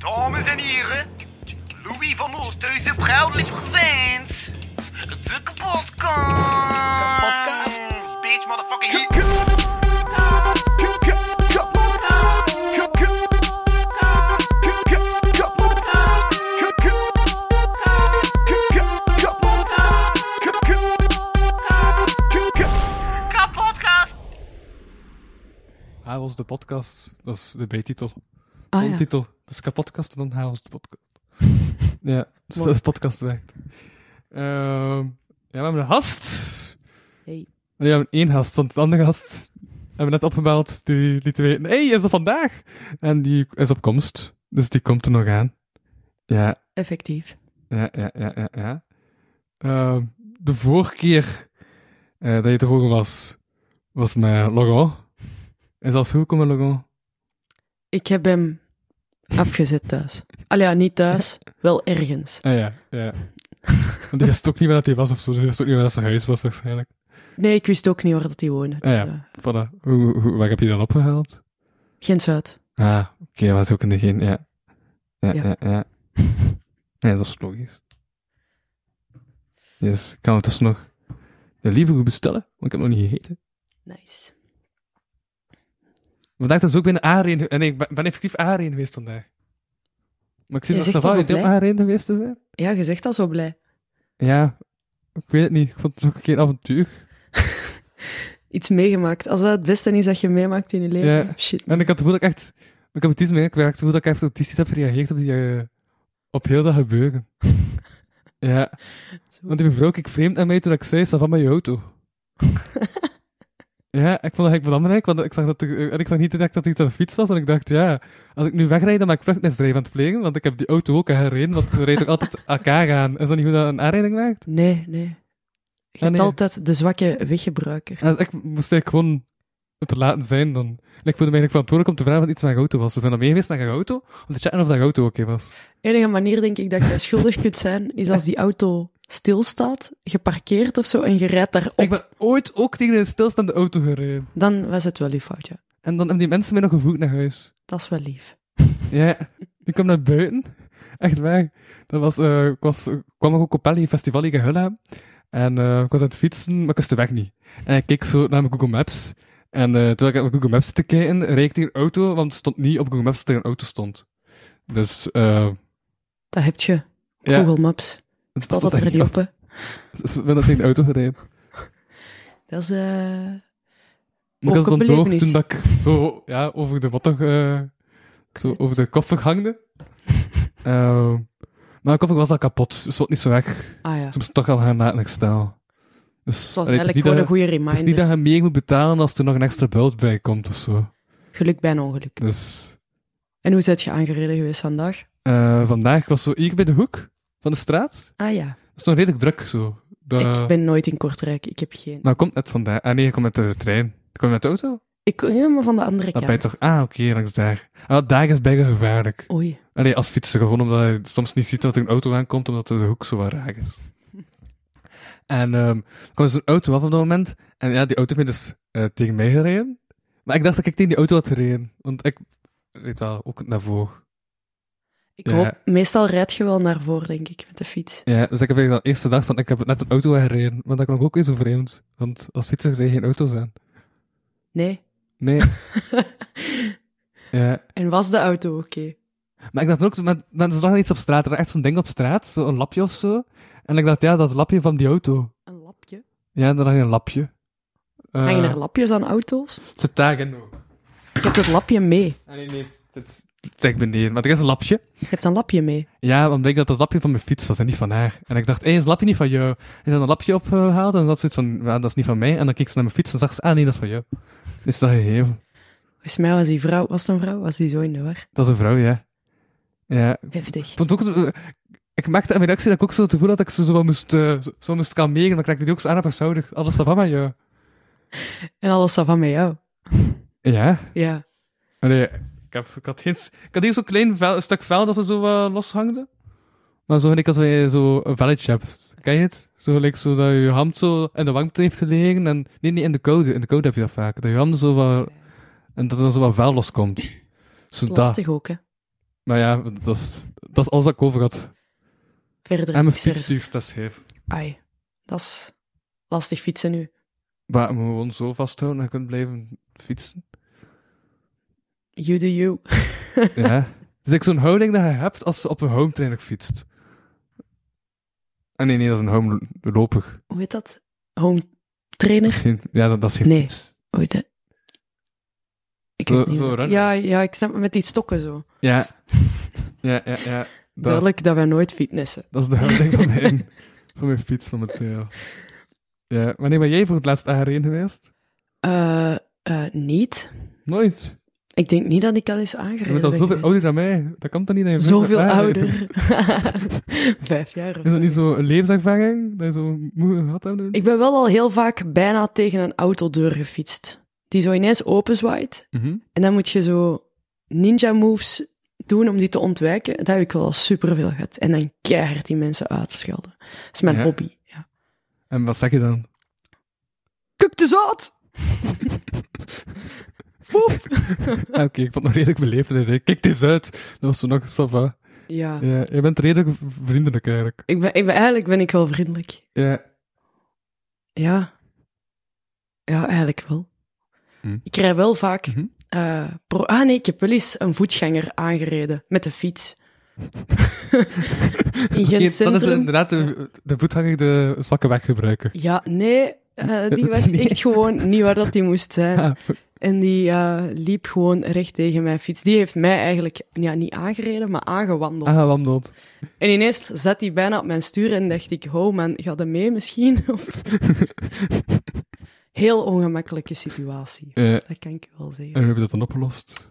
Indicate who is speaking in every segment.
Speaker 1: Dames en heren, Louis van Oosthuizen proudly presents de kapotkast. Bitch, motherfucking hit.
Speaker 2: Hij was de podcast, dat is de bijtitel.
Speaker 3: Ah,
Speaker 2: Ondertitel, dat is kapotkast en dan hij was de podcast. Ja, dat is de podcast werkt. Ja, we hebben een gast.
Speaker 3: Hey.
Speaker 2: Nee, we hebben één gast, want de andere gast hebben we net opgebeld. Die liet weten, hey, is dat vandaag? En die is op komst, dus die komt er nog aan. Ja.
Speaker 3: Effectief.
Speaker 2: Ja. De vorige keer dat je te horen was met Laurent. Is dat goed komen, Laurent?
Speaker 3: Ik heb hem afgezet thuis. Allee, ja, niet thuis, wel ergens.
Speaker 2: Ah ja. Want die wist ook niet waar dat hij was of zo, dus die wist ook niet waar dat zijn huis was waarschijnlijk.
Speaker 3: Nee, ik wist ook niet waar dat hij woonde.
Speaker 2: Ah ja, voilà. Waar heb je dan opgehaald?
Speaker 3: Gent-Zuid.
Speaker 2: Ah, oké, dat was ook in de geen, ja.
Speaker 3: Ja.
Speaker 2: Ja, dat is logisch. Yes, kan we tussen nog de liever bestellen, want ik heb nog niet gegeten.
Speaker 3: Nice.
Speaker 2: Vandaag was ook bijna A1, en ik ben effectief A1 geweest vandaag. Maar ik zie
Speaker 3: Je
Speaker 2: dat
Speaker 3: zegt
Speaker 2: Stefan
Speaker 3: dat zo
Speaker 2: op
Speaker 3: blij.
Speaker 2: A1 geweest te zijn.
Speaker 3: Ja, je zegt al zo blij.
Speaker 2: Ja, ik weet het niet. Ik vond het ook geen avontuur.
Speaker 3: Iets meegemaakt. Als dat het beste is dat je meemaakt in je leven.
Speaker 2: Ja.
Speaker 3: Shit.
Speaker 2: En ik had het gevoel dat ik echt... Ik heb het iets mee, ik had het gevoel dat ik echt autistisch heb gereageerd op die... op heel dat gebeuren. Ja. Want die mevrouw keek vreemd naar mij toen ik zei, sta van met je auto. Ja, ik vond dat eigenlijk belangrijk, want ik zag dat en ik zag niet direct dat er iets aan de fiets was, en ik dacht, ja, als ik nu wegrijd, dan ben ik vluchtmisdrijf aan het plegen, want ik heb die auto ook gereden, want we rijden ook altijd elkaar aan. Is dat niet hoe dat een aanrijding werkt?
Speaker 3: Nee. Je hebt
Speaker 2: nee.
Speaker 3: altijd de zwakke weggebruiker.
Speaker 2: Dus ik moest eigenlijk gewoon het te laten zijn dan. En ik voelde me eigenlijk verantwoordelijk om te vragen wat iets met je auto was. Dus ik ben dan mee geweest naar je auto, om te checken of dat je auto oké was.
Speaker 3: De enige manier, denk ik, dat je schuldig kunt zijn, is als die auto stilstaat, geparkeerd of zo, en je rijdt daarop.
Speaker 2: Ik ben ooit ook tegen een stilstaande auto gereden.
Speaker 3: Dan was het wel uw foutje.
Speaker 2: En dan hebben die mensen mij nog gevoerd naar huis.
Speaker 3: Dat is wel lief.
Speaker 2: Ja, ik kwam naar buiten. Echt waar. Dat was, kwam ook op Pelly Festival in Gehulla. En ik was aan het fietsen, maar ik wist de weg niet. En ik keek zo naar mijn Google Maps. En toen ik op mijn Google Maps zit te kijken, reed ik tegen een auto, want het stond niet op Google Maps dat er een auto stond. Dus,
Speaker 3: Dat heb je.
Speaker 2: ja.
Speaker 3: Google Maps.
Speaker 2: Het
Speaker 3: Staat dat er niet op, hè?
Speaker 2: Dus ik ben dat tegen de auto gereden.
Speaker 3: Dat is
Speaker 2: Maar ik
Speaker 3: ook
Speaker 2: had
Speaker 3: een
Speaker 2: het door
Speaker 3: belevenis.
Speaker 2: toen dat ik zo, ja, over de motor, zo over de koffer hangde. Maar de koffer was al kapot, dus het niet zo weg.
Speaker 3: Ah ja.
Speaker 2: Dus ik moest toch al gaan laten ik stel. Dus,
Speaker 3: Dat was
Speaker 2: allee, het is
Speaker 3: eigenlijk
Speaker 2: niet
Speaker 3: gewoon
Speaker 2: dat-
Speaker 3: een goede
Speaker 2: Het is niet
Speaker 3: reminder.
Speaker 2: dat je meer moet betalen als er nog een extra bult bij komt of zo.
Speaker 3: Geluk bij een ongeluk.
Speaker 2: Dus
Speaker 3: En hoe zit je aangereden geweest vandaag?
Speaker 2: vandaag was zo hier bij de hoek van de straat.
Speaker 3: Ah ja.
Speaker 2: Het is nog redelijk druk zo.
Speaker 3: Ik ben nooit in Kortrijk. Ik heb geen...
Speaker 2: Maar komt net vandaag. Ah nee, je komt met de trein. Kom je met de auto?
Speaker 3: Ja, maar van de andere
Speaker 2: Dat
Speaker 3: kant.
Speaker 2: ben je toch... Ah, oké, langs daar. Ah, daar is bijna gevaarlijk.
Speaker 3: Oei.
Speaker 2: Allee, als fietser, gewoon omdat je soms niet ziet dat er een auto aankomt, omdat de hoek zo wat raar is. En er kwam dus een auto af op dat moment. En ja, die auto heeft dus tegen mij gereden. Maar ik dacht dat ik tegen die auto had gereden. Want ik reed wel ook naar voren.
Speaker 3: Ik
Speaker 2: Ja.
Speaker 3: hoop... Meestal rijd je wel naar voren, denk ik, met de fiets.
Speaker 2: Ja, dus ik heb eigenlijk de eerste dag van, ik heb net een auto gereden. Maar dat kan ook weer zo vreemd. Want als fietser rij je geen auto's aan.
Speaker 3: Nee.
Speaker 2: Nee. Ja.
Speaker 3: En was de auto oké?
Speaker 2: Maar ik dacht ook, maar er lag iets op straat. Er lag echt zo'n ding op straat. Zo'n lapje of zo. En ik dacht, ja, dat is het lapje van die auto.
Speaker 3: Een lapje?
Speaker 2: Ja, daar lag een lapje.
Speaker 3: Hangen er lapjes aan auto's?
Speaker 2: Het zit daarin ook.
Speaker 3: Ik heb het lapje mee.
Speaker 2: Ah, nee. Het zit beneden. Maar er is een lapje.
Speaker 3: Je hebt een lapje mee.
Speaker 2: Ja, want bleek dat het lapje van mijn fiets was en niet van haar. En ik dacht, is het lapje niet van jou? En dan een lapje opgehaald en dat zoiets van, ja, dat is niet van mij. En dan keek ze naar mijn fiets en zag ze, ah nee, dat is van jou. Dus dat gegeven.
Speaker 3: Volgens mij was die vrouw... Was het een vrouw? Was die zo in de war?
Speaker 2: Dat is een vrouw, ja. Ja.
Speaker 3: Heftig.
Speaker 2: Ik vond ook, ik merkte aan mijn reactie dat ik ook zo het gevoel had dat ik ze zo wel moest kalmeren. Dan raakte die ook zo aan op haar schouder. Alles dat van mij, jou.
Speaker 3: En alles van met jou.
Speaker 2: Ja.
Speaker 3: Ja.
Speaker 2: Nee, ik had hier zo'n klein stuk vel dat ze zo loshangde. Maar zo gelijk als je zo een velletje hebt. Ken je het? Zo gelijk zo dat je hand zo in de warmte heeft gelegen. En, nee, in de koude. In de koude heb je dat vaak. Dat je handen zo wat... En dat er zo wat vel loskomt. Zo
Speaker 3: Dat is lastig ook, hè.
Speaker 2: Maar ja, dat is alles wat ik over had.
Speaker 3: Verder
Speaker 2: En mijn
Speaker 3: niks er.
Speaker 2: fietsstuurstest scheef.
Speaker 3: Ai, dat is lastig fietsen nu.
Speaker 2: Maar je moet gewoon zo vasthouden en je kunt blijven fietsen.
Speaker 3: You do you.
Speaker 2: Ja. Het is like zo'n houding dat je hebt als je op een home trainer fietst. Ah, nee, dat is een home loper.
Speaker 3: Hoe heet dat? Home trainer?
Speaker 2: Ja, dat is geen
Speaker 3: Nee.
Speaker 2: fiets.
Speaker 3: Hoe heet dat? Ik
Speaker 2: Zo-
Speaker 3: weet niet
Speaker 2: zo
Speaker 3: meer.
Speaker 2: runnen.
Speaker 3: Ja, ik snap het, met die stokken zo.
Speaker 2: Ja. Ja.
Speaker 3: Duidelijk dat wij nooit fitnessen.
Speaker 2: Dat is de houding van mijn fiets, van mijn trail. Ja. Wanneer ben jij voor het laatst aangereden geweest?
Speaker 3: Niet.
Speaker 2: Nooit.
Speaker 3: Ik denk niet dat ik al eens
Speaker 2: Je
Speaker 3: aangereden
Speaker 2: bent al
Speaker 3: ben
Speaker 2: zoveel
Speaker 3: geweest.
Speaker 2: ouder dan mij. Dat kan toch niet dat je
Speaker 3: Zoveel
Speaker 2: bent
Speaker 3: ouder. 5 jaar of
Speaker 2: Is
Speaker 3: zo.
Speaker 2: dat niet zo een levenservaring? Dat je zo moe gehad hebt?
Speaker 3: Ik ben wel al heel vaak bijna tegen een autodeur gefietst. Die zo ineens openzwaait.
Speaker 2: Mhm.
Speaker 3: En dan moet je zo ninja moves doen om die te ontwijken. Dat heb ik wel al superveel gehad. En dan keihard die mensen uit te schelden. Dat is mijn
Speaker 2: Ja.
Speaker 3: hobby. Ja.
Speaker 2: En wat zeg je dan?
Speaker 3: Kuk de zout! Foef!
Speaker 2: Oké, ik vond het nog redelijk beleefd. En hij zei, kijk eens uit. Dat was zo nog, ça va.
Speaker 3: Ja.
Speaker 2: Ja, je bent redelijk vriendelijk eigenlijk.
Speaker 3: Eigenlijk ben ik wel vriendelijk.
Speaker 2: Ja.
Speaker 3: Ja. Ja, eigenlijk wel.
Speaker 2: Hm.
Speaker 3: Ik rij wel vaak...
Speaker 2: Mhm.
Speaker 3: nee, ik heb wel eens een voetganger aangereden. Met de fiets. In
Speaker 2: Oké,
Speaker 3: Gent
Speaker 2: dan is
Speaker 3: Centrum.
Speaker 2: inderdaad de voetganger de zwakke weg gebruiken.
Speaker 3: Ja, nee. Die was
Speaker 2: Nee.
Speaker 3: echt gewoon niet waar dat die moest zijn.
Speaker 2: Ah,
Speaker 3: En die liep gewoon recht tegen mijn fiets. Die heeft mij eigenlijk niet aangereden, maar aangewandeld.
Speaker 2: wandelt.
Speaker 3: En ineens zat hij bijna op mijn stuur en dacht ik, ho man, ga je mee misschien? Of- Heel ongemakkelijke situatie. Dat kan ik wel
Speaker 2: En
Speaker 3: zeggen.
Speaker 2: hoe heb je dat dan opgelost?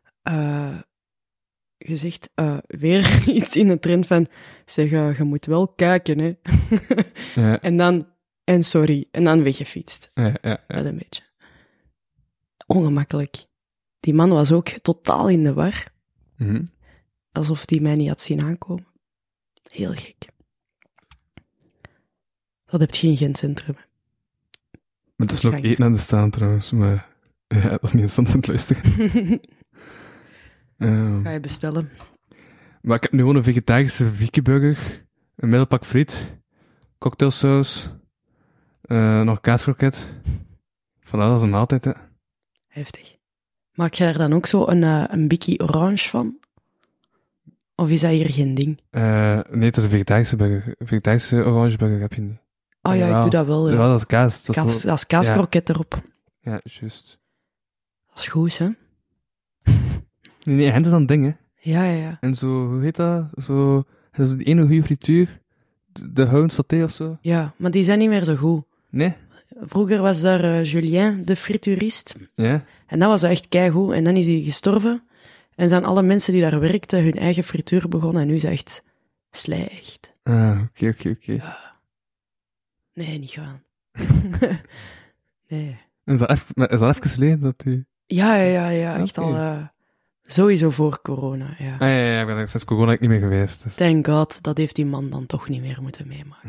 Speaker 3: Gezegd, weer iets in de trend van, zeg, je moet wel kijken, hè.
Speaker 2: Ja,
Speaker 3: En dan, en sorry, en dan weggefietst.
Speaker 2: ja.
Speaker 3: Dat een beetje. Ongemakkelijk. Die man was ook totaal in de war.
Speaker 2: Mhm.
Speaker 3: Alsof hij mij niet had zien aankomen. Heel gek. Dat heb je in Gent Centrum.
Speaker 2: Maar het is nog eten aan de staan trouwens. Maar ja, dat is niet interessant van het luisteren.
Speaker 3: Ga je bestellen?
Speaker 2: Maar ik heb nu gewoon een vegetarische wikiburger, een middelpak friet, cocktailsaus, nog kaaskroket. Voilà, dat is een maaltijd, hè.
Speaker 3: Heftig. Maak jij er dan ook zo een bikkie orange van? Of is dat hier geen ding?
Speaker 2: Nee, het is een vegetarische burger. Een vegetarische orange burger heb je niet.
Speaker 3: Oh ja, ik doe dat wel.
Speaker 2: Ja,
Speaker 3: Ja.
Speaker 2: dat is kaas. Dat is
Speaker 3: Dat is kaaskroket erop.
Speaker 2: ja, juist.
Speaker 3: Dat is goed, hè?
Speaker 2: Nee, hen is dan ding, hè.
Speaker 3: Ja.
Speaker 2: En zo, hoe heet dat? Zo, dat is die ene goede frituur. De hound saté of zo.
Speaker 3: Ja, maar die zijn niet meer zo goed.
Speaker 2: Nee?
Speaker 3: Vroeger was daar Julien, de frituurist.
Speaker 2: Ja?
Speaker 3: En dat was echt keigoed. En dan is hij gestorven. En zijn alle mensen die daar werkten hun eigen frituur begonnen. En nu is hij echt slecht.
Speaker 2: Ah, oké.
Speaker 3: Nee, niet gaan. Nee.
Speaker 2: Is dat even geleden dat die...
Speaker 3: Ja. Echt
Speaker 2: Oké.
Speaker 3: al sowieso voor corona, ja.
Speaker 2: Ja, ik ben er sinds corona niet meer geweest. Dus.
Speaker 3: Thank God, dat heeft die man dan toch niet meer moeten meemaken.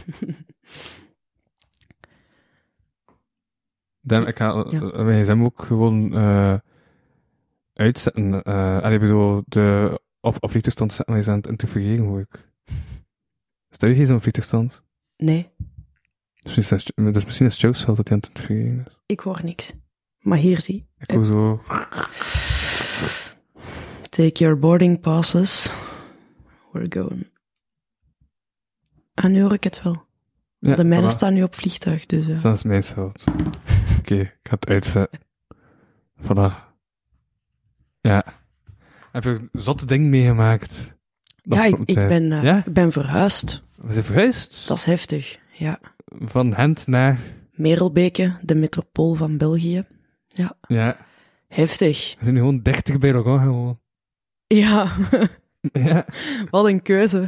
Speaker 2: Ik ga mijn gsm ook gewoon uitzetten. Ik bedoel, op vliegtuigstand zetten, maar je aan het vergeten, hoor ik. Stel je gsm op vliegtuigstand?
Speaker 3: Nee,
Speaker 2: Dus misschien is het jouw schuld dat hij aan het vergeten is.
Speaker 3: ik hoor niks. Maar hier zie.
Speaker 2: Ik hoor zo...
Speaker 3: Take your boarding passes. We're going. Nu hoor ik het wel.
Speaker 2: Ja,
Speaker 3: De mijne
Speaker 2: voilà.
Speaker 3: staan nu op vliegtuig, dus...
Speaker 2: Dus dat is mijn schuld. Oké, ik ga het uitzetten. Voilà. Ja. Heb je een zotte ding meegemaakt?
Speaker 3: Ja, ik ben verhuisd.
Speaker 2: We zijn verhuisd?
Speaker 3: Dat is heftig, ja.
Speaker 2: Van Gent naar...
Speaker 3: Merelbeke, de metropool van België. Ja,
Speaker 2: Ja.
Speaker 3: heftig.
Speaker 2: We zijn nu gewoon 30 bij elkaar gewoon.
Speaker 3: Ja,
Speaker 2: Ja.
Speaker 3: wat een keuze.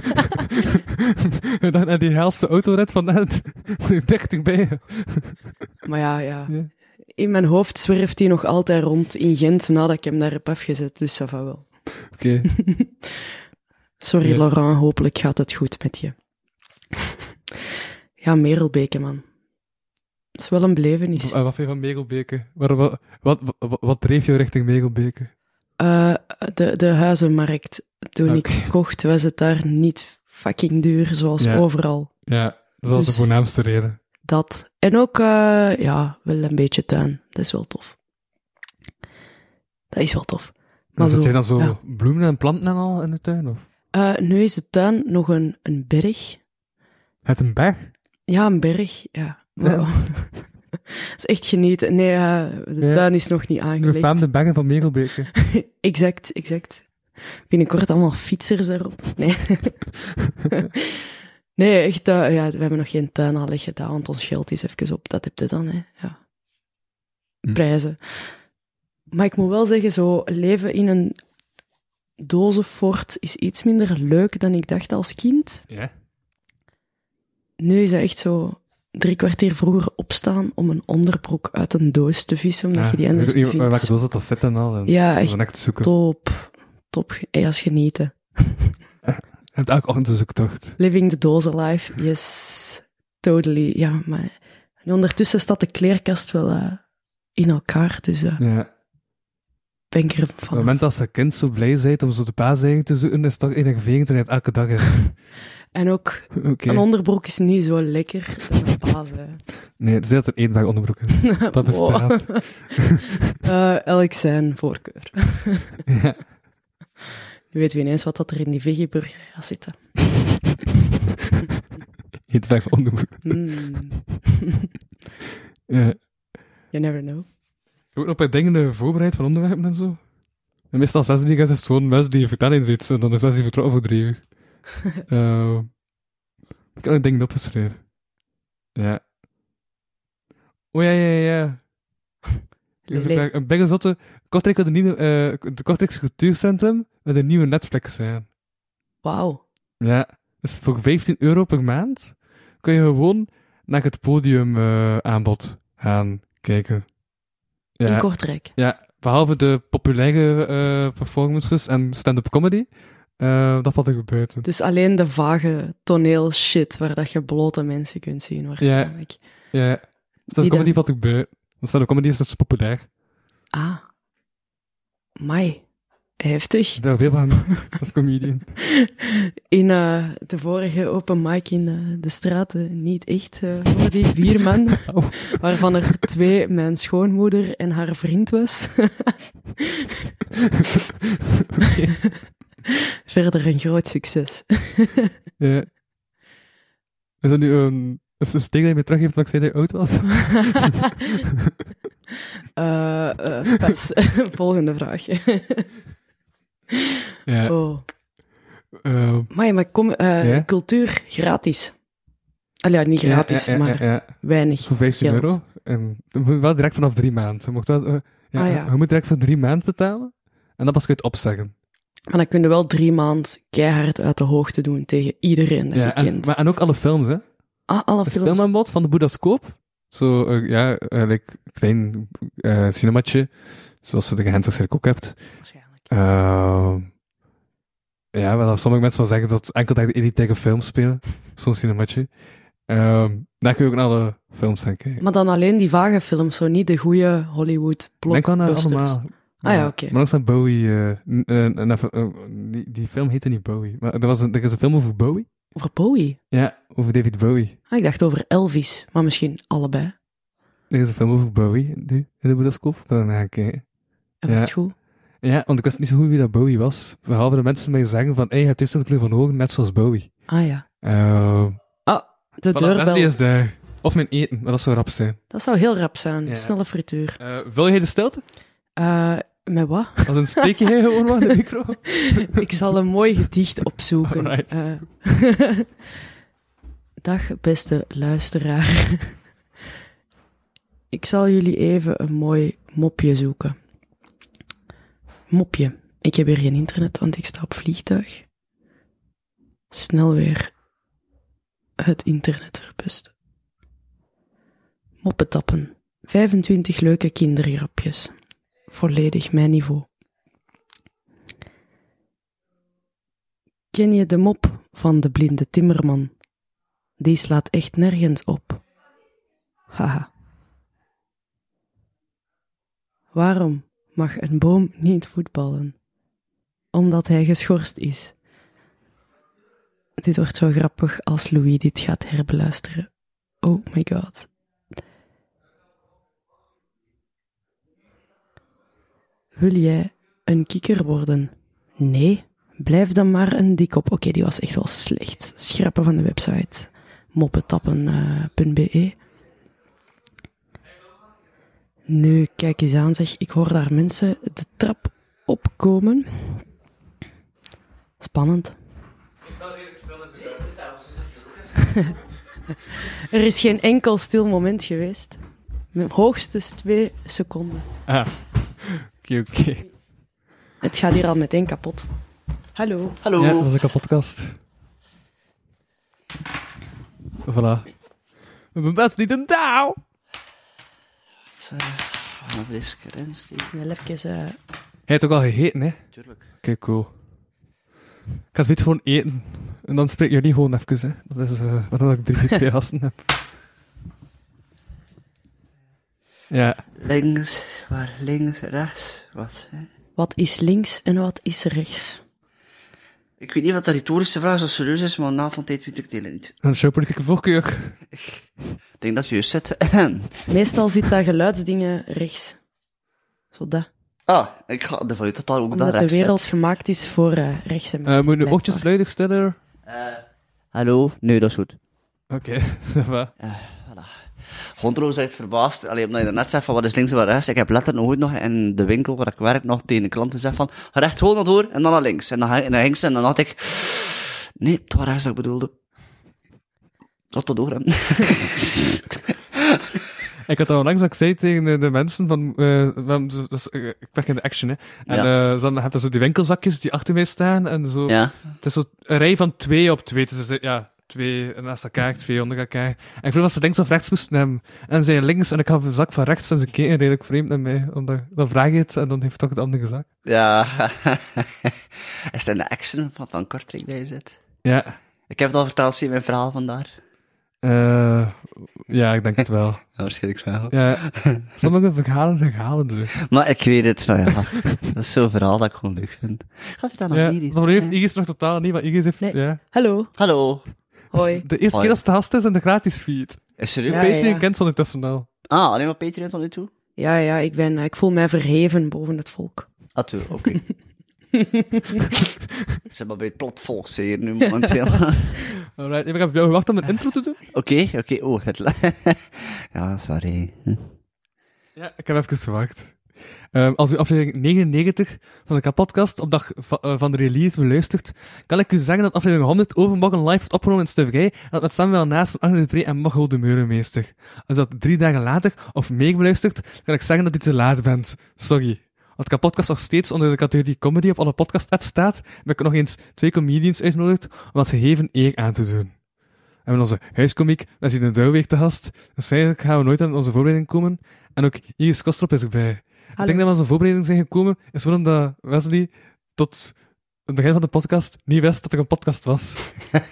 Speaker 2: Ik dacht naar die helse autorit van net. 30 bij je.
Speaker 3: Maar ja,
Speaker 2: Ja.
Speaker 3: in mijn hoofd zwerft hij nog altijd rond in Gent nadat ik hem daar heb afgezet, dus ça va wel.
Speaker 2: Oké.
Speaker 3: Sorry
Speaker 2: Ja.
Speaker 3: Laurent, hopelijk gaat het goed met je. Ja, Merelbeke, man. Dat is wel een belevenis.
Speaker 2: Wat vind je van Merelbeke? Wat dreef jou richting Merelbeke?
Speaker 3: De huizenmarkt. Toen
Speaker 2: Oké.
Speaker 3: ik kocht, was het daar niet fucking duur, zoals
Speaker 2: Ja.
Speaker 3: overal.
Speaker 2: Ja, dat was de
Speaker 3: Dus-
Speaker 2: voornaamste reden.
Speaker 3: Dat. En ook, wel een beetje tuin. Dat is wel tof. Dat is wel tof.
Speaker 2: Maar zet jij dan zo
Speaker 3: ja.
Speaker 2: bloemen en planten en al in de tuin? Of?
Speaker 3: Nu is de tuin nog een berg.
Speaker 2: Het een berg?
Speaker 3: Ja, een berg. Ja.
Speaker 2: Ja.
Speaker 3: Wow. Dat is echt genieten. Nee, de
Speaker 2: Ja.
Speaker 3: tuin is nog niet
Speaker 2: De
Speaker 3: aangelegd.
Speaker 2: befaamde bergen van Megelbeke.
Speaker 3: Exact. Binnenkort allemaal fietsers erop. Nee. Nee, echt, we hebben nog geen tuinaanleg gedaan, want ons geld is even op. Dat heb je dan, hè. Ja. Prijzen. Maar ik moet wel zeggen, zo leven in een dozenfort is iets minder leuk dan ik dacht als kind.
Speaker 2: Ja.
Speaker 3: Nu is het echt zo 3 kwartier vroeger opstaan om een onderbroek uit een doos te vissen, omdat je die anders niet vindt.
Speaker 2: Welke doos dat zit en al. En
Speaker 3: Ja,
Speaker 2: dat is
Speaker 3: echt
Speaker 2: dan echt zoeken.
Speaker 3: top. Als genieten.
Speaker 2: Je hebt elke ochtend een zoektocht.
Speaker 3: Living the dozen life, yes, totally. Ja, maar ondertussen staat de kleerkast wel in elkaar, dus
Speaker 2: Ja.
Speaker 3: ben ik er
Speaker 2: Op het
Speaker 3: van.
Speaker 2: moment dat ze kind zo blij bent om zo de paaseigen te zoeken, is het toch enige vervelend toen je het elke dag hebt.
Speaker 3: En ook,
Speaker 2: Oké.
Speaker 3: een onderbroek is niet zo lekker. Dat is een baas, hè.
Speaker 2: Nee, het is dat er één dag onderbroek is. Dat bestaat.
Speaker 3: Elk zijn voorkeur.
Speaker 2: Ja.
Speaker 3: Nu weten we ineens wat dat er in die veggieburger gaat zitten.
Speaker 2: Eén dag onderbroek.
Speaker 3: Mm.
Speaker 2: Ja.
Speaker 3: You never know.
Speaker 2: Ik heb ook nog bij dingen voorbereid van onderwerpen en zo. En meestal als Wesley is het gewoon Wesley die vertelling zit. En dan is Wesley vertrokken voor 3 uur. Ik heb ook dingen opgeschreven. Ja. Oh ja.
Speaker 3: Lele.
Speaker 2: Een bijna zotte... Kortrijk had de Kortrijkse Cultuurcentrum met een nieuwe Netflix zijn.
Speaker 3: Wauw.
Speaker 2: Ja. Dus voor €15 per maand kun je gewoon naar het podium aanbod gaan kijken. Ja.
Speaker 3: In Kortrijk.
Speaker 2: Ja, behalve de populaire performances en stand-up comedy, dat valt er buiten.
Speaker 3: Dus alleen de vage toneelshit waar dat je blote mensen kunt zien, waarschijnlijk.
Speaker 2: Ja, stand-up comedy valt er buiten. Want stand-up comedy is dus populair.
Speaker 3: Ah. Mai. Heftig.
Speaker 2: Daar veel van als comedian.
Speaker 3: In de vorige open mic in de straten niet echt voor die 4 man, waarvan er 2 mijn schoonmoeder en haar vriend was. Verder een groot succes.
Speaker 2: Ja. Is dat nu een steek dat je me teruggeeft wat ik zei dat je oud was?
Speaker 3: Pas. Volgende vraag.
Speaker 2: Ja.
Speaker 3: Oh. Maar
Speaker 2: Ja?
Speaker 3: cultuur gratis. Ja, niet gratis, maar
Speaker 2: Ja.
Speaker 3: weinig
Speaker 2: Voor €15.
Speaker 3: geld.
Speaker 2: En je moet wel direct vanaf 3 maanden. Je, mocht wel,
Speaker 3: Ja.
Speaker 2: je moet direct voor 3 maanden betalen. En dan pas kun je het opzeggen.
Speaker 3: Maar dan kun je wel 3 maanden keihard uit de hoogte doen tegen iedereen dat je kent.
Speaker 2: En ook alle films, hè.
Speaker 3: Alle
Speaker 2: Het
Speaker 3: films.
Speaker 2: filmaanbod van de Boeddhascoop. Zo, like klein cinematje. Zoals je de Gent waarschijnlijk ook hebt.
Speaker 3: Waarschijnlijk.
Speaker 2: Ja, wel, sommige mensen wel zeggen dat enkel dat de elitaire films spelen. Zo'n cinematje. Daar kun je ook naar alle films gaan kijken.
Speaker 3: Maar dan alleen die vage films, zo niet de goede Hollywood
Speaker 2: Denk wel naar
Speaker 3: blockbusters.
Speaker 2: allemaal.
Speaker 3: Ah ja, oké.
Speaker 2: Maar ook naar Bowie. Die film heette niet Bowie. Maar er is een film over Bowie.
Speaker 3: Over Bowie?
Speaker 2: Ja, over David Bowie.
Speaker 3: Ah, ik dacht over Elvis, maar misschien allebei.
Speaker 2: Er is een film over Bowie nu, in de Boeddhascoop. Ik ga daarna gaan kijken.
Speaker 3: En was
Speaker 2: Ja.
Speaker 3: het goed?
Speaker 2: Ja, want ik wist niet zo goed wie dat Bowie was. Behalve de mensen mij zeggen van, je hebt toestandskleur van ogen, net zoals Bowie.
Speaker 3: Ah ja. De
Speaker 2: Voilà,
Speaker 3: deurbel.
Speaker 2: Wesley is daar. Of mijn eten, maar dat zou rap zijn.
Speaker 3: Dat zou heel rap zijn.
Speaker 2: Ja.
Speaker 3: Snelle frituur.
Speaker 2: Wil jij de stilte?
Speaker 3: Met wat?
Speaker 2: Als een spreek je gewoon maar in de micro?
Speaker 3: Ik zal een mooi gedicht opzoeken.
Speaker 2: Alright.
Speaker 3: Dag, beste luisteraar. Ik zal jullie even een mooi mopje zoeken. Mopje. Ik heb hier geen internet, want ik sta op vliegtuig. Snel weer het internet verpesten. Moppetappen. 25 leuke kindergrapjes. Volledig mijn niveau. Ken je de mop van de blinde timmerman? Die slaat echt nergens op. Haha. Waarom mag een boom niet voetballen, omdat hij geschorst is. Dit wordt zo grappig als Louis dit gaat herbeluisteren. Oh my god. Wil jij een kikker worden? Nee, blijf dan maar een dikkop. Oké, die was echt wel slecht. Schrappen van de website moppetappen.be. Nu, kijk eens aan, zeg. Ik hoor daar mensen de trap opkomen. Spannend.
Speaker 2: Ik zal redelijk stil
Speaker 3: Er is geen enkel stil moment geweest. Hoogstens 2 seconden.
Speaker 2: Ah, oké.
Speaker 3: Het gaat hier al meteen kapot. Hallo.
Speaker 1: Hallo.
Speaker 2: Ja, dat is een podcast. Voilà. We hebben best niet een touw.
Speaker 1: Nog eens erin steken.
Speaker 3: Snel even...
Speaker 2: Hij heeft ook al gegeten, hè?
Speaker 1: Tuurlijk.
Speaker 2: Oké, cool. Ik ga het gewoon eten. En dan spreek jullie gewoon even, hè. Dat is waarom ik 3 gasten heb. Ja.
Speaker 1: Links, waar links, rechts, wat, hè?
Speaker 3: Wat is links en wat is rechts?
Speaker 1: Ik weet niet wat de retorische vraag zo serieus is, maar na van tijd weet ik het helemaal niet.
Speaker 2: Een showpolitieke voorkeur.
Speaker 1: Ik denk dat je juist zit.
Speaker 3: Meestal zit dat geluidsdingen rechts. Zo dat.
Speaker 1: Ik ga ervan uit dat dat ook
Speaker 3: Omdat
Speaker 1: dat
Speaker 3: de
Speaker 1: rechts
Speaker 3: wereld
Speaker 1: zit.
Speaker 3: gemaakt is voor rechtse mensen.
Speaker 2: Moet je nu
Speaker 3: blijkbaar.
Speaker 2: oortjes luidig stellen?
Speaker 1: Hallo? Nee, dat is goed.
Speaker 2: Oké, ça va.
Speaker 1: Gewoon trouwens echt verbaasd. Allee, omdat je net zegt van wat is links en wat rechts. Ik heb letterlijk ooit nog in de winkel waar ik werk nog tegen een klant gezegd van ga recht gewoon naar door en dan naar links. En dan ga ik naar links en dan had ik... Nee, het was rechts dat ik bedoelde. Tot door hem.
Speaker 2: Ik had al onlangs dat ik zei tegen de mensen van, ik werk in de Action, hè. En dan heb je zo die winkelzakjes die achter mij staan en zo.
Speaker 1: Ja.
Speaker 2: Het is zo een rij van 2 op 2. Dus ja, 2 naast elkaar, 2 onder elkaar. En ik vroeg wat ze links of rechts moesten hebben. En ze zei links en ik gaf een zak van rechts en ze keken redelijk vreemd naar mij. Omdat, dan vraag je het en dan heeft het toch het andere zak.
Speaker 1: Ja. Is het in de Action van Kortrijk dat je zit?
Speaker 2: Ja.
Speaker 1: Ik heb het al verteld, zie je mijn verhaal vandaar?
Speaker 2: Ja, ik denk het wel.
Speaker 1: Ja, waarschijnlijk wel.
Speaker 2: Ja, sommige verhalen herhalen ze.
Speaker 1: Maar ik weet het, maar ja. Dat is zo'n verhaal dat ik gewoon leuk vind. Gaat het dan nog
Speaker 2: Ja,
Speaker 1: niet?
Speaker 2: maar heeft Igis nog totaal niet, maar Igis heeft...
Speaker 3: Nee.
Speaker 2: Ja.
Speaker 3: Hallo.
Speaker 1: Hallo.
Speaker 3: Hoi.
Speaker 2: De eerste
Speaker 1: Hoi.
Speaker 2: keer dat ze te gast is in de gratis feed.
Speaker 1: Is serieus?
Speaker 3: Ja,
Speaker 2: Patreon
Speaker 3: ja.
Speaker 2: kent ze ondertussen al.
Speaker 1: Alleen maar Patreon tot nu toe?
Speaker 3: Ja, ik voel mij verheven boven het volk.
Speaker 1: Toe, oké. Ze zijn maar bij het platvolk hier nu momenteel.
Speaker 2: Alright, ik heb op jou gewacht om een intro te doen.
Speaker 1: Oké. Oh, ja, sorry.
Speaker 2: Ja, ik heb even gewacht. Als u aflevering 99 van de Kapodcast op dag van de release beluistert, kan ik u zeggen dat aflevering 100 overmorgen live wordt opgenomen in Stufgerij en dat het Samuel naast Agne de Pre en Machel de Meurenmeester. Als dat 3 dagen later of meegeluisterd, kan ik zeggen dat u te laat bent. Sorry. Want de Kapodcast nog steeds onder de categorie comedy op alle podcast-apps staat, heb ik nog eens 2 comedians uitgenodigd om dat gegeven eer aan te doen. We hebben onze huiskomiek Wesley de Douw weer te gast, dus eigenlijk gaan we nooit aan onze voorbereiding komen. En ook Iris Kostrop is erbij. Ik denk dat we aan onze voorbereiding zijn gekomen, is gewoon omdat Wesley tot het begin van de podcast niet wist dat er een podcast was.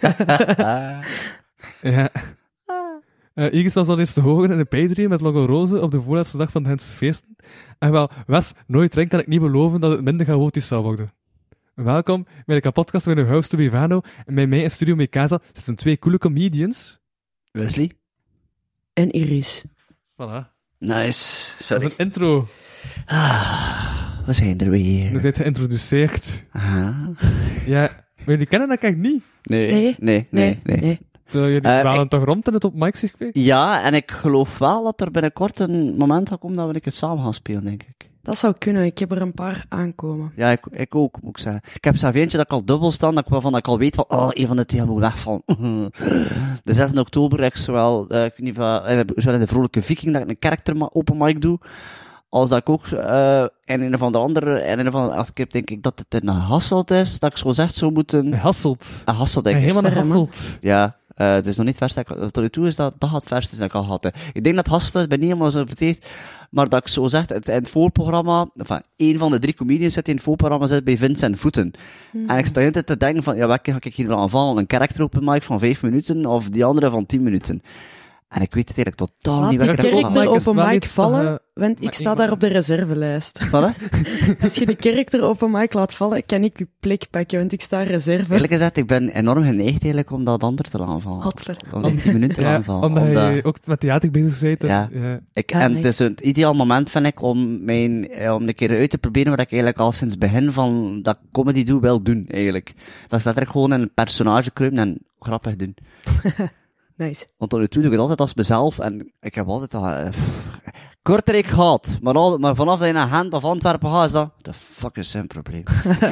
Speaker 2: Ja. Iris was al eens te horen in de Patreon met Logo Roze op de voorlaatste dag van de Gentse feesten. En wel, Wes, nooit drink kan ik niet beloven dat het minder chaotisch zal worden. Welkom bij de Kapodcast met uw host Louis Vano. En bij mij in Studio Mikasa zitten 2 coole comedians.
Speaker 1: Wesley?
Speaker 3: En Iris.
Speaker 2: Voilà.
Speaker 1: Nice.
Speaker 2: Dat is
Speaker 1: Sorry.
Speaker 2: een intro.
Speaker 1: We zijn er weer.
Speaker 2: We zijn geïntroduceerd.
Speaker 1: Aha.
Speaker 2: Ja, maar jullie kennen dat eigenlijk niet.
Speaker 1: Nee.
Speaker 2: Terwijl jullie waren toch rond in het op mic circuit?
Speaker 1: Ja, en ik geloof wel dat er binnenkort een moment gaat komen dat we het samen gaan spelen, denk ik.
Speaker 3: Dat zou kunnen, ik heb er een paar aankomen.
Speaker 1: Ja, ik ook, moet ik zeggen. Ik heb zelf eentje dat ik al dubbel staan, waarvan ik al weet van, een van de 2 moet wegvallen. De 6 oktober, ik zowel in de Vrolijke Viking, dat ik een karakter open mic doe, als dat ik ook, en een van de andere, als ik denk ik dat het in Hasselt is, dat ik zo zegt zou moeten...
Speaker 2: Hasselt.
Speaker 1: Hasselt, denk ik.
Speaker 2: Helemaal naar
Speaker 3: Sperma.
Speaker 2: Hasselt.
Speaker 1: Ja, het is nog niet vers. Tot nu toe is dat het verste dat ik al had. Hè. Ik denk dat Hasselt is, ben niet helemaal zo verteerd. Maar dat ik zo zeg, in het voorprogramma, een van de 3 comedians zit in het voorprogramma zit bij Vincent Voeten. En ik sta altijd te denken van, ja, welke ga ik hier wel aanvallen? Een character open mic van 5 minuten of die andere van 10 minuten? En ik weet het eigenlijk totaal
Speaker 3: Laat
Speaker 1: niet
Speaker 3: die
Speaker 1: wat ik
Speaker 3: kerk
Speaker 1: ervan
Speaker 3: er
Speaker 2: Mike is
Speaker 3: open
Speaker 2: wel
Speaker 3: mic
Speaker 2: iets
Speaker 3: vallen,
Speaker 2: nog,
Speaker 3: want ik
Speaker 2: maar
Speaker 3: sta
Speaker 2: ik-
Speaker 3: daar op de reservelijst.
Speaker 1: Wat, hè?
Speaker 3: Als je de kerk er open mic laat vallen, kan ik je plek pakken, want ik sta reserve.
Speaker 1: Eerlijk gezegd, ik ben enorm geneigd eigenlijk om dat ander te laten vallen.
Speaker 3: Godver.
Speaker 1: Om die 10 minuten te
Speaker 2: Ja,
Speaker 1: laten vallen.
Speaker 2: omdat je ook met theater bezig bent.
Speaker 1: Ja. En het is een ideaal moment, vind ik, om om een keer uit te proberen wat ik eigenlijk al sinds het begin van dat ik comedy doe, wil doen, eigenlijk. Dat is letterlijk gewoon in een personage kruipen en grappig doen.
Speaker 3: Nice.
Speaker 1: Want tot nu toe doe ik het altijd als mezelf en ik heb altijd al, Kortrijk gehad, maar vanaf dat je naar Gent of Antwerpen gaat, is dat, the fuck is zijn probleem.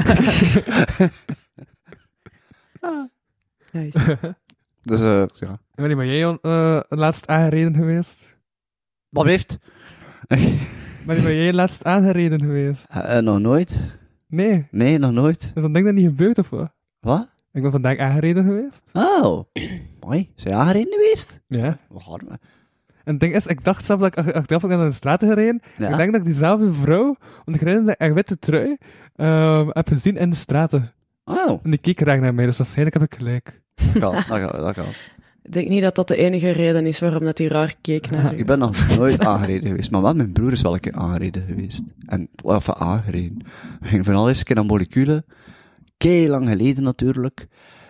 Speaker 3: Nice.
Speaker 1: Dus, ja.
Speaker 2: Wanneer ben jij laatst aangereden geweest?
Speaker 1: Wat heeft?
Speaker 2: Wanneer ben jij laatst aangereden geweest?
Speaker 1: Nog nooit?
Speaker 2: Nee.
Speaker 1: Nee, nog nooit.
Speaker 2: Is dat ding dat niet gebeurd of wat?
Speaker 1: Wat?
Speaker 2: Ik ben vandaag aangereden geweest.
Speaker 1: Oh, mooi. Zijn je aangereden geweest?
Speaker 2: Ja.
Speaker 1: Wat hard, man.
Speaker 2: En het ding is, ik dacht zelf dat ik achteraf ook naar de straten gereden.
Speaker 1: Ja?
Speaker 2: Ik denk dat ik diezelfde vrouw, want ik herinner dat ik een witte trui, heb gezien in de straten.
Speaker 1: Oh,
Speaker 2: En die keek graag naar mij, dus waarschijnlijk heb ik gelijk.
Speaker 1: dat kan.
Speaker 3: Ik denk niet dat dat de enige reden is waarom dat hij raar keek naar
Speaker 1: Ik
Speaker 3: u.
Speaker 1: ben nog nooit aangereden geweest, maar wel mijn broer is wel een keer aangereden geweest. Of aangereden. We gingen van alles een keer naar Moleculen. Lang geleden natuurlijk.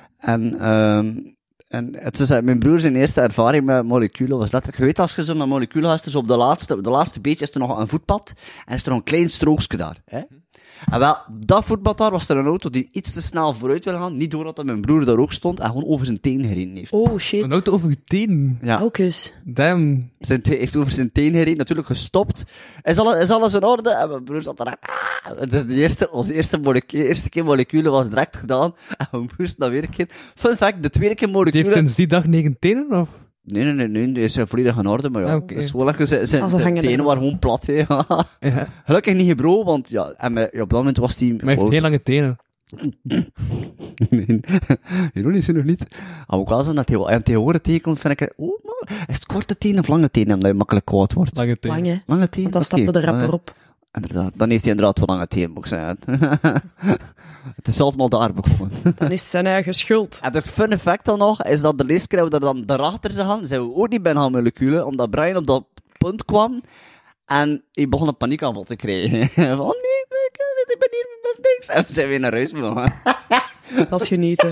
Speaker 1: En het is mijn broer zijn eerste ervaring met Moleculen was letterlijk, je weet als je zo naar Moleculen gaat, is er zo op de laatste beetje is er nog een voetpad en is er nog een klein strookje daar. Hè? En wel, dat voetpad daar was er een auto die iets te snel vooruit wil gaan, niet doordat mijn broer daar ook stond en gewoon over zijn teen gereden heeft.
Speaker 3: Oh
Speaker 2: Een
Speaker 3: shit.
Speaker 2: auto over je tenen.
Speaker 1: Ja.
Speaker 3: Ook eens.
Speaker 2: Damn.
Speaker 1: Heeft over zijn teen gereden, natuurlijk gestopt. Is alles in orde? En mijn broer zat daar. Dus onze eerste keer Moleculen was direct gedaan. En we moesten dan weer een keer. Fun fact, de tweede keer
Speaker 2: Die heeft
Speaker 1: Moleculen.
Speaker 2: sinds die dag 9 tenen, of?
Speaker 1: Nee, die is volledig in orde, maar ja.
Speaker 2: Oké.
Speaker 1: Dus gewoon dat je zijn
Speaker 3: Als ze hangen
Speaker 1: tenen
Speaker 3: er
Speaker 1: waren gewoon plat, hè.
Speaker 2: Ja.
Speaker 1: Gelukkig niet gebroken, want ja, op dat moment was die.
Speaker 2: Maar hij heeft heel lange tenen.
Speaker 1: Nee, ironisch nog niet. Maar ook wel zo dat hij tegenwoordig tegenkomt, vind ik, oh, maar, is het korte tenen of lange tenen, omdat je makkelijk koud wordt?
Speaker 2: Lange tenen.
Speaker 3: Lang, hè?
Speaker 1: Lange tenen?
Speaker 3: Want dan
Speaker 1: Oké,
Speaker 3: stapte de rapper op.
Speaker 1: Inderdaad, dan heeft hij inderdaad wel lange tenen, moet ik zeggen. Het is allemaal daar begonnen.
Speaker 3: Dan is het zijn eigen schuld.
Speaker 1: En het fun effect dan nog, is dat de laatste keer dat we er dan daarachter zijn we ook niet bij gaan Moleculen, omdat Brian op dat punt kwam, en hij begon een paniekaanval te krijgen. Van, nee, ik ben hier met niks. En we zijn weer naar huis gegaan.
Speaker 3: Dat is genieten.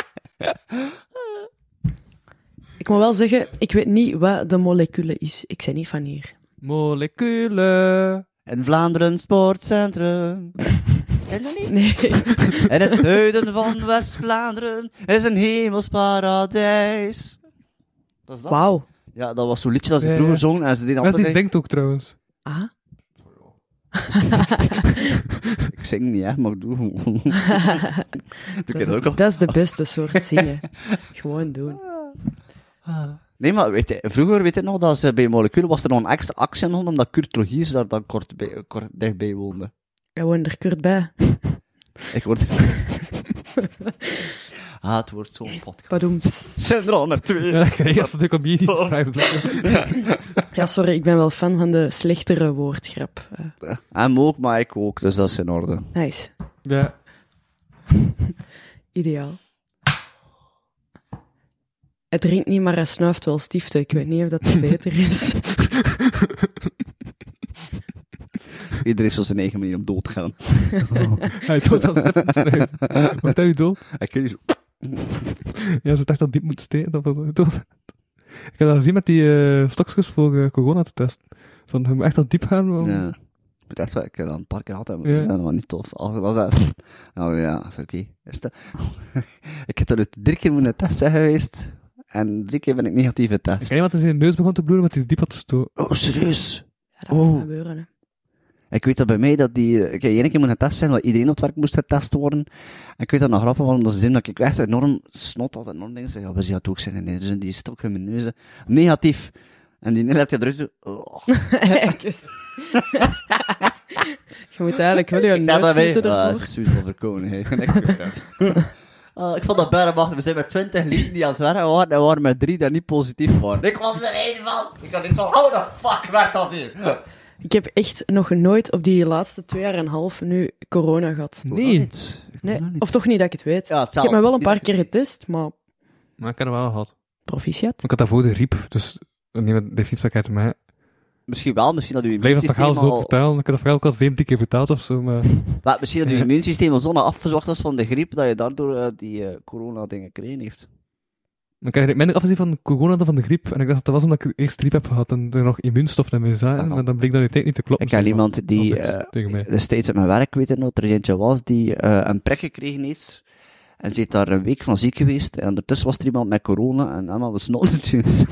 Speaker 3: Ik moet wel zeggen, ik weet niet wat de moleculen is. Ik ben niet van hier.
Speaker 2: Moleculen.
Speaker 1: In Vlaanderen Sportcentrum. Ken je dat niet?
Speaker 3: Nee.
Speaker 1: In het zuiden van West-Vlaanderen is een hemels paradijs. Dat is dat?
Speaker 3: Wauw.
Speaker 1: Ja, dat was zo'n liedje dat ze
Speaker 2: Ja,
Speaker 1: vroeger
Speaker 2: ja.
Speaker 1: zongen en ze deden
Speaker 2: Wesley
Speaker 1: altijd...
Speaker 2: zingt ook trouwens.
Speaker 3: Ah.
Speaker 1: Ik zing niet, hè, maar ik doe gewoon. Doe ik het ook al.
Speaker 3: Dat is de beste soort zingen. Gewoon doen.
Speaker 1: Nee, maar vroeger weet je nog dat ze bij Moleculen was er nog een extra actie aan, omdat Kurt Logies daar dan kort dichtbij woonde.
Speaker 3: Hij woont er kort bij.
Speaker 1: Ik word... het wordt zo'n podcast.
Speaker 3: Padoemt.
Speaker 1: Zijn er al maar 2.
Speaker 2: Ja, dat krijg je als de comedians vragen.
Speaker 3: Ja, sorry, ik ben wel fan van de slechtere woordgrap.
Speaker 1: Hem ook, maar ik ook, dus dat is in orde.
Speaker 3: Nice.
Speaker 2: Ja.
Speaker 3: Ideaal. Hij drinkt niet, maar hij snuift wel stiften. Ik weet niet of dat beter is.
Speaker 1: Iedereen heeft zo zijn eigen manier om dood te gaan.
Speaker 2: Hij doet als even schrijven. Wat heb je dood?
Speaker 1: Ik weet niet zo...
Speaker 2: Ja, ze dacht dat diep moet steken. Dat was dood. Ik heb dat gezien met die stokjes voor corona te testen. Van, je moet echt al diep gaan. Om...
Speaker 1: Ja. Ik moet echt wel, ik heb dat een paar keer gehad, maar
Speaker 2: Ja.
Speaker 1: dat is helemaal niet tof. Nou ja, is oké. Is dat... Ik heb er dus 3 keer moeten testen geweest. En 3 keer ben ik negatief
Speaker 2: Ik
Speaker 1: getest.
Speaker 2: ken iemand die zijn neus begon te bloeden, omdat hij diep had gestoken.
Speaker 1: Oh, serieus?
Speaker 3: Ja, dat kan gebeuren, hè.
Speaker 1: Ik weet dat bij mij dat die... Ik heb 1 keer moeten testen zijn, want iedereen op het werk moest getest worden. En ik weet dat nog grappig was, omdat ze zien dat ik echt enorm snot had, enorm dingen. Ja, we zien dat ook zijn. Nee, dus die stok in mijn neus. Hè. Negatief. En die let je eruit. Oh.
Speaker 3: Ekjes. Je moet eigenlijk wel je
Speaker 1: Ja,
Speaker 3: neus
Speaker 1: dat
Speaker 3: zitten
Speaker 1: dat
Speaker 3: ervoor.
Speaker 1: is sowieso verkomen. Hè. Ik vond dat bijna machtig. We zijn met 20 lieden die aan het werken waren, en we waren met 3 die niet positief waren. Ik was er één van. Ik had dit van, how the fuck werd dat hier?
Speaker 3: Ik heb echt nog nooit op die laatste 2,5 jaar nu corona gehad.
Speaker 2: Nee.
Speaker 3: Nee, of toch niet dat ik het weet.
Speaker 1: Ja,
Speaker 3: Ik heb me wel een paar keer getest, maar
Speaker 2: Maar ik heb hem wel gehad.
Speaker 3: proficiat.
Speaker 2: Ik had daarvoor de griep, dus Nee, maar dat heeft niets met elkaar te maken.
Speaker 1: Misschien wel, misschien dat uw
Speaker 2: Blijf dat verhaal
Speaker 1: immuunsysteem
Speaker 2: zo vertellen. Ik heb dat verhaal ook al 17 keer verteld of zo, maar...
Speaker 1: Maar misschien dat uw immuunsysteem al zo afgezwacht was van de griep, dat je daardoor die corona-dingen gekregen heeft.
Speaker 2: Dan krijg ik minder afgezien van corona dan van de griep. En ik dacht dat dat was omdat ik eerst griep heb gehad en er nog immuunstof in mij zaten. Maar dan bleek dat uiteindelijk niet te kloppen.
Speaker 1: Ik ken iemand die
Speaker 2: tegen mij.
Speaker 1: destijds uit mijn werk, weet je nog, er eentje was die een prik gekregen heeft. En ze is daar een week van ziek geweest. En ondertussen was er iemand met corona en allemaal de snottertjes.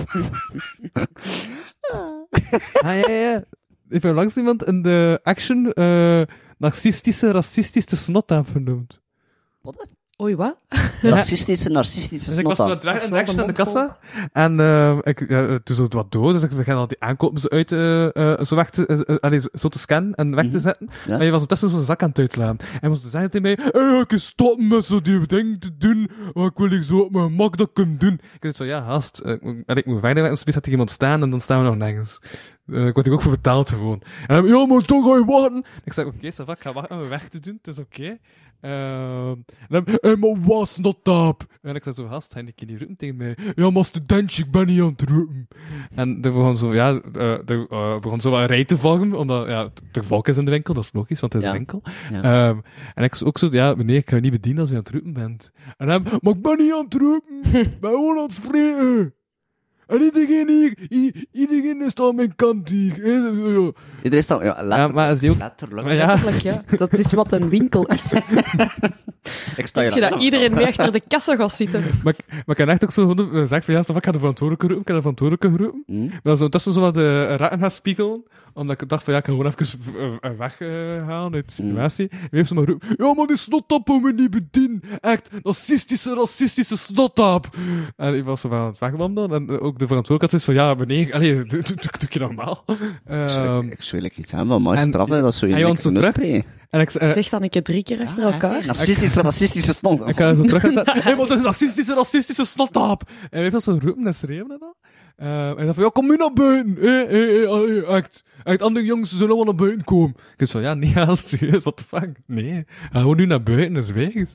Speaker 2: Ja. Ik heb langs iemand in de Action narcistische, racistische snottaap genoemd.
Speaker 1: Wat?
Speaker 3: Oei, wat?
Speaker 1: Narcistische
Speaker 2: Dus ik was zo aan
Speaker 1: snotta.
Speaker 2: het werken in de Action aan de kassa. En ik doe zo wat doos, dus ik begin al die aankopen zo uit, zo weg te, zo te scannen en weg te zetten.
Speaker 1: Ja.
Speaker 2: Maar je was ondertussen zo'n zak aan het uitlaten. En moest zeggen tegen mij, hey, ik stoppen met zo die dingen te doen, maar ik wil hier zo op mijn gemak dat kunnen doen. Ik zei zo, ja, gast, ik moet verder werken, dus gaat er iemand staan en dan staan we nog nergens. Ik word hier ook voor betaald gewoon. En hij, ja, maar toch ga je wachten. Ik zeg, oké, ça va, ik ga wachten om mijn weg te doen, het is oké. En dan, maar wat snottaap? En ik zei zo, gast, hij een keer niet roepen tegen mij. Ja, maar studentje, ik ben niet aan het roepen. En er begon zo, er begon zo wat een rij te volgen, omdat, ja, er volk is in de winkel, dat is logisch, want het is een winkel.
Speaker 1: Ja.
Speaker 2: En ik ook zo, ja, meneer, ik ga je niet bedienen als je aan het roepen bent. En hij, maar ik ben niet aan het roepen, ik ben gewoon aan het spreken. En iedereen is aan mijn kant hier.
Speaker 1: Iedereen staat, ja, letterlijk.
Speaker 2: maar is die ook...
Speaker 1: Letterlijk.
Speaker 2: Maar ja,
Speaker 3: Letterlijk, ja. Dat is wat een winkel is.
Speaker 1: Ik sta hier
Speaker 3: Weet je dat
Speaker 1: aan.
Speaker 3: iedereen mee achter de kassa gaat zitten?
Speaker 2: maar ik heb echt ook zo gezegd van, ja, ik ga de verantwoordelijke roepen, ik heb de verantwoordelijke geroepen. Maar dan zo ondertussen zo wat de ratten gaan spiegelen, omdat ik dacht van, ja, ik ga gewoon even weghalen uit de situatie. En heeft ze maar roepen, ja, maar die snottaap moet me niet bedienen. Echt, racistische snottaap. En ik was zo van aan het wegwandelen, en ook de verantwoordelijkheid zei van, ja, meneer, allee, doe je normaal.
Speaker 1: Ik zou iets hebben van maar straffen, dat zou je
Speaker 2: hij
Speaker 1: niet
Speaker 2: zo
Speaker 1: kunnen
Speaker 2: terug.
Speaker 1: spreken.
Speaker 2: En ik
Speaker 3: Zeg dan een keer 3 keer achter elkaar.
Speaker 1: Racistische snot.
Speaker 2: ik ga zo terug. Hé, maar dat is een racistische snottaap. En hij heeft zo roepen en schreeuwen en dat. En hij dacht van, ja, kom nu naar buiten. Echt, andere jongens zullen allemaal naar buiten komen. Ik zei, ja, nee, ja, serieus, what the fuck? Nee, ga gewoon nu naar buiten en zweeg.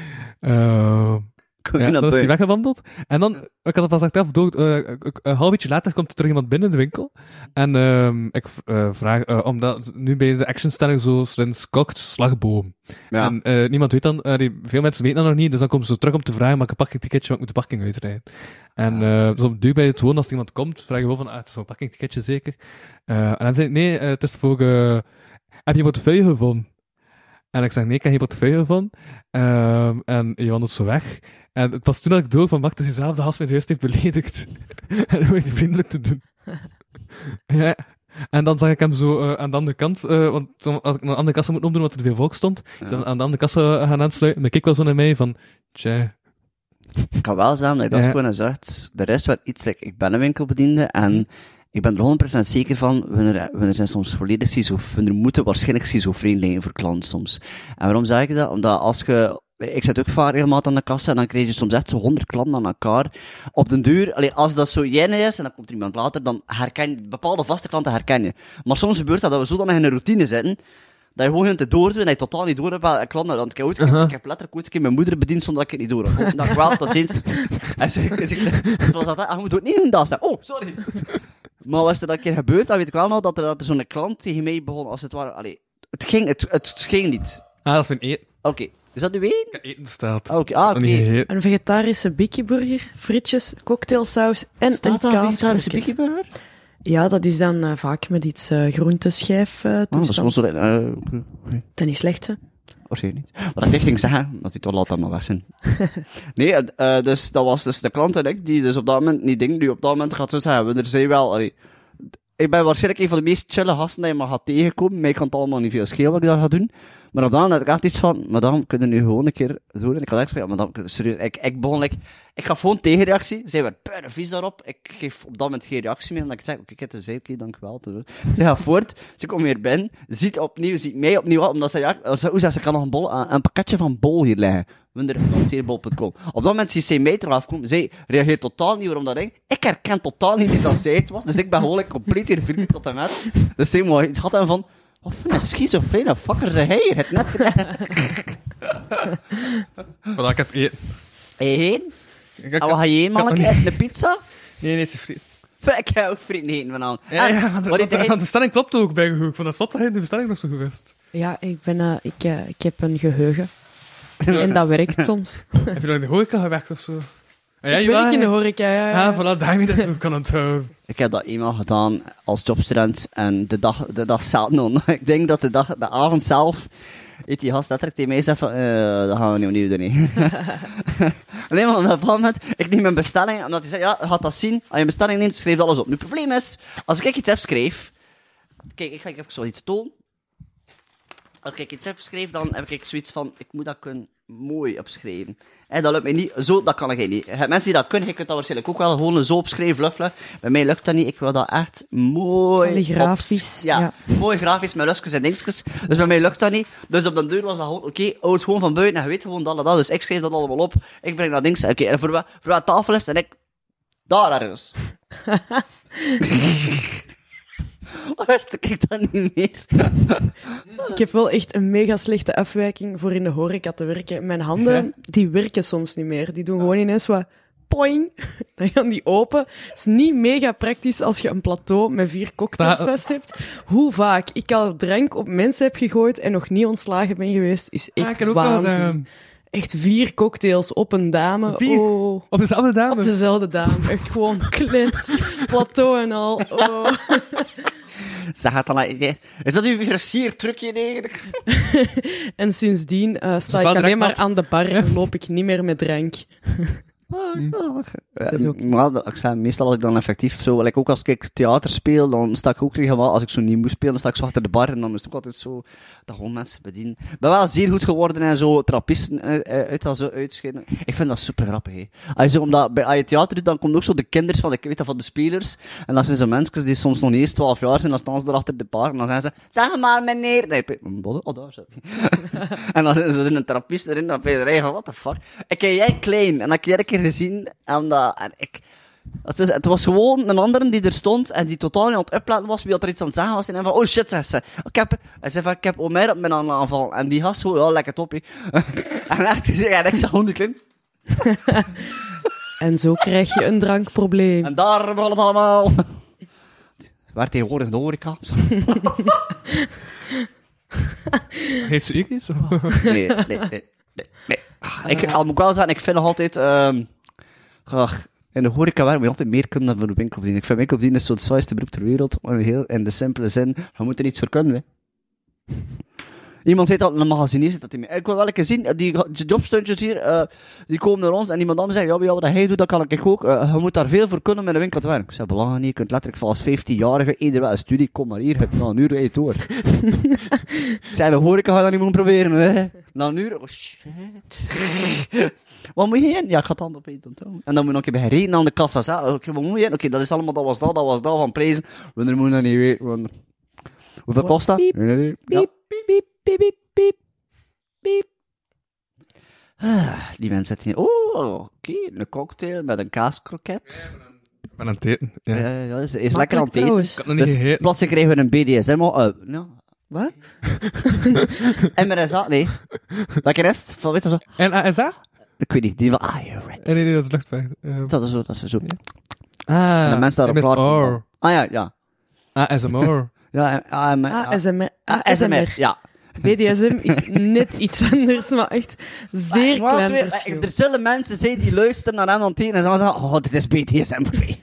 Speaker 2: Ja, dan is hij weggewandeld. En dan, ik had het pas achteraf door, een half uurtje later komt er terug iemand binnen in de winkel. En ik vraag, omdat nu bij de actionstelling zo sinds kocht slagboom.
Speaker 1: Ja.
Speaker 2: En niemand weet dan, veel mensen weten dat nog niet, dus dan komen ze zo terug om te vragen, maak een parkingticketje, want ik moet de parking uitrijden. En dus op duur bij het wonen, als iemand komt, vraag je gewoon van, het is zo'n parkingticketje zeker. En dan zei ik, nee, het is voor, heb je portefeuille gevonden? En ik zeg, nee, ik heb geen portefeuille gevonden. En je wandelt zo weg. En het was toen dat ik door van, Mark, het is diezelfde gast mijn huis heeft beledigd. En dan moet je vriendelijk te doen. Ja. En dan zag ik hem zo aan de andere kant, want als ik naar de andere kassa moet opdoen, want er veel volk stond, is dan aan de andere kassa gaan aansluiten. Maar ik keek wel zo naar mij van, tja.
Speaker 1: Ik kan wel zeggen, dat ik dat gewoon eens zegt, de rest werd iets, like, ik ben een winkelbediende en ik ben er 100% zeker van, we zijn soms volledig we moeten waarschijnlijk schizofreen voor klanten soms. En waarom zeg ik dat? Omdat als je, ik zit ook vaak regelmatig aan de kassa en dan krijg je soms echt zo 100 klanten aan elkaar. Op den duur, als dat zo jij is en dan komt er iemand later, dan herken je, bepaalde vaste klanten herken je. Maar soms gebeurt dat we zodanig in een routine zitten, dat je gewoon te doordoet en dat je totaal niet door hebt bij klanten. Want ik heb letterlijk ooit een keer mijn moeder bediend zonder dat ik het niet door heb. Dat kwam tot ziens. En ze was dat, je moet het niet doen, dat. Oh, sorry. Maar was er dat een keer gebeurd, dan weet ik wel nog dat er zo'n klant tegen mij begon, als het ware, het ging niet.
Speaker 2: Ah, dat is mijn eten.
Speaker 1: Oké. Is dat uw eten?
Speaker 2: Ik heb eten besteld.
Speaker 1: Oké.
Speaker 3: Een vegetarische bikkieburger, frietjes, cocktailsaus en een kaaskroket. Ja, dat is dan vaak met iets groenteschijf
Speaker 1: Dat is gewoon zo...
Speaker 3: Dat is niet slecht, hè?
Speaker 1: Waarschijnlijk niet. Wat ik ging zeggen, dat die toch laat allemaal weg zijn. Nee, dus dat was dus de klant en ik, die dus op dat moment niet dingen, die op dat moment gaat zo zeggen, er zijn wel... ik ben waarschijnlijk een van de meest chille gasten die je maar gaat tegenkomen. Mij kan het allemaal niet veel schelen wat ik daar ga doen. Maar op dat moment had ik echt iets van, madame, kunnen nu gewoon een keer doen? En ik had echt van, ja, madame, serieus, ik begon, ik gaf gewoon tegenreactie. Zij werd puin vies daarop. Ik geef op dat moment geen reactie meer, omdat ik zeg, ik heb het zei, oké, dankjewel. Zij gaat voort, ze komt weer binnen, ziet mij opnieuw, omdat zij, ze kan nog een pakketje van bol hier leggen. Wunderlanceerbol.com. Op dat moment ziet zij mij eraf komen. Zij reageert totaal niet waarom dat ding. Ik herken totaal niet wie dat zij het was. Dus ik ben gewoon compleet hier vriendelijk tot en met. Dus zij moet iets had hem van, wat voor een schizofrene fucker zei hij hier? Het net
Speaker 2: Maar ik heb eten.
Speaker 1: heen? En wat ga je heen, manneke? Een pizza?
Speaker 2: Nee, het is friet.
Speaker 1: Ik ga ook vrienden eten vanavond.
Speaker 2: Ja,
Speaker 1: wat
Speaker 2: de bestelling klopt ook bij Gehoek. Van dat zat dat hij de bestelling nog zo geweest.
Speaker 3: Ja, ik heb een geheugen. En dat werkt soms.
Speaker 2: Heb je nog in de horeca gewerkt of zo? Ja,
Speaker 3: Ik werk in de horeca, ja.
Speaker 2: Ja, voilà, daarmee dat ik kan onthouden.
Speaker 1: Ik heb dat eenmaal gedaan als jobstudent en de dag zelf nog. Ik denk dat de avond zelf, eet die gast letterlijk tegen mij zegt van, dat gaan we niet opnieuw doen, nee. Alleen maar op dat moment, ik neem mijn bestelling, omdat hij zegt, ja, je gaat dat zien, als je een bestelling neemt, schrijf alles op. Nu, het probleem is, als ik iets heb schreef, kijk, ik ga even zoiets tonen. Als ik iets heb geschreven, dan heb ik zoiets van, ik moet dat kunnen mooi opschrijven. En dat lukt mij niet, zo, dat kan ik niet. Mensen die dat kunnen, je kunt dat waarschijnlijk ook wel gewoon zo opschrijven, fluffelen. Bij mij lukt dat niet, ik wil dat echt mooi...
Speaker 3: Calligrafisch, ja.
Speaker 1: Mooi grafisch, met lusjes en dingetjes. Dus bij mij lukt dat niet. Dus op de deur was dat gewoon, oké, hou het gewoon van buiten en je weet gewoon dat. Dus ik schrijf dat allemaal op, ik breng dat ding, oké, en voor wat tafel is, en ik... Daar ergens. Wist ik dat niet meer.
Speaker 3: Ik heb wel echt een mega slechte afwijking voor in de horeca te werken. Mijn handen, die werken soms niet meer. Die doen gewoon ineens wat poing. Dan gaan die open. Het is niet mega praktisch als je een plateau met 4 cocktails vast hebt. Hoe vaak ik al drank op mensen heb gegooid en nog niet ontslagen ben geweest, is echt waanzin. Echt 4 cocktails op een dame.
Speaker 2: 4?
Speaker 3: Oh.
Speaker 2: Op dezelfde dame?
Speaker 3: Op dezelfde dame. Echt gewoon klets, plateau en al. Oh.
Speaker 1: Zeg het dan, is dat uw versiertrucje eigenlijk?
Speaker 3: En sindsdien sta ik alleen maar aan de bar en loop ik niet meer met drank.
Speaker 1: Maar ik zei, meestal als ik dan effectief zo, ook als ik theater speel, dan sta ik ook regelmatig, als ik zo niet moest spelen, dan sta ik zo achter de bar en dan moest ik ook altijd zo, dat gewoon mensen bedienen. Ik ben wel zeer goed geworden en zo trappisten uit dat zo uitscheiden. Ik vind dat super grappig, hè. Als je theater doet, dan komt ook zo de kinders van van de spelers, en dat zijn zo mensen die soms nog niet eens 12 jaar zijn, dan staan ze daar achter de bar, en dan zeggen ze, zeg maar meneer, nee, daar zit hij. En dan zijn ze een trappist erin, dan ben je er van, what the fuck. Ik ken jij klein, en dan ken jij gezien en het was gewoon een andere die er stond en die totaal niet aan het upletten was wie dat er iets aan het zeggen was en van, oh shit, zei ze. Ik heb Omer op mijn aanval en die gast zo, ja, lekker toppie. En echt gezegd, en ik zag gewoon die klein.
Speaker 3: En zo krijg je een drankprobleem.
Speaker 1: En daar begon het allemaal. Waar tegenwoordig de horeca.
Speaker 2: Heet ze ook niet?
Speaker 1: Nee. Ik moet wel zeggen, ik vind nog altijd, in de horeca werk moet je altijd meer kunnen dan voor de winkelbediening. Ik vind winkelbediening is zo het saaiste beroep ter wereld, maar in de simpele zin, je moet er niets voor kunnen, hè. Iemand zei dat, een magazinier zit dat in mij. Ik wil wel eens zien, die jobstuntjes hier, die komen naar ons en die madame zegt, ja, wat hij doet, dat kan ik ook. Je moet daar veel voor kunnen met een winkel te werken. Ik zeg, belangrijk niet, je kunt letterlijk van als 15-jarige, ieder wel een studie, kom maar hier, na een uur weet je het door. Ik zei, de horeca ga je dat niet moeten proberen, hè. Na een uur, oh shit. Wat moet je heen? Ja, ik ga het allemaal op eten. En dan moet je nog een keer bij gereden aan de kassa zeggen, oké, wat moet je heen? Oké, dat is allemaal, dat was dat, van prijzen. Wanneer moet je dat niet weten? Hoeveel kost dat? Nee. Ja.
Speaker 3: Piep, piep, piep, piep, piep.
Speaker 1: Die mensen zitten hier. Oh, oké, een cocktail met een kaaskroket.
Speaker 2: Met een teten.
Speaker 1: Ja, is lekker aan het eten.
Speaker 3: Trouwens.
Speaker 2: Ik had nog niet
Speaker 1: Dus
Speaker 2: gegeten.
Speaker 1: plotseling krijgen we een BDSM. No.
Speaker 3: Wat?
Speaker 1: MRSA? Nee. Welke rest? Van weet je zo?
Speaker 2: En ASA?
Speaker 1: Ik weet niet. Die van, you're right.
Speaker 2: Nee, dat is luchtvaart.
Speaker 1: Dat is zo.
Speaker 2: Ah,
Speaker 1: En de mensen daarop
Speaker 2: MSR.
Speaker 1: Ja.
Speaker 2: ASMR.
Speaker 1: Ja,
Speaker 3: ASMR.
Speaker 1: Ja.
Speaker 3: BDSM is net iets anders, maar echt zeer klein verschil.
Speaker 1: Er zullen mensen zijn die luisteren naar hem aan het eten en zeggen, oh, dit is BDSM voor mij.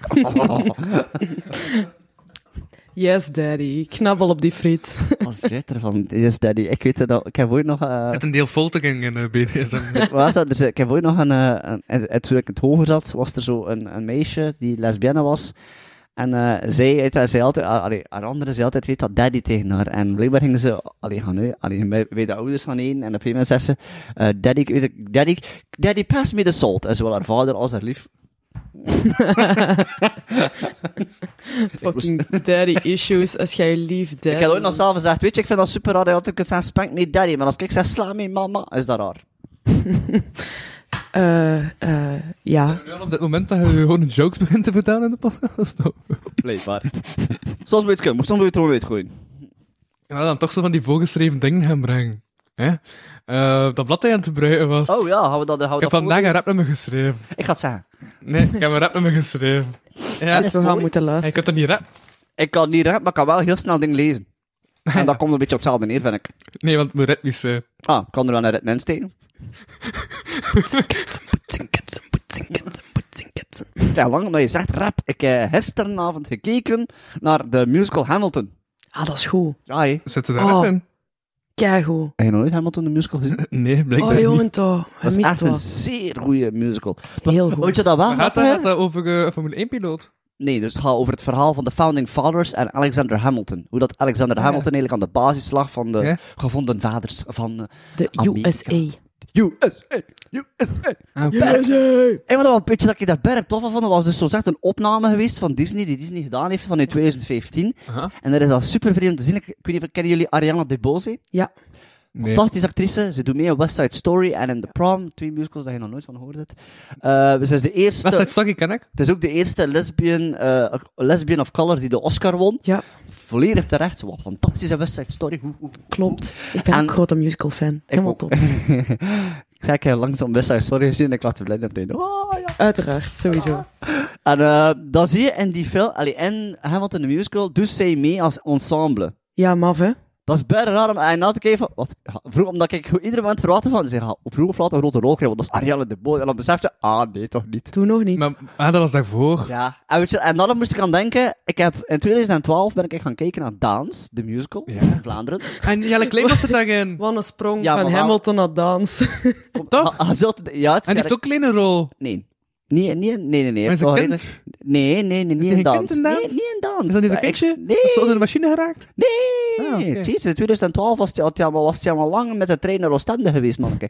Speaker 3: Yes, daddy. Knabbel op die friet.
Speaker 1: Als rechter van Yes Daddy. Ik weet het nog, ik heb ooit nog...
Speaker 2: Het een deel foltering in BDSM.
Speaker 1: Ik heb ooit nog toen ik het hoger zat, was er zo een meisje die lesbienne was. En zij altijd, haar andere zei altijd, weet dat daddy tegen haar. En blijkbaar gingen ze, bij de ouders van één. En op een gegeven moment zei ze, daddy, pass me the salt. En zowel haar vader als haar lief.
Speaker 3: Fucking daddy issues, als jij lief daddy...
Speaker 1: Ik heb ooit nog zelf gezegd, weet je, ik vind dat super raar dat je altijd kunt zeggen, spank me daddy. Maar als ik zeg, sla me mama, is dat raar.
Speaker 3: Ja.
Speaker 2: Nu al op dit moment dat je gewoon een jokes begint te vertellen in de podcast?
Speaker 1: Blijkbaar. Soms moet je het kunnen, maar soms moet je het gewoon uitgooien.
Speaker 2: En dan toch zo van die voorgeschreven dingen gaan brengen. Hè? Dat blad dat je aan het gebruiken was.
Speaker 1: Oh ja, gaan we dat
Speaker 2: ik heb vandaag een rapnummer geschreven.
Speaker 1: Ik ga het zeggen.
Speaker 2: Nee, ik heb een rapnummer geschreven. Ja,
Speaker 3: Dat we gaan moeten
Speaker 2: je
Speaker 3: luisteren.
Speaker 2: kunt er niet rappen.
Speaker 1: Ik kan niet rappen, maar ik kan wel heel snel dingen lezen. En dat komt een beetje op hetzelfde neer, vind ik.
Speaker 2: Nee, want het moet ritmisch...
Speaker 1: Ik kan er wel een ritme in steken. Ja, lang omdat je zegt rap. Ik heb gisteravond gekeken naar de musical Hamilton.
Speaker 3: Ah, dat is goed.
Speaker 1: Ja, hé.
Speaker 2: Zit er daar
Speaker 3: Oh.
Speaker 2: rap in?
Speaker 3: Keigoed.
Speaker 1: Heb je nog nooit Hamilton de musical gezien?
Speaker 2: Nee, blijkbaar
Speaker 3: Oh,
Speaker 2: niet.
Speaker 3: jongen, toch.
Speaker 1: Dat is
Speaker 3: Mist
Speaker 1: echt een
Speaker 3: wat.
Speaker 1: zeer goede musical.
Speaker 3: Heel goed.
Speaker 1: Weet je dat wel?
Speaker 2: Maar gaat dat over een Formule 1-piloot?
Speaker 1: Nee, dus het gaat over het verhaal van de Founding Fathers en Alexander Hamilton. Hoe dat Alexander Hamilton eigenlijk aan de basis lag van de
Speaker 2: Ja.
Speaker 1: gevonden vaders van
Speaker 3: De
Speaker 1: Amerika.
Speaker 3: USA.
Speaker 1: USA. USA.
Speaker 2: Ah, oké.
Speaker 1: En wat een beetje dat ik daar berg tof van vond, was dus zo echt een opname geweest van Disney, die Disney gedaan heeft vanuit 2015.
Speaker 2: Aha.
Speaker 1: En dat is al super vreemd om te zien. Ik weet niet of kennen jullie Ariana DeBose?
Speaker 3: Ja.
Speaker 2: Nee.
Speaker 1: Fantastische actrice. Ze doet mee in West Side Story en in The Prom. 2 musicals dat je nog nooit van gehoord hebt. Ze is de eerste...
Speaker 2: West Side Story ken ik.
Speaker 1: Het is ook de eerste lesbian of color die de Oscar won.
Speaker 3: Ja,
Speaker 1: Volledig terecht. Wat fantastische West Side Story.
Speaker 3: klopt. Ik ben
Speaker 1: En-
Speaker 3: ook grote musical-fan. Helemaal
Speaker 1: ook.
Speaker 3: top.
Speaker 1: Ik zei, ik heb langzaam West Side Story gezien en ik laat de blij meteen. Oh, ja.
Speaker 3: Uiteraard, sowieso.
Speaker 1: En dan zie je in die film, in Hamilton the Musical, dus zij mee als ensemble.
Speaker 3: Ja, maf, hè?
Speaker 1: Dat is bijna raar, en na te kijken van, wat, vroeg, omdat ik iedere moment verwachtte van, ze gaan op vroeg of laat een grote rol krijgen, want dat is Ariana DeBose. En dan besef je, dat toch niet.
Speaker 3: Toen nog niet.
Speaker 2: Maar dat was daarvoor.
Speaker 1: Ja, en, weet je, en dan moest ik aan denken, in 2012 ben ik gaan kijken naar Dance, de musical,
Speaker 2: Ja.
Speaker 1: in Vlaanderen.
Speaker 2: En Jelle Klein zit daarin.
Speaker 3: Wat een sprong
Speaker 1: Ja,
Speaker 3: van
Speaker 1: maar wel-
Speaker 3: Hamilton naar dans.
Speaker 2: Toch?
Speaker 1: Ja, het
Speaker 2: En die heeft ook een kleine rol.
Speaker 1: Nee. Nee.
Speaker 2: Maar is
Speaker 1: Wel
Speaker 2: een
Speaker 1: redelijk-
Speaker 2: kind?
Speaker 1: Nee, niet
Speaker 2: hij
Speaker 1: in
Speaker 2: een
Speaker 1: dans.
Speaker 2: kind in dans?
Speaker 1: Nee, niet in dans.
Speaker 2: Is dat niet een
Speaker 1: Maar
Speaker 2: kindje?
Speaker 1: ik- Nee.
Speaker 2: Is ze onder de machine geraakt?
Speaker 1: Nee,
Speaker 2: Ah, oké.
Speaker 1: Jezus, in 2012 was hij al lang met de trein naar Oostende geweest, manneke.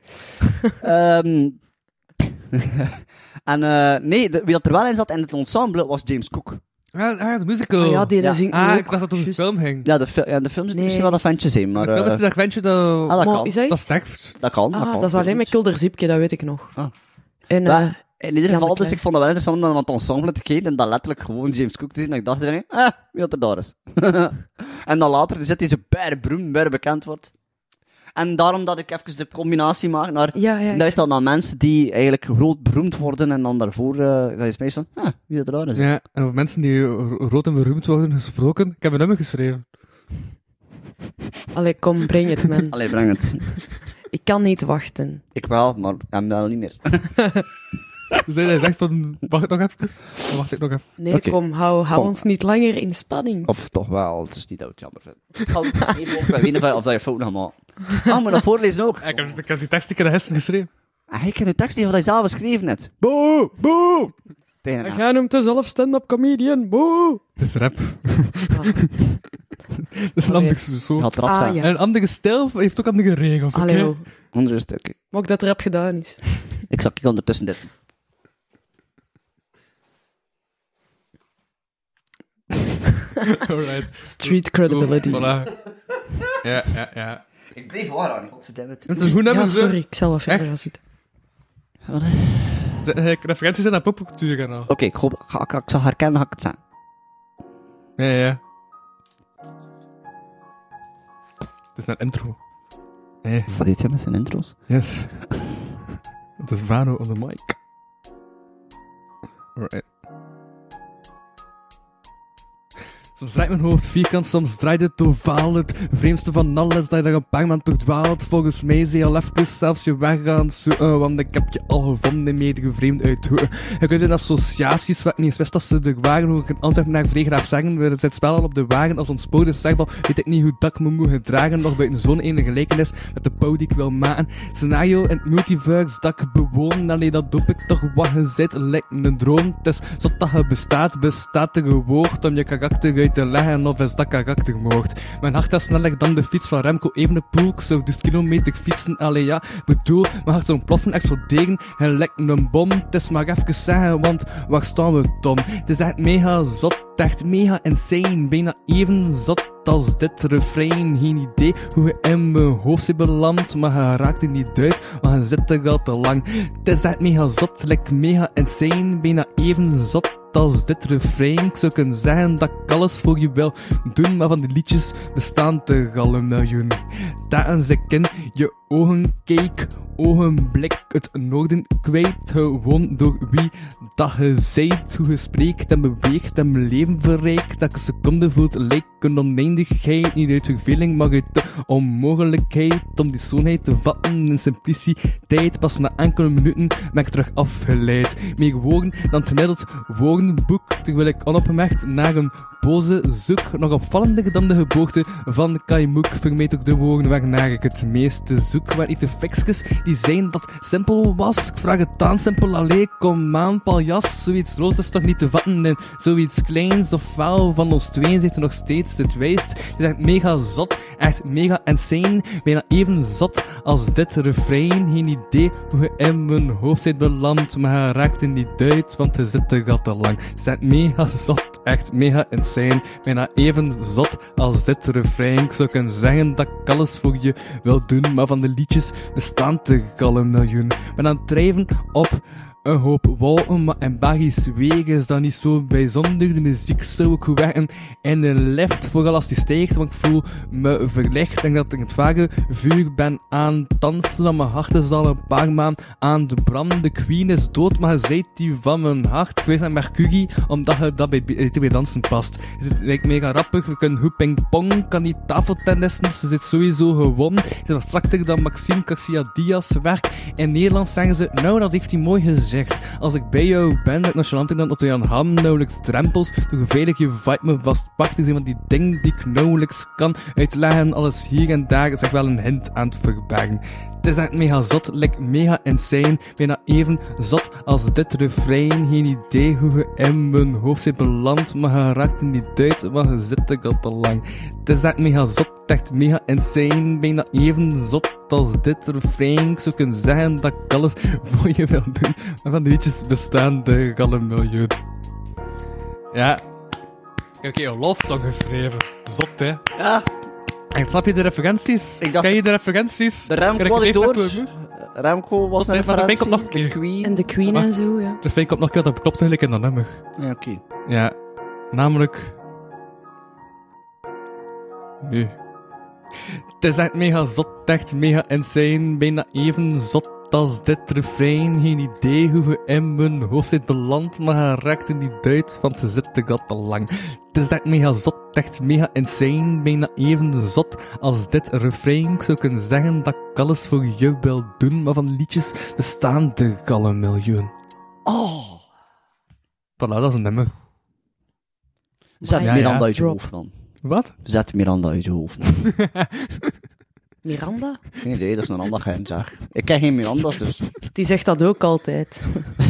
Speaker 1: En nee, wie dat er wel in zat in het ensemble was James Cook.
Speaker 2: Ah, de musical.
Speaker 3: Ah, ja, die
Speaker 1: Ja.
Speaker 3: zingt nu
Speaker 2: Ah,
Speaker 3: ook.
Speaker 2: ik dacht dat het over de
Speaker 3: Juist.
Speaker 2: film ging.
Speaker 1: Ja, de film zit
Speaker 3: Nee.
Speaker 1: misschien wel dat ventje zijn, maar...
Speaker 2: De film is dat ventje dat...
Speaker 1: dat
Speaker 3: Maar
Speaker 1: kan.
Speaker 3: is dat
Speaker 2: Dat
Speaker 3: iets?
Speaker 2: zegt.
Speaker 1: Dat kan.
Speaker 3: Ah, dat is alleen met Kulder Ziepke, dat weet ik nog.
Speaker 1: Ah.
Speaker 3: En
Speaker 1: Maar in ieder
Speaker 3: Jan
Speaker 1: geval,
Speaker 3: de
Speaker 1: dus
Speaker 3: Cler.
Speaker 1: ik vond het wel interessant om naar het ensemble te kijken en dan letterlijk gewoon James Cook te zien. En ik dacht er wie dat er daar is. En dan later zit hij zo bijna beroemd, bijna bekend wordt. En daarom dat ik even de combinatie maak naar...
Speaker 3: ja.
Speaker 1: Dat is dan mensen die eigenlijk groot beroemd worden en dan daarvoor, dat is meestal, wie dat er daar is.
Speaker 2: Ja, en over mensen die rood en beroemd worden gesproken. Ik heb een nummer geschreven.
Speaker 3: Allee, kom, breng het, man.
Speaker 1: Allee, breng het.
Speaker 3: Ik kan niet wachten.
Speaker 1: Ik wel, maar hem wel niet meer.
Speaker 2: Dus hij zegt van, wacht nog even. Dan wacht ik nog even.
Speaker 3: Nee,
Speaker 1: Oké.
Speaker 3: kom, hou
Speaker 1: Kom.
Speaker 3: ons niet langer in spanning.
Speaker 1: Of toch wel, het is niet dat ik het jammer vind. Ik ga het even op weten of dat je fout gaat maken. Ah, maar dat voorlezen ook.
Speaker 2: Ik heb die tekst een keer gisteren geschreven.
Speaker 1: Ik heb de tekst niet wat hij zelf geschreven net. Boe, boe. Tegen
Speaker 3: We
Speaker 1: hem.
Speaker 3: gaan hem te zelf stand-up comedian. Boe!
Speaker 2: Dat is rap. Dat is een
Speaker 3: Oké.
Speaker 2: andere zo.
Speaker 1: Je gaat erop
Speaker 3: Ah,
Speaker 1: staan.
Speaker 3: ja.
Speaker 2: En een andere stijl heeft ook andere regels, oké?
Speaker 3: Allee, oh.
Speaker 1: Andere stukje.
Speaker 3: Maar ook dat rap gedaan is.
Speaker 1: Ik zal kijken ondertussen dit.
Speaker 2: Alright.
Speaker 3: Street credibility.
Speaker 2: Voilà. Ja.
Speaker 1: Ik bleef waar aan, godverdamme.
Speaker 2: Het is een goed nummer,
Speaker 3: Ja,
Speaker 2: zo.
Speaker 3: sorry, ik zal wel verder
Speaker 2: Echt?
Speaker 3: gaan zitten.
Speaker 2: De referenties zijn naar popcultuur gaan al.
Speaker 1: Oké, ik zal herkennen, ga ik het zeggen.
Speaker 2: Ja. Het is mijn intro. Nee,
Speaker 1: Wat deed hij met zijn intro's?
Speaker 2: yes. Het is Vano on the mic. Alright. Soms draait mijn hoofd vierkant, soms draait het ovaal. Het vreemdste van alles dat je daar een paar maanden toch dwaalt. Volgens mij is je al even zelfs je weg aan het zoeken, want ik heb je al gevonden, medige vreemd uithoeken. Je kunt in associaties wat ik niet eens wist dat ze er waren. Hoe ik een antwoord naar vrij graag zeggen, we het spel al op de wagen. Als ons poot is zeg wel, weet ik niet hoe dat ik me moet gedragen. Nog buiten zo'n ene gelijkenis met de pauw die ik wil maken. Scenario in het multiverse dat ik bewoon. Allee, dat doe ik toch wat je zit, lijkt een droom. Het is zot dat je bestaat er gewoord om je karakter uit te leggen of is dat karakter moord. Mijn hart is sneller dan de fiets van Remco Evenepoel. Ik zou dus kilometer fietsen, allee ja, bedoel, mijn hart zou ontploffen, exploderen en lijkt een bom. Het is maar even zeggen, want waar staan we Tom? Het is echt mega zot, echt mega insane, bijna even zot als dit refrein. Geen idee hoe je in mijn hoofd zit beland, maar je raakt er niet uit, want je zit er al te lang. Het is echt mega zot, lijkt mega insane, bijna even zot als dit refrein. Ik zou kunnen zeggen dat ik alles voor je wil doen, maar van die liedjes bestaan er al een miljoen. Tijdens ik in je ogen keek, ogenblik het noorden kwijt, gewoon door wie dat je zijt, hoe je spreekt en beweegt en mijn leven verrijkt, dat ik een seconde voelt lijkt een oneindigheid, niet uit verveling, maar uit de onmogelijkheid, om die schoonheid te vatten in simpliciteit, pas na enkele minuten ben ik terug afgeleid, meer woorden dan het gemiddeld woordenboek, terwijl ik onopgemerkt naar een pose zoek, nog opvallender dan de geboorte van de Kajmoek, vermeed ook de woorden waarnaar ik het meeste zoek, waar niet de fixjes die zijn dat simpel was, ik vraag het aan simpel, allee, kom aan, paljas, zoiets groot is toch niet te vatten in zoiets kleins, ofwel van ons tweeën zit er nog steeds het wijst, het is echt mega zot, echt mega insane, bijna even zot als dit refrein, geen idee hoe je in mijn hoofd zit beland, maar je raakt er niet uit, want je zit er al te lang, het is echt mega zot, echt mega insane, bijna even zot als dit refrein, ik zou kunnen zeggen dat ik alles voor je wil doen, maar van de liedjes bestaan er al een miljoen, ben aan het drijven op een hoop wolken, maar in Belgisch wegen is dat niet zo bijzonder. De muziek zou ook goed werken in een lift, vooral als die stijgt, want ik voel me verlicht. Denk dat ik in het vage vuur ben aan het dansen, want mijn hart is al een paar maanden aan de brand. De queen is dood, maar je zijt die van mijn hart. Ik wijs naar Mercury, omdat je dat bij dansen past. Het lijkt mega rappig, we kunnen goed pingpong, kan niet tafeltennissen, ze zit sowieso gewonnen. Ze is abstracter dan Maxime Garcia Diaz werk. In Nederland zeggen ze, nou dat heeft hij mooi gezegd. Als ik bij jou ben, dat ik nonchalanter dan Otto Jan Ham, nauwelijks drempels, hoe veilig je vibe me vastpakt, is een van die dingen die ik nauwelijks kan uitleggen, alles hier en daar is echt wel een hint aan het verbergen. Het is echt mega zot, lijkt mega insane, bijna even zot als dit refrein, geen idee hoe je in mijn hoofd zit beland, maar je raakt er niet uit, want je zit er al te lang. Het is echt mega zot, echt mega insane, bijna even zot als dit refrein, ik zou kunnen zeggen dat ik alles voor je wil doen, maar van die liedjes bestaan er al een miljoen. Ja, ik heb een love song geschreven, zot hè.
Speaker 1: Ja.
Speaker 2: En snap je de referenties?
Speaker 1: Ik dacht-
Speaker 2: Ken je de referenties?
Speaker 1: De Remco was ik door. Remco was een
Speaker 2: Maar de Fink komt nog een
Speaker 1: referentie.
Speaker 2: keer.
Speaker 1: De Queen.
Speaker 3: En de Queen
Speaker 2: Wacht.
Speaker 3: en zo, ja.
Speaker 2: De Fink komt nog een keer, dat klopt eigenlijk in dat nummer.
Speaker 1: Ja, oké.
Speaker 2: Ja, namelijk... Nu. Het is echt mega zot, echt mega insane, bijna even zot als dit refrein. Geen idee hoe je in mijn hoofd zit beland, maar je raakt er niet uit, want je zit er al te lang. Het is echt mega zot, echt mega insane, bijna even zot als dit refrein. Ik zou kunnen zeggen dat ik alles voor je wil doen, maar van liedjes bestaan er al een miljoen.
Speaker 1: Oh.
Speaker 2: Voilà, dat is een nummer.
Speaker 1: Zet
Speaker 2: Ja,
Speaker 1: Miranda
Speaker 2: ja.
Speaker 1: uit je hoofd, man.
Speaker 2: Wat?
Speaker 1: Zet Miranda uit je hoofd, man.
Speaker 3: Miranda?
Speaker 1: Geen idee, dat is een ander geheim, zeg. Ik ken geen Miranda's, dus...
Speaker 3: Die zegt dat ook altijd.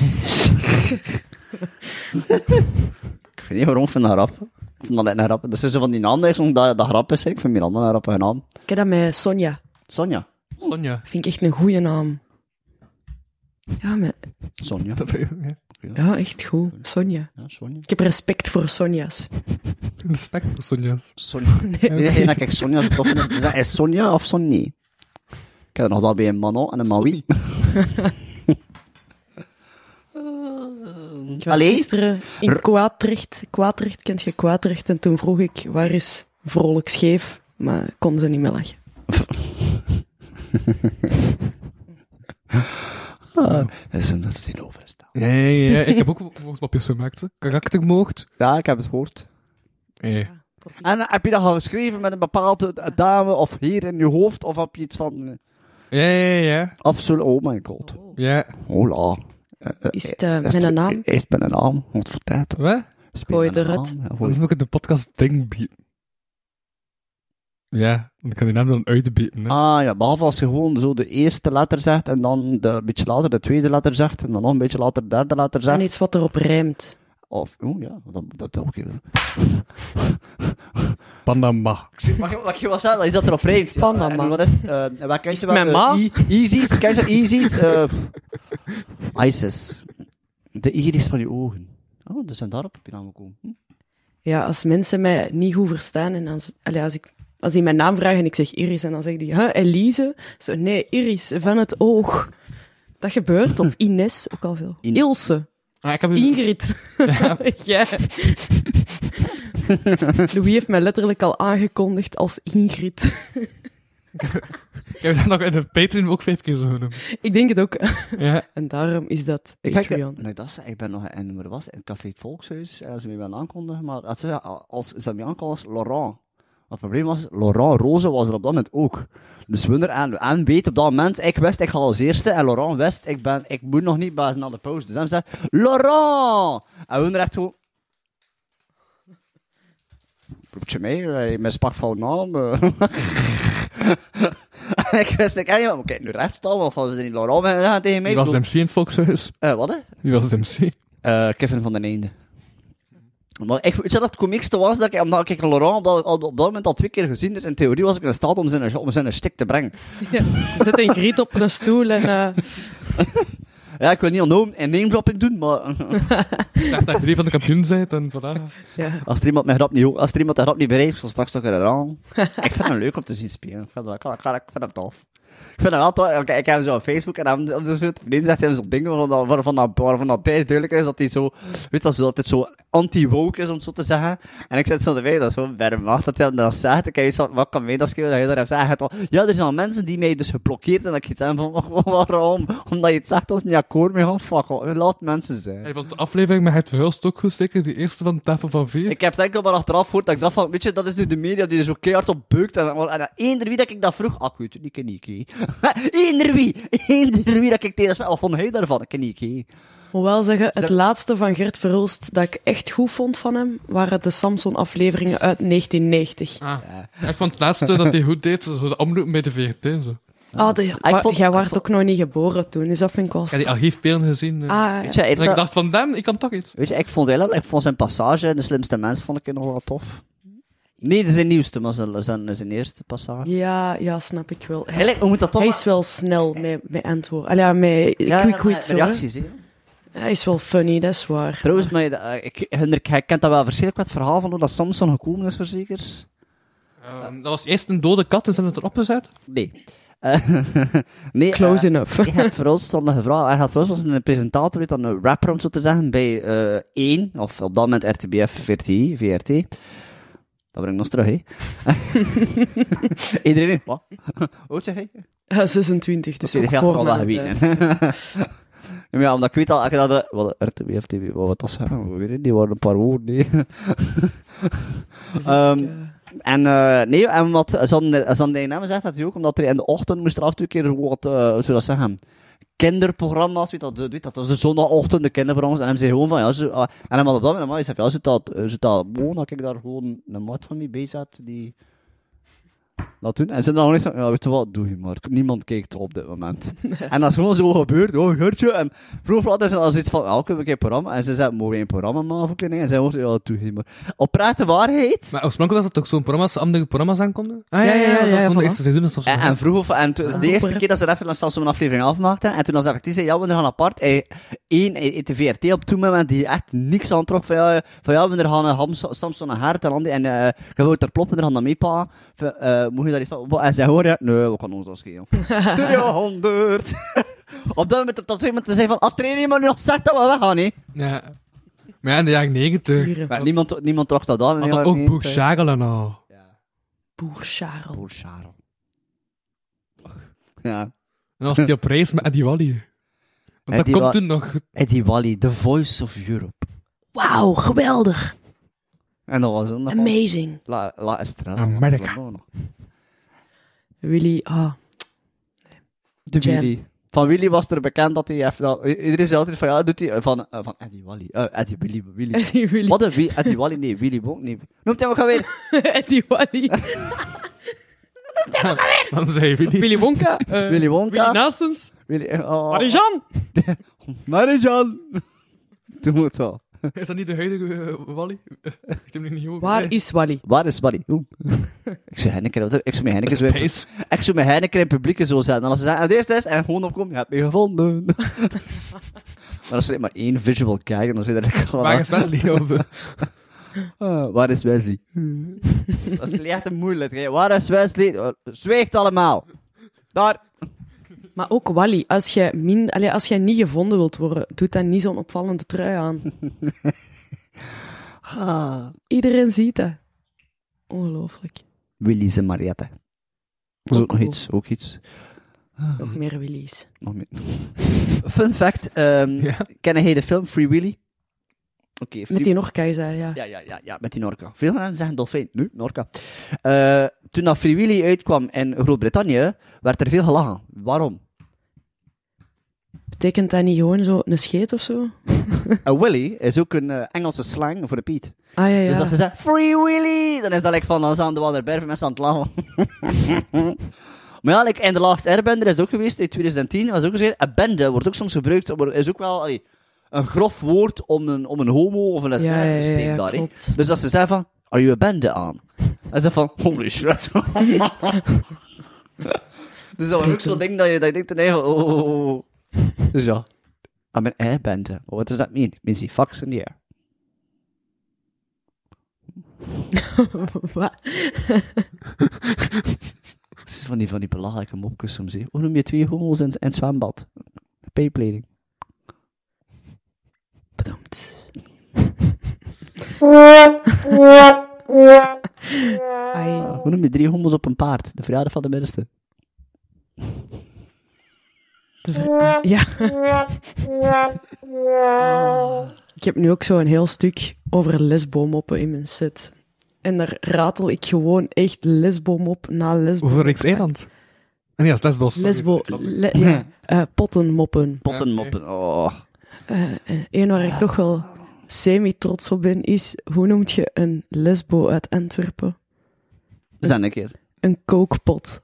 Speaker 1: Ik weet niet waarom ik vind dat rap. Ik vind dat net een rap. Dat is zo van die naam dat grap is, hè. Ik vind Miranda een rappige naam.
Speaker 3: Ik heb dat met Sonja.
Speaker 1: Sonja.
Speaker 2: Sonja.
Speaker 3: Vind ik echt een goede naam. Ja,
Speaker 1: Sonja.
Speaker 3: ja, echt goed. Sonja.
Speaker 1: Ja, Sonja.
Speaker 3: Ik heb respect voor Sonja's.
Speaker 2: Respect voor Sonja's.
Speaker 1: Sonja. Nee, dat ik Sonja zo tof vind. Is dat Sonja of Sonny? Ik heb er nog dat bij een Mano en een Maui.
Speaker 3: Ik was
Speaker 1: Allee?
Speaker 3: gisteren in Kwaadrecht. Kwaadrecht, kent je Kwaadrecht? En toen vroeg ik, waar is Vrolijk Scheef? Maar konden ze niet meer lachen.
Speaker 1: Dat is een tegenovergesteld.
Speaker 2: Ja. Ik heb ook woordmapjes gemaakt. Hè. Karaktermoord.
Speaker 1: Ja, ik heb het gehoord.
Speaker 2: Ja.
Speaker 1: En heb je dat geschreven met een bepaalde dame of heer in je hoofd? Of heb je iets van...
Speaker 2: Ja.
Speaker 1: Absoluut, oh my god.
Speaker 2: Ja.
Speaker 1: Hola.
Speaker 3: Is het met een naam?
Speaker 1: Eerst met een naam, wat voor tijd.
Speaker 2: Wat?
Speaker 3: Gooi het eruit.
Speaker 2: Anders moet ik de podcast ding bieden. Ja, want ik kan die naam dan uitbieden. Hè.
Speaker 1: Ah ja, behalve als je gewoon zo de eerste letter zegt en dan een beetje later de tweede letter zegt en dan nog een beetje later de derde letter zegt.
Speaker 3: En iets wat erop rijmt.
Speaker 1: Of, oh ja, dat ook even.
Speaker 2: Panama.
Speaker 1: Mag je wel zeggen, dat is dat erop rijmt? Ja,
Speaker 3: Panama.
Speaker 1: en wat is wat ken
Speaker 3: Is
Speaker 1: je
Speaker 3: het
Speaker 1: wel?
Speaker 3: met ma?
Speaker 1: Isis, ken je dat? Isis? Isis. De iris van je ogen. Oh, dus zijn daarop op je naam gekomen.
Speaker 3: Ja, als mensen mij niet goed verstaan en als die mijn naam vragen en ik zeg Iris en dan zeggen die, huh, Elise? Zo, nee, Iris, van het oog. Dat gebeurt. Of Ines, ook al veel. Ilse.
Speaker 2: Ah, ik heb u...
Speaker 3: Ingrid. Ja. Louis heeft mij letterlijk al aangekondigd als Ingrid.
Speaker 2: Ik heb dat nog in de Patreon ook 5 keer zo genoemd.
Speaker 3: Ik denk het ook.
Speaker 2: Ja.
Speaker 3: En daarom is dat
Speaker 1: Ik
Speaker 3: Patreon.
Speaker 1: ik ben nog in, waar was het? In Café het Volkshuis, als ze me willen aankondigen, maar als ze me aankondigen als Laurent. Het probleem was, Laurent Roze was er op dat moment ook. Dus winnaar en weet op dat moment, ik wist, ik ga als eerste, en Laurent wist, ik moet nog niet bazen naar de pauze. Dus hij zei, Laurent! En winnaar echt gewoon... Roept je mee, mijn spak van naam. En ik wist, ik kan niet, kijk, nu recht staan, of was het niet Laurent gaan tegen mij?
Speaker 2: Wie was de MC in het Volkshuis?
Speaker 1: Wat hè?
Speaker 2: Wie was de MC?
Speaker 1: Kevin van den Einde. Maar ik weet dat het komiekste was, omdat ik Laurent op dat moment al 2 keer gezien, dus in theorie was ik in staat om zijn stick te brengen.
Speaker 3: Ja. Zet een griet op een stoel en...
Speaker 1: Ja, ik wil niet een name-dropping doen, maar...
Speaker 2: Ik dacht dat je 3 van de kampioen bent en vandaag.
Speaker 3: Ja.
Speaker 1: Als er iemand de grap niet bereikt, zal straks toch eraan. Ik vind hem leuk om te zien spelen. Ik vind hem tof. Ik vind hem wel tof. Ik heb hem zo op Facebook en dan vrienden zegt hij zo'n dingen waarvan dat tijd duidelijk is dat hij zo, weet dat, dat het zo anti-woke is, om het zo te zeggen. En ik zit zo erbij, dat is gewoon bij de macht dat hij dat zegt. Ik heb iets van, wat kan mij dat schelen dat je daar hebt zeggen? Ja, er zijn al mensen die mij dus geblokkeerd en dat ik iets zeg van, waarom? Omdat je het zegt als niet akkoord mee gaan, fuck, laat mensen zijn.
Speaker 2: Hij vond de aflevering met het verhulst ook goed steken, die eerste van de tafel van 4.
Speaker 1: Ik heb het enkel maar achteraf gehoord dat ik dacht van, weet je, dat is nu de media die er zo keihard op beukt. En eender wie dat ik dat vroeg, ik weet het niet, ik ken niet, eender wie dat ik tegen wat vond hij daarvan? Ik ken niet,
Speaker 3: Ik moet wel zeggen, het laatste van Gert Verhulst dat ik echt goed vond van hem, waren de Samson-afleveringen uit 1990.
Speaker 2: Ik vond het laatste dat hij goed deed, zo de omroep bij de VRT. Zo.
Speaker 3: Jij was ook nog niet geboren toen, dus dat vind ik wel...
Speaker 2: Ik heb die archiefbeelden gezien.
Speaker 1: Weet je,
Speaker 2: en ik dacht van, damn, ik kan toch iets.
Speaker 1: Weet je, ik vond zijn passage, De Slimste Mens, vond ik nog wel tof. Nee, dat is zijn nieuwste, maar zijn eerste passage.
Speaker 3: Ja, snap ik wel.
Speaker 1: Hoe moet dat toch?
Speaker 3: Hij is wel snel met antwoorden. Ja, met quick wits.
Speaker 1: Met reacties, hè.
Speaker 3: Hij is wel funny, dat is waar.
Speaker 1: Trouwens, ik kent dat wel verschillend met het verhaal van hoe dat Samson gekomen is, verzekerd.
Speaker 2: Dat was eerst een dode kat en ze hebben het erop gezet?
Speaker 1: Nee. Nee,
Speaker 3: Close enough.
Speaker 1: Ik heb voor ons dan gevraagd. Hij had voor ons was een presentator, weet dan een rapper om zo te zeggen, bij 1, of op dat moment RTBF VRT. Dat breng ik nog terug, hè. Iedereen, wat? Hoe zeg je?
Speaker 3: 26, dus ook
Speaker 1: ik
Speaker 3: voor
Speaker 1: al
Speaker 3: mijn
Speaker 1: weten.
Speaker 3: tijd.
Speaker 1: Ja, omdat ik weet al, wat RTBF TV, wat dat zeggen, we weten, die waren een paar woorden, nee.
Speaker 3: Dus
Speaker 1: En omdat, zo'n dynamisch zegt dat hij ook, omdat er in de ochtend moest er af en toe een keer wat, hoe zou dat zeggen, kinderprogramma's, weet dat is de zondagochtend, de kinderprogramma's, en hem zei gewoon van, ja, en hem had op dat moment, hij zei, ja, zou dat gewoon, dat ik daar gewoon een maat van mij bij zat, die dat doen. En ze dan nog niet zo, ja, weet je wat, doe je maar. Niemand kijkt op dit moment. En dat is gewoon zo gebeurd, Gertje. En vroeger had hij zoiets van, kunnen we een keer een programma? En ze zei, mogen we een programma maken voor kinderen? En zij hoorde, ja, doe je maar. Oprechte waarheid.
Speaker 2: Maar oorspronkelijk was dat toch zo'n programma, ze andere programma's aankonden?
Speaker 3: Ja,
Speaker 2: van de
Speaker 3: voilà.
Speaker 2: eerste seizoen is dat zo.
Speaker 1: En vroeger, de eerste keer dat ze even zelfs zo'n aflevering afmaakten, en toen dan zag ik die zei, ja, we gaan apart. In de VRT op toen moment, die echt niks aantrok van, ja, we gaan Samson en Hart en Andy, en je wilt er ploppen, we gaan dat meepakken. Moet je daar iets van... En zij horen, nee, we gaan ons dat schelen. Studio 100. Op dat moment dat iemand te zeggen van, als er iemand nu nog zegt dat we weggaan, hè.
Speaker 2: Ja. Maar ja, in de jaren 90.
Speaker 1: Maar niemand trok dat aan.
Speaker 2: Had dat ook Boer Charles en al.
Speaker 1: Ja.
Speaker 3: Boer Charles.
Speaker 1: Ja.
Speaker 2: En dan was hij op reis met Eddie Wally. Want dat komt toen nog...
Speaker 1: Eddie Wally, the voice of Europe.
Speaker 3: Wauw, geweldig.
Speaker 1: En dat was een...
Speaker 3: Amazing.
Speaker 1: La Estrada.
Speaker 2: Amerika.
Speaker 3: Willy,
Speaker 1: De
Speaker 3: Jan.
Speaker 1: Willy. Van Willy was er bekend dat hij even... Iedereen zei altijd van, ja, doet hij... Van Eddie Wally. Eddie Willy.
Speaker 3: Eddie Willy.
Speaker 1: Wat een Eddie Wally? Nee, Willy Bonk. Nee. Noemt hij hem ook alweer?
Speaker 3: Eddie Wally.
Speaker 2: Dan zei Willy.
Speaker 3: Willy Wonka.
Speaker 1: Willy Wonka.
Speaker 3: Willy Naastens.
Speaker 1: Willy...
Speaker 3: Marijan.
Speaker 1: Marijan. Doe het zo.
Speaker 2: Is dat niet de huidige Wally? Ik heb hem niet gehoord.
Speaker 3: Waar is Wally?
Speaker 1: Waar is Wally? Ik zou Heineken in het publiek zo zetten. En als ze zeggen, en deze is, en gewoon opkomt, je hebt me gevonden. Maar als er maar één visual kijkt, en dan zit er...
Speaker 2: Waar is Wesley over?
Speaker 1: Waar is Wesley? Dat is echt moeilijk. Hè. Waar is Wesley? Zweegt allemaal. Daar.
Speaker 3: Maar ook Wally, als jij niet gevonden wilt worden, doet dan niet zo'n opvallende trui aan. Iedereen ziet dat. Ongelooflijk.
Speaker 1: Willy en Mariette. Dat is ook nog
Speaker 3: cool.
Speaker 1: iets. Ook iets.
Speaker 3: Nog meer Willy's.
Speaker 1: Nog meer. Fun fact.
Speaker 2: Ja.
Speaker 1: Ken je de film Free Willy? Oké,
Speaker 3: Met die Norca, zei ja.
Speaker 1: Ja, met die Norca. Veel mensen zeggen dolfijn. Nu, Norca. Toen dat Free Willy uitkwam in Groot-Brittannië, werd er veel gelachen. Waarom?
Speaker 3: Betekent dat niet gewoon zo een scheet of zo?
Speaker 1: Een Willy is ook een Engelse slang voor de Piet.
Speaker 3: Ah ja, ja.
Speaker 1: Dus als ze zeggen, Free Willy, dan is dat like van, dan zijn de Wanderbergen mensen aan het lachen. Maar ja, like in The Last Airbender is het ook geweest, in 2010, was ook gezegd, een bende wordt ook soms gebruikt, maar is ook wel een grof woord om een homo of een lesbienne te beschrijven daar.
Speaker 3: klopt.
Speaker 1: Dus als ze zeggen van, are you a bende aan? Dan is dat van, holy shit. Dus dat was ook zo'n ding dat je denkt, nee, oh. Dus ja, I'm an airbender. What does that mean? It means he fucks in the air.
Speaker 3: Wat?
Speaker 1: Het is van die belachelijke mopjes soms. Hè. Hoe noem je 2 homo's in het zwembad? Payplading.
Speaker 3: Bedankt.
Speaker 1: Hoe noem je 3 homo's op een paard? De verjaardag van de middenste.
Speaker 3: Ja. Ik heb nu ook zo een heel stuk over lesbomoppen in mijn set. En daar ratel ik gewoon echt lesbomop na lesbomop.
Speaker 2: Over Riks Eiland. Nee, dat is Lesbos. sorry.
Speaker 3: Pottenmoppen.
Speaker 1: Pottenmoppen. Oh.
Speaker 3: Eén waar ik toch wel semi-trots op ben, is, hoe noemt je een lesbo uit Antwerpen?
Speaker 1: We zijn een keer.
Speaker 3: Een kookpot.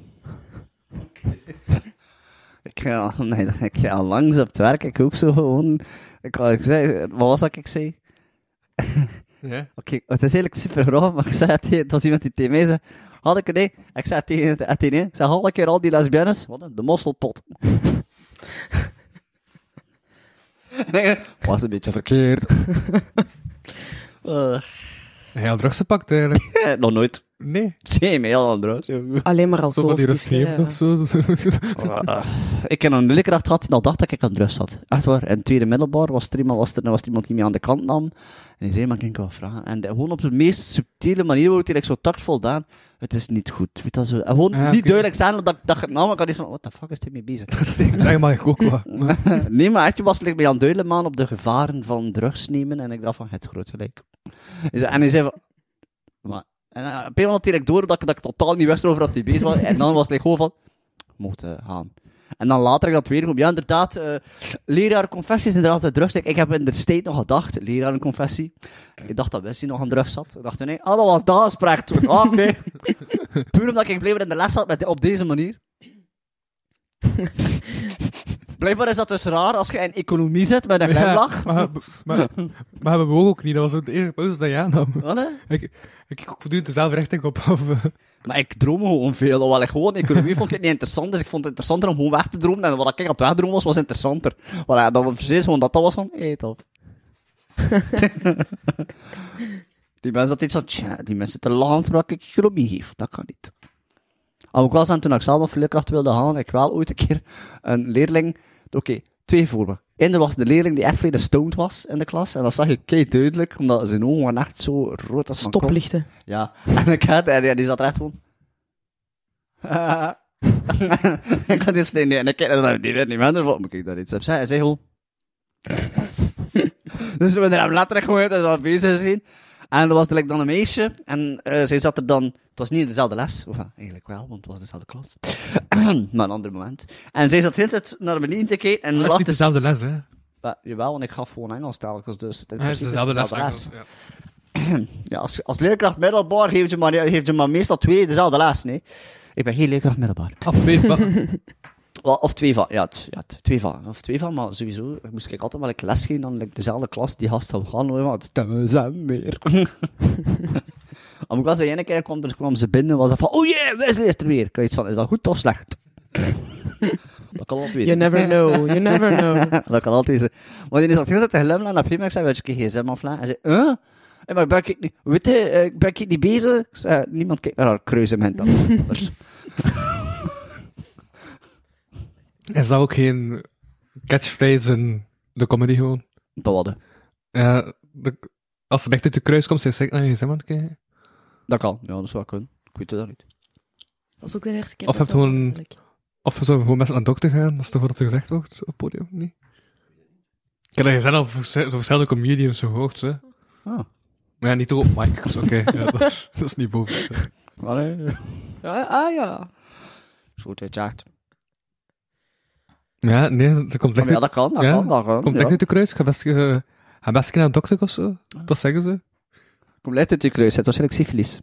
Speaker 1: Ik ga langs op het werk. Ik ook zo gewoon... Ik zei, wat was dat ik zei?
Speaker 2: Ja.
Speaker 1: Oké, het is eigenlijk super grappig, maar ik zei het was iemand die tegen mij zei, had ik het niet? Ik zei tegen ik zei, haal een keer al die lesbiennes, wat de mosselpot. Was een beetje verkeerd.
Speaker 2: Hij had drugs gepakt, eigenlijk.
Speaker 1: Nog nooit.
Speaker 2: Nee.
Speaker 1: Zie me heel anders.
Speaker 3: Alleen maar
Speaker 2: Zo van die
Speaker 3: alcoholistisch.
Speaker 2: rust of zo.
Speaker 1: Ik heb een leerkracht gehad die al dacht dat ik aan drugs had. Echt waar. In het tweede middelbaar was er iemand die me aan de kant nam. En die zei, maar ik kan wel vragen. En gewoon op de meest subtiele manier wou hij zo tactvol gedaan. Het is niet goed. Weet dat zo. En gewoon niet duidelijk zijn dat ik het nam. Ik had iets van, what the fuck is dit mee bezig?
Speaker 2: Zeg maar, ik ook wel.
Speaker 1: Nee, maar echt, je was like, mij aan het duidelijk man op de gevaren van drugs nemen. En ik dacht van, het groot gelijk. En hij zei van, maar... En op een moment had hij door dat ik totaal niet wist over wat hij bezig was. En dan was het gewoon van, mocht gaan. En dan later ik dat weer op. Ja, inderdaad, lerarenconfessies inderdaad uit drugs. Ik heb in de tijd nog gedacht, lerarenconfessie. Ik dacht dat Wessie nog aan drugs zat. Ik dacht, nee, dat was dat gesprek toen. Oké. Puur omdat ik blijkbaar in de les zat op deze manier. Blijkbaar is dat dus raar als je in economie zit met een glimlach.
Speaker 2: Maar we bewogen ook niet. Dat was ook de enige pauze dat je aannam.
Speaker 1: Wat, hè?
Speaker 2: Ik kijk ook voortdurend dezelfde richting op. Of,
Speaker 1: Maar ik droom gewoon veel. Hoewel ik gewoon economie vond ik niet interessant. Dus ik vond het interessanter om gewoon weg te dromen. En wat ik aan het wegdromen was interessanter. Voilà, dat was precies gewoon dat was van, top. Die mensen dat iets van, tja, die mensen te lachen voordat ik economie geef. Dat kan niet. Al ook wel zijn toen ik zelf op leerkracht wilde gaan, ik wel ooit een keer een leerling... Oké, 2 voor me. Eén, er was de leerling die echt veel stoned was in de klas. En dat zag je kei duidelijk, omdat zijn ogen waren echt zo rood als van kop.
Speaker 3: Stoplichten.
Speaker 1: Ja, en die zat er echt gewoon... ik had dit en ik kijk naar die niet minder van, moet ik daar iets op zeggen? Hij zei gewoon... Dus we hebben hem letterlijk gewoon uit en dat bezig gezien. En er was dan een meisje, en zij zat er dan... Het was niet in dezelfde les, of eigenlijk wel, want het was dezelfde klas. Maar een ander moment. En zij zat de hele tijd naar beneden te kijken en
Speaker 2: dat is
Speaker 1: lachte...
Speaker 2: niet dezelfde les, hè?
Speaker 1: Jawel, want ik gaf gewoon Engels telkens, dus...
Speaker 2: Het is dezelfde les. Ja.
Speaker 1: Ja, als leerkracht middelbaar geef je maar meestal 2 dezelfde les, nee. Ik ben geen leerkracht middelbaar. Of 2 van, ja, 2 van. Of 2 van, maar sowieso moest ik altijd wel les geven dan dezelfde klas, die gast zou gaan, hoor, want het zijn meer. Als ik ene keer kwam ze binnen, was dat van, oh yeah, Wesley is er weer. Ik had iets van, is dat goed of slecht? Dat kan altijd wezen.
Speaker 3: You never know, you never know.
Speaker 1: Dat kan altijd wezen. Maar die is al heel tijd te glimlachen en op een gegeven moment zei, weet je, gsm aflaan. Hij zei, huh? Hey, maar ben ik niet, weet je, ben ik niet bezig? Ik zei, niemand kijkt naar haar kruisement dan.
Speaker 2: Is dat ook geen catchphrase in de comedy gewoon?
Speaker 1: Bewadden.
Speaker 2: Als er echt uit de kruis komt, zeg ik naar je gsm aan het kijken.
Speaker 1: Dat kan, ja, dat zou wel kunnen. Ik weet het dat niet.
Speaker 3: Dat is ook de eerste keer.
Speaker 2: Of
Speaker 3: dat
Speaker 2: heb je
Speaker 3: ik dat
Speaker 2: gewoon-
Speaker 3: eigenlijk-
Speaker 2: Of we zouden gewoon mensen naar de dokter gaan, dat is toch wat er gezegd wordt op het podium, niet? Ik heb dat gezegd al voor verschillende comedians zo gehoord, hè.
Speaker 1: Ah.
Speaker 2: Maar ja, niet toch op mic, dus oké, ja, dat is niet boven.
Speaker 3: Ja.
Speaker 1: Zo het jaagt.
Speaker 2: Ja, nee, dat komt
Speaker 1: Ja,
Speaker 2: licht
Speaker 1: dat kan, dat
Speaker 2: Ja,
Speaker 1: kan, dat kan.
Speaker 2: komt licht uit de kruis. Ga best een keer naar de dokter of zo, dat zeggen ze.
Speaker 1: Komt licht uit je kruis, het was eigenlijk syfilis.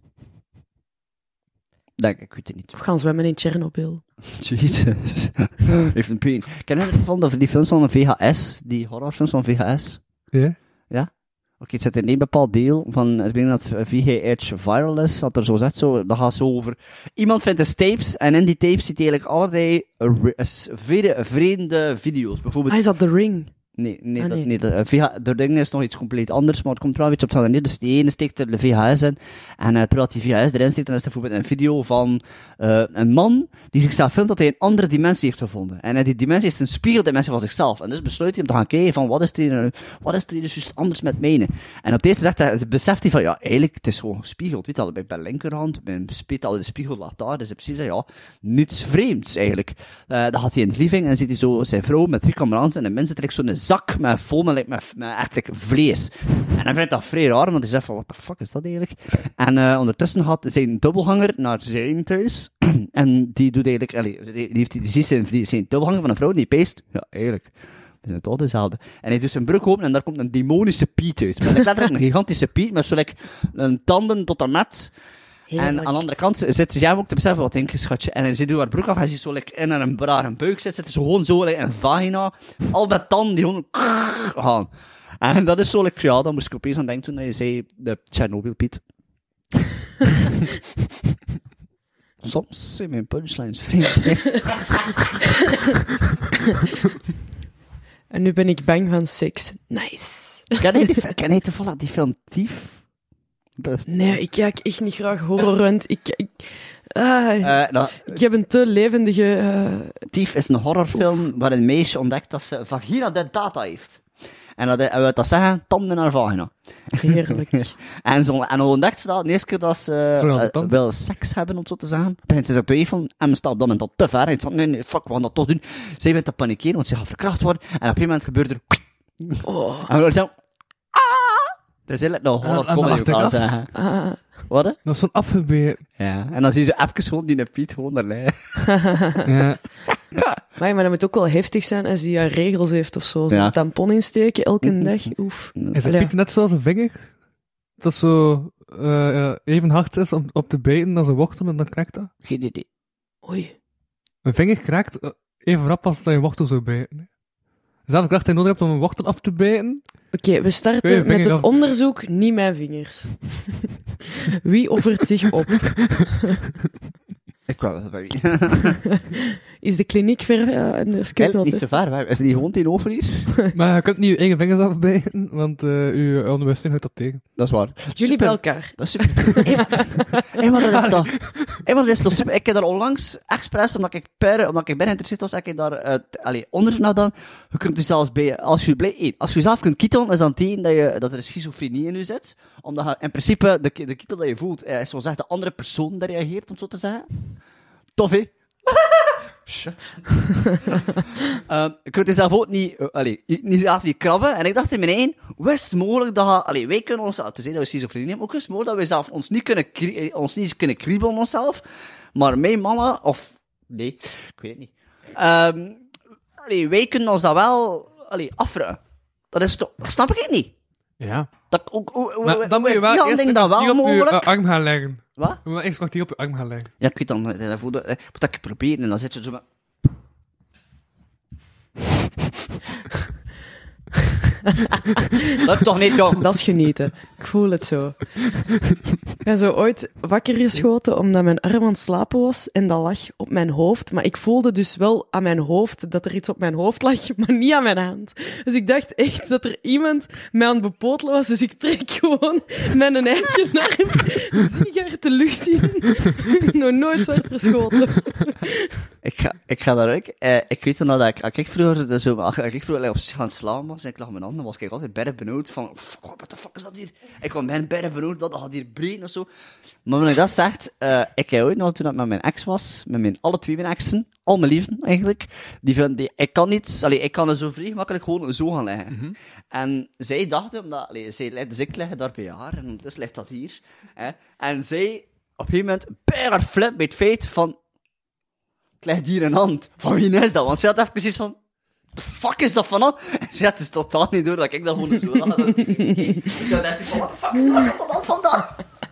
Speaker 1: Denk ik weet het niet.
Speaker 3: Of gaan zwemmen in Tsjernobyl.
Speaker 1: Jezus. Heeft een pijn. Ken je van die films van een VHS? Die horrorfilms van VHS?
Speaker 2: Ja?
Speaker 1: Oké, het zit in één bepaald deel van, ik denk dat VHH viral is, dat er zo zegt, dat gaat zo over, iemand vindt dus tapes, en in die tapes ziet hij eigenlijk allerlei vreemde video's. Bijvoorbeeld,
Speaker 3: Is dat The Ring?
Speaker 1: nee,
Speaker 3: Ah, nee.
Speaker 1: de ding is nog iets compleet anders, maar het komt wel een beetje op hetzelfde neer. Dus die ene steekt er de VHS in, en terwijl die VHS erin steekt, dan is er bijvoorbeeld een video van een man die zichzelf filmt dat hij een andere dimensie heeft gevonden. En die dimensie is een spiegeldimensie van zichzelf. En dus besluit hij om te gaan kijken van, wat is er hier dus juist anders met mijne? En op deze zegt hij, beseft hij van, ja, eigenlijk, het is gewoon gespiegeld. Weet je al, bij mijn linkerhand, mijn speet de spiegel lag daar, dus in principe, ja, niets vreemds eigenlijk. Dan gaat hij in de living en ziet hij zo zijn vrouw met 3 kameraden en de mensen trekt zo'n zak vol met echt vlees. En hij vindt dat vrij raar, want hij zegt van, what the fuck is dat eigenlijk? En ondertussen gaat zijn dubbelhanger naar zijn thuis. En die doet eigenlijk, die ziet zijn dubbelhanger van een vrouw, die peest. Ja, eigenlijk. We zijn het al dezelfde. En hij doet zijn broek open en daar komt een demonische Piet uit. Maar letterlijk een gigantische Piet, met zo een tanden tot en met.
Speaker 3: Heerlijk.
Speaker 1: En aan de andere kant zit ze ook te beseffen, wat denk je, schatje? En ze doet haar broek af, en ze zo in een rare buik zit er zo gewoon zo een vagina, al met tanden die gewoon gaan. En dat is zo, ja, dan moest ik opeens aan denken toen je zei, de Chernobyl Piet. Soms zijn mijn punchlines vreemd.
Speaker 3: En nu ben ik bang van seks. Nice.
Speaker 1: Ken je toevallig die film Thief?
Speaker 3: Nee, ik kijk echt niet graag horror, want ik
Speaker 1: Nou,
Speaker 3: heb een te levendige...
Speaker 1: Thief is een horrorfilm waar een meisje ontdekt dat ze vagina dentata heeft. En dat wil zeggen, tanden in haar vagina.
Speaker 3: Heerlijk.
Speaker 1: En hoe ontdekt ze dat? De eerste keer dat ze
Speaker 2: tand?
Speaker 1: wil seks hebben, om het zo te zeggen, begint ze te twijfelen en staat op dat moment al te ver. En ze zegt, nee, fuck, we gaan dat toch doen. Zij begint te panikeren, want ze gaat verkracht worden. En op een gegeven moment gebeurt er...
Speaker 3: Oh.
Speaker 1: En we zo... Dat is eigenlijk nog horror
Speaker 2: En
Speaker 1: comedy,
Speaker 2: dan
Speaker 1: ik kan
Speaker 2: achteraf?
Speaker 1: zeggen.
Speaker 3: Ah.
Speaker 1: Wat, hè?
Speaker 2: Dat is van afgebeten.
Speaker 1: Ja. En dan zie je even gewoon die Piet gewoon daar liggen.
Speaker 2: Ja.
Speaker 3: Maar dat moet ook wel heftig zijn als hij regels heeft of zo. Zo'n
Speaker 1: Ja.
Speaker 3: tampon insteken elke dag. Oef.
Speaker 2: Is het
Speaker 3: Allee.
Speaker 2: Piet net zoals een vinger? Dat zo even hard is om op te bijten als een wortel en dan kraakt dat?
Speaker 1: Geen idee.
Speaker 3: Oei.
Speaker 2: Een vinger kraakt even rap als dat je een wortel zou bijten. Dezelfde kracht die je nodig hebt om een wortel af te bijten.
Speaker 3: Oké, we
Speaker 2: Kun
Speaker 3: starten
Speaker 2: je
Speaker 3: met
Speaker 2: vinger
Speaker 3: het
Speaker 2: af-
Speaker 3: onderzoek, niet mijn vingers. Wie offert zich op?
Speaker 1: Ik wou wel bij wie.
Speaker 3: Is de kliniek ver? Ja, en er is
Speaker 1: Niet
Speaker 3: wel
Speaker 1: zo
Speaker 3: best.
Speaker 1: ver weg. Is die gewoon tegenover hier?
Speaker 2: Maar je kunt niet je eigen vingers afbijten, want uw onderwijsting houdt dat tegen.
Speaker 1: Dat is waar.
Speaker 3: Jullie bij elkaar.
Speaker 1: Dat is super. Maar dat is toch super. Ik heb daar onlangs expres, omdat ik ben geïnteresseerd was, heb ik daar onderzoek naar gedaan. Je kunt dus zelfs bij, als je jezelf kunt kietelen, is dan tegen dat er een schizofrenie in je zit. Omdat je in principe de kietel dat je voelt, is zo zegt de andere persoon dat reageert, om het zo te zeggen. Tof, hè? Shit. Je kunt jezelf ook niet zelf niet krabben. En ik dacht in mijn eigen, hoe is het mogelijk dat wij kunnen ons, te zeggen dat we schizofrenie hebben, ook is het mogelijk dat wij zelf ons niet kunnen kriebelen onszelf, maar mijn mannen, of, nee, ik weet het niet. Wij kunnen ons dat wel, afvragen. Dat is toch, dat snap ik niet.
Speaker 2: Ja.
Speaker 1: Dat,
Speaker 2: Maar dan moet je wel eerst
Speaker 1: ding dat wel
Speaker 2: op je
Speaker 1: mogelijk.
Speaker 2: arm gaan leggen.
Speaker 1: Wat?
Speaker 2: Je moet wel eerst een kwartier op je arm gaan leggen.
Speaker 1: Ja, ik weet dan, moet dat proberen en dan zit je zo met... Dat is toch niet, jong?
Speaker 3: Dat is genieten. Ik voel het zo. Ik ben zo ooit wakker geschoten omdat mijn arm aan het slapen was en dat lag op mijn hoofd. Maar ik voelde dus wel aan mijn hoofd dat er iets op mijn hoofd lag, maar niet aan mijn hand. Dus ik dacht echt dat er iemand mij aan het bepotelen was. Dus ik trek gewoon mijn eigen arm ziegert de lucht in. Nog nooit zo hard geschoten.
Speaker 1: Ik ga daar ook. Ik weet nog dat ik vroeger op zich aan het slaan was en ik lag op mijn handen, was ik altijd bijna benauwd van, what the fuck is dat hier? Ik kwam bijna benoemd dat had hier breken of zo. Maar wanneer je dat zegt, ik heb ooit nog, toen ik met mijn ex was, alle twee mijn exen, al mijn lieven eigenlijk, ik kan niet, ik kan er zo vrij gemakkelijk gewoon zo gaan liggen.
Speaker 2: Mhm.
Speaker 1: En zij dachten, omdat, dus ik lig daar bij haar, en ondertussen ligt dat hier, hè, en zij, op een gegeven moment, bijna flip met het feit van, het ligt hier een hand. Van wie is dat? Want ze had even precies van, the fuck is dat van al? En ze had dus totaal niet door dat ik dat gewoon zo had. Dus ze had echt van, what the fuck is dat hand vandaan?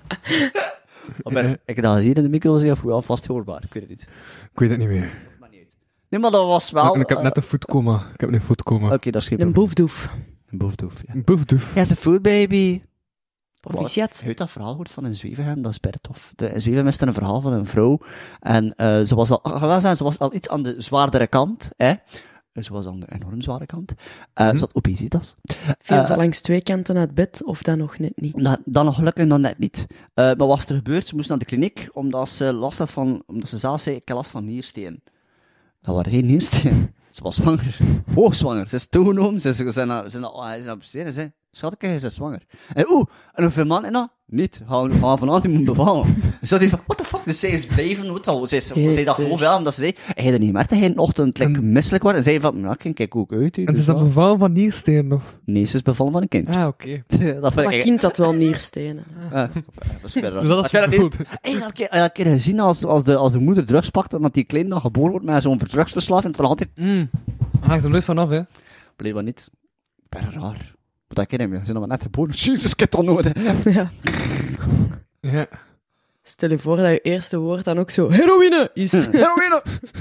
Speaker 1: Ik dacht hier in de micro zeggen, of wel vast hoorbaar. Ik weet het niet.
Speaker 2: Ik weet het niet meer.
Speaker 1: Maar niet uit. Nee, maar dat was wel...
Speaker 2: En ik heb net een voetcoma. Ik heb een voetcoma.
Speaker 1: Oké, dat is geen
Speaker 3: Een
Speaker 1: probleem.
Speaker 3: boefdoef.
Speaker 1: Een boefdoef, ja.
Speaker 2: Een boefdoef.
Speaker 1: Ja, is de food baby.
Speaker 3: Proficiat.
Speaker 1: Je hebt dat verhaal gehoord van een Zwevenhem, dat is bijna tof. In Zwevenhem is er een verhaal van een vrouw, en ze was al iets aan de zwaardere kant, hè. Ze was aan de enorm zware kant. Ze had obesitas.
Speaker 3: Viel ze langs twee kanten uit bed, of dan nog net niet?
Speaker 1: Dan nog gelukkig en dan net niet. Maar wat was er gebeurd? Ze moest naar de kliniek, omdat ze last had van, omdat ze zelf zei, ik heb last van nierstenen. Dat waren geen nierstenen. Ze was zwanger. Hoogzwanger. Ze is toegenomen, ze zijn naar besteden, ze zei, schatje, ze is zwanger. En hoeveel maanden nou? Niet. Gaan vanavond moeten bevallen. Dus dat hij van, what the fuck? Dus zij is blijven, weet je wel. Zij dacht gewoon wel, omdat ze zei, hij er niet meer tegen een ochtend misselijk wordt. En zei van, nou, kijk ook uit.
Speaker 2: En is dat bevallen van nierstenen, of?
Speaker 1: Nee, ze is bevallen van een kindje.
Speaker 2: Ah, oké.
Speaker 3: Dat kind had wel nierstenen.
Speaker 1: Dat is verder.
Speaker 2: Dus dat is goed.
Speaker 1: Elke keer gezien als de moeder drugs pakt, en dat die klein dan geboren wordt met zo'n drugsverslaving, dan altijd...
Speaker 2: Hangt er nooit vanaf, hè?
Speaker 1: Blijkbaar niet. Bijna raar. Wat dat ken ik, we zijn nog maar net geboren. Jezus, ik heb het al nodig.
Speaker 3: Ja.
Speaker 2: Ja.
Speaker 3: Stel je voor dat je eerste woord dan ook zo heroïne is.
Speaker 1: Heroïne!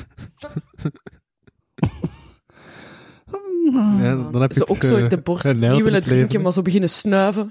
Speaker 2: Ja, dan heb je
Speaker 3: Ze ook zo de borst niet willen drinken, maar zo beginnen snuiven.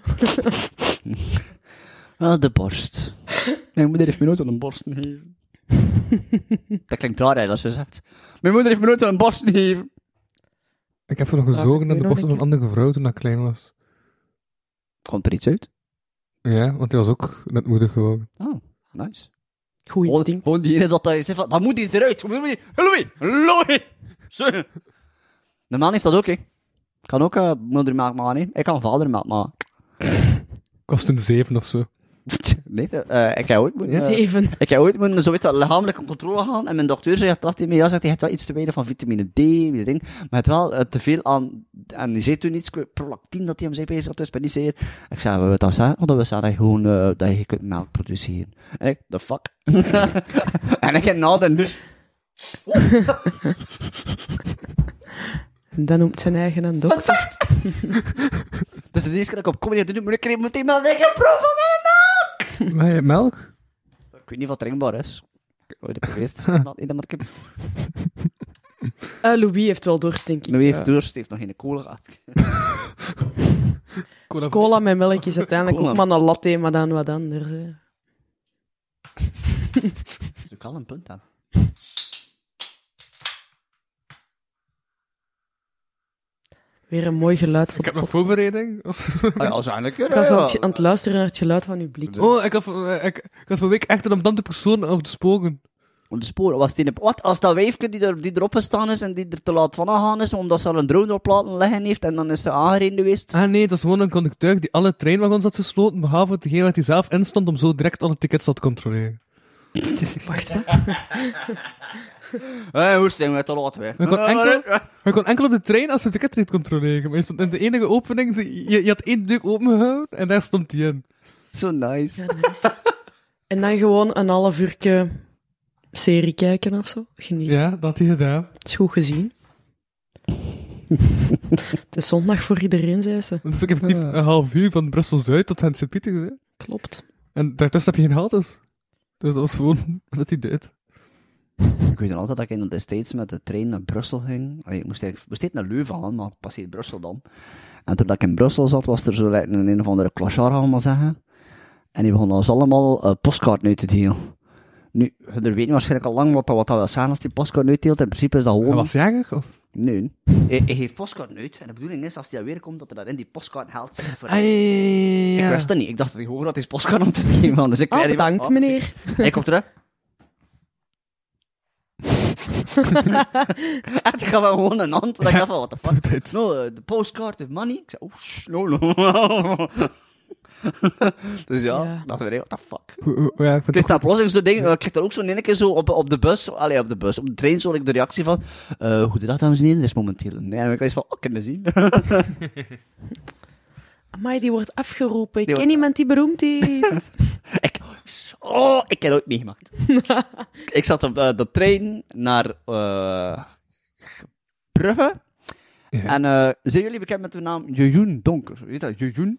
Speaker 1: De borst. Mijn moeder heeft me nooit aan een borst gegeven. Dat klinkt raar, hè, als je zegt. Mijn moeder heeft me nooit aan een borst gegeven.
Speaker 2: Ik heb nog gezogen aan de borst van een andere vrouw toen ik klein was.
Speaker 1: Komt er iets uit?
Speaker 2: Ja, want die was ook net moeder geworden.
Speaker 1: Oh, nice.
Speaker 3: Goed instinct.
Speaker 1: Gewoon die ene dat hij zegt van, dat moet hij eruit. Louis! Zo. De man heeft dat ook, hè. Ik kan ook moedermelk maken, hè. Ik kan vadermelk maken.
Speaker 2: Kost een 7 of zo.
Speaker 1: Nee, ik heb ooit moeten...
Speaker 3: 7.
Speaker 1: Ik heb ooit moeten zo lichamelijke controle gaan, en mijn dokter zei, je hebt wel iets te weinig van vitamine D, ding, maar je hebt wel te veel aan, en die zei toen iets, prolactine dat hij hem zei bezig, dus ben niet zeker. Ik zei, we dat zeggen? Want we zeiden dat je gewoon, dat je kunt melk produceren. En ik, the fuck? En ik heb nadenken, dus...
Speaker 3: En dan noemt zijn eigen een dokter.
Speaker 1: Dus de eerste keer dat ik op comedy doe, moet ik meteen maar zeggen, proef van mijn melk!
Speaker 2: Maar je hebt melk?
Speaker 1: Ik weet niet wat drinkbaar is. Ik heb nooit geprobeerd.
Speaker 3: Louis heeft wel dorst, denk ik.
Speaker 1: Louis heeft dorst, heeft nog geen cola gehad.
Speaker 3: Cola met melk is uiteindelijk
Speaker 1: Cola.
Speaker 3: ook maar een latte, maar dan wat anders. Hè.
Speaker 1: Dat is ook al een punt aan.
Speaker 3: Weer een mooi geluid voor
Speaker 2: Ik heb
Speaker 3: de
Speaker 2: nog
Speaker 3: podcast.
Speaker 2: voorbereiding.
Speaker 1: Ja, uiteindelijk.
Speaker 3: Ik was aan het luisteren naar het geluid van uw blik.
Speaker 2: Oh, ik had van week echt een ambtante persoon op de sporen.
Speaker 1: Op de sporen was die... Wat? Als dat wijfje die erop gestaan is en die er te laat van gaan is, omdat ze al een drone op laten liggen heeft en dan is ze aangereden geweest.
Speaker 2: Ah nee, het was gewoon een conducteur die alle treinwagons had gesloten, behalve degene waar hij zelf in stond om zo direct alle tickets te controleren.
Speaker 3: Wacht, hè.
Speaker 1: Hoe staan we te laat weer?
Speaker 2: Hij kon enkel op de trein als ze het ticket niet controleren, maar je stond in de enige opening, je had één deur opengehouden en daar stond hij in.
Speaker 1: Zo nice.
Speaker 3: Ja, nice. En dan gewoon een half uurtje serie kijken of zo. Geniet.
Speaker 2: Ja, dat had hij gedaan.
Speaker 3: Is goed gezien. Het is zondag voor iedereen, zei ze.
Speaker 2: Dus ik heb niet een half uur van Brussel-Zuid tot aan Sint-Pieter gezien.
Speaker 3: Klopt.
Speaker 2: En daartussen heb je geen haltes. Dus dat was gewoon wat hij deed.
Speaker 1: Ik weet nog altijd dat ik in de States met de trein naar Brussel ging. Allee, ik moest eigenlijk naar Leuven gaan, maar ik passeerde Brussel dan. En toen ik in Brussel zat, was er zo een of andere clochard, gaan we maar zeggen. En die begon ons allemaal postkaarten uit te delen. Nu, er weet niet waarschijnlijk al lang wat dat wil zeggen als die postkaarten uitdeelt. In principe is dat gewoon...
Speaker 2: Hij was jager, of?
Speaker 1: Nee. Hij geeft postkaarten uit. En de bedoeling is, als hij weer komt, dat er daarin die postkaart geld zit voor hem.
Speaker 2: Ja.
Speaker 1: Ik wist dat niet. Ik dacht dat hij gewoon gratis postkaart om te geven. Dus ik zei,
Speaker 3: Bedankt, meneer.
Speaker 1: Hij komt terug. En ik gaf hem gewoon een hand. En ik dacht van, what the fuck?
Speaker 2: Doe dit.
Speaker 1: No, the postcard of money. Ik zei, oh, no. Dus ja,
Speaker 3: Ja.
Speaker 1: dachten we, what the fuck.
Speaker 2: Ja, ik
Speaker 1: Ik
Speaker 2: vind
Speaker 1: kreeg daar plotseling zo'n ding, ik kreeg daar ook zo in een keer zo op de bus, op de trein, zo de reactie van, goedendag dames en heren, er is momenteel een... En ik was van, kunnen zien.
Speaker 3: Amai, die wordt afgeroepen. Ik
Speaker 1: Die
Speaker 3: ken
Speaker 1: wordt-
Speaker 3: iemand die beroemd is.
Speaker 1: Ik heb nooit meegemaakt. Ik zat op de trein naar Brugge.
Speaker 2: Ja.
Speaker 1: En zijn jullie bekend met de naam Jejoen Donker? Weet dat, Jejoen?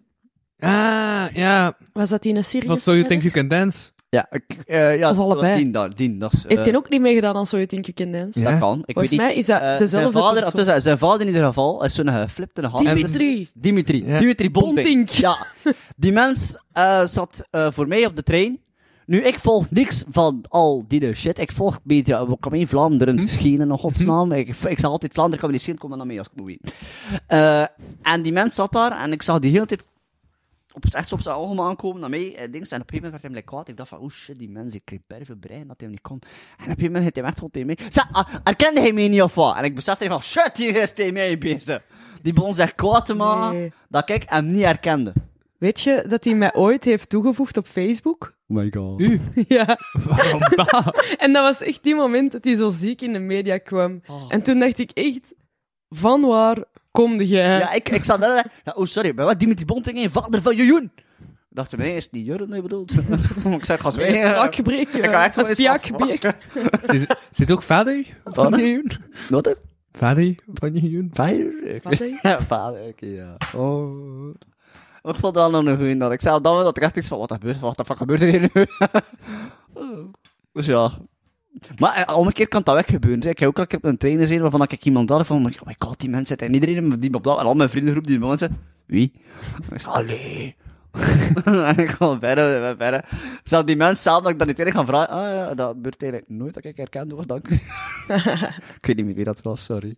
Speaker 2: ja.
Speaker 3: Was dat die in een serie?
Speaker 2: Wat So You Think You Can Dance?
Speaker 1: Ja, ja,
Speaker 3: Of allebei.
Speaker 1: Dien, dat is...
Speaker 3: Heeft hij ook niet meegedaan als So You Think You Can Dance?
Speaker 2: Ja.
Speaker 1: Dat kan, ik
Speaker 3: Volgens
Speaker 1: weet niet.
Speaker 3: mij is dat dezelfde
Speaker 1: zijn vader,
Speaker 3: persoon.
Speaker 1: dus, zijn vader in ieder geval is zo'n geflipte hand.
Speaker 3: Dimitri.
Speaker 2: Ja.
Speaker 1: Dimitri Bonting.
Speaker 3: Bonting.
Speaker 1: Ja. Die mens zat voor mij op de trein. Nu, ik volg niks van al die shit. Ik volg media, ik kan in Vlaanderen schenen, nog godsnaam. Ik zeg altijd Vlaanderen kan me niet schelen, kom maar naar mee als ik moet weten. En die mens zat daar en ik zag die hele tijd echt op zijn ogen aankomen naar mij. En op een gegeven moment werd hij like kwaad. Ik dacht van, oh shit, die mens, ik kreeg veel brein dat hij hem niet kon. En op een gegeven moment heeft hij echt gewoon tegen mij. Herkende hij mij niet of wat? En ik besefte van, shit, hier is tegen mij bezig. Die begon zich kwaad te maken
Speaker 3: Nee.
Speaker 1: dat ik hem niet herkende.
Speaker 3: Weet je dat hij mij ooit heeft toegevoegd op Facebook?
Speaker 1: Oh my god.
Speaker 3: Ja.
Speaker 2: Waarom dat?
Speaker 3: En dat was echt die moment dat hij zo ziek in de media kwam.
Speaker 1: Oh.
Speaker 3: En toen dacht ik echt, van waar komde jij?
Speaker 1: Ja, ik zat daar. Ja, oh, sorry, bij wat Dimitri Bonting, vader van Jejoen. Ik dacht, nee, is het niet Jurren, nee, bedoeld. Ik zeg, ga zwijgen.
Speaker 3: Spraakgebrek,
Speaker 1: Ik ga echt
Speaker 3: Een
Speaker 1: wel eens
Speaker 3: spraakgebrek.
Speaker 2: Zit ook vader van
Speaker 1: Wat?
Speaker 2: Jejoen?
Speaker 1: Wat? Hè?
Speaker 2: Vader van Jejoen?
Speaker 1: Vader?
Speaker 3: Vader?
Speaker 1: Ja, vader, oké, ja. Oh. Ik vond het wel nog een goeie dat ik zei dat ik echt iets van, wat de fuck gebeurt er hier nu? Dus ja. Maar al een keer kan dat weg gebeuren. Zeg. Ik heb ook al een keer op een trainer gezien waarvan ik iemand had van, oh my god, die mensen zitten. En iedereen die op dat, en al mijn vriendengroep die mensen, wie? Ik zei, allee. En ik ga verder. Zelfs die mensen samen dat ik dan niet tegen gaan vragen, ja, dat gebeurt eigenlijk nooit dat ik herkend word, dank u. Ik weet niet meer wie dat was, sorry.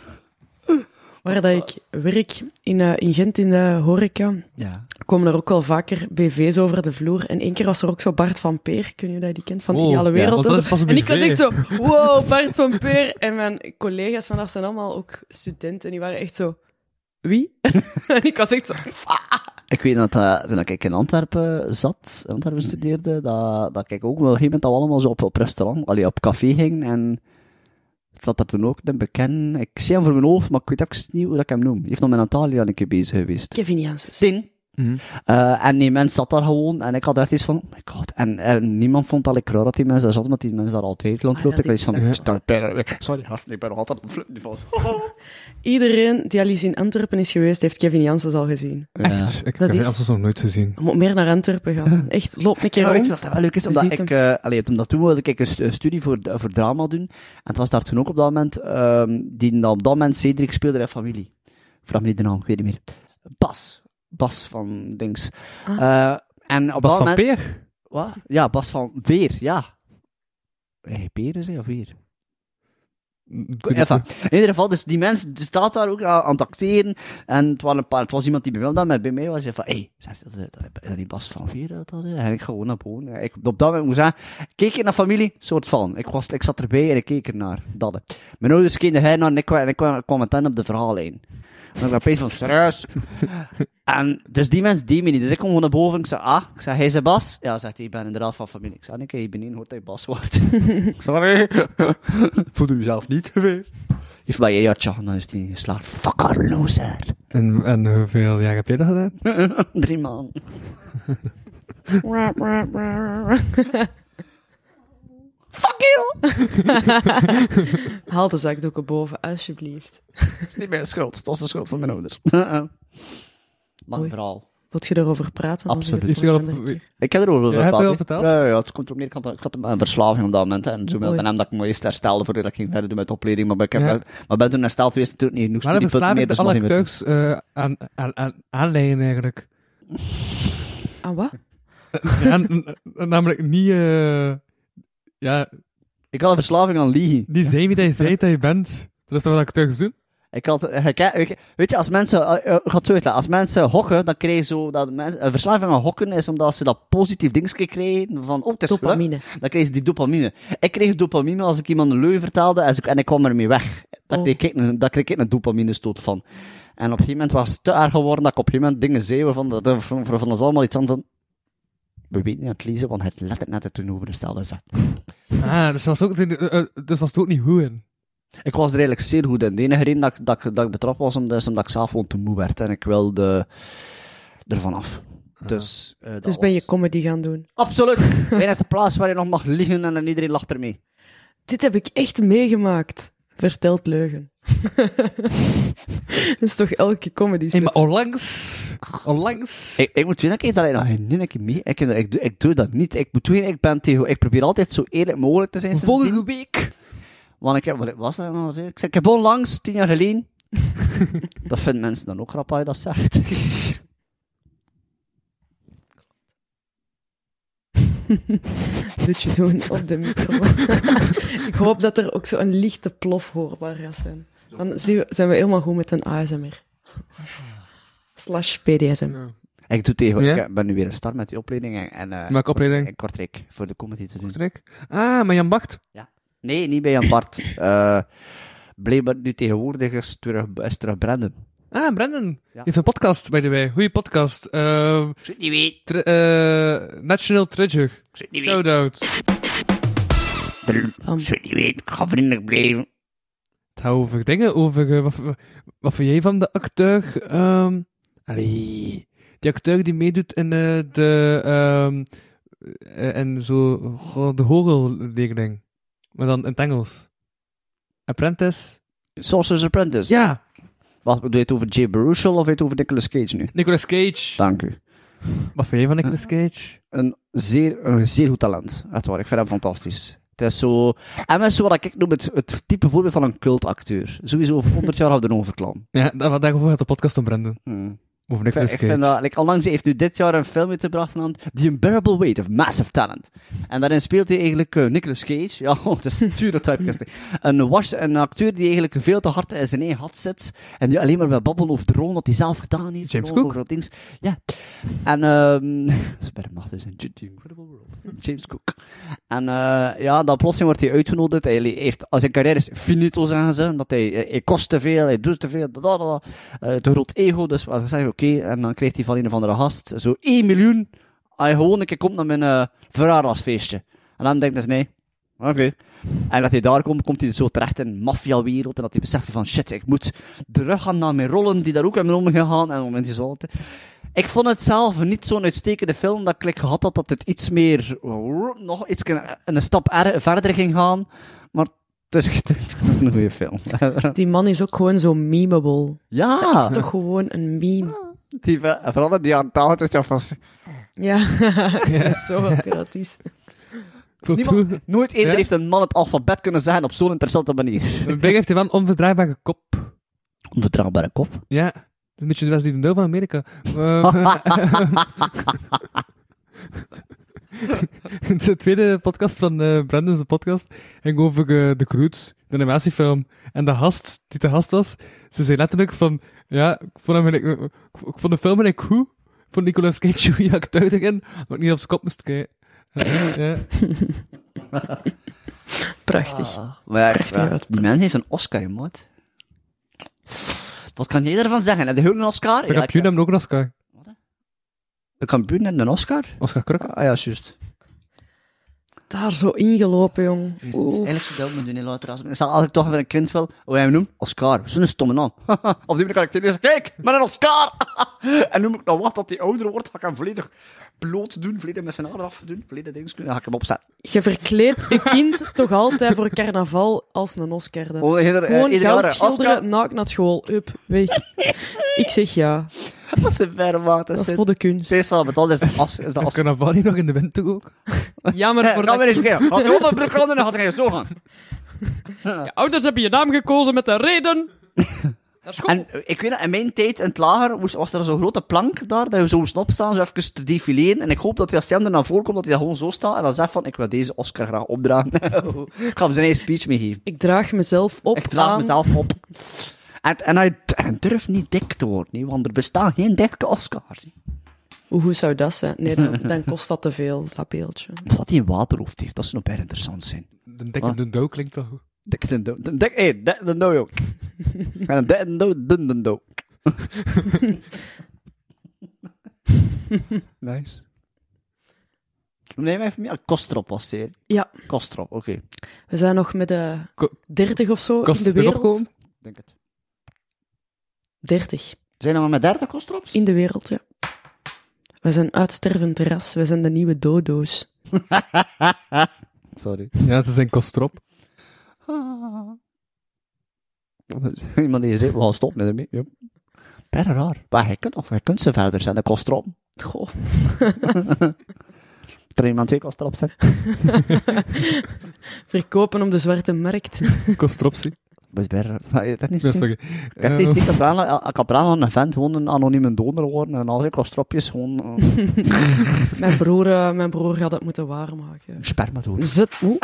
Speaker 3: Waar dat ik werk, in Gent in de horeca,
Speaker 1: Ja.
Speaker 3: komen er ook wel vaker BV's over de vloer. En één keer was er ook zo Bart van Peer, kun je dat die kent, van de
Speaker 2: Oh,
Speaker 3: Ideale
Speaker 2: ja,
Speaker 3: Wereld.
Speaker 2: want dat
Speaker 3: en
Speaker 2: is
Speaker 3: zo.
Speaker 2: pas een
Speaker 3: En ik was
Speaker 2: BV.
Speaker 3: echt zo, wow, Bart van Peer. En mijn collega's van dat zijn allemaal ook studenten, die waren echt zo, wie? En ik was echt zo,
Speaker 1: Ik weet dat toen ik in Antwerpen studeerde, dat ik ook wel op een gegeven moment al allemaal zo op restaurant, op café ging en dat er toen ook een bekend, ik zie hem voor mijn hoofd, maar ik weet ook niet hoe dat ik hem noem. Hij heeft nog met Natalia een keer bezig geweest.
Speaker 3: Kevin Janssens.
Speaker 1: Tien.
Speaker 2: Mhm.
Speaker 1: En die mens zat daar gewoon, en ik had echt iets van, oh my god, en niemand vond dat ik raar dat die mensen daar zat, maar die mensen daar altijd rondloopt.
Speaker 3: dat
Speaker 1: Ik had iets
Speaker 3: is
Speaker 1: van, sorry gasten, ik ben nog altijd op flipniveau.
Speaker 3: Iedereen die al eens in Antwerpen is geweest, heeft Kevin Janssens al gezien.
Speaker 2: Echt? Ik
Speaker 3: Dat
Speaker 2: heb
Speaker 3: is-
Speaker 2: Janssens nog nooit gezien.
Speaker 3: Je moet meer naar Antwerpen gaan. Echt, loop een keer
Speaker 1: Ja, weet je
Speaker 3: rond.
Speaker 1: wat wel leuk is?
Speaker 3: Je
Speaker 1: Omdat
Speaker 3: ziet
Speaker 1: ik, omdat toen wilde ik een studie voor drama doen. En het was daar toen ook op dat moment, die op dat moment Cedric speelde in familie. Vraag me niet de naam, ik weet niet meer. Bas van Dings. En op
Speaker 2: Bas
Speaker 1: dat
Speaker 2: van
Speaker 1: moment...
Speaker 2: Peer?
Speaker 1: Wat? Ja, Bas van Veer, ja. Peer is hij, of Veer? Enfin, in ieder geval, dus die mens die staat daar ook aan het acteren. En het was iemand die bij mij was, maar bij mij was hij van, hé, dat die Bas van Veer dat had? En ik gewoon naar boven. Op dat moment moest zeggen, keek je naar familie? Soort van. Ik zat erbij en ik keek ernaar. Dat. Mijn ouders keken hij naar en ik kwam meteen op de verhaallijn. En ik opeens van, serieus? En dus die mens die me niet. Dus ik kom gewoon naar boven. Ik zei, hij is Bas? Ja, zegt hij, ik ben inderdaad van familie. Ik zei, nee, kijk, beneden hoort hij Bas wordt. Sorry. Voelde u zelf niet weer? Heeft bij je jatje, dan is hij geslaagd. Fucker loser.
Speaker 2: En hoeveel jaar heb je dat gedaan?
Speaker 1: 3 maanden. Fuck you!
Speaker 3: Haal de zakdoeken boven, alsjeblieft.
Speaker 1: Het is niet mijn schuld. Het was de schuld van mijn ouders. Lang
Speaker 3: Oei.
Speaker 1: verhaal.
Speaker 3: Wilt je daarover praten? Dan
Speaker 1: Absoluut.
Speaker 3: zeg ik
Speaker 2: Heeft
Speaker 3: het
Speaker 2: u
Speaker 3: een
Speaker 2: al
Speaker 3: andere
Speaker 2: op-
Speaker 3: keer.
Speaker 1: Ik heb erover
Speaker 2: Ja, heb je al verteld?
Speaker 1: Ja, het komt op neer. Ik had een verslaving op dat moment. Hè, en zo
Speaker 3: Oei.
Speaker 1: met hem dat ik me eerst herstelde voordat ik ging verder doen met de opleiding. Maar ik heb maar ben toen hersteld geweest. Natuurlijk niet genoeg
Speaker 2: Maar de
Speaker 1: studiepunten meer.
Speaker 2: verslaving
Speaker 1: Dus
Speaker 2: de
Speaker 1: nog
Speaker 2: alle
Speaker 1: niet meer.
Speaker 2: tuigs aanleggen eigenlijk.
Speaker 3: Ah, wat?
Speaker 2: Ja, namelijk niet, ja,
Speaker 1: Ik had een verslaving aan liegen.
Speaker 2: niet zijn wie dat je zei dat je bent. Dat is toch wat ik tuigs doen?
Speaker 1: Ik had, weet je, als mensen, ik ga het zo uitleggen, als mensen hokken, dan krijg je zo, een verslaving aan hokken is omdat ze dat positief dingetje krijgen van, oh, het is gelukt.
Speaker 3: Dopamine.
Speaker 1: Dan kreeg ze die dopamine. Ik kreeg dopamine als ik iemand een leugen vertelde en ik kwam ermee weg. Daar
Speaker 3: Oh.
Speaker 1: kreeg ik een dopamine stoot van. En op een gegeven moment was het te erg geworden dat ik op een gegeven moment dingen zei waarvan ons allemaal iets aan van... We weten niet aan het lezen, want het letterlijk net het tegenovergestelde zet.
Speaker 2: Dus was het ook niet goed in.
Speaker 1: Ik was er eigenlijk zeer goed in. De enige reden dat ik betrapt was, omdat ik zelf gewoon te moe werd. En ik wilde ervan af. Dus,
Speaker 3: Dus ben je comedy gaan doen?
Speaker 1: Absoluut! Mijn is de plaats waar je nog mag liegen en iedereen lacht ermee.
Speaker 3: Dit heb ik echt meegemaakt. Verteld leugen. Dat is toch elke comedy
Speaker 2: Hey,
Speaker 3: set?
Speaker 2: maar onlangs...
Speaker 1: Ik moet weten dat ik nog een keer mee... Ik doe dat niet. Ik probeer altijd zo eerlijk mogelijk te zijn.
Speaker 2: Volgende week...
Speaker 1: Want wat was dat nou? Ik heb onlangs, 10 jaar geleden... Dat vinden mensen dan ook grappig als je dat zegt.
Speaker 3: Dutje doen op de micro. Ik hoop dat er ook zo een lichte plof hoorbaar gaat zijn. Dan zijn we helemaal goed met een ASMR. / PDSM.
Speaker 1: Ik ben nu weer gestart met die opleiding.
Speaker 2: Welke opleiding?
Speaker 1: In Kortrijk, voor de comedy te doen.
Speaker 2: Maar Jan Bart?
Speaker 1: Nee, niet bij Jan Bart. Blijkbaar nu tegenwoordig is terug Brandon.
Speaker 2: Brandon.
Speaker 1: Ja.
Speaker 2: Die heeft een podcast, by the way. Goeie podcast.
Speaker 1: Ik zou het niet weten.
Speaker 2: National Treasure.
Speaker 1: Ik zou het niet weten.
Speaker 2: Shout-out.
Speaker 1: Ik zou het niet weten. Ik ga vriendelijk blijven.
Speaker 2: Het gaat over dingen, wat vind jij van de acteur? Die acteur die meedoet in de horrorleerling. Maar dan in het Engels. Apprentice?
Speaker 1: Sorcerer's Apprentice?
Speaker 2: Ja.
Speaker 1: Wat, doe je het over Jay Baruchel of doe je het over Nicolas Cage nu?
Speaker 2: Nicolas Cage.
Speaker 1: Dank u.
Speaker 2: Wat vind jij van Nicolas Cage?
Speaker 1: Een zeer goed talent. Echt waar, ik vind hem fantastisch. Het is zo... En is zo wat ik noem het type voorbeeld van een cultacteur. Sowieso over 100 jaar hadden we erover verklapt.
Speaker 2: Ja, daarover gaat de podcast om Brandon. Over Nicolas Cage.
Speaker 1: Ik vind dat... Onlangs heeft nu dit jaar een film uitgebracht genaamd The Unbearable Weight of Massive Talent. En daarin speelt hij eigenlijk Nicolas Cage. Ja, het is natuurlijk typecasting. Een acteur die eigenlijk veel te hard in zijn eigen gat zit. En die alleen maar wil babbelen over de rol dat hij zelf gedaan heeft.
Speaker 2: James Cook?
Speaker 1: Over dings. Ja. En... dat is bij de macht, is in The Incredible World. James Cook. En dan plotseling wordt hij uitgenodigd. Hij heeft, als zijn carrière is finito, zeggen ze. Omdat hij kost te veel, hij doet te veel. Te groot ego. Dus we zeggen, oké. En dan krijgt hij van een of andere gast zo 1 miljoen. Als je gewoon een keer komt naar mijn verjaardagsfeestje. En dan denkt hij, nee. Oké. En dat hij daar komt hij zo terecht in een maffia-wereld. En dat hij beseft van, shit, ik moet terug gaan naar mijn rollen die daar ook hebben omgegaan. En dan moment is zo altijd... Ik vond het zelf niet zo'n uitstekende film dat ik gehad had dat het iets meer, nog iets een stap verder ging gaan. Maar het is een goede film.
Speaker 3: Die man is ook gewoon zo memeable.
Speaker 1: Ja.
Speaker 3: Dat is toch gewoon een meme.
Speaker 1: Vooral in die jaren 80 is dat vast...
Speaker 3: Ja, ja. Zo dat is.
Speaker 1: Nooit eerder heeft een man het alfabet kunnen zeggen op zo'n interessante manier.
Speaker 2: Big heeft hij wel een onverdraaibare kop.
Speaker 1: Onverdraagbare kop?
Speaker 2: Ja. Dat is een beetje de Wesley Dino van Amerika. De tweede podcast van Brandon's podcast ging over The Croods, de animatiefilm. En de gast, die de gast was, ze zei letterlijk van, ja, ik vond de film eigenlijk goed. Ik vond Nicolas Cage goede acteur erin, maar ik niet op zijn kop moest kijken. Ja.
Speaker 3: Prachtig.
Speaker 1: Maar die mens heeft een Oscar, in maat. Wat kan jij ervan zeggen? Heb je ook een Oscar?
Speaker 2: De kampioen hebben ook een Oscar.
Speaker 1: De kampioen en een Oscar?
Speaker 2: Oscar Kruk.
Speaker 1: Ah ja, juist.
Speaker 3: Daar zo ingelopen, jong.
Speaker 1: Het is eigenlijk zo duidelijk doen in later. Als ik toch even een kind wil, hoe jij hem noemt? Oscar. Zo'n stomme naam. Op die manier kan ik tegen kijk, met een Oscar! En noem ik nog wat dat hij ouder wordt, ga ik hem volledig bloot doen, volledig met zijn haren af doen, volledig dingen doen, dan ga ik hem opzetten.
Speaker 3: Je verkleedt je kind toch altijd voor carnaval als een Oscar dan? Gewoon
Speaker 1: ieder
Speaker 3: goud
Speaker 1: jaar,
Speaker 3: schilderen,
Speaker 1: Oscar.
Speaker 3: naakt naar school, up, weg. Ik zeg ja.
Speaker 1: Dat is een verre maat.
Speaker 3: Dat is voor de kunst.
Speaker 1: Het eerste wat betaald is de Oscar. Is de
Speaker 2: Is
Speaker 1: Oscar.
Speaker 2: carnaval niet nog in de wind toch ook?
Speaker 3: Ja, maar voor
Speaker 1: Ga maar
Speaker 3: dat...
Speaker 1: eens een keer. Had je onderbroek aan doen, dan had hij zo gaan.
Speaker 3: Je ouders hebben je naam gekozen met een reden. Naar school.
Speaker 1: En ik weet dat, in mijn tijd in het lager was er zo'n grote plank daar, dat je zo moest opstaan, zo even te defileren. En ik hoop dat hij als hij er naar voren komt, dat hij dat gewoon zo staat en dan zegt van, ik wil deze Oscar graag opdragen. Ik ga hem zijn eigen speech meegeven.
Speaker 3: Ik draag mezelf op
Speaker 1: Ik draag
Speaker 3: aan...
Speaker 1: mezelf op. En hij durft niet dik te worden, nee, want er bestaan geen dikke Oscars.
Speaker 3: Hoe zou dat zijn? Nee, dan kost dat te veel, dat beeldje.
Speaker 1: Of dat hij een waterhoofd heeft, dat zou nog bijna interessant zijn.
Speaker 2: De dikke dood klinkt wel goed.
Speaker 1: Dik de dood, joh. Ik ben een dikke dood, dun de dood. Nice. Nee, maar even meer. Kostrop was het.
Speaker 3: Ja.
Speaker 1: Kostrop, oké.
Speaker 3: We zijn nog met de 30 of zo
Speaker 2: Kost
Speaker 3: in de
Speaker 2: erop
Speaker 3: wereld.
Speaker 2: komen?
Speaker 1: Denk het.
Speaker 3: 30
Speaker 1: Zijn we nog met 30 kostrops?
Speaker 3: in de wereld, ja. We zijn uitstervend ras. We zijn de nieuwe dodo's.
Speaker 1: Sorry.
Speaker 2: Ja, ze zijn kostrop.
Speaker 1: Iemand die zei, we gaan stoppen met ermee. Yep. Bijna raar. Maar hij kunt ze verder zijn, de kostrop.
Speaker 3: Goh.
Speaker 1: Er iemand 2 kostrop zijn.
Speaker 3: Verkopen op de zwarte markt.
Speaker 2: Kostropsie.
Speaker 1: Dat is bijna raar. Dat is niet
Speaker 2: Ja,
Speaker 1: zo.
Speaker 2: sorry.
Speaker 1: Ik heb niet zeker praten. Ik kan praten aan een vent, gewoon een anonieme donor worden. En al zijn kostropjes gewoon
Speaker 3: Mijn broer gaat het moeten waarmaken.
Speaker 1: sperma doen.
Speaker 3: Zet... Oeh.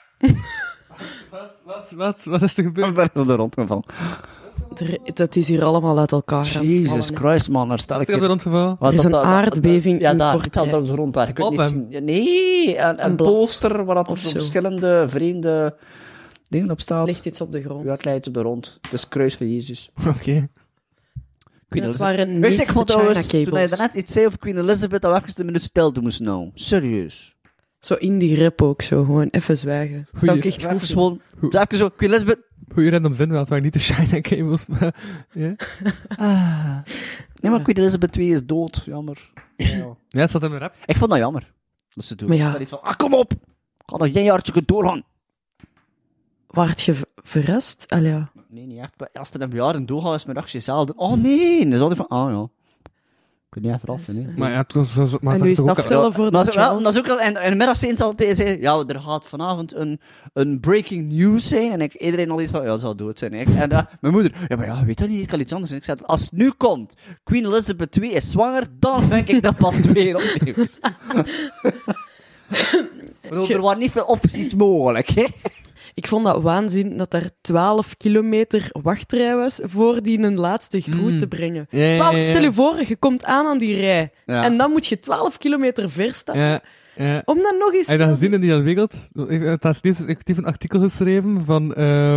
Speaker 2: Wat is er
Speaker 1: Ik
Speaker 2: gebeurd?
Speaker 1: ben er rondgevallen.
Speaker 3: Dat is hier allemaal uit elkaar. aan het
Speaker 1: Jesus
Speaker 3: vallen, hè.
Speaker 1: Christ, man. Daar stel
Speaker 2: Wat
Speaker 1: ik
Speaker 2: is er rondgevallen?
Speaker 1: Wat
Speaker 3: Er is
Speaker 1: dat-
Speaker 3: een
Speaker 1: dat-
Speaker 3: aardbeving
Speaker 1: Ja,
Speaker 3: in
Speaker 1: daar.
Speaker 3: Kortrijk.
Speaker 1: Ik had zo rond daar. Je kunt
Speaker 2: Op
Speaker 1: niet
Speaker 2: hem.
Speaker 1: zien. Nee, een
Speaker 3: blad.
Speaker 1: poster waar dat er
Speaker 3: Of
Speaker 1: zo
Speaker 3: zo.
Speaker 1: verschillende vreemde dingen op staat.
Speaker 3: Ligt iets op de grond.
Speaker 1: Ja, het leidt op de rond. Het is het kruis van Jezus.
Speaker 2: Oké.
Speaker 1: Queen
Speaker 3: Het
Speaker 1: Elizabeth.
Speaker 3: waren
Speaker 1: Weet
Speaker 3: niet
Speaker 1: je, ik
Speaker 3: de
Speaker 1: vond
Speaker 3: China
Speaker 1: trouwens, toen hij
Speaker 3: cables.
Speaker 1: daarnet iets zei over Queen Elizabeth, dat we even een minuut stilte moesten houden. Serieus.
Speaker 3: Zo in die rap ook zo, gewoon even zwijgen. Zou ik echt
Speaker 1: Even
Speaker 3: goed
Speaker 1: gewoon, even zo, Queen Elizabeth.
Speaker 2: Goeie random zin, want het waren niet de China cables, maar... Ja,
Speaker 1: Nee, maar Queen Elizabeth 2 is dood. Jammer. Ja.
Speaker 2: ja het zat in mijn rap.
Speaker 1: Ik vond dat jammer. Dat ze doen.
Speaker 3: Maar ja.
Speaker 1: Ik had iets van, kom op. Ga nog 1 jaartje doorgaan.
Speaker 3: Waart je verrast? Allee, ja.
Speaker 1: Nee, niet echt. Als er een bejaarde doorgaat, is mijn reactie zelden. Oh nee. Dan zou je van, ja. Ik weet niet echt verrassen, nee.
Speaker 2: Maar ja, het was... Maar
Speaker 3: En
Speaker 2: het
Speaker 3: nu is
Speaker 2: toch
Speaker 3: het
Speaker 2: ook-
Speaker 3: aftellen voor
Speaker 1: Maar
Speaker 3: de
Speaker 1: dat is wel-
Speaker 3: Charles.
Speaker 1: dat is ook al, en de middag eens altijd zei, ja, er gaat vanavond een breaking news zijn. En iedereen al iets van, ja, het zal dood zijn. En mijn moeder, ja, maar ja, weet dat niet, ik kan iets anders. En ik zei, als het nu komt, Queen Elizabeth 2 is zwanger, dan denk ik dat pas weer opnieuw is. Ik bedoel, er waren niet veel opties mogelijk, hè.
Speaker 3: Ik vond dat waanzin dat er 12 kilometer wachtrij was voor die een laatste groet te brengen.
Speaker 2: Ja, ja,
Speaker 3: 12,
Speaker 2: ja.
Speaker 3: stel je voor, je komt aan die rij.
Speaker 1: Ja.
Speaker 3: En dan moet je 12 kilometer ver staan.
Speaker 2: Ja, ja.
Speaker 3: Om dan nog eens...
Speaker 2: Heb je dat gezien in die wereld? Daar is effectief een artikel geschreven van...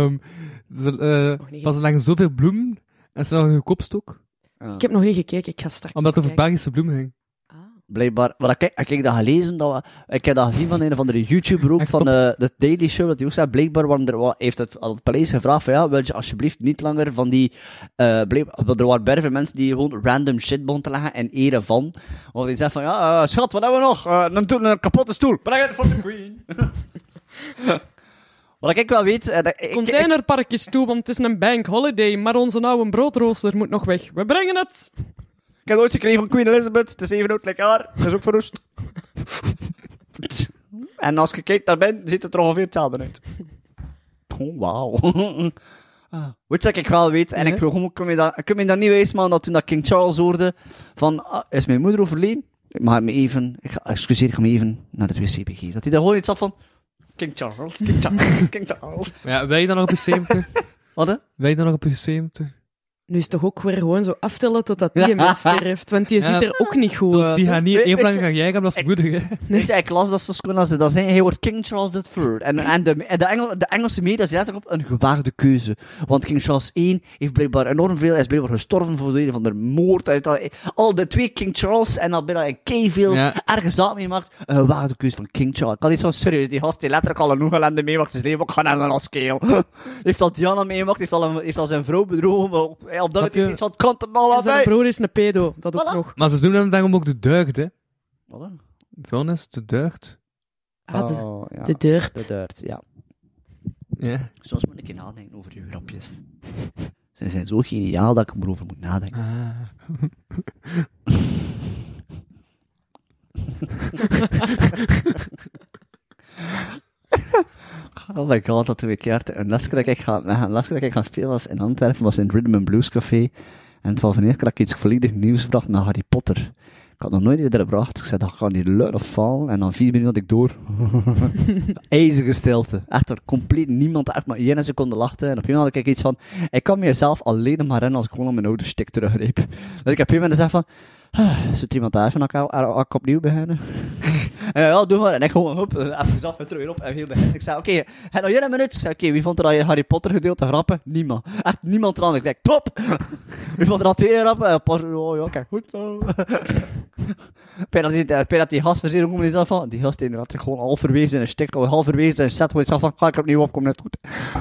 Speaker 3: niet
Speaker 2: van ze leggen zoveel bloemen en ze hadden een kopstok.
Speaker 3: Ik heb nog niet gekeken, ik ga straks
Speaker 2: Omdat het over
Speaker 3: kijken.
Speaker 2: Belgische bloemen ging.
Speaker 1: Blijkbaar, maar ik heb dat gelezen, ik heb dat gezien van een of andere YouTuber ook,
Speaker 2: Echt
Speaker 1: van
Speaker 2: top.
Speaker 1: de Daily Show, dat hij ook zei, blijkbaar heeft het paleis gevraagd van, ja, wil je alsjeblieft niet langer van die, er waren berven mensen die gewoon random shit begonnen te leggen in ere van, want die zei van, ja, schat, wat hebben we nog? Een kapotte stoel, breng het voor de queen. Wat ik wel weet,
Speaker 3: Containerpark is toe, want het is een bank holiday, maar onze oude broodrooster moet nog weg. We brengen het!
Speaker 1: ik heb ooit gekregen van Queen Elizabeth, het is even oud like haar, dat is ook verroest. En als je kijkt naar binnen, ziet het er ongeveer hetzelfde uit. Oh, wauw. Weet je wat ik wel weet? En
Speaker 2: Ja?
Speaker 1: ik kan me dat niet wijs maken dat toen dat King Charles hoorde van, is mijn moeder overleden? Ik mag me even, ik ga me even naar het wc begeven. Dat hij daar gewoon iets had van, King Charles, King Charles, King Charles.
Speaker 2: Maar ja, wij dan nog op je 70?
Speaker 1: Wat hè?
Speaker 2: Wij dan nog op je 70?
Speaker 3: Nu is het toch ook weer gewoon zo aftellen totdat die mens sterft, want die
Speaker 2: Ja.
Speaker 3: ziet er ook niet goed uit.
Speaker 2: Die
Speaker 3: hè.
Speaker 2: gaan niet
Speaker 1: Weet-
Speaker 2: even
Speaker 1: weet
Speaker 2: lang
Speaker 1: je-
Speaker 2: gaan jij omdat ze moedig, hè.
Speaker 1: Weet je, ik las dat ze gewoon als ze dat zijn, hij wordt King Charles III. En de Engelse media zetten op een gewaagde keuze. Want King Charles I heeft blijkbaar enorm veel, hij is blijkbaar gestorven voor de reden van de moord. Hij heeft al de 2 King Charles en al bijna een keiveel
Speaker 2: Ja.
Speaker 1: ergens zaken meemaakt. Een gewaagde keuze van King Charles. Ik had iets van, serieus, die gast die letterlijk al een Oegellende meemaakt, zijn leven ook gaan hebben als keel. Heeft al Diana meemaakt, heeft al zijn vrouw bedrogen, maar op dat moment
Speaker 2: je-
Speaker 1: iets van, het kan er nog
Speaker 3: En
Speaker 1: wel
Speaker 3: zijn
Speaker 1: bij.
Speaker 3: broer is een pedo, dat ook
Speaker 1: Voilà.
Speaker 3: nog.
Speaker 2: Maar ze doen hem daarom ook de deugd, hè.
Speaker 1: Wat dan?
Speaker 2: Vuilnis, de deugd.
Speaker 3: Ah, de,
Speaker 1: Oh, ja.
Speaker 3: de deurt.
Speaker 1: De deurt, ja.
Speaker 2: Ja.
Speaker 1: Soms moet ik nadenken over uw grapjes. Ze zijn zo geniaal dat ik erover moet nadenken. Oh my god, dat toen ik een lesje dat ik gaan spelen was in Antwerpen, was in het Rhythm and Blues Café. En het was van de eerste keer dat ik iets volledig nieuws bracht naar Harry Potter. Ik had nog nooit eerder gebracht. Ik zei, dat gaat niet luid of vallen. En dan 4 minuten had ik door. IJzige stilte. Echt, er compleet niemand, echt maar 1 seconde lachte. En op een moment had ik iets van, ik kan mezelf alleen maar herinneren als ik gewoon aan mijn oude stick teruggreep. Dat ik op een moment zei van, zou er iemand daar van elkaar opnieuw beginnen? En ja, doe maar. En ik gewoon, hop, even af met terug op en heel begin. Ik zei, oké, heb nog een minuut? Ik zei, oké, wie vond er al je Harry Potter gedeelte grappig? Niemand. Echt niemand eraan. Ik zei, top! Wie vond er al 2 grappig? Pas, oh ja, kijk, goed zo. Dat die gast verzin ook niet af van. Die gast inderdaad gewoon halverwege in een stuk, halverwege in een set, waar je zegt van, ga ik er opnieuw op, kom net goed.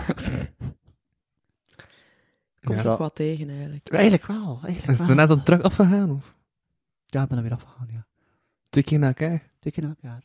Speaker 3: Komt nog wat tegen, eigenlijk.
Speaker 1: Eigenlijk wel.
Speaker 2: Is het er net dan terug afgegaan? Of?
Speaker 1: Ja, ik ben er weer afgegaan, ja.
Speaker 2: 2 keer na elkaar?
Speaker 1: 2 keer na elkaar.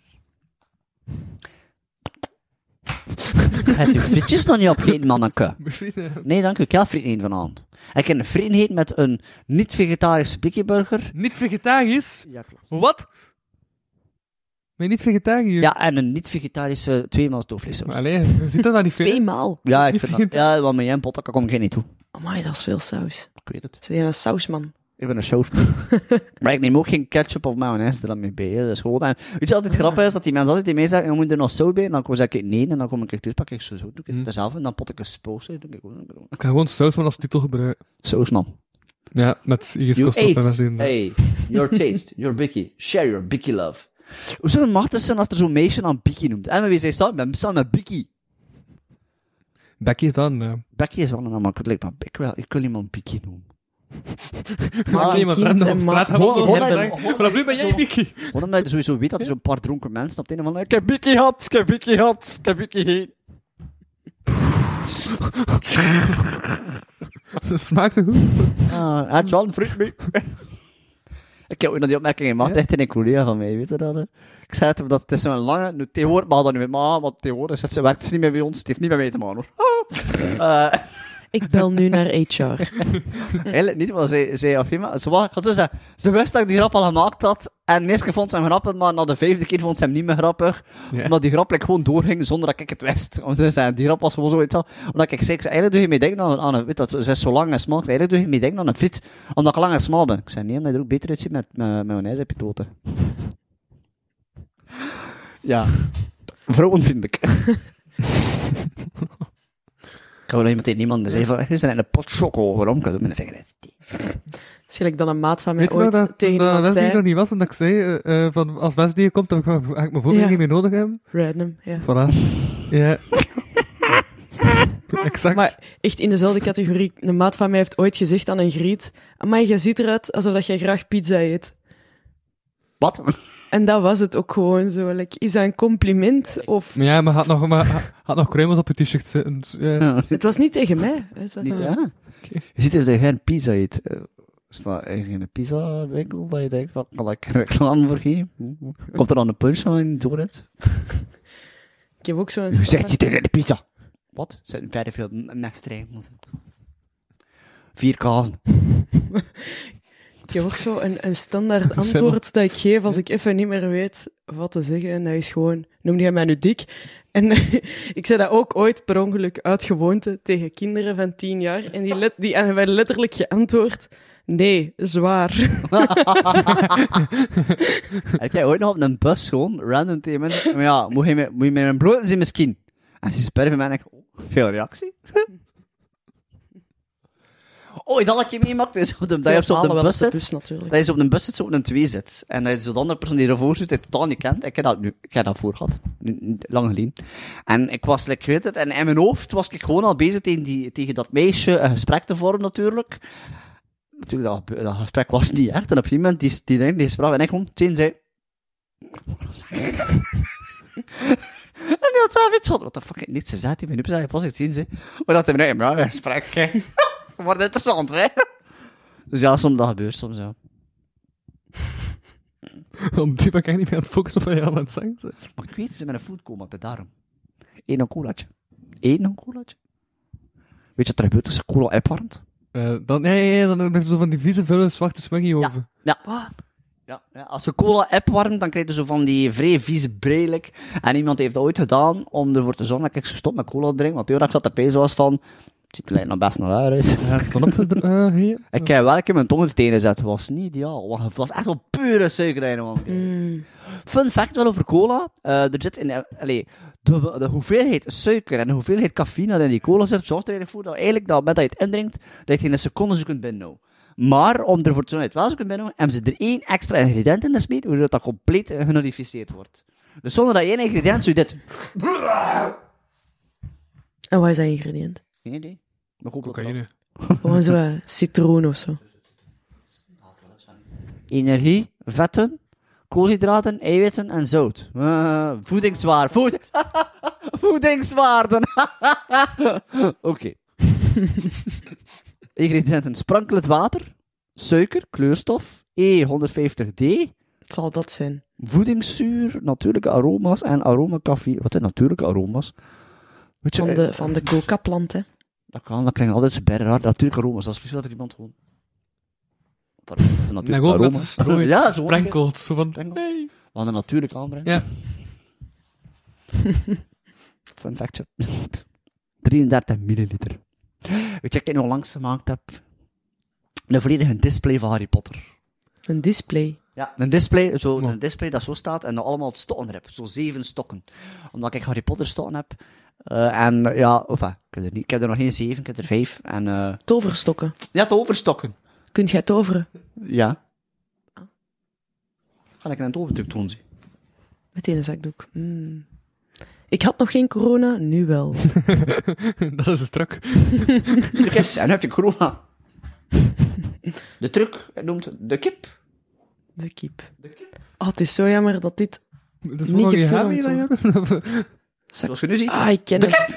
Speaker 1: Heb je frietjes nog niet opgegeten, manneke? Nee, dank u. Ik heb frieten eten vanavond. Ik heb een frieten eten met een niet-vegetarische bikkieburger.
Speaker 2: Niet vegetarisch?
Speaker 1: Ja, klopt.
Speaker 2: Wat? Ben je niet vegetariër?
Speaker 1: Ja, en een niet-vegetarische 2-maal toofvlees.
Speaker 2: Maar allee, je ziet dat nou niet veel.
Speaker 3: 2 maal.
Speaker 1: Ja, ik vind dat. Ja, want met jij pot, daar kom ik niet toe.
Speaker 3: Amai, dat is veel saus.
Speaker 1: Ik weet het.
Speaker 3: Ze zijn een sausman.
Speaker 1: Ik ben een saus. Maar ik neem ook geen ketchup of mayonaise er dan mee bij. Hè. Dat is gewoon... En, weet je, altijd grappig is dat die mensen altijd in mij zeggen, je moet er nog zout bij. En dan zeg ik nee, en dan kom ik thuis, pak ik zo zout, doe ik het zelf, en dan pot ik een spoos. Doe ik ook.
Speaker 2: Ik ga gewoon sausman als titel gebruiken.
Speaker 1: Saus, man.
Speaker 2: Ja, met Iris
Speaker 1: You
Speaker 2: Kost op en
Speaker 1: ate.
Speaker 2: met
Speaker 1: Hey, your taste, your Bikkie. Share your Bikkie love. Hoe zou het machtig zijn als er zo'n meisje aan Bikkie noemt? En wie zei samen met Bikkie?
Speaker 2: Becky is dan...
Speaker 1: Bikkie is wel een naam, maar ik wil iemand Bikkie noemen.
Speaker 2: Maar iemand
Speaker 3: kind
Speaker 2: random
Speaker 3: en
Speaker 2: op straat
Speaker 3: ma-
Speaker 2: gewoon
Speaker 3: Bikkie
Speaker 2: hebben.
Speaker 3: hebben.
Speaker 2: Maar dan ben jij Becky.
Speaker 1: Want omdat je sowieso weet dat er zo'n paar dronken mensen op het einde van... Ik heb Bikkie gehad, ik heb Bikkie gehad, ik heb Bikkie heen.
Speaker 2: Ze smaakte goed.
Speaker 1: Had je al een vriend mee? Ik heb ook nog die opmerking gemaakt, echt in een collega van mij, weet je dat? Hè? Ik zei hem dat het is zo'n lange... Nu, tegenwoordig mag dat niet meer, maar want tegenwoordig werkt ze niet meer bij ons, het heeft niet meer mee te maken, hoor.
Speaker 3: Ik bel nu naar HR.
Speaker 1: Eigenlijk niet, maar ze of iemand... Ze wist dat ik die grap al gemaakt had, en de eerste keer vond ze hem grappig, maar na de 5e keer vond ze hem niet meer grappig, omdat die grap gewoon doorging zonder dat ik het wist. Die grap was gewoon zo, weet je wel. Omdat ik zei, eigenlijk doe je mee denken aan een... Weet dat, ze is zo lang en smal, eigenlijk doe je mee denken aan een friet, omdat ik lang en smal ben. Ik zei, nee, omdat je er ook beter uitziet met mayonaise op je toten. Ja. Vrouwenvriendelijk. Ik wou iemand tegen niemand zei van, je bent in een pot choco, waarom? Ik had ook met een vinger in.
Speaker 3: Als ik dan een maat van mij
Speaker 2: Weet je wat
Speaker 3: ooit tegen iemand
Speaker 2: Wesley
Speaker 3: zei...
Speaker 2: nog niet was en dat ik zei, van als Wesley komt, dan ga ik mijn voorbeeld niet meer nodig hebben.
Speaker 3: Random, ja.
Speaker 2: Voilà. Ja. Exact.
Speaker 3: Maar echt in dezelfde categorie. Een maat van mij heeft ooit gezegd aan een griet... Amai, je ziet eruit alsof dat jij graag pizza eet.
Speaker 1: Wat?
Speaker 3: En dat was het ook gewoon zo. Like, is dat een compliment? Of...
Speaker 2: Ja, maar had nog kruimels op je t-shirt zitten. Dus, ja.
Speaker 3: Het was niet tegen mij. Het was
Speaker 1: Niet,
Speaker 3: dan-
Speaker 1: ja? Je ziet er dat je geen pizza eet. Is dat eigenlijk een pizza-winkel dat je denkt, wat kan ik reclame voor geven? Komt er dan een punchline door het?
Speaker 3: Ik heb ook zo'n...
Speaker 1: Je zegt je tegen de pizza. Wat? Er zitten verder veel mestrijden. 4 kazen.
Speaker 3: Ik heb ook zo een standaard antwoord dat ik geef als ik even niet meer weet wat te zeggen. En dat is gewoon, noemde jij mij nu dik? En ik zei dat ook ooit per ongeluk uit gewoonte tegen kinderen van 10 jaar. En die hebben letterlijk geantwoord, nee, zwaar.
Speaker 1: Heb jij ooit nog op een bus gewoon, random tegen mensen, maar ja, moet je met een bloot zien misschien? En ze sperven mij en ik, veel reactie. Oh, dat had je meemaakt, is dat je zo op de bus zit.
Speaker 3: Natuurlijk.
Speaker 1: Dat je zo op de bus zit, zo op een 2 zit. En dat je zo de andere persoon die ervoor zit, die je totaal niet kent. Ik heb dat voor gehad. Lang geleden. En ik was, ik weet het, en in mijn hoofd was ik gewoon al bezig tegen dat meisje een gesprek te vormen, natuurlijk. Natuurlijk, dat gesprek was niet echt. En op een moment, die sprak, en ik gewoon, Jane zei... En die had zelf iets van, wat de fuck, niet, ze zei, die me nu zei, pas ik zien, ze. Maar dat hij me nou, een gesprek, wordt interessant, hè? Dus ja, soms dat gebeurt soms, ja.
Speaker 2: Om die ben ik niet meer aan het focussen op wat je aan het zeggen bent.
Speaker 1: Maar ik weet, ze met een foodcoma, daarom. Eén colaatje. Weet je wat er gebeurt als je cola opwarmt?
Speaker 2: Dan heb je zo van die vieze, vuile, zwarte smuggie over.
Speaker 1: Ja. Ja, als je cola opwarmt, dan krijg je zo van die vrij vieze breilijk. En iemand heeft dat ooit gedaan om ervoor te zorgen dat ik stop met cola te drinken. Want heel erg dat de pees was van... Het ziet er lijkt nog best naar uit.
Speaker 2: Ja, dan op hier.
Speaker 1: Ik heb wel een keer mijn tong er tegen gezet. Het was niet ideaal. Want het was echt wel pure suiker in. Man. Fun fact wel over cola. Er zit in... de hoeveelheid suiker en de hoeveelheid cafeïne dat in die cola zit, zorgt er eigenlijk voor dat eigenlijk dat met dat je het indrinkt, dat je in een seconde zo kunt binnenhouden. Maar om ervoor te zorgen dat je het wel zo kunt binnenhouden, hebben ze er 1 extra ingrediënt in de smeer, waardoor dat compleet genodificeerd wordt. Dus zonder dat één ingrediënt zou je dit...
Speaker 3: En wat is dat ingrediënt?
Speaker 1: Geen idee. Maar goed,
Speaker 2: Cocaïne.
Speaker 3: Gewoon zo citroen of zo.
Speaker 1: Energie, vetten, koolhydraten, eiwitten en zout. Voedingswaarden. Oké. Ingrediënten: sprankelend water, suiker, kleurstof, E150D,
Speaker 3: Zal dat zijn?
Speaker 1: voedingszuur, natuurlijke aroma's en aromacafé. Wat zijn natuurlijke aroma's? Weet je,
Speaker 3: Van de coca-plant, hè.
Speaker 1: dat klinkt altijd zo bijna raar. Natuurlijke aroma's, dat is precies wat er iemand gewoon...
Speaker 2: En gewoon dat ze strooit,
Speaker 1: Ja, zo.
Speaker 2: sprenkelt. Zo van,
Speaker 1: Sprenkelt.
Speaker 2: nee.
Speaker 1: Wat een natuurlijk aanbrengen.
Speaker 2: Ja.
Speaker 1: Fun factje. 33 milliliter. Weet je, ik nog langs gemaakt heb? Een volledige display van Harry Potter.
Speaker 3: Een display.
Speaker 1: Ja, een display,
Speaker 2: Wow.
Speaker 1: een display dat zo staat en dat allemaal stokken er heb. Zo 7 stokken. Omdat ik Harry Potter stokken heb. En ja, ik heb er nog geen 7, ik heb er 5. En,
Speaker 3: Toverstokken.
Speaker 1: ja, toverstokken.
Speaker 3: Kunt jij toveren?
Speaker 1: Ja. Ga ik een tovertruc doen, zie.
Speaker 3: Meteen een zakdoek. Ik had nog geen corona, nu wel.
Speaker 2: Dat is een truc.
Speaker 1: Truc is, en nu heb je corona. De truc, het noemt de kip.
Speaker 3: De kip. Oh, het is zo jammer dat dit...
Speaker 2: Dat is
Speaker 3: Niet
Speaker 2: wel die
Speaker 3: gefilmd,
Speaker 2: Harry dan, ja?
Speaker 1: Zoals je nu ziet.
Speaker 3: Ah, ik ken het.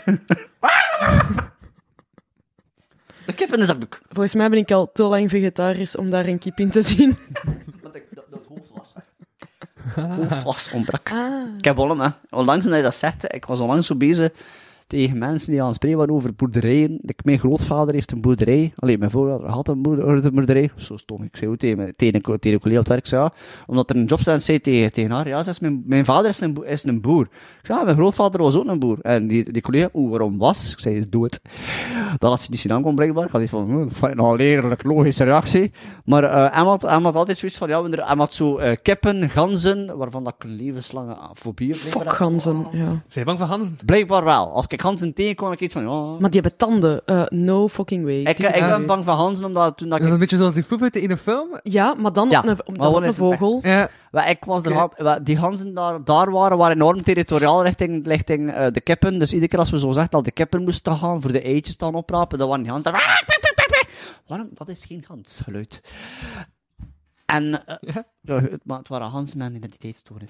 Speaker 1: De kip in de zakdoek.
Speaker 3: Volgens mij ben ik al te lang vegetarisch om daar een kip in te zien.
Speaker 1: Want dat hoofd was weg. Hoofd was ontbrak.
Speaker 3: Ah.
Speaker 1: Ik heb wel, hè. Onlangs dat je dat zegt, ik was onlangs zo bezig tegen mensen die aan het spreken waren over boerderijen. Mijn grootvader heeft een boerderij. Allee, mijn voorvader had een boerderij. Zo stom. Ik zei ook tegen een collega op het werk, zei, ja, omdat er een jobstand zei tegen haar, ja, mijn vader is een boer. Ik zei, ja, mijn grootvader was ook een boer. En die collega, waarom was? Ik zei, doe het. Dat had ze niet zien aankomen, blijkbaar. Ik had iets van, dat vond ik nog een eerlijk logische reactie. Maar hij had altijd zoiets van, ja, hij had zo kippen, ganzen, waarvan dat ik een levenslange fobie heb.
Speaker 3: Fuck ganzen, ja.
Speaker 2: Zijn je bang voor ganzen?
Speaker 1: Blijkbaar wel. Als ik ganzen tegenkwam, ik iets van, ja...
Speaker 3: Maar die hebben tanden. No fucking way.
Speaker 1: Ik ben bang van ganzen, omdat toen dat
Speaker 2: Dat is
Speaker 1: ik...
Speaker 2: een beetje zoals die foef uit de ene film.
Speaker 3: Ja, maar dan
Speaker 1: Ja,
Speaker 3: op een,
Speaker 1: maar
Speaker 3: dan
Speaker 1: gewoon
Speaker 3: op een
Speaker 1: is het echt-
Speaker 3: vogel.
Speaker 2: Ja.
Speaker 1: Maar ik was die ganzen daar waren enorm territoriaal richting de kippen. Dus iedere keer als we zo zeggen dat de kippen moesten gaan voor de eitjes dan oprapen, dan waren die ganzen daar... Waarom? Dat is geen gansgeluid. En... ja, het waren ganzen met een identiteitsstoornis.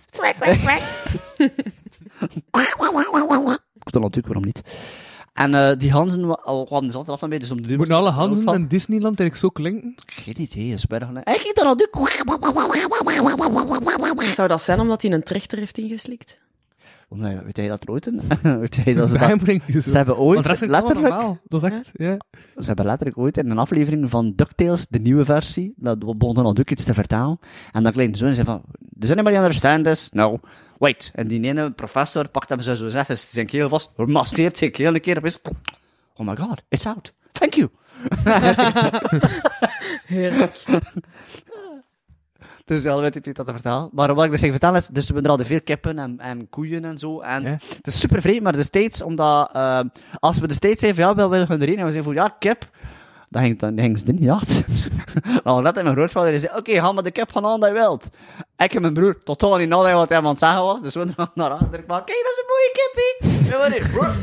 Speaker 1: Ik dan natuurlijk, waarom niet? En die ganzen kwamen dus altijd af en bij, dus om de duur...
Speaker 2: Moeten alle ganzen in Disneyland eigenlijk zo klinken?
Speaker 1: Geen idee, is bijna gelijk. Ik ging dan al doen.
Speaker 3: Zou dat zijn omdat hij een trechter heeft ingeslikt?
Speaker 1: Weet jij dat ooit? Weet jij dat ze
Speaker 2: Daarom
Speaker 1: dat...
Speaker 2: klinkt die zo.
Speaker 1: Ze hebben
Speaker 2: Want
Speaker 1: ooit
Speaker 2: de rest klinkt allemaal
Speaker 1: letterlijk...
Speaker 2: normaal. Dat is echt, ja.
Speaker 1: Ze hebben letterlijk ooit in een aflevering van DuckTales, de nieuwe versie, dat begon dan al Duck iets te vertalen. En dan kleine zoon zei van, does anybody understand this? No. Wait. En die ene professor pakt hem zo zeggen, zijn keel vast, maskeert zijn keel een keer op is. Oh my god, it's out. Thank you.
Speaker 3: Heerlijk.
Speaker 1: Dus ja, weet ik dat te vertellen. Maar wat ik dus ging vertellen is, dus we hadden veel kippen en koeien en zo. En
Speaker 2: Ja.
Speaker 1: het is super vreemd, maar de States, omdat, als we de States zeiden van, ja, we willen erin, en we zeiden van, ja, kip, dan ging ze er niet uit. Nou, net mijn grootvader, die zei, oké, ga maar de kip gaan aan dat je wilt. Ik en mijn broer, totaal niet nadenken wat hij aan het zeggen was, dus we er naar achter kwamen, kijk, dat is een mooie kippie. En we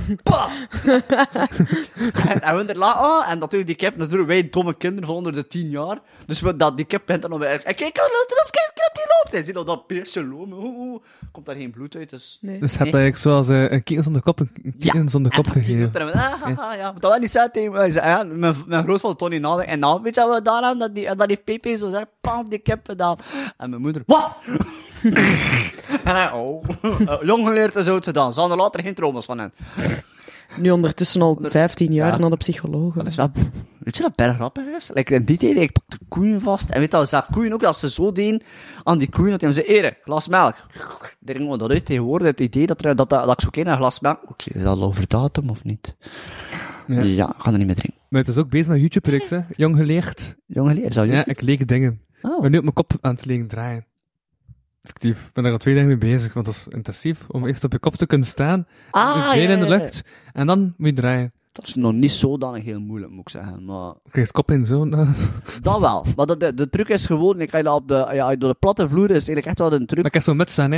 Speaker 1: en we er lachen, en natuurlijk die kip, natuurlijk wij domme kinderen van onder de 10 jaar, dus die kip bent dan nog bij, en kijk, kijk dat die loopt. En zie dat dat beestje lopen, komt daar geen bloed uit, dus...
Speaker 3: Nee.
Speaker 2: Dus je hebt eigenlijk zoals een keten zonder kop, een keten zonder kop gegeven.
Speaker 1: Ja, maar dat was niet zo tegen mij. Ja, mijn grootvader Tony nadenken. En nou, weet je wat we daar aan, dat die Pepe zo zegt, pam, die kip gedaan. En mijn moeder, wat? En hij, jong geleerd is oud gedaan. Ze hadden later geen trauma's van hen.
Speaker 3: Nu ondertussen al 15 jaar
Speaker 1: Ja.
Speaker 3: naar de psycholoog.
Speaker 1: Dat is wel, weet je dat bijna grappig is? Like, in die tijd, ik pakte koeien vast. En weet je, zelf koeien ook, als ze zo deden aan die koeien, dat die hem zei, ere, glas melk. Er ging dat uit tegenwoordig, het idee dat ik zo keer een glas melk... Oké, is dat al over datum of niet? Ja, ik ga er niet meer drinken.
Speaker 2: Maar het is ook bezig met YouTube-reeks, hè. Jong geleerd.
Speaker 1: Jongen, is dat
Speaker 2: Ja, ik leek dingen.
Speaker 1: Oh.
Speaker 2: Ik ben nu op mijn kop aan het leren draaien. Effectief. Ik ben daar al 2 dagen mee bezig, want dat is intensief. Om eerst op je kop te kunnen staan, benen in de lucht, en dan moet je draaien.
Speaker 1: Dat is nog niet zodanig heel moeilijk, moet ik zeggen. Maar
Speaker 2: Dan krijg je kop in zo.
Speaker 1: dat wel. Maar de truc is gewoon, ik ga dat op door de platte vloer is eigenlijk echt wel een truc.
Speaker 2: Maar ik heb zo'n muts aan, hè.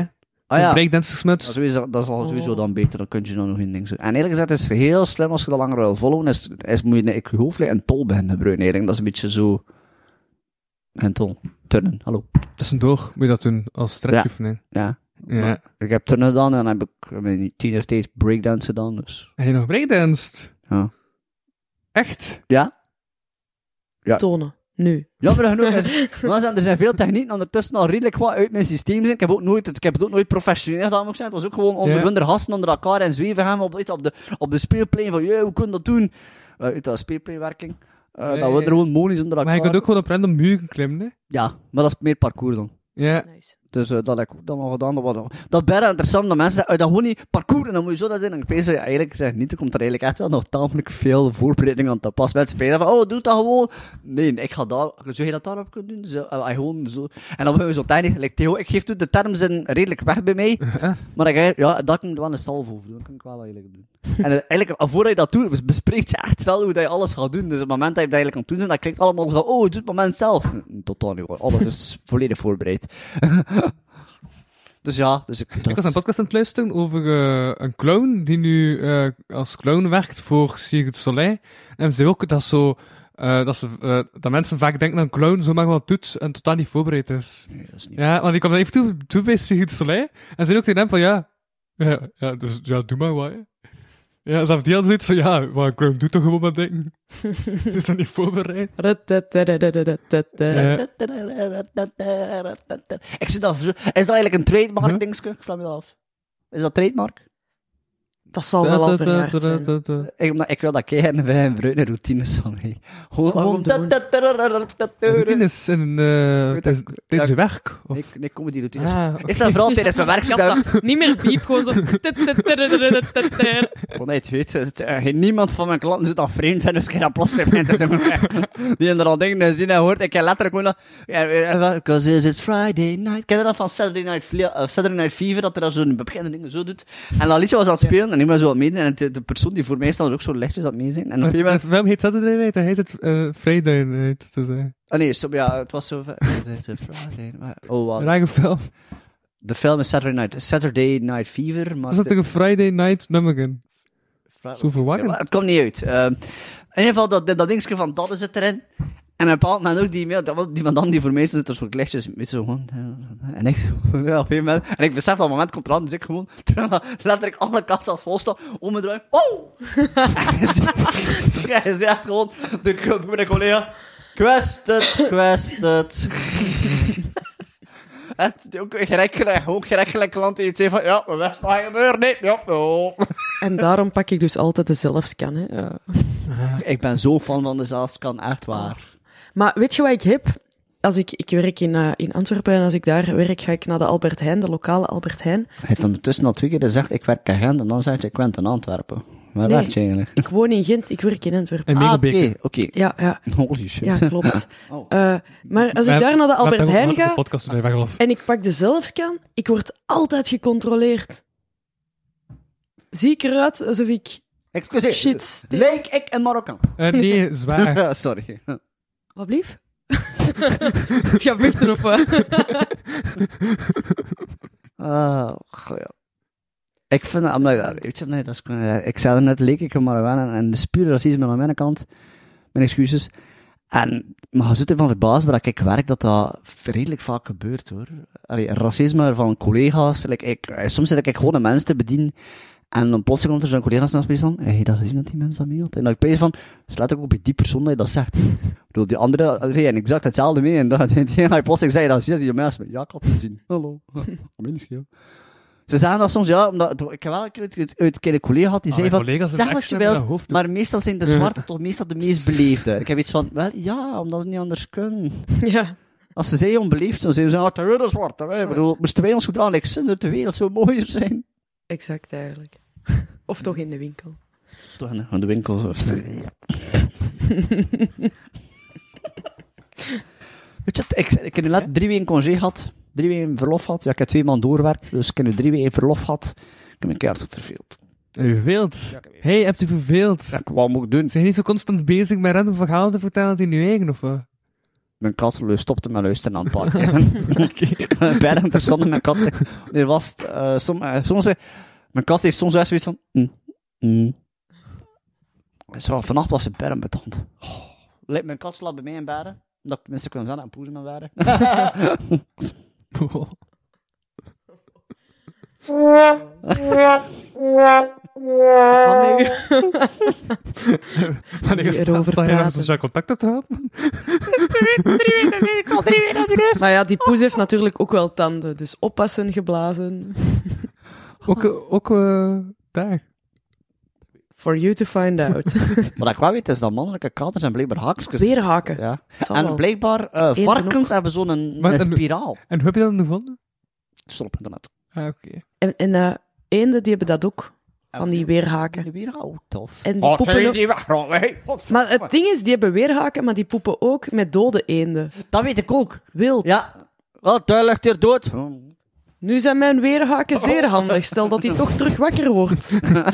Speaker 1: Ah ja,
Speaker 2: breakdancersmuts.
Speaker 1: dat is al sowieso
Speaker 3: Oh.
Speaker 1: dan beter, dan kun je dan nog in dingen. En eerlijk gezegd, is het heel slim als je dat langer wil volgen, moet je ik hoofd een tol beginnen gebruiken. Eigenlijk. Dat is een beetje zo... Een tol. Turnen, hallo.
Speaker 2: Tussendoor moet je dat doen als stretchoefening.
Speaker 1: Ja.
Speaker 2: Ja.
Speaker 1: Ik heb turnen gedaan en dan heb ik in die tienertijd breakdance gedaan, dus...
Speaker 2: Heb je nog breakdanced?
Speaker 1: Ja.
Speaker 2: Echt?
Speaker 1: Ja? Ja.
Speaker 3: Tonen. Nu.
Speaker 1: Jammer genoeg er zijn veel technieken ondertussen al redelijk wat uit mijn systeem zijn. Ik heb het ook nooit professioneel gedaan, moet ik zeggen. Het was ook gewoon onder gasten onder elkaar en zweven gaan op de speelplein van, hoe kunnen we dat doen? Uit dat speelpleinwerking. Dat we er gewoon monies onder elkaar.
Speaker 2: Maar je kunt ook gewoon op random muren klimmen, hè?
Speaker 1: Ja, maar dat is meer parcours dan.
Speaker 2: Ja.
Speaker 3: Nice.
Speaker 1: Dus dat heb ik ook dan al gedaan. Dat is bijna interessant dat mensen zeggen, dat gewoon niet parcours en dan moet je zo dat doen. En ik weet eigenlijk zeg niet, er komt er eigenlijk echt wel nog tamelijk veel voorbereiding aan te pas. Mensen spelen van, doe dat gewoon. Nee, ik ga daar, zou je dat daarop kunnen doen? Dus, gewoon zo. En dan beginnen we zo tijdig, like Theo, ik geef toe, de termen zijn redelijk weg bij mij. Maar ik dat kan ik wel een salvo over doen. Dat kan ik wel eigenlijk doen. En eigenlijk, voordat je dat doet, bespreekt je echt wel hoe dat je alles gaat doen. Dus op het moment dat je dat eigenlijk aan het doen bent, dat klinkt allemaal van, doe het moment zelf. Totaal niet hoor. Alles is volledig voorbereid. Dus ja,
Speaker 2: Ik was een podcast aan het luisteren over een clown die nu als clown werkt voor Cirque du Soleil. En ze ook dat zo, dat mensen vaak denken dat een clown zomaar wat doet en totaal niet voorbereid is.
Speaker 1: Nee, dat is niet.
Speaker 2: Ja, want ik kwam dan even toe bij Cirque du Soleil en zei ook tegen hem van dus doe maar wat, hè. Ja, ze hebben die al zoiets van, maar een clown doet toch gewoon wat dingen. Ze is dan niet voorbereid.
Speaker 1: Ik zit dat, is dat eigenlijk een trademark dingetje? Ik vraag me dat af. Is dat trademark?
Speaker 3: Dat zal wel al verjaard zijn.
Speaker 1: Ik wil dat keigen bij een bruine routines van mij.
Speaker 3: Gewoon doen.
Speaker 2: Routines tijdens je werk? Of?
Speaker 1: Nee, comedy routines.
Speaker 2: Ah,
Speaker 1: Is dat vooral tijdens mijn werk?
Speaker 3: Gast, niet meer piep, gewoon zo...
Speaker 1: Oh nee, het weet. Niemand van mijn klanten zit dat vreemd vinden, dus ik ga dat plots te doen. Die er al dingen zien en hoort. Ik heb letterlijk gewoon dat... Because it's Friday night. Ken je dat van Saturday Night Fever, dat er dan zo'n bekende dingen zo doet? En dat liedje was aan het spelen, en ik ben zo aan het meedoen, en de persoon die voor mij staat, ook zo lichtjes aan het meezingen. En op een gegeven moment...
Speaker 2: Waarom heet Saturday Night? Hij heet het Friday Night, te zeggen.
Speaker 1: Ah nee, stop, ja, het was zo... Friday... Oh, wat?
Speaker 2: Rare film.
Speaker 1: De film is Saturday Night Fever, maar...
Speaker 2: Er zat toch een Friday Night nummer Zo verwarrend.
Speaker 1: Ja, het komt niet uit. In ieder geval, dat dingetje van dat is het erin. En op een bepaald moment ook die man die voor mij zit er zo lichtjes, weet je zo gewoon, en ik zo, ja, op een gegeven moment, en ik besef dat moment komt eraan, dus ik gewoon, terwijl letterlijk alle kassa's vol staan, om me draaien, oh! Je zegt gewoon, mijn collega, kwestet. Ook gelijk klant die iets zei van, ja, wat is dat gebeurd? Nee, ja, oh.
Speaker 3: En daarom pak ik dus altijd de zelfscan, hè. Ja.
Speaker 1: Ik ben zo fan van de zelfscan, echt waar.
Speaker 3: Maar weet je wat ik heb? Als ik werk in Antwerpen en als ik daar werk, ga ik naar de Albert Heijn, de lokale Albert Heijn.
Speaker 1: Hij heeft ondertussen al 2 keer gezegd, ik werk in Gent, en dan zegt hij, ik werk in Antwerpen. Waar werk je eigenlijk?
Speaker 3: Ik woon in Gent, ik werk in Antwerpen.
Speaker 2: En Megelbeke.
Speaker 1: Oké.
Speaker 3: Ja.
Speaker 1: Holy shit.
Speaker 3: Ja, klopt.
Speaker 1: Oh.
Speaker 3: Maar als ik daar naar de Albert Heijn ga
Speaker 2: podcast toen hij weg was.
Speaker 3: en ik pak de zelfscan, ik word altijd gecontroleerd. Zie ik eruit alsof ik
Speaker 1: Excuseer.
Speaker 3: shit...
Speaker 1: Leek ik een Marokkaan?
Speaker 2: Nee, zwaar.
Speaker 1: Sorry.
Speaker 3: Wat blief? Het gaat vechten op wat?
Speaker 1: Goh, ja. Ik vind dat, weet je, nee, dat is, ik zei er net, leek ik een Marokkaan en de spuur racisme aan mijn kant. Mijn excuses. Maar je zit ervan verbaasd waar ik werk dat redelijk vaak gebeurt, hoor. Allee, racisme van collega's. Soms zit ik gewoon een mensen te bedienen. En dan plotseling komt er zo'n collega's naast mij staan. Heb je dat gezien dat die mensen dat mailt? En dan ben je van, slaat ook op bij die persoon dat je dat zegt. Ik bedoel, die andere en exact hetzelfde mee. En dan je plotseling zei, dat zie je dat die mensen. Ja, ik had het gezien. Hallo. Ze zeggen dat soms, ja, omdat, ik heb wel uit een collega gehad die zei van, zeg wat je wilt, maar meestal zijn de zwarte toch meestal de meest beleefde. Ik heb iets van, wel, ja, omdat ze niet anders kunnen.
Speaker 3: Ja.
Speaker 1: Als ze zei onbeleefd, dan zeiden ze, te willen zwarte. Ik bedoel, moesten wij ons gedaan, zodat de wereld zo mooier zijn.
Speaker 3: Exact, eigenlijk. Of toch in de winkel.
Speaker 1: Toch in de winkel. Zo. Weet je, ik heb nu net 3 weken congé gehad. 3 weken verlof gehad. Ja, ik heb 2 maanden doorgewerkt, dus ik heb nu 3 weken verlof gehad. Ik heb me keihard verveeld.
Speaker 2: Verveeld? Hey, hebt u verveeld?
Speaker 1: Ja, wat moet ik doen?
Speaker 2: Zijn je niet zo constant bezig met random verhalen te vertellen in je eigen, of wat?
Speaker 1: Mijn kat stopte met luisteren aan het pakken. Bij hem verstonden mijn kat. Die was soms mijn kat heeft soms zoiets van... Zo, vannacht was ze bij hem betand. Mijn kat slaapt bij mij in bed. Dat ik tenminste kan zijn en poezen met bed.
Speaker 2: Wanneer is het dat je sociaal contact hebt gehad?
Speaker 3: Maar ja, die poes heeft natuurlijk ook wel tanden, dus oppassen geblazen.
Speaker 2: Ook daar.
Speaker 3: For you to find out.
Speaker 1: Wat ik wel weet is dat mannelijke katers zijn blijkbaar haksjes.
Speaker 3: Weerhaken.
Speaker 1: Ja.
Speaker 3: Zal
Speaker 1: En
Speaker 3: wel.
Speaker 1: blijkbaar varkens hebben zo'n een spiraal.
Speaker 2: En hoe heb je dat gevonden?
Speaker 1: Stop op internet.
Speaker 2: Ah, oké.
Speaker 3: En eenden, die hebben dat ook. Van die weerhaken.
Speaker 1: Die weerhaken, tof.
Speaker 3: En die poepen ook... Maar het ding is, die hebben weerhaken, maar die poepen ook met dode eenden.
Speaker 1: Dat weet ik ook.
Speaker 3: Wild.
Speaker 1: Ja. Oh, daar ligt hier dood.
Speaker 3: Nu zijn mijn weerhaken zeer handig. Stel dat hij toch terug wakker wordt.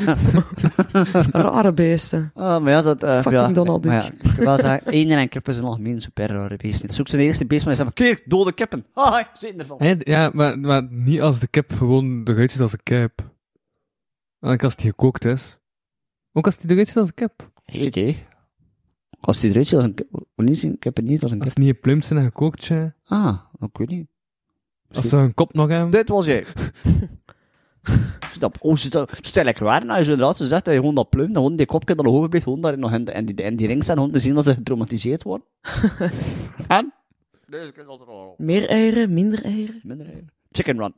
Speaker 3: Rare beesten.
Speaker 1: Maar ja, dat...
Speaker 3: Fucking Donald Duck.
Speaker 1: Maar ja, ik wil zeggen, eenden en kippen zijn algemeen super rare beesten. Zoek zijn eerste beest, maar hij zegt van, kijk, dode kippen. Haha, zitten ervan.
Speaker 2: Ja, maar niet als de kip gewoon eruit ziet als een kip. Eigenlijk als die gekookt is. Ook als die eruit ziet als een kip.
Speaker 1: Geen idee. Als die eruit ziet als een kip... Wil niet zien, kippen niet als een
Speaker 2: Als
Speaker 1: kip.
Speaker 2: die niet geplumpt zijn en gekookt zijn.
Speaker 1: Ik weet niet.
Speaker 2: Als ze hun kop nog hebben.
Speaker 1: Dit was jij. Stel ik waar, nou, je inderdaad zo zegt dat je gewoon dat pluim, dat gewoon die kopje dat hoog blijft, gewoon daar nog in die ring staan, gewoon te zien dat ze getraumatiseerd worden. En? Deze keer dat er al.
Speaker 3: Meer eieren, minder eieren.
Speaker 1: Minder eieren. Chicken Run.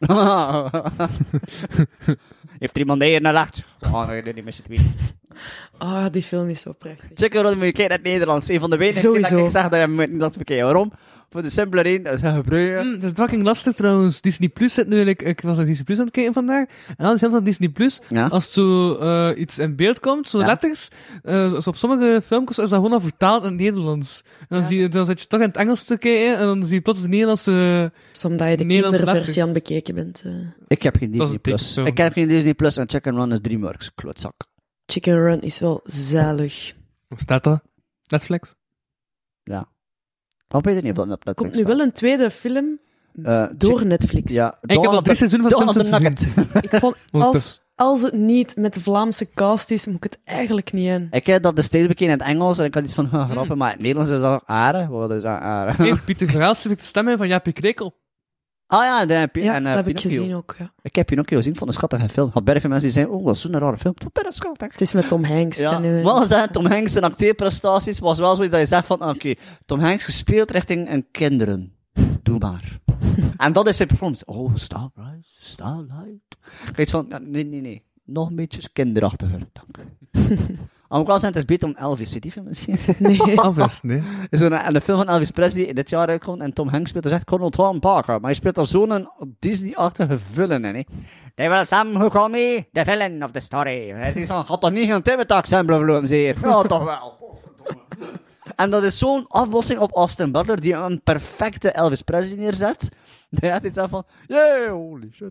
Speaker 1: Heeft er iemand eieren gelegd? Oh, nee, niet met z'n tweeën.
Speaker 3: Ah, die film is zo prachtig.
Speaker 1: Chicken Run moet je kijken in het Nederlands. Een van de weinige keer dat
Speaker 3: Sowieso.
Speaker 1: ik zeg dat je moet Nederlands bekijken. Waarom? Voor de simpele reden, dat is een gebruiken.
Speaker 2: Dat is fucking lastig trouwens. Disney Plus zit nu, ik was naar Disney Plus aan het kijken vandaag. En dan van Disney Plus,
Speaker 1: Ja.
Speaker 2: als zo iets in beeld komt, zo
Speaker 1: Ja.
Speaker 2: letters, zo op sommige filmpjes is dat gewoon al vertaald in het Nederlands. En dan zit je toch in het Engels te kijken, en dan zie je plots de Nederlandse...
Speaker 3: Omdat je de
Speaker 2: Nederlands
Speaker 3: kinderversie aan
Speaker 2: letters.
Speaker 3: het bekeken bent.
Speaker 1: Ik heb geen
Speaker 2: Dat is
Speaker 1: Disney
Speaker 2: een
Speaker 1: Plus.
Speaker 2: beetje zo.
Speaker 1: Ik heb geen Disney Plus en Chicken Run is DreamWorks. Klootzak.
Speaker 3: Chicken Run is wel zalig.
Speaker 2: Hoe staat dat? Netflix?
Speaker 1: Ja. Wat weet je niet of dat op Netflix
Speaker 3: Komt nu wel een tweede film door Netflix.
Speaker 1: Ja.
Speaker 2: Ik heb al 3 seizoenen van
Speaker 1: Dawn of the
Speaker 2: Simpsons gezien.
Speaker 1: Nugget.
Speaker 3: Ik vond,
Speaker 2: Ondertussen.
Speaker 3: als het niet met de Vlaamse cast is, moet ik het eigenlijk niet in.
Speaker 1: Ik heb dat destijds bekeken in het Engels en ik had iets van grappen, maar in het Nederlands is dat aardig. Wat is dat aardig?
Speaker 2: Hey, Pieter Verhaal spreekt de stem in van Jaapie Krekel.
Speaker 1: Ah ja,
Speaker 3: Ja, dat heb ik
Speaker 1: Pinocchio.
Speaker 3: gezien ook, ja.
Speaker 1: Ik heb Pinocchio gezien van een schattige film. Had berg veel mensen die zeiden, dat is zo'n rare film. Wat ben je schattig?
Speaker 3: Het is met Tom Hanks.
Speaker 1: Ja,
Speaker 3: Ken je-
Speaker 1: wel zijn Tom Hanks en acteerprestaties was wel zoiets dat je zegt van, oké, Tom Hanks gespeeld richting een kinderen. Doe maar. En dat is zijn performance. Oh, Starlight, Starlight. Kijk van, ja, nee. Nog een beetje kinderachtiger, dank. Ook wel zijn het is beter om Elvis, zie je die film misschien?
Speaker 3: Nee.
Speaker 2: Elvis, nee.
Speaker 1: En de film van Elvis Presley die dit jaar uitkomt en Tom Hanks speelt er echt Colonel Tom Parker, maar hij speelt er zo'n Disney-achtige villain in, hè. They will some who call me the villain of the story. Hij denkt van, had toch niet een Timothy-accent blijven zeer? Ja, toch wel. En dat is zo'n afbotsing op Austin Butler, die een perfecte Elvis Presley neerzet. Die had iets van, yeah, holy shit.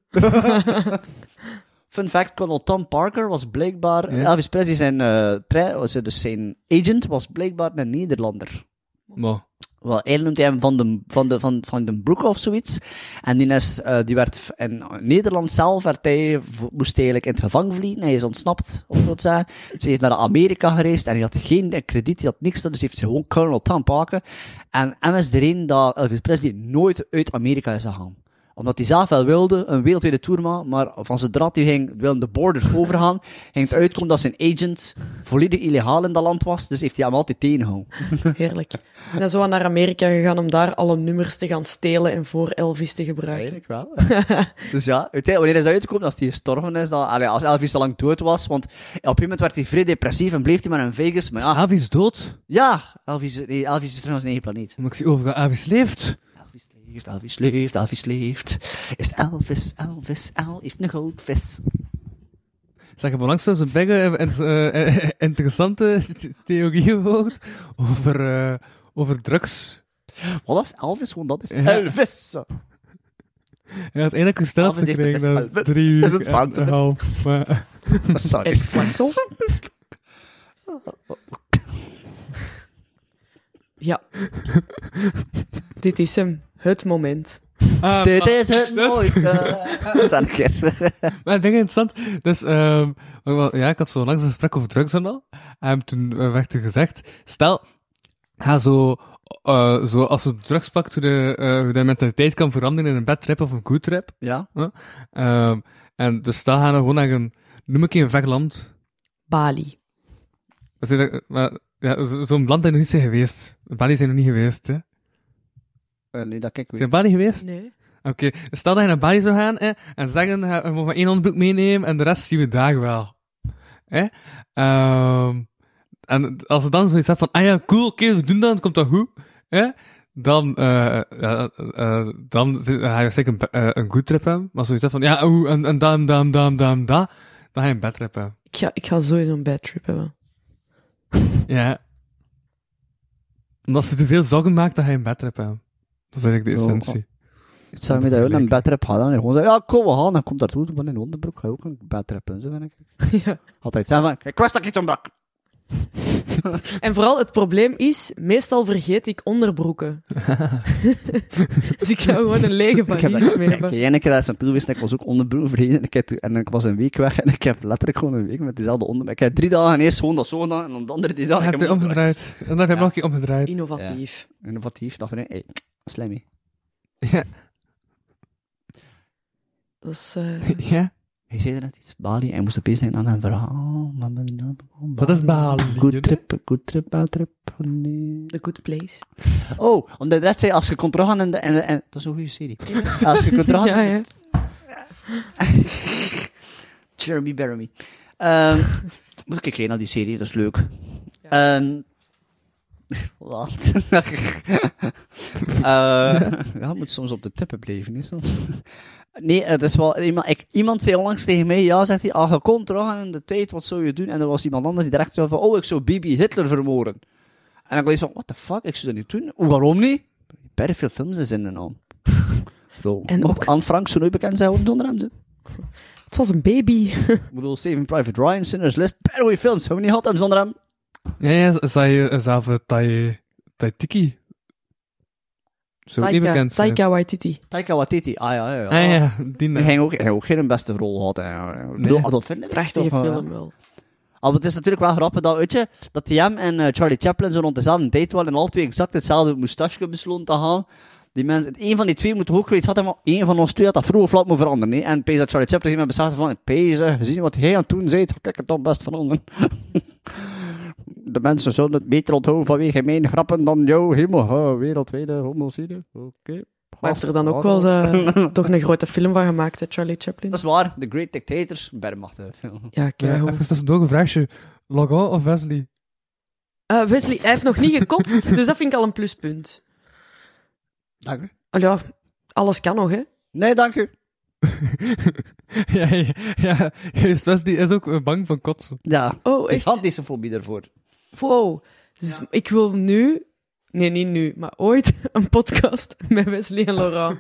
Speaker 1: Fun fact, Colonel Tom Parker was blijkbaar...
Speaker 2: Ja.
Speaker 1: Elvis Presley zijn agent was blijkbaar een Nederlander.
Speaker 2: Maar,
Speaker 1: Wel, eigenlijk noemt hij hem van den Broek of zoiets. En die werd in Nederland zelf, moest eigenlijk in het gevangen vliegen. Hij is ontsnapt, of zo te zeggen. Ze is naar Amerika gereisd en hij had geen krediet, hij had niks, dus heeft ze gewoon Colonel Tom Parker. En hem is de reden dat Elvis Presley nooit uit Amerika is gegaan. Omdat hij zelf wel wilde, een wereldwijde tour maken, maar van zodra hij wilde de borders overgaan, ging het uitkomen dat zijn agent volledig illegaal in dat land was, dus heeft hij hem altijd tegengehouden.
Speaker 3: Heerlijk. En dan zo naar Amerika gegaan om daar alle nummers te gaan stelen en voor Elvis te gebruiken.
Speaker 1: Eigenlijk wel. Dus ja, uiteindelijk, wanneer is dat uitgekomen, als hij gestorven is, als Elvis al lang dood was, want op een gegeven moment werd hij vrij depressief en bleef hij maar in Vegas, maar ja.
Speaker 2: Elvis dood?
Speaker 1: Ja, Elvis is terug naar zijn eigen planeet.
Speaker 2: Maar ik zie overal Elvis leeft.
Speaker 1: Elvis leeft. Is Elvis, heeft een goudvis.
Speaker 2: Zeg, ik heb onlangs zo'n interessante theorie gehoord over drugs.
Speaker 1: Wat is Elvis? Gewoon dat is
Speaker 2: Ja.
Speaker 1: Elvis.
Speaker 2: Hij had eindelijk gesteld
Speaker 1: Elvis heeft
Speaker 2: gekregen
Speaker 1: het
Speaker 2: na
Speaker 1: best
Speaker 2: 3
Speaker 1: Is
Speaker 2: uur
Speaker 1: het Spaans?
Speaker 2: en een half. Maar
Speaker 1: Sorry.
Speaker 3: En Flaxel? Ja. Dit is hem. Het moment.
Speaker 1: Dit is het
Speaker 2: dus-
Speaker 1: mooiste. Dat is een keer.
Speaker 2: Maar ik denk interessant. Dus, ja, ik had zo langs een gesprek over drugs en al. En toen werd er gezegd, stel, ga zo als je drugs pakt, hoe de mentaliteit kan veranderen in een bad trip of een good trip.
Speaker 1: Ja.
Speaker 2: En dus stel, ga nou gewoon naar noem ik een ver land.
Speaker 3: Bali.
Speaker 2: Ja, zo'n land dat je nog niet zijn geweest. Bali zijn nog niet geweest, hè.
Speaker 1: Nee, dat kijk ik
Speaker 2: Zijn Bali geweest?
Speaker 3: Nee.
Speaker 2: Oké, dus stel dat je naar Bali zou gaan, en zeggen, je mag maar 1 onderbroek meenemen, en de rest zien we daar wel. En als je dan zoiets hebt van, ah ja, cool, oké, we doen dat, komt dat goed, dan ga je zeker een good trip hebben, maar zoiets hebt van, ja, en dan ga je een bad trip hebben.
Speaker 3: Ik ga sowieso een bad trip hebben.
Speaker 2: Ja. Omdat je te veel zorgen maakt, dan ga je een bad trip hebben. Dat is eigenlijk de essentie.
Speaker 1: Ik zou me dat ook een bedtrip gaan. En gewoon zeggen, ja, kom, we gaan. Dan komt daartoe, van in de onderbroek, ga je ook een bedtrip en zo, vind ik.
Speaker 3: Ja.
Speaker 1: Altijd zeggen van, ik wist dat ik iets ontbrak.
Speaker 3: En vooral het probleem is, meestal vergeet ik onderbroeken. Dus ik zou gewoon een lege
Speaker 1: Ik heb
Speaker 3: valies mee hebben.
Speaker 1: ene keer daar naartoe geweest en ik was ook onderbroek vergeten. En ik was een week weg en ik heb letterlijk gewoon een week met diezelfde onderbroek. Ik heb 3 dagen eerst gewoon dat zo gedaan en dan de andere 3 dagen
Speaker 2: Dan heb je omgedraaid. En dan heb je nog een keer omgedraaid.
Speaker 3: Innovatief.
Speaker 1: Innovatief, dacht ik, hey, slimmy.
Speaker 2: Ja.
Speaker 3: Dat is...
Speaker 2: Ja.
Speaker 1: Hij zei er net iets, Bali, en hij moest opeens denken aan een verhaal.
Speaker 2: Wat is Bali?
Speaker 1: Good trip, bad trip. Nee.
Speaker 3: The Good Place.
Speaker 1: Oh, omdat je net zei, als je kon teruggaan in de... dat is een goede serie. Als je kon teruggaan
Speaker 3: Ja,
Speaker 1: in
Speaker 3: ja.
Speaker 1: Jeremy Baramy. Moet ik kijken naar die serie, dat is leuk. Wat? Ja, moet soms op de tippen blijven, is dat? Nee, het is wel... Iemand zei onlangs tegen mij, ja, zegt hij, je kon teruggaan in de tijd, wat zou je doen? En er was iemand anders die direct zei van, oh, ik zou Bibi Hitler vermoorden. En dan was van, what the fuck, ik zou dat niet doen. Waarom niet? Bij veel films is in de naam. Zo.
Speaker 3: En ook...
Speaker 1: Anne Frank zou nooit bekend zijn worden zonder hem.
Speaker 3: Het was een baby.
Speaker 1: Ik bedoel, Saving Private Ryan, Sinner's List, goede films. Zou we niet gehad hebben zonder hem?
Speaker 2: Ja, zei je zelf Taitiki. Zou ook niet bekend zijn.
Speaker 3: Taika Waititi.
Speaker 1: Taika Waititi, ja.
Speaker 2: Ah ja, die
Speaker 1: Hij heeft ook geen beste rol gehad. Ik bedoel, Adolf Hitler.
Speaker 3: Prachtige
Speaker 1: toch,
Speaker 3: film wel.
Speaker 1: Maar het is natuurlijk wel grappig dat, weet je, dat hem en Charlie Chaplin zo rond dezelfde tijd waren en alle twee exact hetzelfde moustache besloten te gaan. Die mensen, een van die twee moet ook geweest hadden, maar één van ons twee had dat vroeg of laat moeten veranderen. Nee? En Pees dat Charlie Chaplin heeft beseft van, Pees, gezien wat hij aan het doen zei, kijk het toch best veranderen. De mensen zullen het beter onthouden vanwege mijn grappen dan jou, helemaal wereldwijde homocide. Oké.
Speaker 3: Maar heeft er dan ook wel toch een grote film van gemaakt, hè, Charlie Chaplin?
Speaker 1: Dat is waar, The Great Dictators, bermachtige film.
Speaker 3: Ja, kijk.
Speaker 2: Even tussendoor een vraagje. Logan of Wesley?
Speaker 3: Wesley, hij heeft nog niet gekotst, dus dat vind ik al een pluspunt.
Speaker 1: Dank u.
Speaker 3: Oh ja, alles kan nog, hè?
Speaker 1: Nee, dank u.
Speaker 2: ja, juist, Wesley is ook bang van kotsen.
Speaker 1: Ja,
Speaker 3: Oh,
Speaker 1: ik
Speaker 3: echt?
Speaker 1: had deze fobie daarvoor.
Speaker 3: Wow. Dus ik wil nu... Nee, niet nu, maar ooit een podcast met Wesley en Laurent.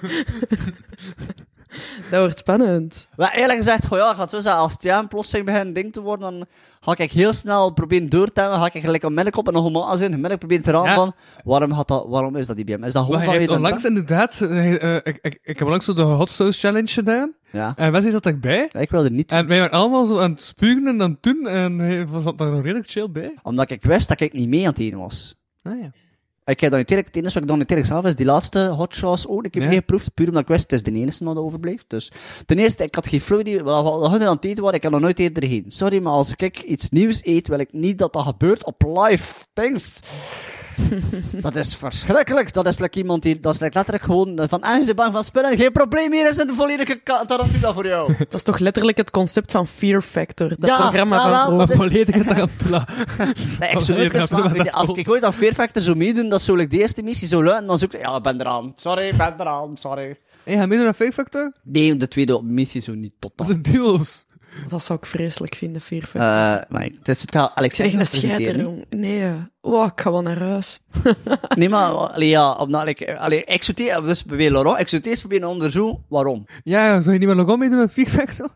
Speaker 3: Dat wordt spannend.
Speaker 1: Maar eerlijk gezegd, goh, ja, gaat zo zeggen, als het plotseling begint een ding te worden, dan ga ik heel snel proberen door te hebben, ga ik gelijk onmiddellijk op en nog een zin, onmiddellijk proberen te raden van, waarom is dat die bij hem? Is dat gewoon
Speaker 2: Maar hij heeft
Speaker 1: vanwege
Speaker 2: onlangs inderdaad, ik heb onlangs zo de Hot Sauce Challenge gedaan,
Speaker 1: Ja,
Speaker 2: en Wesley zat erbij,
Speaker 1: ik wil er niet toe.
Speaker 2: en wij waren allemaal zo aan het spugen en aan het doen, en hij zat daar nog redelijk chill bij.
Speaker 1: Omdat ik wist dat ik niet mee aan het eten was.
Speaker 2: Ah ja.
Speaker 1: Ik heb dan natuurlijk, het enige wat ik dan natuurlijk zelf is, die laatste hot sauce ook, ik heb
Speaker 2: Ja.
Speaker 1: meegeproefd, puur omdat ik wist, het is de enige wat overbleef. Dus, ten eerste, ik had geen flauw idee, wat hun aan het eten waren, ik heb nog nooit eerder gegeten. Sorry, maar als ik iets nieuws eet, wil ik niet dat dat gebeurt op live things. Dat is verschrikkelijk. Dat is like iemand die, dat is like letterlijk gewoon van, je bent bang van spullen, geen probleem, hier is een volledige tarantula voor jou.
Speaker 3: Dat is toch letterlijk het concept van Fear Factor, dat
Speaker 1: Ja,
Speaker 3: programma
Speaker 1: ja,
Speaker 3: van
Speaker 1: wel,
Speaker 3: vroeger.
Speaker 2: Een volledige tarantula.
Speaker 1: Nee, ik zou nooit als ik ooit aan Fear Factor zou meedoen, dat zou ik de eerste missie zo luiden, dan zoek ik, ja, ik ben eraan. Sorry, ik ben eraan, sorry.
Speaker 2: Hey, ga meedoen aan Fake Factor?
Speaker 1: Nee, de tweede missie zo niet tot
Speaker 2: Dat
Speaker 1: dan.
Speaker 2: is een duels.
Speaker 3: Dat zou ik vreselijk vinden, Fear Factor.
Speaker 1: Nee, het is totaal...
Speaker 3: Ik zeg een scheiter, jong. Nee, oh, ik ga wel naar huis.
Speaker 1: Nee, maar, allee, ja, omdat ik zou dus bij Laurent, ik zou het eerst proberen onderzoeken waarom.
Speaker 2: Ja, zou je niet met Logan meedoen aan Fake Factor?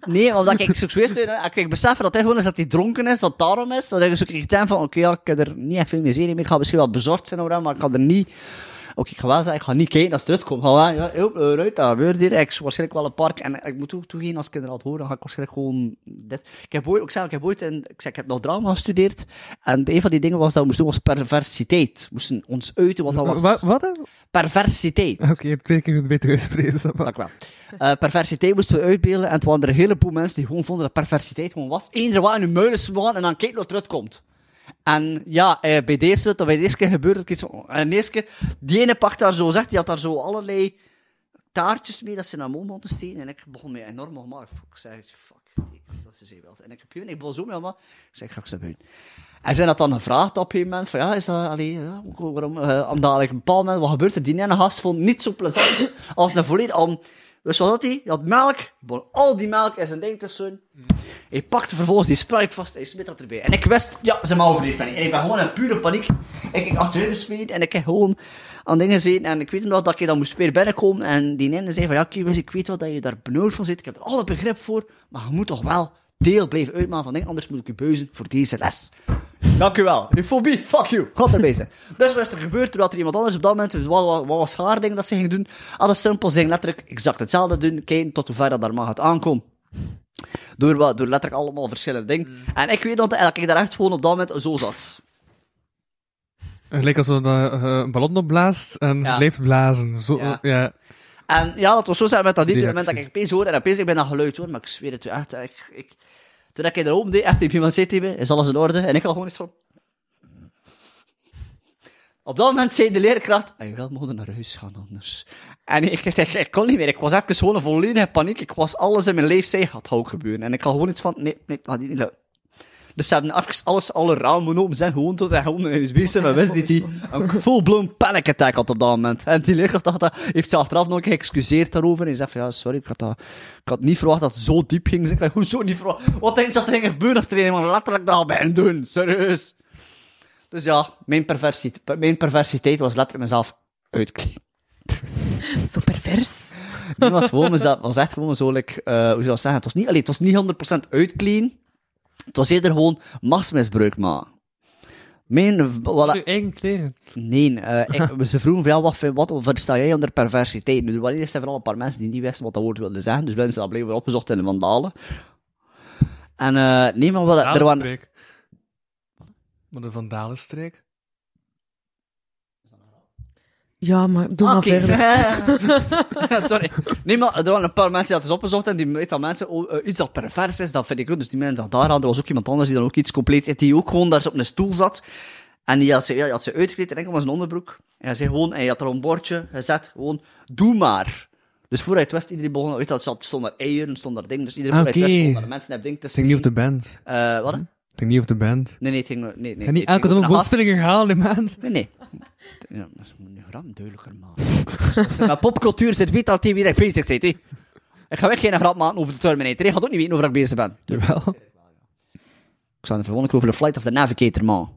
Speaker 1: Nee, omdat ik succes doe, ik besef dat hij gewoon is dat hij dronken is, dat het daarom is, dat ik zo denk van, oké, ja, ik heb er niet echt veel meer zin in, ik ga misschien wel bezorgd zijn, maar ik ga er niet, ik ga wel zeggen, ik ga niet kijken als het uitkomt, ja, eruit, dat gebeurt hier, ik waarschijnlijk wel een park, en ik moet toegeven, als ik inderdaad hoor, dan ga ik waarschijnlijk gewoon dit, ik heb nog drama gestudeerd, en een van die dingen was dat we moesten doen, was perversiteit, we moesten ons uiten wat dat was.
Speaker 2: Wat?
Speaker 1: Perversiteit.
Speaker 2: Oké, ik weet niet beter gesproken.
Speaker 1: Dank wel. Perversiteit moesten we uitbeelden en het waren er een heleboel mensen die gewoon vonden dat perversiteit gewoon was. Eender wat in hun muilen slaan en dan kijken wat eruit komt. En ja, bij deze keer gebeurde het iets van, en de eerste keer, die ene pakt daar zo, die had daar zo allerlei taartjes mee dat ze naar mijn mond te steken en ik begon me enorm gemaakt. Ik zei, fuck, dat is ze wel. En ik begon zo mee allemaal, ik zei, ga ik ze buiten. En zijn dat dan gevraagd op een moment, van ja, is dat, waarom, omdat ik op een bepaald moment, wat gebeurt er? Die ene gast vond niet zo plezant als een volledig, dus wat had hij? Hij had melk, al die melk in zijn ding tussen. Hij pakte vervolgens die Sprite vast en hij smeet dat erbij. En ik wist, ja, zijn mouw overleeft dat niet. En ik ben gewoon in pure paniek. Ik ging achteruit gesmeed en ik heb gewoon aan dingen gezeten. En ik weet nog dat ik dan moest weer binnenkomen. En die ene zei van, ja, Kiewis, ik weet wel dat je daar benauwd van zit. Ik heb er alle begrip voor, maar je moet toch wel deel blijven uitmaken van dingen, anders moet ik je buizen voor deze les. Dank u wel. Die fobie, fuck you. Gaat erbij zijn. Dus wat is er gebeurd, terwijl er iemand anders op dat moment, wat was haar ding dat ze ging doen? Alles simpel, ze ging letterlijk exact hetzelfde doen, kijken tot hoe ver dat daar mag het aankomt. Door letterlijk allemaal verschillende dingen. En ik weet nog dat ik daar echt gewoon op dat moment zo zat.
Speaker 2: Gelijk als je een ballon opblaast en blijft blazen. Zo, ja.
Speaker 1: En ja, dat was zo zijn met dat die moment dat ik opeens hoor, en opeens ik ben dat geluid hoor, maar ik zweer het echt, toen ik er open deed, echt iemand zei tegen me, is alles in orde? En ik had gewoon iets van... Op dat moment zei de leerkracht, je wil moeten naar huis gaan anders. En ik kon niet meer, ik was even gewoon een volledige paniek, ik was alles in mijn leven zei, gaat ook gebeuren. En ik had gewoon iets van, nee, dat niet lukken. Dus ze hebben even alle ramen open zijn, gewoon tot hij gewoon met USB maar wist niet die een full-blown panic attack had op dat moment. En die leerkracht dacht dat, heeft ze achteraf nog geëxcuseerd daarover. En hij zegt van, ja, sorry, ik had niet verwacht dat het zo diep ging. Ik zei, hoezo niet verwacht? Wat denk je dat er ging gebeuren als er iemand letterlijk dat bij hen doen? Serieus. Dus ja, mijn perversiteit was letterlijk mezelf uitkleden.
Speaker 3: Zo pervers.
Speaker 1: Die was echt gewoon zo, hoe zou ik zeggen, het was niet 100% uitkleden. Het was eerder gewoon machtsmisbruik maken.
Speaker 2: Je eigen kleren?
Speaker 1: Nee, ze vroegen van, ja, wat versta jij onder perversiteit? Nu, er waren eerst vooral een paar mensen die niet wisten wat dat woord wilde zeggen, dus mensen dat blijven opgezocht in de vandalen. En, nee, maar er waren...
Speaker 2: Maar de vandalenstreek?
Speaker 3: Ja, maar doe maar verder.
Speaker 1: Sorry. Nee, maar er waren een paar mensen die dat dus opgezocht en die weten dat mensen iets dat pervers is, dat vind ik goed. Dus die mensen dat daar hadden, er was ook iemand anders die dan ook iets compleet, die ook gewoon daar op een stoel zat. En die had ze uitgekleed, en enkel was een onderbroek. En hij zei gewoon, en hij had er een bordje gezet, gewoon, doe maar. Dus voordat je het wist, iedereen begon, weet dat, stond er eieren, stond er dingen, dus iedereen voordat je het wist, stond er mensen hebben dingen te
Speaker 2: zien. Het ging niet op de band.
Speaker 1: Wat?
Speaker 2: Het ging niet op de band.
Speaker 1: Nee, het ging... Nee.
Speaker 2: En niet elke dag voorstellingen gehaald, die maand.
Speaker 1: Nee. Ja, dat is een gram duidelijker, man. Met popcultuur zit weet dat wie ik bezig zit, hè. Ik ga weg geen grap maken over de Terminator. Ik ga ook niet weten over ik bezig ben.
Speaker 2: Jawel.
Speaker 1: Ik zou het verwonderen over de Flight of the Navigator, man.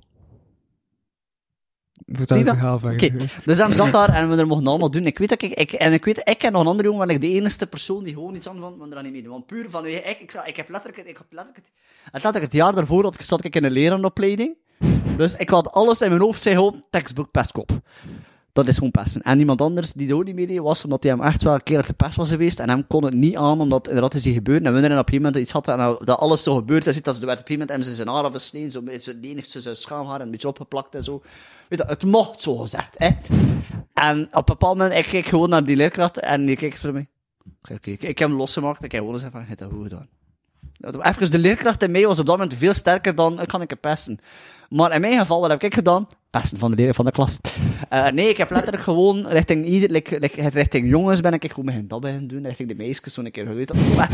Speaker 2: Vertel het verhaal van
Speaker 1: je. Dus dan zat daar en we er mochten allemaal doen. Ik weet dat ik ken nog een andere jongen, waar ik de enige persoon die gewoon iets aan vond, maar er niet mee doen. Want puur van, ik heb letterlijk het jaar daarvoor zat ik in een lerarenopleiding. Dus ik had alles in mijn hoofd, zei gewoon, tekstboek, pestkop. Dat is gewoon pesten. En iemand anders die er ook niet mee deed, was omdat hij hem echt wel een keer uit de pest was geweest. En hem kon het niet aan, omdat inderdaad is die gebeurd. En we er op een gegeven moment iets hadden, en dat alles zo gebeurd is. Dat ze op een gegeven moment hebben ze zijn haar afgesneden, zo, de een heeft ze zijn schaamhaar een beetje opgeplakt en zo. Weet je, het mocht zo gezegd, hè. En op een bepaald moment, ik keek gewoon naar die leerkracht en die keek voor mij. Ik zei, oké, ik heb hem losgemaakt. Ik heb gewoon gezegd van, je hebt dat goed gedaan. Even, de leerkracht in mij was op dat moment veel sterker dan, kan ik het pesten. Maar in mijn geval, wat heb ik gedaan? Pesten van de leraar van de klas. Nee, ik heb letterlijk gewoon richting jongens ben ik gewoon met dat beginnen doen, richting de meisjes, zo'n keer geweten. Echt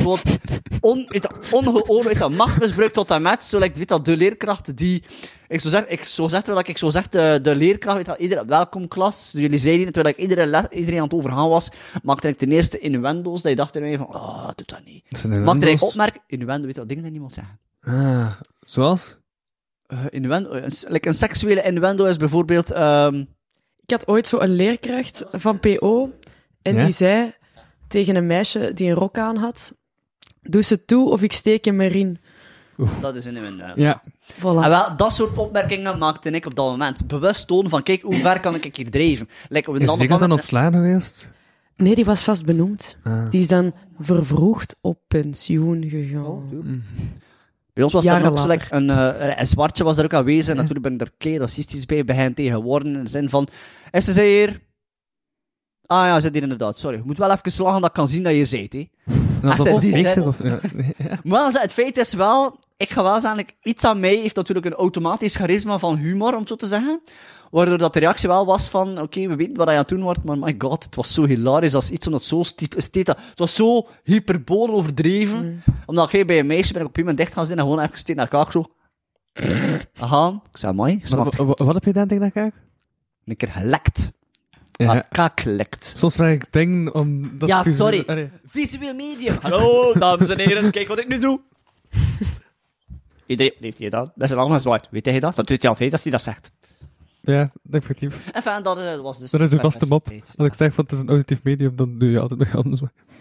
Speaker 1: gewoon machtsmisbruik tot en met, zo weet dat de leerkracht die, ik zo zeg de leerkracht, weet dat, iedereen, welkom klas, jullie zeiden het, terwijl ik iedereen aan het overgaan was, maakte ik ten eerste innuendo's, dat je dacht in mij van, doe dat niet. Maakte ik opmerk, innuendo, weet dat, dingen die niemand zeggen.
Speaker 2: Zoals?
Speaker 1: Een seksuele innuendo is bijvoorbeeld...
Speaker 3: Ik had ooit zo een leerkracht van PO, en die zei tegen een meisje die een rok aan had, Doe ze toe of ik steek hem erin.
Speaker 1: Dat is in mijn duim.
Speaker 2: Ja.
Speaker 3: Voilà.
Speaker 1: En wel, dat soort opmerkingen maakte ik op dat moment. Bewust tonen van, kijk, hoe ver kan ik hier drijven? Like, op een
Speaker 2: Is
Speaker 1: ander
Speaker 2: Vegas dan
Speaker 1: moment-
Speaker 2: ontslaan geweest?
Speaker 3: Nee, die was vast benoemd.
Speaker 2: Ah.
Speaker 3: Die is dan vervroegd op pensioen gegaan.
Speaker 1: Bij ons was
Speaker 3: Jaren
Speaker 1: er ook zo,
Speaker 3: later.
Speaker 1: like, een zwartje was daar ook aanwezig. En natuurlijk ben ik er kei racistisch bij hen tegen worden. In de zin van, is ze hier? Ah ja, ze zit hier inderdaad. Sorry. Je moet wel even slagen dat ik kan zien dat je hier zit, hè.
Speaker 2: Dat
Speaker 1: Echt,
Speaker 2: was
Speaker 1: die
Speaker 2: beter,
Speaker 1: zin.
Speaker 2: of... Ja.
Speaker 1: Maar het feit is wel, ik ga wel zeggen, iets aan mij heeft natuurlijk een automatisch charisma van humor, om het zo te zeggen. Waardoor dat de reactie wel was van, oké, we weten wat hij aan het doen wordt, maar my god, het was zo hilarisch als iets omdat zo het was zo hyperbol overdreven. Omdat jij bij een meisje ben ik op een moment dicht gaan zitten en gewoon even steeds naar elkaar zo. Aha, ik zei, mooi,
Speaker 2: Wat heb je dan tegen dat kijk?
Speaker 1: een keer gelekt.
Speaker 2: Ja.
Speaker 1: Elkaar gelekt.
Speaker 2: Soms vraag ik dingen om... Dat
Speaker 1: Ja,
Speaker 2: visueel-
Speaker 1: sorry.
Speaker 2: Allee.
Speaker 1: Visueel medium. Hallo, dames en heren, kijk wat ik nu doe. Iedereen heeft hij gedaan. Dat is allemaal zwart. Weet hij dat? Dat doet hij altijd als hij dat zegt.
Speaker 2: Ja, effectief.
Speaker 1: Enfin, dat was dus...
Speaker 2: Dat is een vaste mop.
Speaker 1: perfectie.
Speaker 2: Als ik zeg van het is een auditief medium, dan doe je altijd nog anders.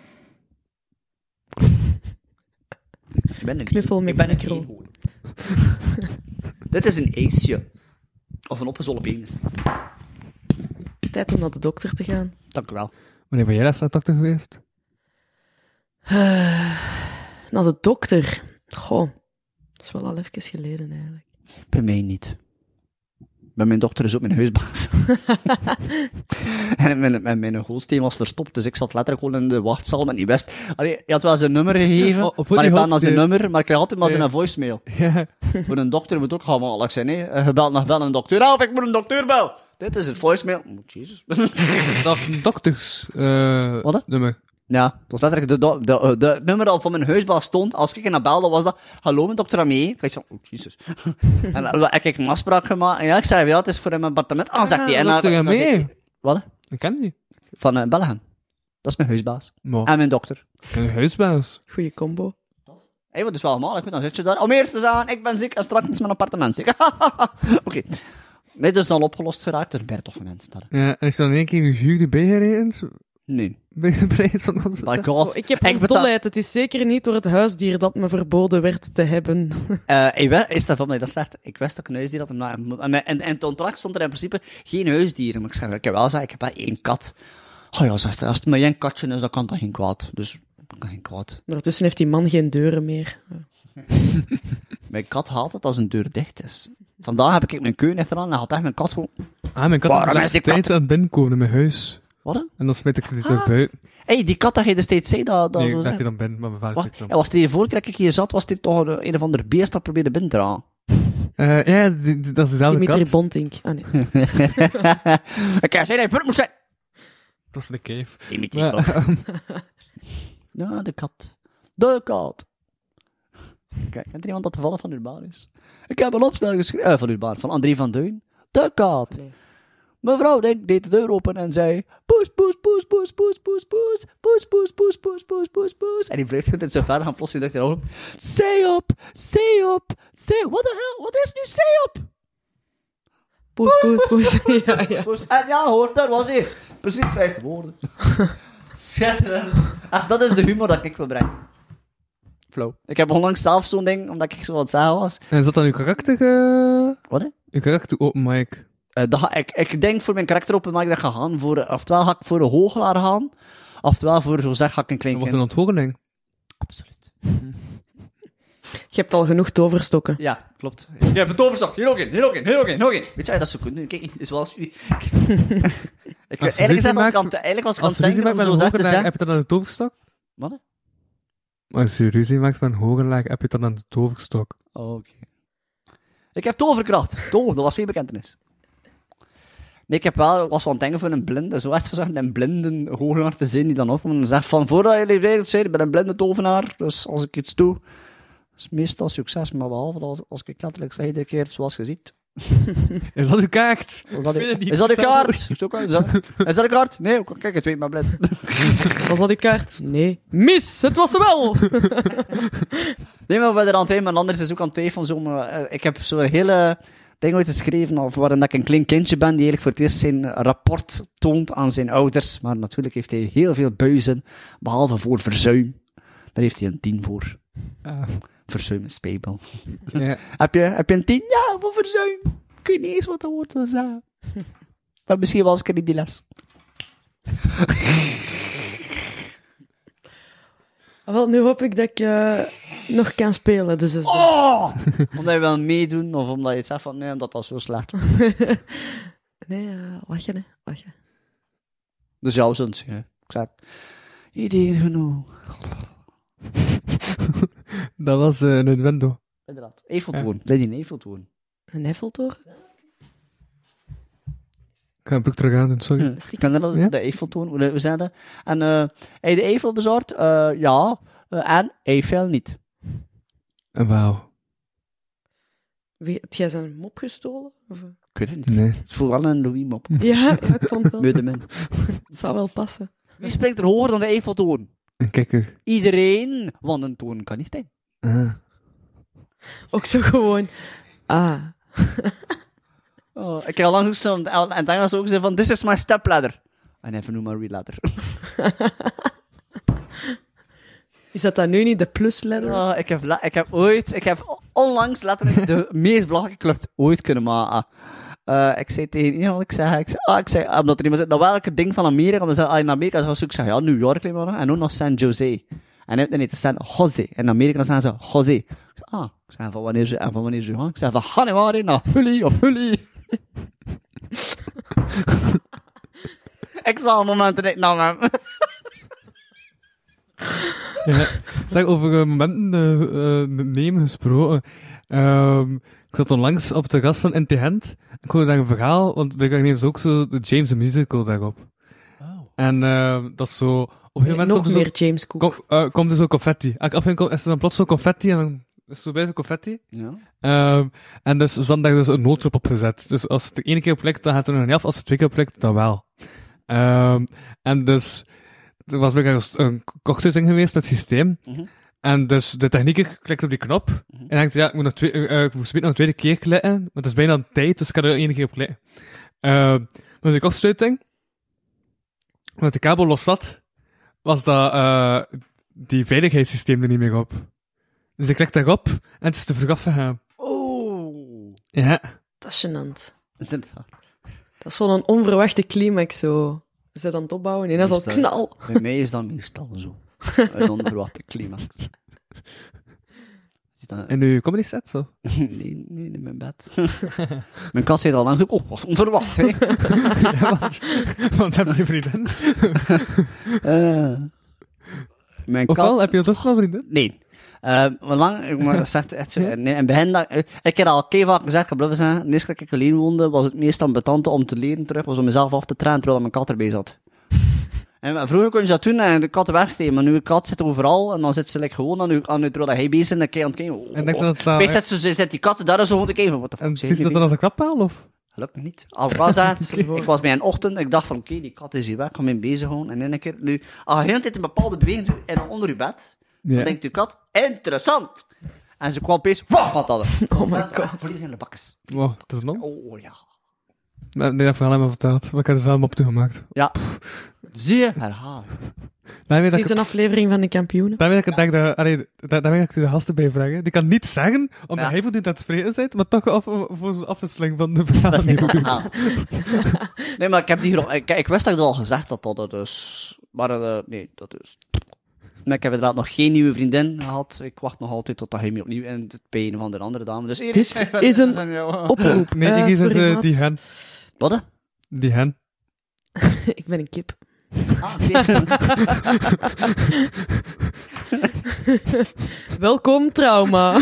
Speaker 1: Ik ben een
Speaker 3: Knuffel met
Speaker 1: ik ben een
Speaker 3: micro.
Speaker 1: eenhoorn. Dit is een ijsje. Of een oppezollen penis.
Speaker 3: Tijd om naar de dokter te gaan.
Speaker 1: Dank u wel.
Speaker 2: Wanneer ben jij laatst naar de dokter geweest?
Speaker 3: Naar de dokter. Goh, dat is wel al even geleden eigenlijk.
Speaker 1: Bij mij niet. Bij mijn dochter is ook mijn huisbaas. En mijn holsteen was verstopt, dus ik zat letterlijk gewoon in de wachtzaal met die west. Allee, je had wel zijn nummer gegeven,
Speaker 2: Op
Speaker 1: maar
Speaker 2: die
Speaker 1: ik belde naar zijn
Speaker 2: holsteen.
Speaker 1: nummer, maar ik kreeg altijd maar zijn
Speaker 2: Ja.
Speaker 1: voicemail.
Speaker 2: Ja.
Speaker 1: Voor een dokter moet ook gemakkelijk zijn, hè. Je belt nog wel een dokter. Help, ik moet een dokter bellen. Dit is een voicemail. Oh, jezus.
Speaker 2: Dat is een dokters...
Speaker 1: Wat?
Speaker 2: nummer.
Speaker 1: Ja, het was letterlijk de nummer dat op mijn huisbaas stond. Als ik naar belde, was dat, hallo, mijn dokter Amé. Ik zei, oh, jezus. En dan heb ik een afspraak gemaakt. En ja, ik zei, ja, het is voor in mijn appartement. Ah, zegt hij. En dan-
Speaker 2: dokter
Speaker 1: dan
Speaker 2: Amé.
Speaker 1: zei hij, wat?
Speaker 2: Ik ken die.
Speaker 1: Van Bellegem. Dat is mijn huisbaas.
Speaker 2: Maar,
Speaker 1: En mijn dokter.
Speaker 2: een huisbaas.
Speaker 3: Goeie combo.
Speaker 1: Hé, wat is wel gemakkelijk. Dan zit je daar. Om eerst te zeggen, ik ben ziek en straks is mijn appartement ziek. Oké. Nee, dat is dan opgelost geraakt. Er zijn toffe mensen daar.
Speaker 2: Ja, en heeft dan in één keer een jury bijgereden?
Speaker 1: Nee.
Speaker 2: Bij de prijs van onze...
Speaker 1: My god.
Speaker 3: Oh, ik heb
Speaker 1: Ik
Speaker 3: een
Speaker 1: betaal-
Speaker 3: dolheid. Het is zeker niet door het huisdier dat me verboden werd te hebben.
Speaker 1: Is dat van mij? Dat zegt, ik wist dat ik een huisdier had. En het contract stond er in principe geen huisdieren. Maar ik zeg, ik heb wel zeggen, ik heb wel 1 kat. Oh ja, zegt hij, als het maar 1 katje is, dan kan dat geen kwaad. Dus, dat kan geen kwaad.
Speaker 3: Ondertussen heeft die man geen deuren meer.
Speaker 1: Mijn kat haat het als een deur dicht is. Vandaag heb ik mijn keuken achteraan en had echt mijn kat gewoon...
Speaker 2: Ah, mijn kat
Speaker 1: Waarom
Speaker 2: is de
Speaker 1: is die
Speaker 2: laatste tijd
Speaker 1: kat-
Speaker 2: aan het binnenkomen in mijn huis.
Speaker 1: Wat?
Speaker 2: En dan smijt ik ze terug buiten.
Speaker 1: Hé, die kat dat je destijds zei, dat
Speaker 2: Nee,
Speaker 1: zo
Speaker 2: ik laat
Speaker 1: zei.
Speaker 2: die dan binnen, maar mijn vader
Speaker 1: Wat?
Speaker 2: zit dan.
Speaker 1: Ja, was die vorige keer dat ik hier zat, was dit toch een of ander beest dat probeerde binnen te halen?
Speaker 2: Ja, dat is dezelfde
Speaker 3: Dimitri
Speaker 2: kat.
Speaker 3: Bontink. Ah, nee.
Speaker 1: Ik kan zeggen, punt moest zijn.
Speaker 2: Dat is een cave.
Speaker 1: Dimitri
Speaker 2: Maar,
Speaker 1: Bontink. Ja, de kat. De kat. Kijk, kent er iemand dat toevallig van Urbaan is? Ik heb een opstel geschreven, van Urbaan, van André van Duin. De kat.
Speaker 3: Nee.
Speaker 1: Mevrouw Denk deed de deur open en zei, poes, poes, poes, poes, poes, poes, poes, poes, poes, poes, poes, poes, poes, poes. En die bleef het zo ver gaan, plotseling dacht hij, oh, say up, what the hell, wat is nu say up?
Speaker 3: Poes, poes, poes. Ja, ja.
Speaker 1: Poes. En ja hoor, daar was hij. Precies 50 woorden. Schitterend. Ach, dat is de humor dat ik wil brengen. Flow. Ik heb onlangs zelf zo'n ding, omdat ik zo aan het zeggen was.
Speaker 2: en is dat dan uw karakter?
Speaker 1: Wat hè?
Speaker 2: Uw karakter open mic.
Speaker 1: Ik denk voor mijn karakter op, maar ik dat ga gaan voor, oftewel ga ik voor een hoogleraar gaan, oftewel voor, zo zeg, ga ik een klein
Speaker 2: Wat
Speaker 1: kind.
Speaker 2: een onthogeling.
Speaker 1: Absoluut.
Speaker 3: Je hebt al genoeg toverstokken.
Speaker 1: Ja, klopt. Je hebt een toverstok. Hier ook in, hier ook in, hier ook in, hier ook in. Weet je, dat zo kunnen doen. Kijk, is wel eens...
Speaker 2: Als je ruzie maakt-
Speaker 1: Eigenlijk was ik aan
Speaker 2: Als
Speaker 1: het
Speaker 2: je ruzie
Speaker 1: denken
Speaker 2: maakt
Speaker 1: om
Speaker 2: met
Speaker 1: zo
Speaker 2: een
Speaker 1: zeg te
Speaker 2: hogelaag,
Speaker 1: zeggen...
Speaker 2: heb je dan een toverstok?
Speaker 1: Wat hè?
Speaker 2: Als je ruzie maakt met een hogelaag, heb je dan een toverstok?
Speaker 1: Oh, oké. Ik heb toverkracht. Dat was geen bekentenis. Nee, ik was wel aan het denken voor een blinde, zo echt gezegd, een blinde hoogleraar te zijn die dan opkomt en zegt van, voordat jullie wereld zijn, ik ben een blinde tovenaar, dus als ik iets doe, is meestal succes, maar behalve als ik letterlijk zeg iedere keer, zoals je ziet.
Speaker 2: Is dat uw kaart?
Speaker 1: Is dat,
Speaker 2: Ik weet het niet.
Speaker 1: is dat uw
Speaker 2: Ik zal
Speaker 1: kaart? Zo kan je zeggen. Is dat uw kaart? Nee, kijk, het weet maar blind.
Speaker 3: Was dat uw kaart? Nee. Mis! Het was ze wel!
Speaker 1: Nee, maar we zijn er aan het twijfelen, maar anders is ook aan het twijfelen. Ik heb zo'n hele ding ooit geschreven, waarin dat ik een klein kindje ben, die eigenlijk voor het eerst zijn rapport toont aan zijn ouders. Maar natuurlijk heeft hij heel veel buizen, behalve voor verzuim. Daar heeft hij een 10 voor.
Speaker 2: Ah,
Speaker 1: Verzuim is spijbel.
Speaker 2: ja.
Speaker 1: Heb je een 10? Ja, voor verzuim. Ik weet niet eens wat dat woord is. Maar misschien was ik niet die les.
Speaker 3: Wel, nu hoop ik dat ik nog kan spelen, dus is
Speaker 1: Oh! Omdat je wil meedoen, of omdat je het zegt van, nee, omdat dat zo slecht was.
Speaker 3: Nee, lachen, hè. Lachen.
Speaker 1: Dus ja, we zullen het zien. Hè. Ik zeg, ideeën genoeg.
Speaker 2: Dat was een window.
Speaker 1: Inderdaad. Eiffeltoren. Ja. Die Eiffeltoren.
Speaker 3: Een Eiffeltoren?
Speaker 2: Ik ga een broek terug aan doen, sorry.
Speaker 1: Ik ken dat, de Eiffeltoren. Hoe zei dat? En heb je de Eiffel bezorgd? Ja. En Eiffel niet.
Speaker 2: Wauw.
Speaker 3: Heb jij zijn mop gestolen? Of?
Speaker 1: Ik weet het niet.
Speaker 2: Nee.
Speaker 1: Het is vooral een Louis-mop.
Speaker 3: Ja, ik vond het wel.
Speaker 1: Meudemin.
Speaker 3: Het zou wel passen.
Speaker 1: Wie springt er hoger dan de Eiffeltoren?
Speaker 2: Kijk.
Speaker 1: Iedereen, want een toren kan niet zijn.
Speaker 3: Ook zo gewoon...
Speaker 1: Oh, ik heb al lang gezegd, en dan was ze ook gezegd van, this is my stepladder. I never knew my real ladder.
Speaker 3: Is dat nu niet de plusletter?
Speaker 1: Oh, ik heb onlangs letterlijk de meest belachelijke klucht ooit kunnen maken. Ik zei tegen iemand, ik zei, omdat er iemand zegt, nou welke ding van Amerika, maar zei, in Amerika zou ik zeggen, ja, New York, en ook nog San Jose. En nee, er staat Jose. In Amerika staan ze Jose. Ik zei, van wanneer ze gaan? Ik zei, van januari naar Hully. Ik zal een moment dat ik nam hem.
Speaker 2: Ja, zeg, over momenten nemen gesproken. Ik zat onlangs op de gast van Intelligent. Ik hoorde daar een verhaal, want wij nemen ze ook zo de James the Musical daarop. Oh. En dat is zo... Op een moment
Speaker 3: nog meer James Cook.
Speaker 2: Komt er zo confetti. Is er dan plots zo confetti en dan is zo bij de confetti.
Speaker 1: Ja.
Speaker 2: En dus is dan daar dus een noodknop op gezet. Dus als het de ene keer op lijkt, dan gaat het er nog niet af. Als het 2 keer op lijkt, dan wel. En dus... Er was weer een kortuiting geweest met het systeem.
Speaker 1: Mm-hmm. En
Speaker 2: dus de technieker klikt op die knop. Mm-hmm. En denkt, ja, ik moet nog een tweede keer klikken. Want het is bijna een tijd, dus ik ga er 1 keer op klikken. Met die kortsluiting, omdat de kabel los zat, was dat die veiligheidssysteem er niet meer op. Dus ik klik daarop en het is te vroeg afgegaan.
Speaker 1: Oh.
Speaker 2: Ja.
Speaker 3: Dat is gênant. Dat is zo'n onverwachte climax zo. Ze dan het opbouwen en dat is al knal.
Speaker 1: Bij mij is dat meestal zo. Een onverwachte climax.
Speaker 2: En nu comedy set zo?
Speaker 1: Nee, in mijn bed. Mijn kat zei al lang, oh, was onverwacht, hè.
Speaker 2: Ja, want heb je vriendin?
Speaker 1: Mijn
Speaker 2: Ofwel,
Speaker 1: kat...
Speaker 2: heb je dat wel vriendin?
Speaker 1: Nee. Maar dat zegt echt... Nee, in het begin dat... Ik heb al keihard vaak gezegd, gebleven zijn. De eerste keer ik alleen woonde, was het meest ambetant om te leren terug, was om mezelf af te trainen, terwijl mijn kat erbij zat. En vroeger kon je dat doen en de katten wegsteken, maar nu de kat zit overal en dan zit ze like, gewoon aan u terwijl hij bezig is en dan kijk je aan het kijken.
Speaker 2: En denk je dat
Speaker 1: zet die katten daar zo gewoon te kijken.
Speaker 2: En zie je dat dan als een krappaal, of?
Speaker 1: Gelukkig niet. Ik was bij een ochtend, ik dacht van oké, die kat is hier weg, ik ga mee bezig houden. En in een keer, nu, als je de hele tijd een bepaalde beweging doet en onder je bed, dan denkt uw kat, interessant. En ze kwam opeens, wat dat?
Speaker 3: Oh my god.
Speaker 1: Volledig in de bakkes.
Speaker 2: Wow, dat is nog?
Speaker 1: Oh ja.
Speaker 2: Nee, dat verhaal hebben we verteld, maar ik heb er zelf op toegemaakt.
Speaker 1: Ja. Zie je? Herhaal.
Speaker 3: Het is een aflevering van de kampioenen.
Speaker 2: Daarmee dat ik denk dat ik de gasten bij vragen. Die kan niet zeggen, omdat hij voortdurend aan het spreken bent, maar toch voor zo'n afwisseling van de verhalen.
Speaker 1: Dat is niet goed. Nee, maar ik heb ik wist dat ik al gezegd dat dus... Maar nee, dat is... Maar ik heb inderdaad nog geen nieuwe vriendin gehad. Ik wacht nog altijd tot hij me opnieuw in het bij een of de andere dame. Dus
Speaker 3: dit is een oproep.
Speaker 2: Nee, ik is die hen.
Speaker 1: Wat?
Speaker 2: Die hen.
Speaker 3: Ik ben een kip. Welkom, trauma.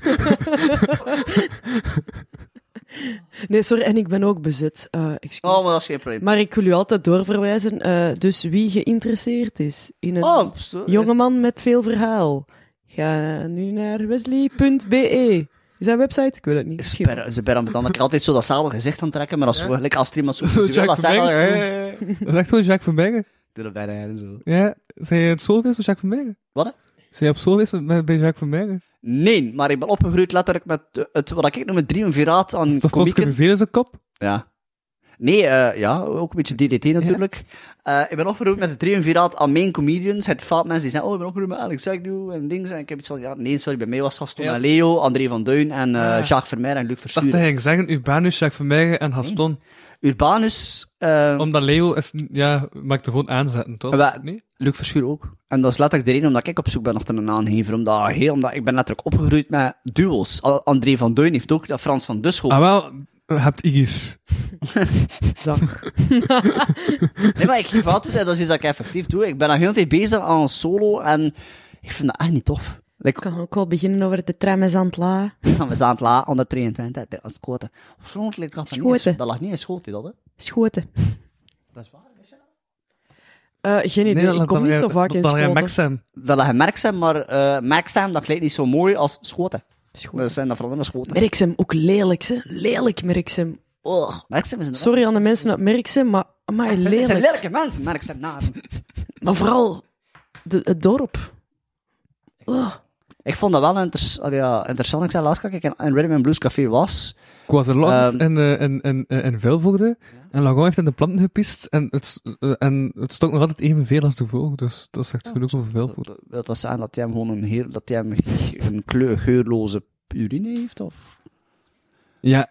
Speaker 3: Nee, sorry, en ik ben ook bezet. Excuus.
Speaker 1: Oh, maar dat is geen probleem.
Speaker 3: Maar ik wil u altijd doorverwijzen. Dus wie geïnteresseerd is in een jongeman met veel verhaal, ga nu naar wesley.be. Is dat een website? Ik weet het niet.
Speaker 1: Ze ben dan ik altijd zo datzelfde gezicht aan trekken, maar als er iemand zo visueel dat zegt,
Speaker 2: dat is echt gewoon Jacques Vermeijden.
Speaker 1: Doe dat bijna en zo.
Speaker 2: Ja, zijn je op school geweest met Jacques Vermeijden?
Speaker 1: Wat?
Speaker 2: Zijn je op school geweest bij Jacques Vermeijden?
Speaker 1: Nee, maar ik ben opgegroeid letterlijk met wat ik noem het triumviraat aan
Speaker 2: komieken. Is dat zijn kop?
Speaker 1: Ja. Nee, ja, ook een beetje DDT natuurlijk. Ik ben opgeroepen met de triumviraat aan main comedians. Het vaak mensen die zeggen, ik ben opgeroepen met Alex Agnew en dingen. En ik heb iets van, nee, sorry, bij mij was Gaston en Leo, André van Duin en Jacques Vermeer en Luc
Speaker 2: Ik dacht
Speaker 1: Verschuren.
Speaker 2: dat je ging zeggen, Urbanus, Jacques Vermeijgen en Gaston.
Speaker 1: Urbanus,
Speaker 2: Omdat Leo is, maakt er gewoon aanzetten, toch? Nee?
Speaker 1: Luc Verschuren ook. En dat is letterlijk de reden omdat ik op zoek ben naar een aangever. Omdat ik ben letterlijk opgegroeid met duo's. André van Duin heeft ook dat Frans van Dusschot.
Speaker 2: Ah, wel, je hebt Iggy's.
Speaker 3: Dag.
Speaker 1: Nee, maar ik geef wat toe, dat is iets dat ik effectief doe. Ik ben al heel de tijd bezig aan een solo en ik vind dat echt niet tof.
Speaker 3: Ik kan ook wel beginnen over de tram is aan het la.
Speaker 1: We zijn het laat, 123, dat is Schoten. Oorspronkelijk lag dat niet
Speaker 3: Schoten.
Speaker 1: dat lag niet in Schoten, dat hè?
Speaker 3: Schoten.
Speaker 1: Dat is waar, is dat?
Speaker 3: Geen idee, ik kom niet zo vaak in
Speaker 2: Dat je
Speaker 3: Schoten.
Speaker 2: Maxim.
Speaker 1: Dat lag in Merksem, maar Merksem, dat klinkt niet zo mooi als Schoten.
Speaker 3: Schoten.
Speaker 1: Dat zijn dat vooral naar Schoten.
Speaker 3: Merksem, ook lelijk, hè. Lelijk, Merksem. Oh.
Speaker 1: Merksem is een...
Speaker 3: Sorry aan de mensen uit Merksem, maar
Speaker 1: Het zijn
Speaker 3: lelijk.
Speaker 1: lelijke mensen, Merksem naren.
Speaker 3: Maar vooral het dorp. Oh.
Speaker 1: Ik vond dat wel interessant. Ik zei laatst dat ik in Rhythm and Blues Café was.
Speaker 2: Ik was er langs in Vilvoorde, en Lagon heeft in de planten gepist, en het stonk nog altijd evenveel als tevoren, dus dat is echt genoeg voor Vilvoorde.
Speaker 1: Wil dat zeggen dat hij hem gewoon een geurloze urine heeft, of?
Speaker 2: Ja.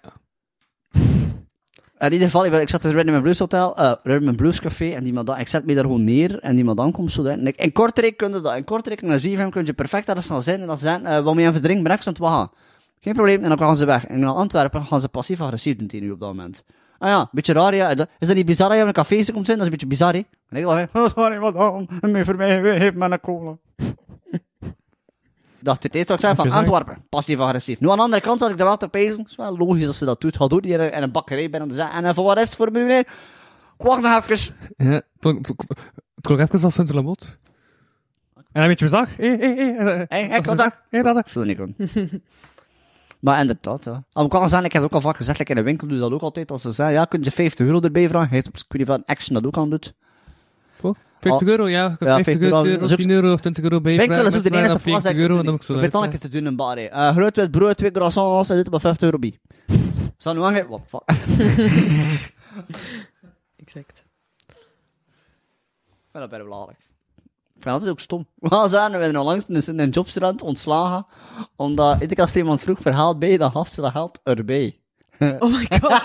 Speaker 1: In ieder geval, ik zat in het Rhythm and Blues Hotel, Rhythm and Blues Café, en die madame, ik zet me daar gewoon neer, en die madame komt zo erin. In Kortrijk kun je dat, in Kortrijk, naar ZFM kun je perfect ergens gaan zijn, en dan zeggen, wat moet je even drinken, ben ik aan het wachten. Geen probleem, en dan gaan ze weg. En in Antwerpen gaan ze passief-agressief doen tegen u op dat moment. Ah ja, beetje raar, ja. Is dat niet bizar dat je op een café komt zijn? Dat is een beetje bizar, hè? En ik dacht, sorry, madame, en voor mij heeft men een cola. Dacht het eerst wat ik zei van Antwerpen, passief-agressief. Nu aan de andere kant zat ik er wel te pezen. Het is wel logisch dat ze dat doet. Gaat ook niet in een bakkerij binnen te zeggen. En voor wat is het voor meneer? Ik wacht nog even.
Speaker 2: Ja, het klonk even als Saint-Lamot. En een beetje bezag.
Speaker 1: Hé, wat zeg? Dat wil niet doen. Maar inderdaad, ja. Maar ik kan zeggen, ik heb het ook al vaak gezegd, in de winkel doe je dat ook altijd. Als ze zeggen, ja, kun je 50 euro erbij vragen. Ik weet niet of Action dat ook aan doet.
Speaker 2: 50 euro, ja. 50 euro, 10 euro of 20 euro bij.
Speaker 1: Winkel is ook de enige
Speaker 2: 50 euro, dan moet ik zo
Speaker 1: probeer dan een keer te doen in een bar, hè. Groot wit brood, 2 croissants, en doet er maar 50 euro bij. Zou nu hangen? What the fuck?
Speaker 3: Exact.
Speaker 1: Ik vind dat bijna belangrijk. Ik vind dat ook stom. We gaan zeggen, we zijn onlangs in een jobstrand ontslagen, omdat iedere keer als iemand vroeg verhaal bij, dan gaf ze dat geld erbij.
Speaker 3: Oh my god.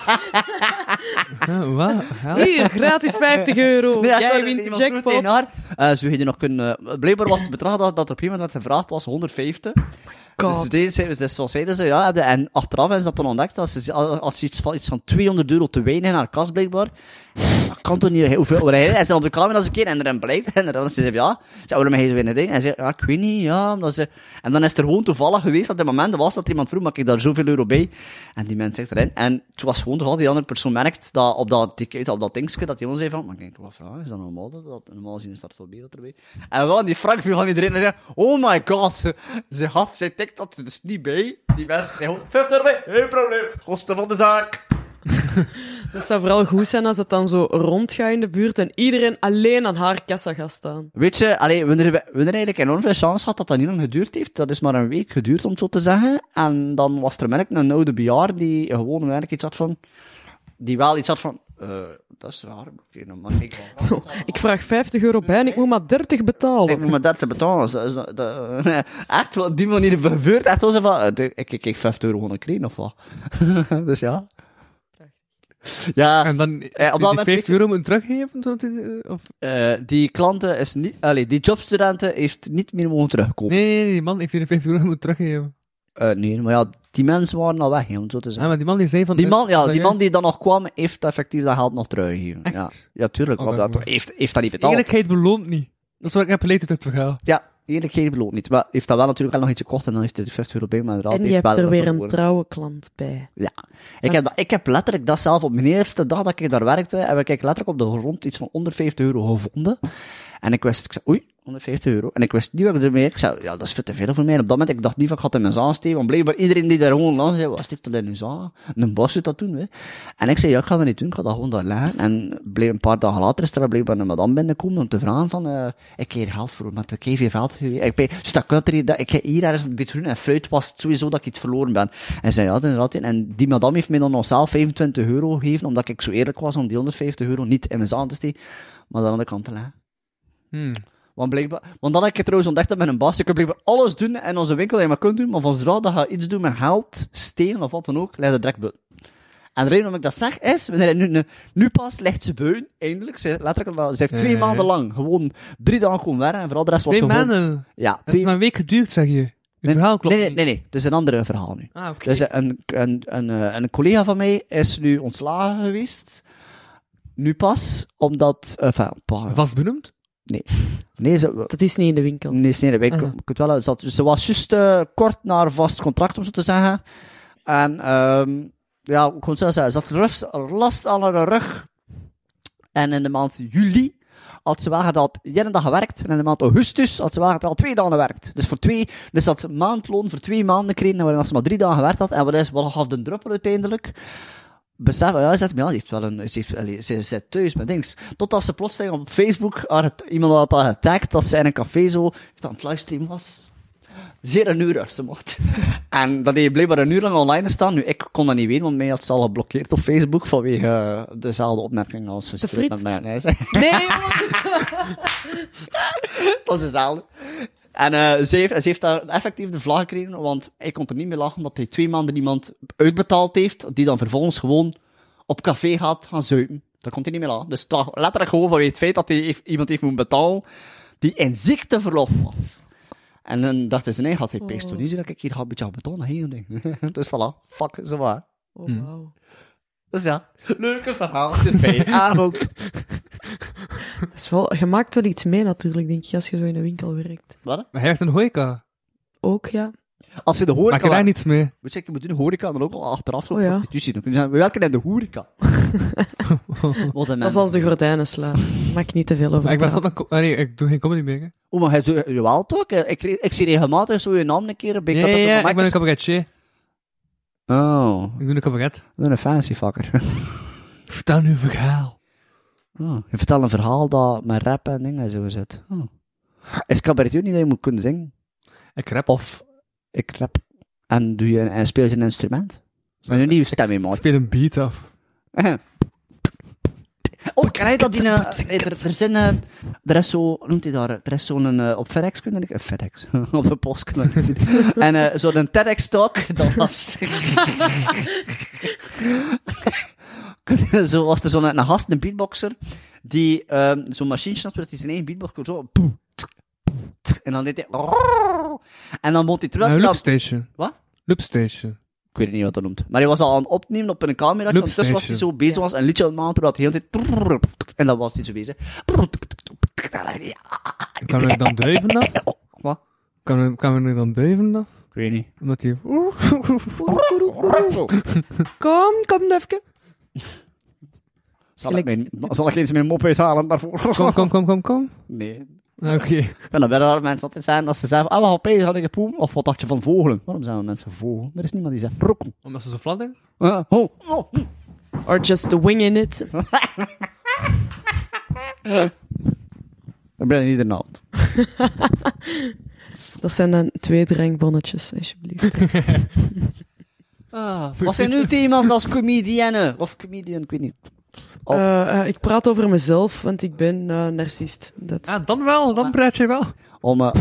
Speaker 2: Wat?
Speaker 3: Hier, gratis 50 euro.
Speaker 1: Nee,
Speaker 3: Jij wint de jackpot.
Speaker 1: Zou je nog kunnen... blijkbaar was het bedrag dat op een gegeven moment werd gevraagd was 150.
Speaker 3: God.
Speaker 1: Dus zo zeiden ze, ja, en achteraf is dat dan ontdekt, als iets van 200 euro te weinig in haar kas, blijkbaar. Dat kan toch niet, hoeveel hij is op de camera als een keer, en er blijkt, en dan zei ze, ja, waarom hij zo weer een ding? En hij zei, ja, ik weet niet, ja, omdat ze... En dan is er gewoon toevallig geweest dat het moment was dat iemand vroeg, maak ik daar zoveel euro bij? En die mens zegt erin, en het was gewoon toevallig, die andere persoon merkt, dat op dat dingetje, dat hij ons zei van, maar ik denk, wat vraag, is dat normaal? Normaal zien is dat veel beter erbij. En gewoon die Frank viel van iedereen en zei, oh my god, zij tikt dat er dus niet bij. Die mensen krijgen 50 euro bij, geen probleem, kosten van de zaak.
Speaker 3: Dat zou vooral goed zijn als het dan zo rondgaat in de buurt en iedereen alleen aan haar kassa gaat staan.
Speaker 1: Weet je, we hebben eigenlijk enorm veel chance gehad dat dat niet lang geduurd heeft. Dat is maar een week geduurd, om het zo te zeggen. En dan was er merk een oude bejaar die gewoon eigenlijk iets had van... Die wel iets had van... dat is raar. Okay, dan mag ik wel.
Speaker 3: Zo, ik vraag 50 euro bij en ik moet maar 30 betalen.
Speaker 1: Ik moet maar 30 betalen. Echt, wat op die manier gebeurt. Echt zo van... Ik kijk 50 euro gewoon kregen, of wat? Dus ja. Ja,
Speaker 2: en dan
Speaker 1: op dat moment
Speaker 2: 50 euro moeten teruggeven? Zodat of...
Speaker 1: die klanten is niet... die jobstudenten heeft niet meer mogen terugkomen.
Speaker 2: Nee, die man heeft die 50 euro moeten teruggeven.
Speaker 1: Nee, maar ja, die mensen waren al weg, om zo te zeggen.
Speaker 2: Maar die man die zei van...
Speaker 1: Die man die dan nog kwam, heeft effectief dat geld nog teruggegeven.
Speaker 2: Echt?
Speaker 1: Ja, tuurlijk.
Speaker 2: Oh,
Speaker 1: Dat heeft dat niet betaald.
Speaker 2: Eerlijkheid beloont niet. Dat is wat ik heb geleerd uit het verhaal.
Speaker 1: Ja, eerlijkheid beloont niet. Maar heeft dat wel natuurlijk wel nog iets gekocht en dan heeft hij de 50 euro bij, maar inderdaad
Speaker 3: En je hebt er weer een
Speaker 1: trouwe.
Speaker 3: trouwe klant bij.
Speaker 1: Ja. Ik heb letterlijk dat zelf op mijn eerste dag dat ik daar werkte, heb ik letterlijk op de grond iets van onder 50 euro gevonden. En ik zei, oei, €150. En ik wist niet wat ik ermee... Ik zei, ja, dat is veel te veel voor mij. En op dat moment, ik dacht niet van, ik had in mijn zaal steken. Want blijkbaar iedereen die daar gewoon langs zei, wat stikt dat in uw zaal? Een bos doet dat doen, hè. En ik zei, ja, ik ga dat niet doen, ik ga dat gewoon daar leggen. En bleef een paar dagen later is er blijkbaar een madame binnenkomen om te vragen van, ik kreeg hier geld voor, maar ik kreeg veel geld gegeven. Ik ga hier ergens een beetje doen en fruit was het sowieso dat ik iets verloren ben. En zei, ja, inderdaad. En die madame heeft mij dan nog zelf €25 gegeven, omdat ik zo eerlijk was om die €150 niet in mijn zaal te steken, maar dan aan de kant te leggen. Want dat had ik trouwens ontdekt met een baas. Ik kan blijkbaar alles doen in onze winkel dat je maar kunt doen, maar van zodra dat je iets doet met geld, stenen of wat dan ook, ligt het direct buiten. En de reden waarom ik dat zeg is, wanneer hij nu pas ligt ze buiten, eindelijk. Ze heeft 2 maanden lang gewoon 3 dagen gewoon werken en vooral de rest was
Speaker 2: 2
Speaker 1: gewoon...
Speaker 2: maanden?
Speaker 1: Ja,
Speaker 2: Het heeft maar een week geduurd, zeg je. Het verhaal klopt niet.
Speaker 1: Nee, het is een ander verhaal nu.
Speaker 2: Ah, oké.
Speaker 1: Dus een collega van mij is nu ontslagen geweest. Nu pas, omdat...
Speaker 2: Vast benoemd?
Speaker 1: Nee,
Speaker 3: Dat is niet in de winkel.
Speaker 1: Nee, ik weet wel, ze was juist kort naar vast contract, om zo te zeggen. En, ja, ik kon zo zeggen, ze had last aan haar rug. En in de maand juli had ze wel gedaan 1 dag gewerkt. En in de maand augustus had ze wel gedaan 2 dagen gewerkt. Dus dat maandloon voor 2 maanden kregen, waarin ze maar 3 dagen gewerkt had. En wat gaf de druppel uiteindelijk? Besef, ja, ze zit thuis met dings. Totdat ze plotseling op Facebook iemand had dat getagd dat ze in een café zo aan het livestream was. Zeer een uur ze mocht. En dat hij blijkbaar 1 uur lang online staan. Nu, ik kon dat niet weten, want mij had ze al geblokkeerd op Facebook vanwege dezelfde opmerking als ze
Speaker 3: friet?
Speaker 1: met mij. Nee,
Speaker 3: Nee,
Speaker 1: dat was dezelfde. En ze heeft daar effectief de vlag gekregen, want ik kon er niet meer lachen dat hij 2 maanden iemand uitbetaald heeft, die dan vervolgens gewoon op café gaat gaan zuipen. Daar komt hij niet meer lachen. Dus toch letterlijk gewoon vanwege het feit dat hij iemand heeft moeten betalen die in ziekteverlof was. En dan dacht ze, nee, had hij pees toen niet dat ik hier een beetje aan betalen. Hier, dus voilà, fuck, zo waar.
Speaker 3: Oh, wauw.
Speaker 1: Dus ja, leuke verhaaltjes bij je avond.
Speaker 3: Dat is wel, je maakt wel iets mee natuurlijk, denk je, als je zo in een winkel werkt.
Speaker 1: Wat?
Speaker 2: Maar hij heeft een horeca.
Speaker 3: Ook, ja.
Speaker 1: Als je de
Speaker 2: Maak
Speaker 1: horeca...
Speaker 2: je daar niets mee?
Speaker 1: Weet je, je moet doen horeca dan ook al achteraf zo
Speaker 3: Oh ja.
Speaker 1: prostitutie. Dan kun je zeggen, we werken in de horeca. Wat een
Speaker 3: Dat is als de gordijnen slaan. Maak niet te veel over
Speaker 2: Maar ik ben
Speaker 3: praten.
Speaker 2: zat aan... nee, ik doe geen comedy meer, hè.
Speaker 1: Oh, maar jawel toch? Ik zie regelmatig zo je naam een keer bij
Speaker 2: Ja, ik ben een cabaretier.
Speaker 1: Oh,
Speaker 2: Ik doe een cabaret.
Speaker 1: ik ben een fancy fucker.
Speaker 2: Vertel nu een verhaal.
Speaker 1: Oh, je vertelt een verhaal dat met rap en dingen zo zit. Oh. Is cabaretier niet dat je moet kunnen zingen?
Speaker 2: Ik rap.
Speaker 1: Of ik rap. En speel je een instrument? En nu niet je stem in
Speaker 2: Ik
Speaker 1: maakt.
Speaker 2: speel een beat af.
Speaker 1: Oh, krijg je dat in er is zo, hoe noemt hij daar? Er is zo'n, op FedEx kunnen ik, FedEx, op de post kunnen ik zien. En zo'n TEDx-talk, dat was, zo was er zo'n een gast, een beatboxer, die zo'n machientje had, dat hij zijn eigen beatbox kon zo, en dan deed hij, en dan mocht hij terug.
Speaker 2: Loopstation.
Speaker 1: Wat?
Speaker 2: Loopstation.
Speaker 1: Ik weet niet wat dat noemt. Maar hij was al aan het opnemen op een camera. Ondertussen was hij zo bezig was, een liedje aan het maken, terwijl hij heel de tijd... En dan was hij zo bezig.
Speaker 2: Kan we dan duiven af?
Speaker 1: Wat?
Speaker 2: Kan we dan duiven af?
Speaker 1: Ik weet niet.
Speaker 2: Omdat hij...
Speaker 3: Kom even.
Speaker 1: Zal ik eens mijn mop uithalen daarvoor?
Speaker 2: Kom.
Speaker 1: Nee.
Speaker 2: Oké.
Speaker 1: Ik ben er bij de mensen altijd zijn dat ze zeggen, we gaan pees, had ik een poem. Of wat dacht je van vogelen? Waarom zijn mensen vogel? Er is niemand die zegt rokken.
Speaker 2: Omdat ze zo fladden?
Speaker 3: Or just the wing in it.
Speaker 1: Ik ben niet de avond.
Speaker 3: Dat zijn dan 2 drankbonnetjes, alsjeblieft.
Speaker 1: Wat zijn uw thema's als comedienne? Of comedian, ik weet niet.
Speaker 3: Ik praat over mezelf, want ik ben narcist.
Speaker 2: Ah, dan wel. Dan praat je wel.
Speaker 1: Om dan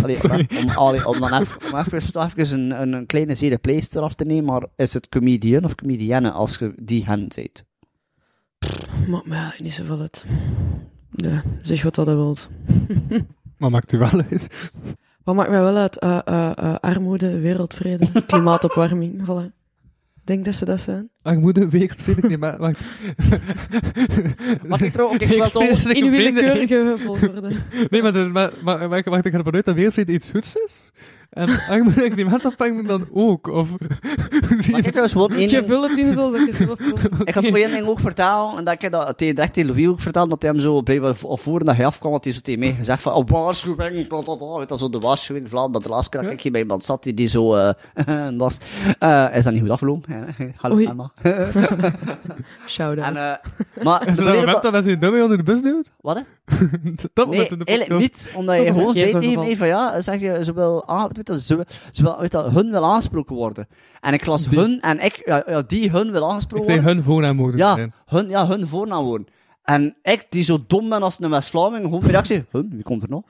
Speaker 1: even een kleine zere pleister af te nemen, maar is het comedian of comedienne als je die hen zet?
Speaker 3: Maakt mij niet zoveel uit. Nee, zeg wat dat wilt.
Speaker 2: Maar maakt u wel eens.
Speaker 3: Wat maakt mij wel uit? Armoede, wereldvrede, klimaatopwarming, voilà. Denk dat ze dat zijn.
Speaker 2: Armoede, wereldvrede, nee, maar...
Speaker 1: Mag ik trouwens ook wel zo
Speaker 3: In uw willekeurige volgorde.
Speaker 2: Nee, maar wacht, ik ga ervan uit dat wereldvrede iets goeds is. En hangt mijn agreement op, hangt me dan ook? Of...
Speaker 1: Maar ik was gewoon één
Speaker 3: Je
Speaker 1: ding...
Speaker 3: vult het in zoals dat je zelf wilt.
Speaker 1: Ik had gewoon één ding ook vertellen, en dat ik dat tegen Louis ook verteld, dat hij hem zo, blijkbaar, al voordat hij afkwam, had hij zo tegen mij gezegd van, waarschuwing, weet dat zo de waarschuwing, Vlaam, dat de laatste keer dat ik hier bij iemand zat, die zo, was, is dat niet goed afgelopen? Hallo,
Speaker 3: Oei.
Speaker 1: Emma.
Speaker 3: Shout-out.
Speaker 1: En, maar,
Speaker 2: Is er dat moment dat hij zijn dummy onder de bus duwt?
Speaker 1: wat, hè?
Speaker 2: Dat
Speaker 1: Nee,
Speaker 2: moment in de
Speaker 1: eigenlijk
Speaker 2: podcast.
Speaker 1: niet, omdat je
Speaker 3: Toch
Speaker 1: gewoon
Speaker 3: een keer
Speaker 1: zei
Speaker 3: zo'n
Speaker 1: tegen
Speaker 3: geval.
Speaker 1: mij van, ja, zeg je, hun wil aangesproken worden. En ik las hun, en ik, die hun wil
Speaker 2: Ik
Speaker 1: aangesproken
Speaker 2: zei
Speaker 1: worden.
Speaker 2: hun voornaam moeten
Speaker 1: Ja,
Speaker 2: zijn.
Speaker 1: hun voornaamwoorden. En ik, die zo dom ben als een West-Vlaming, gewoon mijn reactie, wie komt er nog?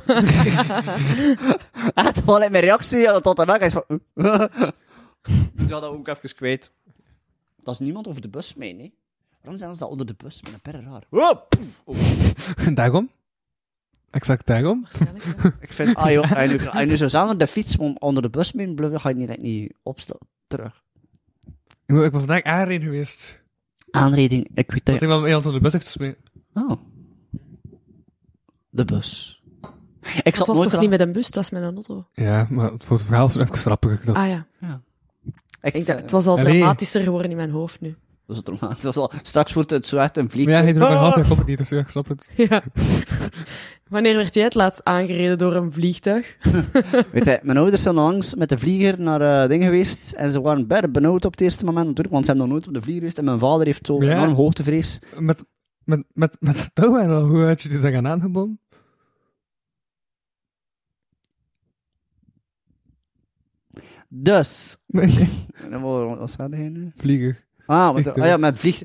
Speaker 1: Echt, gewoon mijn reactie tot de weg is van, Dus ja, dat ook even kwijt. Dat is niemand over de bus mee, nee. Waarom zijn ze dat onder de bus? Met een perre raar. Oh, poef. Oh.
Speaker 2: Daarom? Exact daarom?
Speaker 3: Waarschijnlijk, ja.
Speaker 1: Ik vind, joh, als je nu zou zeggen, de fiets onder de bus mee bluffen, ga je niet opstaan. Terug.
Speaker 2: Ik ben vandaag aangereden geweest.
Speaker 1: Aanrijding, ik weet
Speaker 2: Dat
Speaker 1: dat.
Speaker 2: iemand onder de bus heeft gesmeten.
Speaker 1: Oh. De bus. Ik
Speaker 3: Het
Speaker 1: zat
Speaker 3: was
Speaker 1: nooit
Speaker 3: toch niet met een bus, dat was met een auto.
Speaker 2: Ja, maar voor het verhaal is het even grappiger. Dat...
Speaker 3: Ah ja. Het was al
Speaker 2: Allee.
Speaker 3: dramatischer geworden in mijn hoofd nu.
Speaker 1: Dat is het roman. Het was al, straks wordt het zo echt een
Speaker 2: Maar
Speaker 1: vlieg.
Speaker 2: ja, hij doet ook een half jaar op het niet, dus ja, ik snap het.
Speaker 3: Ja. Wanneer werd jij het laatst aangereden door een vliegtuig?
Speaker 1: Weet je, mijn ouders zijn langs met de vlieger naar dingen geweest en ze waren bijna benauwd op het eerste moment natuurlijk, want ze hebben nog nooit op de vlieger geweest en mijn vader heeft zo
Speaker 2: Ja.
Speaker 1: enorm hoogtevrees.
Speaker 2: Met het touw en al, hoe had je die daar aan aangebonden?
Speaker 1: Dus.
Speaker 2: Nee,
Speaker 1: Wat zei hij nu?
Speaker 2: vlieger.
Speaker 1: Ja, met vlieg.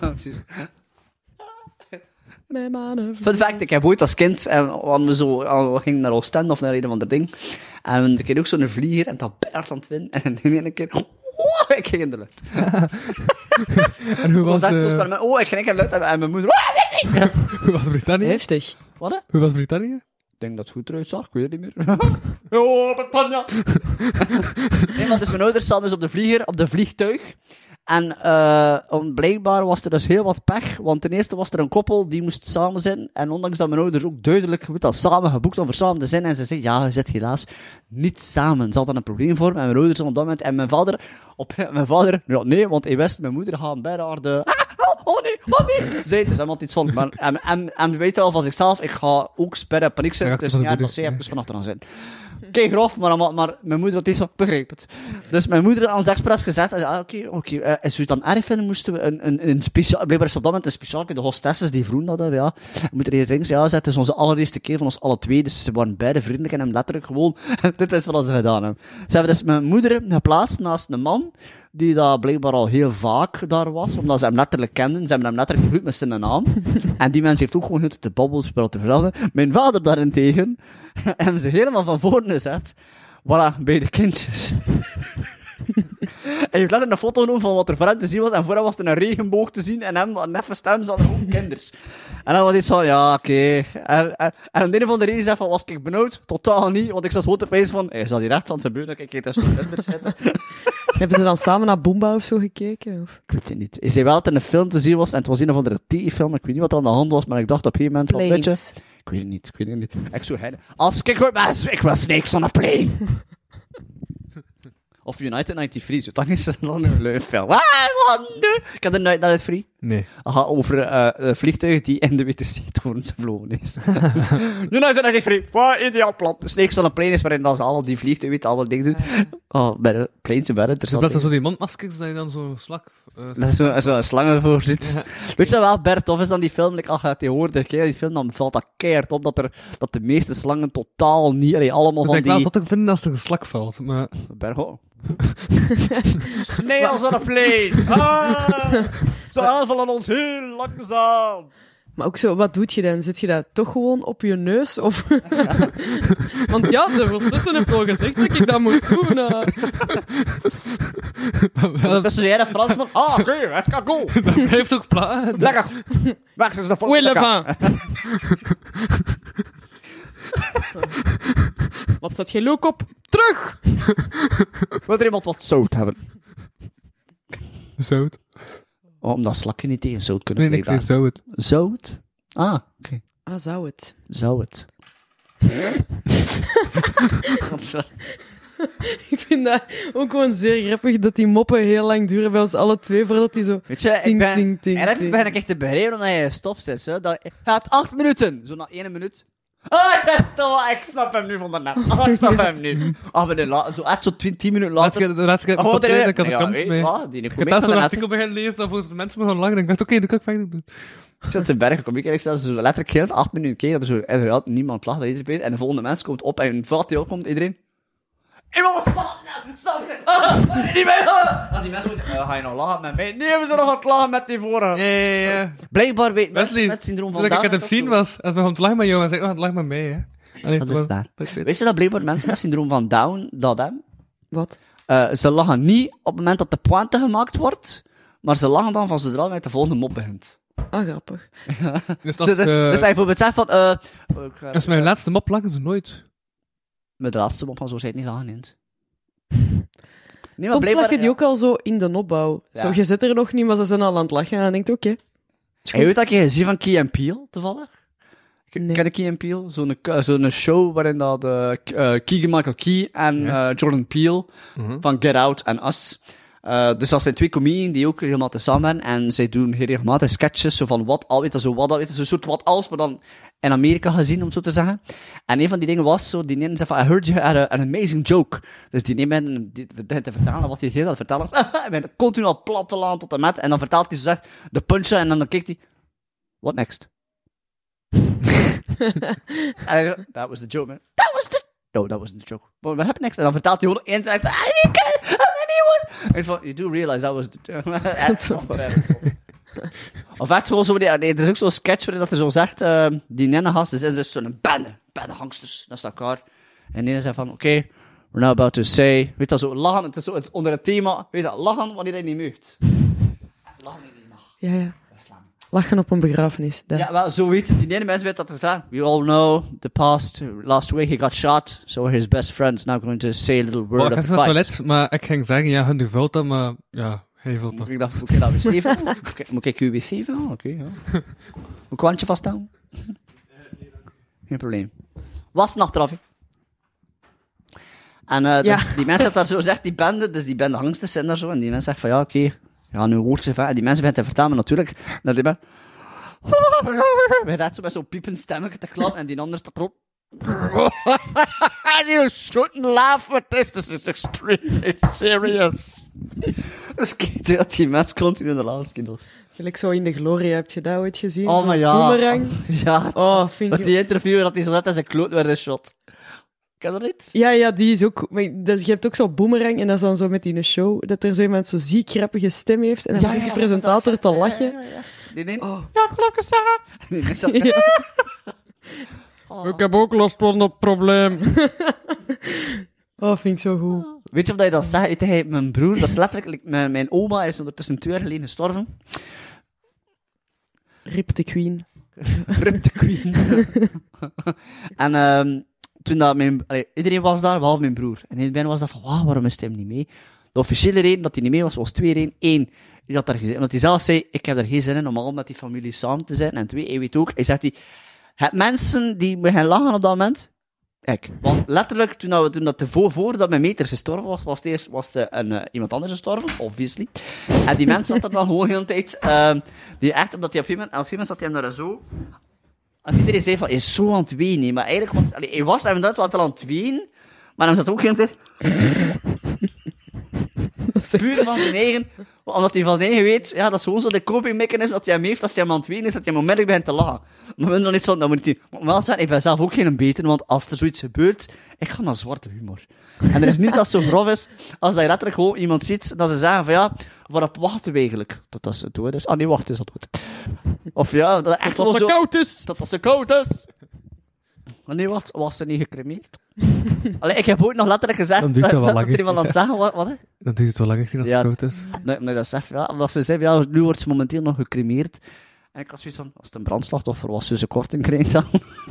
Speaker 3: Mijn manen.
Speaker 1: Fun fact, ik heb ooit als kind, we gingen naar Oostende of naar een of ander ding, en ik had ook zo'n vlieger, en dat baart aan het winnen, en in één keer, ik ging in de lucht.
Speaker 2: En hoe was,
Speaker 1: Was echt zo spannend. Ik ging in de lucht, en mijn moeder,
Speaker 2: hoe was Brittannië?
Speaker 3: Heftig.
Speaker 1: wat hè?
Speaker 2: Hoe was Brittannië?
Speaker 1: Ik denk dat het goed eruit zag, ik weet het niet meer. Britannia! Nee, want dus mijn ouders zaten dus op de vlieger, op de vliegtuig. En blijkbaar was er dus heel wat pech, want ten eerste was er een koppel die moest samen zijn. En ondanks dat mijn ouders ook duidelijk samen geboekt om voor samen te zijn. En ze zei, ja, je zit helaas niet samen. Ze had dan een probleem voor me. En mijn ouders op dat moment. En mijn vader, ja, nee, want hij wist, mijn moeder gaat bijna haar de... Oh nee! Zei, dus hij had iets van, maar, en weet wel van zichzelf, ik ga ook speren, paniek
Speaker 2: Ja,
Speaker 1: zijn.
Speaker 2: dat is
Speaker 1: Dus
Speaker 2: een
Speaker 1: ja,
Speaker 2: goede-
Speaker 1: dat zei even van achteraan zijn. Oké, grof, maar mijn moeder had iets van, begreep het. Dus mijn moeder aan ons expres gezet, en zei, oké, is u het dan erg vinden, moesten we een speciaal, blijkbaar is op dat moment een speciaal, de hostesses die vroegen dat, ja, moet er hier drinken, ja, het is onze allereerste keer van ons alle twee, dus ze waren beide vriendelijk en hem letterlijk gewoon, dit is wat ze gedaan hebben. Ze hebben dus mijn moeder geplaatst naast een man, die daar blijkbaar al heel vaak daar was, omdat ze hem letterlijk kenden. Ze hebben hem letterlijk gegroet met zijn naam. En die mens heeft ook gewoon goed op de babbels te vertellen. Mijn vader daarentegen, hebben ze helemaal van voren gezet, voilà, bij de kindjes. En je heeft letterlijk een foto genomen van wat er voor hem te zien was, en voor hem was er een regenboog te zien, en hem, een even stem, zaten ook kinders. En dan was iets van, ja, oké. En om de een of andere reden zei van, was ik benauwd? Totaal niet, want ik zat gewoon te wijzen van, is dat hier echt van het gebeuren? Kijk, het is toch kinders zitten.
Speaker 3: Hebben ze dan samen naar Boomba of zo gekeken? Of?
Speaker 1: Ik weet het niet. Hij zei wel dat er een film te zien was, en het was een of andere TV-film, ik weet niet wat er aan de hand was, maar ik dacht op een gegeven moment van, weet je,
Speaker 3: Planes.
Speaker 1: ik weet het niet. Ik zo, als ik ooit ben, ik was Snakes on a Plane. Of United 93, zo dan is het dan een leuke film. Ik heb er nooit naar het free.
Speaker 2: Nee.
Speaker 1: Over vliegtuigen die in de WTC-torens gevlogen is. United 93, wat ideaal plan. Snakes on a Plane is waarin dan ze allemaal die vliegtuigen, weet allemaal dingen doen. Oh, bij de planes zijn wel
Speaker 2: In
Speaker 1: interessant.
Speaker 2: plaats van zo die mondmaskers, dat je dan zo slak...
Speaker 1: Dat zo'n slangen voor zit.
Speaker 2: Ja.
Speaker 1: Weet je wel, Bert, of is dan die film, tegenwoordig, die film, dan valt dat keihard op dat de meeste slangen totaal niet, allemaal
Speaker 2: Ik
Speaker 1: van
Speaker 2: denk wel
Speaker 1: die...
Speaker 2: dat ik vind als er een slak valt, maar...
Speaker 1: Bergo. Snails on a plane. Ze aanvallen ons heel langzaam.
Speaker 3: Maar ook zo, wat doet je dan? Zit je dat toch gewoon op je neus? Of... Want ja, de hostess heeft al gezegd dat ik dat moet doen.
Speaker 1: Tussen jij en Fransman. Oké, het kan go.
Speaker 2: Dat blijft ook plaat.
Speaker 1: Lekker. Weg is de volgende.
Speaker 3: Oei, le vin. Wat zet je leuk op? Terug!
Speaker 1: Wil er iemand wat zout hebben?
Speaker 2: Zout.
Speaker 1: Oh, omdat slakken niet tegen zout kunnen
Speaker 2: Nee, ik zei
Speaker 1: blijven.
Speaker 2: zout.
Speaker 1: Zout? Ah, oké.
Speaker 3: Ah, zou het.
Speaker 1: Zou het.
Speaker 3: Ik vind dat ook gewoon zeer grappig dat die moppen heel lang duren bij ons alle twee, voordat die zo...
Speaker 1: Weet je,
Speaker 3: Ting, ting, ting,
Speaker 1: ergens
Speaker 3: ting.
Speaker 1: begin ik echt te begrijpen omdat je stopzet. Hè? Dat je gaat 8 minuten. Zo na 1 minuut. Ik snap hem nu van de net. Ik snap hem nu. 8 minuten zo echt zo 10 minuten later.
Speaker 2: Laatste keer dat ik had een
Speaker 1: weet
Speaker 2: mee.
Speaker 1: wat, die
Speaker 2: Ik
Speaker 1: komiek
Speaker 2: had
Speaker 1: van
Speaker 2: zo'n
Speaker 1: de net.
Speaker 2: artikel beginnen lezen, dan volgens de mensen me gewoon langer. En ik dacht, oké, dat kan ik verder doen.
Speaker 1: Ik zat in Bergen komiek en ik stel zo letterlijk heel 8 minuten keer dat er zo inderdaad niemand lacht, dat iedereen weet. En de volgende mens komt op en voordat hij opkomt, iedereen... Iemand, stop! Niet meer! En die mensen moeten... ga je nog lachen met mij? Nee, we zijn nog aan het lachen met die vorige.
Speaker 2: Ja.
Speaker 1: Blijkbaar weet mensen
Speaker 2: Wesley,
Speaker 1: met het syndroom van
Speaker 2: toen ik
Speaker 1: Down...
Speaker 2: het hem zien was, als we gaan te lachen met jou, en zei ik, het lag met mij, hè. Allee,
Speaker 1: Dat is
Speaker 2: gewoon-
Speaker 1: waar.
Speaker 2: dat ik weet.
Speaker 1: Weet je dat blijkbaar mensen met syndroom van Down dat hebben?
Speaker 3: Wat?
Speaker 1: Ze lachen niet op het moment dat de pointe gemaakt wordt, maar ze lachen dan van zodra met de volgende mop begint.
Speaker 3: Ah, grappig.
Speaker 2: Dus
Speaker 1: Dus hij bijvoorbeeld zegt van...
Speaker 2: als mijn laatste mop lachen ze nooit.
Speaker 1: Met de laatste mop van zo zijn het niet lachen neemt. Nee,
Speaker 3: Soms lag je die
Speaker 1: ja.
Speaker 3: ook al zo in de opbouw.
Speaker 1: Ja.
Speaker 3: Zo, je zit er nog niet, maar ze zijn al aan het lachen. En dan denk je, oké.
Speaker 1: Heb je weet dat je gezien van Key and Peele, toevallig?
Speaker 3: Nee.
Speaker 1: Ken je Key and Peele? Zo'n show waarin dat Keegan-Michael Key en Jordan Peele van Get Out en Us. Dus dat zijn 2 comedians die ook regelmatig samen zijn. En zij doen heel regelmatig sketches zo van wat al weten, zo'n soort wat als, maar dan in Amerika gezien, om het zo te zeggen. En een van die dingen was zo, die ene zei van, I heard you had an amazing joke. Dus die neemt begint te vertellen wat hij heel aan het vertellen was. Hij bent continu al plat te laan tot en met. En dan vertelt hij zo zegt de punchline en dan kijkt hij, what next? That was the joke, man. No, that wasn't the joke. But what happened next? En dan vertelt hij gewoon één tijd. En van, you do realize that was the... Of echt gewoon zo... Nee, er is ook zo'n sketch waarin dat er zo zegt... die nennengast is dus zo'n bende hangsters. Dat is elkaar. En die zegt van... Oké, we're now about to say... Weet dat, zo lachen. Het is zo onder het thema... Weet dat, lachen wanneer hij niet meugt. Lachen wanneer hij niet mag.
Speaker 3: Ja. Lachen op een begrafenis. Dat.
Speaker 1: Ja, wel, zo weet die ene mens weet dat het vraag. We all know the past. Last week he got shot, so his best friend's now going to say a little word
Speaker 2: Ik
Speaker 1: of
Speaker 2: ga naar het
Speaker 1: advice.
Speaker 2: toilet, maar ik ging zeggen, ja, hun vult dat, maar ja, hij vult dat.
Speaker 1: Ik dacht, moet ik dat wc vullen? Moet ik uw wc vullen? Oké, ja. Moet ik een handje vasthouden? Geen probleem. Was achteraf, hè. En dus die mensen dat daar zo zegt, die bende, dus die bende hangsters zijn daar zo, en die mensen zeggen van, ja, oké, ja, nu woordje van, en die mensen beginnen te vertellen, maar natuurlijk, dat die ben... Hij redt zo met zo'n piepend stemmetje te klappen, en die ander staat erop. You shouldn't laugh with this is extremely serious. Dus kijk, dat die mens continu in de laatste kinders.
Speaker 3: Gelijk zo in de glorie, heb je dat ooit gezien?
Speaker 1: Oh,
Speaker 3: Zo'n
Speaker 1: maar ja.
Speaker 3: Boomerang.
Speaker 1: Ja,
Speaker 3: Oh, vind
Speaker 1: dat
Speaker 3: ik...
Speaker 1: die interviewer dat hij zo net als een kloot werd geschot. Ken je dat niet?
Speaker 3: Ja, die is ook... Maar dus je hebt ook zo'n Boomerang, en dat is dan zo met die show, dat er zo iemand zo ziek grappige stem heeft, en dan begint die presentator te lachen.
Speaker 1: Die neemt...
Speaker 3: Oh.
Speaker 1: Ja, klopt zeggen. Die neemt zo...
Speaker 3: Ja.
Speaker 1: Oh.
Speaker 3: Ik heb ook last van dat probleem. Oh, vind ik zo goed.
Speaker 1: Weet je of dat je dat zegt? Weet je, mijn broer, dat is letterlijk... Mijn oma is ondertussen 2 jaar geleden gestorven.
Speaker 3: Rip the Queen.
Speaker 1: Rip the Queen. En toen dat iedereen was daar, behalve mijn broer. En in het begin was dat van, waarom is hij niet mee? De officiële reden dat hij niet mee was 2 redenen. 1, hij had daar geen zin, omdat hij zelf zei, ik heb er geen zin in om al met die familie samen te zijn. En 2, hij weet ook, hij zegt, het mensen die me gaan lachen op dat moment, kijk, want letterlijk, toen dat voordat mijn meter gestorven was iemand anders gestorven, obviously. En die mens zat er dan gewoon de hele tijd, die echt, omdat hij op een gegeven moment zat hij hem daar zo, en iedereen zei van, hij is zo aan het wenen, maar eigenlijk was, hij was inderdaad wat aan het wenen, maar hij zat ook de hele tijd, puur van zijn eigen, omdat hij van zijn eigen weet, ja, dat is gewoon zo de copingmechanisme dat hij hem heeft, als hij hem aan het wenen is, dat hij hem onmiddellijk begint te lachen. Maar we willen dan niet zo, dan moet hij, maar wel zeggen, ik ben zelf ook geen beter, want als er zoiets gebeurt, ik ga naar zwarte humor. En er is niet dat zo grof is, als dat je letterlijk gewoon iemand ziet, dat ze zeggen van, ja, waarop wachten we eigenlijk? Totdat ze dood is. Ah, nee, wacht, is dat dood. Of ja, dat echt wel zo...
Speaker 3: koud is.
Speaker 1: Totdat ze koud is. Maar nee, wat? Was ze niet gecremeerd? Allee, ik heb ooit nog letterlijk gezegd...
Speaker 2: Dan duurt dat wel lang,
Speaker 1: er iemand aan het zeggen, wat hè?
Speaker 2: Dan duurt het wel lang als
Speaker 1: Ja,
Speaker 2: het koud is.
Speaker 1: Nee, dat zegt, ja. Omdat ze zei, ja, nu wordt ze momenteel nog gecremeerd. En ik had zoiets van, als het een brandslachtoffer was, ze korting krijgt dan.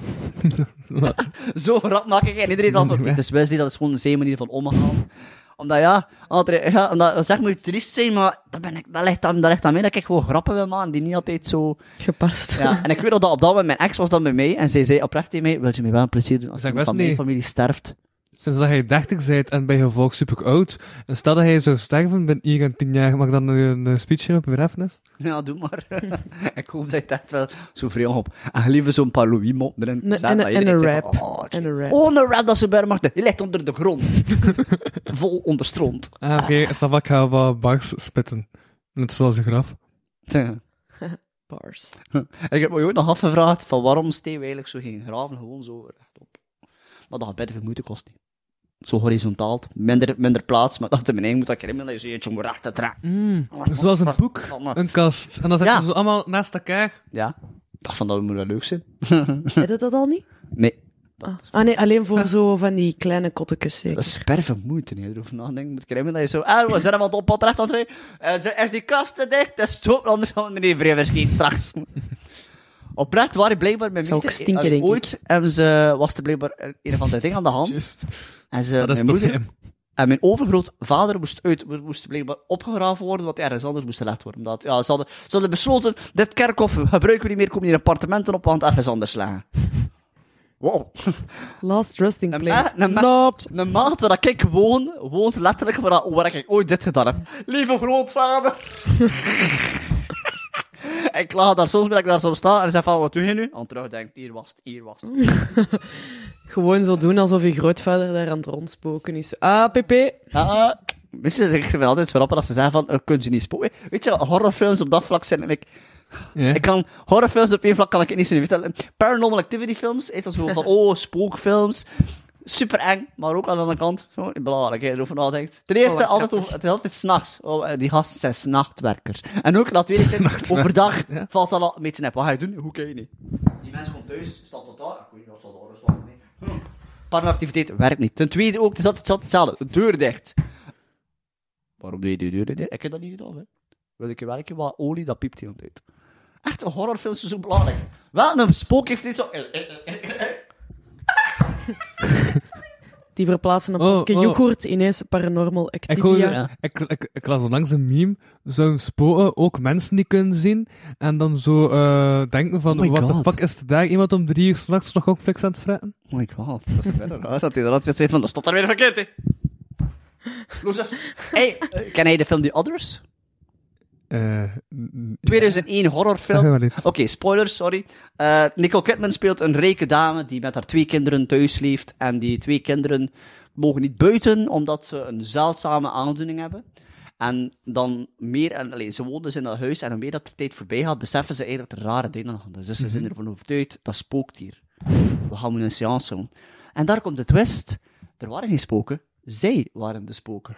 Speaker 1: Zo rap maak ik en iedereen dan van, het is Wesley, dat is gewoon een zeemanier van omgaan. Omdat omdat, zeg moet triest zijn, maar dat ligt aan mij dat ik gewoon grappen wil maken, die niet altijd zo...
Speaker 3: Gepast.
Speaker 1: Ja, en ik weet nog dat op dat moment, mijn ex was dan bij mij, en zij zei oprecht tegen mij, wil je mij wel een plezier doen als
Speaker 2: Zeg,
Speaker 1: iemand van
Speaker 2: Wesley.
Speaker 1: mijn familie sterft?
Speaker 2: Sinds dat hij 30 bent en bij gevolg super oud. En stel dat hij zou sterven binnen 1 en 10 jaar, mag ik dan een speech geven op je begrafenis?
Speaker 1: Ja, doe maar. Ik hoop dat je het echt wel zo vrij op. En liever zo'n paar Louis-mop erin
Speaker 3: En
Speaker 1: zetten, dat
Speaker 3: een
Speaker 1: iedereen zegt
Speaker 3: rap.
Speaker 1: van,
Speaker 3: En een rap.
Speaker 1: Oh, een rap dat ze bij macht. Je ligt onder de grond. Vol onder stront.
Speaker 2: Ah, oké, snap ik ga wat bars spitten. Net zoals een graf.
Speaker 1: Ja.
Speaker 3: Bars.
Speaker 1: Ik heb me ooit nog afgevraagd van waarom steken we eigenlijk zo geen graven gewoon zo rechtop. Maar dat gaat bij de moeite kosten. Zo horizontaal. Minder plaats, maar dat er beneden moet dat criminelen je om recht te trekken.
Speaker 2: Zoals een boek, een kast. En dan zetten
Speaker 1: Ja.
Speaker 2: ze zo allemaal naast elkaar.
Speaker 1: Ja. Ik dacht van dat moet wel leuk zijn.
Speaker 3: Heb je dat al niet?
Speaker 1: Nee.
Speaker 3: Nee, alleen voor zo van die kleine kottekes zeker.
Speaker 1: Dat is per vermoeite, hè, erover nadenken. Moet criminelen je zo, we zijn hem op pad recht aan het rijden. Is die kast te dicht? Dat stopt, anders gaan we er niet vrij verschieten straks. Oprecht waren blijkbaar met
Speaker 3: Zou ook
Speaker 1: Miete.
Speaker 3: stinken, denk ik.
Speaker 1: Ooit was er blijkbaar een of andere ding aan de hand.
Speaker 2: Just.
Speaker 1: En ze,
Speaker 2: Dat is
Speaker 1: mijn
Speaker 2: het
Speaker 1: moeder
Speaker 2: probleem.
Speaker 1: en mijn overgrootvader moest blijkbaar opgegraven worden, wat ergens anders moest gelegd worden. Omdat, ja, ze hadden besloten, dit kerkhof gebruiken we niet meer, komen hier appartementen op, want ergens anders liggen. Wow.
Speaker 3: Last resting
Speaker 1: Een
Speaker 3: place.
Speaker 1: maat waar ik woont letterlijk waar ik ooit dit gedaan heb. Lieve grootvader. Ik lag daar soms, ben ik daar zo staan en zeg van, wat doe je nu? En terugdenk, hier was het.
Speaker 3: Gewoon zo doen alsof je grootvader daar aan het rondspoken is. Ah, Pepe.
Speaker 1: Ja, mensen zeggen altijd zo grappig dat ze zeggen van, kunnen ze niet spoken? Weet je, horrorfilms op dat vlak zijn en ik kan horrorfilms op één vlak kan ik het niet zo weten. Paranormal Activity films, echt zo van, spookfilms. Super eng, maar ook aan de andere kant, zo, niet belangrijk, hè, erover nadenkt. Ten eerste, het is altijd s'nachts. Die gasten zijn 's nachtwerkers. En ook, dat weet ik, overdag valt dat al een beetje nep. Wat ga je doen? Hoe kan je niet? Die mensen komen thuis, staat tot daar. Ik weet niet wat ze al de staan. Paranormactiviteit werkt niet. Ten tweede ook, het is altijd hetzelfde. De deur dicht. Waarom doe je de deur dicht? Ik heb dat niet gedaan, hè. Wil ik werken wat olie, dat piept heel de tijd. Echt, een horrorfilm is zo belangrijk. Wel, een spook heeft niet zo...
Speaker 3: Die verplaatsen een potje yoghurt ineens paranormal activity.
Speaker 2: Ik las onlangs een meme. Zo'n spoken ook mensen die kunnen zien. En dan zo denken van,
Speaker 1: Oh my
Speaker 2: what the
Speaker 1: God.
Speaker 2: fuck is er daar iemand om 3 uur 's nachts nog conflicts aan het fretten?
Speaker 1: Oh my god, dat is verder raar. Dat hij eruit gezegd van, dat stond daar weer verkeerd, hè. Loes, hey, ken jij de film The Others? 2001 horrorfilm. Oké, spoilers, sorry. Nicole Kidman speelt een rijke dame die met haar 2 kinderen thuis leeft. En die 2 kinderen mogen niet buiten, omdat ze een zeldzame aandoening hebben. En dan ze wonen dus in dat huis, en hoe meer dat de tijd voorbij gaat, beseffen ze eigenlijk dat er rare dingen aan de hand is. Dus ze zijn ervan overtuigd, dat spookt hier. We gaan een seance doen. En daar komt de twist. Er waren geen spoken. Zij waren de spoken.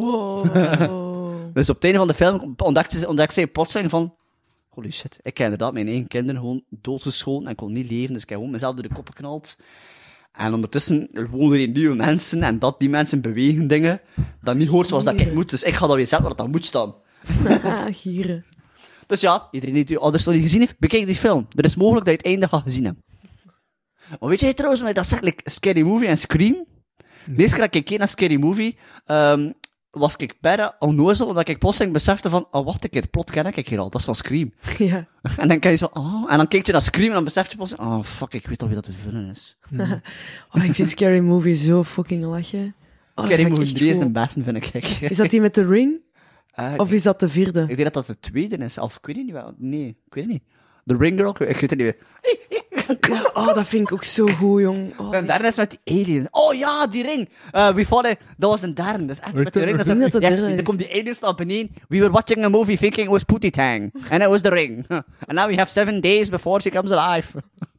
Speaker 3: Wow.
Speaker 1: Dus op het einde van de film ontdekt zij plotseling van... Holy shit, ik heb inderdaad mijn 1 kinderen gewoon doodgeschoten en kon niet leven, dus ik heb gewoon mezelf door de kop geknald. En ondertussen wonen er hier nieuwe mensen, en die mensen bewegen dingen dat niet hoort zoals dat ik moet, dus ik ga dat weer zeggen waar dat moet staan.
Speaker 3: Gieren.
Speaker 1: Dus ja, iedereen die het ouders nog niet gezien heeft, bekijk die film. Er is mogelijk dat je het einde gaat gezien hebben. Maar weet jij trouwens, dat zegt like Scary Movie en Scream? De eerste keer dat ik keek naar Scary Movie, was ik bijna onnozel, omdat ik plotseling besefte van, wacht een keer, het plot ken ik hier al, dat is van Scream.
Speaker 3: Ja.
Speaker 1: En dan kijk je zo, en dan kijk je naar Scream en dan besef je plotseling, fuck, ik weet al wie dat de villain is.
Speaker 3: Ik vind Scary Movie zo fucking lachen.
Speaker 1: Scary Movie 3 is de beste, vind ik.
Speaker 3: Is dat die met de ring? Of is dat de 4e?
Speaker 1: Ik denk dat dat de tweede is, of ik weet het niet wel. Nee, ik weet het niet. The Ring Girl, ik weet het niet meer.
Speaker 3: Ja, dat vind ik ook zo goed, jong.
Speaker 1: En derde is met die alien. Oh ja, die ring. Dat was een derde. Dat is echt met die ring.
Speaker 3: Ik denk dat dat
Speaker 1: Yes,
Speaker 3: derde is.
Speaker 1: dan komt die aliens naar beneden. We were watching a movie thinking it was Pootie Tang. And it was the ring. And now we have 7 days before she comes alive.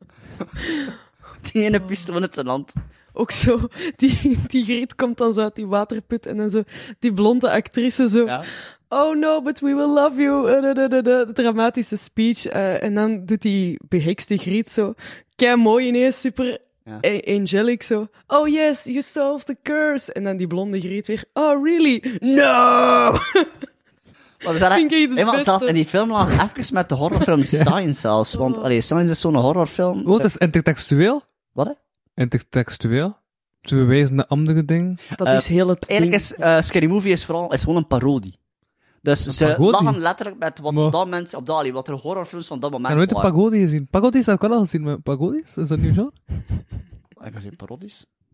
Speaker 1: Die ene piste van het land.
Speaker 3: Ook zo, die Griet komt dan zo uit die waterput en dan zo, die blonde actrice zo...
Speaker 1: Ja.
Speaker 3: Oh no, but we will love you. De dramatische speech. En dan doet die behekste Griet zo. Kei mooi ineens, super angelic zo. Oh yes, you solved the curse. En dan die blonde Griet weer. Oh really? No!
Speaker 1: Maar dat
Speaker 3: Vind ik het
Speaker 1: want
Speaker 3: beste.
Speaker 1: zelfs in die film laat even met de horrorfilm Science zelfs. Want Science is zo'n horrorfilm.
Speaker 2: Oh, het is intertextueel?
Speaker 1: Wat hè?
Speaker 2: Intertextueel? Ze bewijzen naar andere dingen?
Speaker 3: Dat is heel het
Speaker 1: Eigenlijk is Scary Movie is gewoon een parodie. Dus ze
Speaker 2: parodie?
Speaker 1: lachen letterlijk met wat dat mensen op dat wat er horrorfilms van dat
Speaker 2: Ik
Speaker 1: moment
Speaker 2: heb nooit een
Speaker 1: waren.
Speaker 2: pagodie gezien. Pagodie's heb ik wel al gezien, maar pagodie's? Is dat nieuw genre?
Speaker 1: Ik ga zeggen parodies.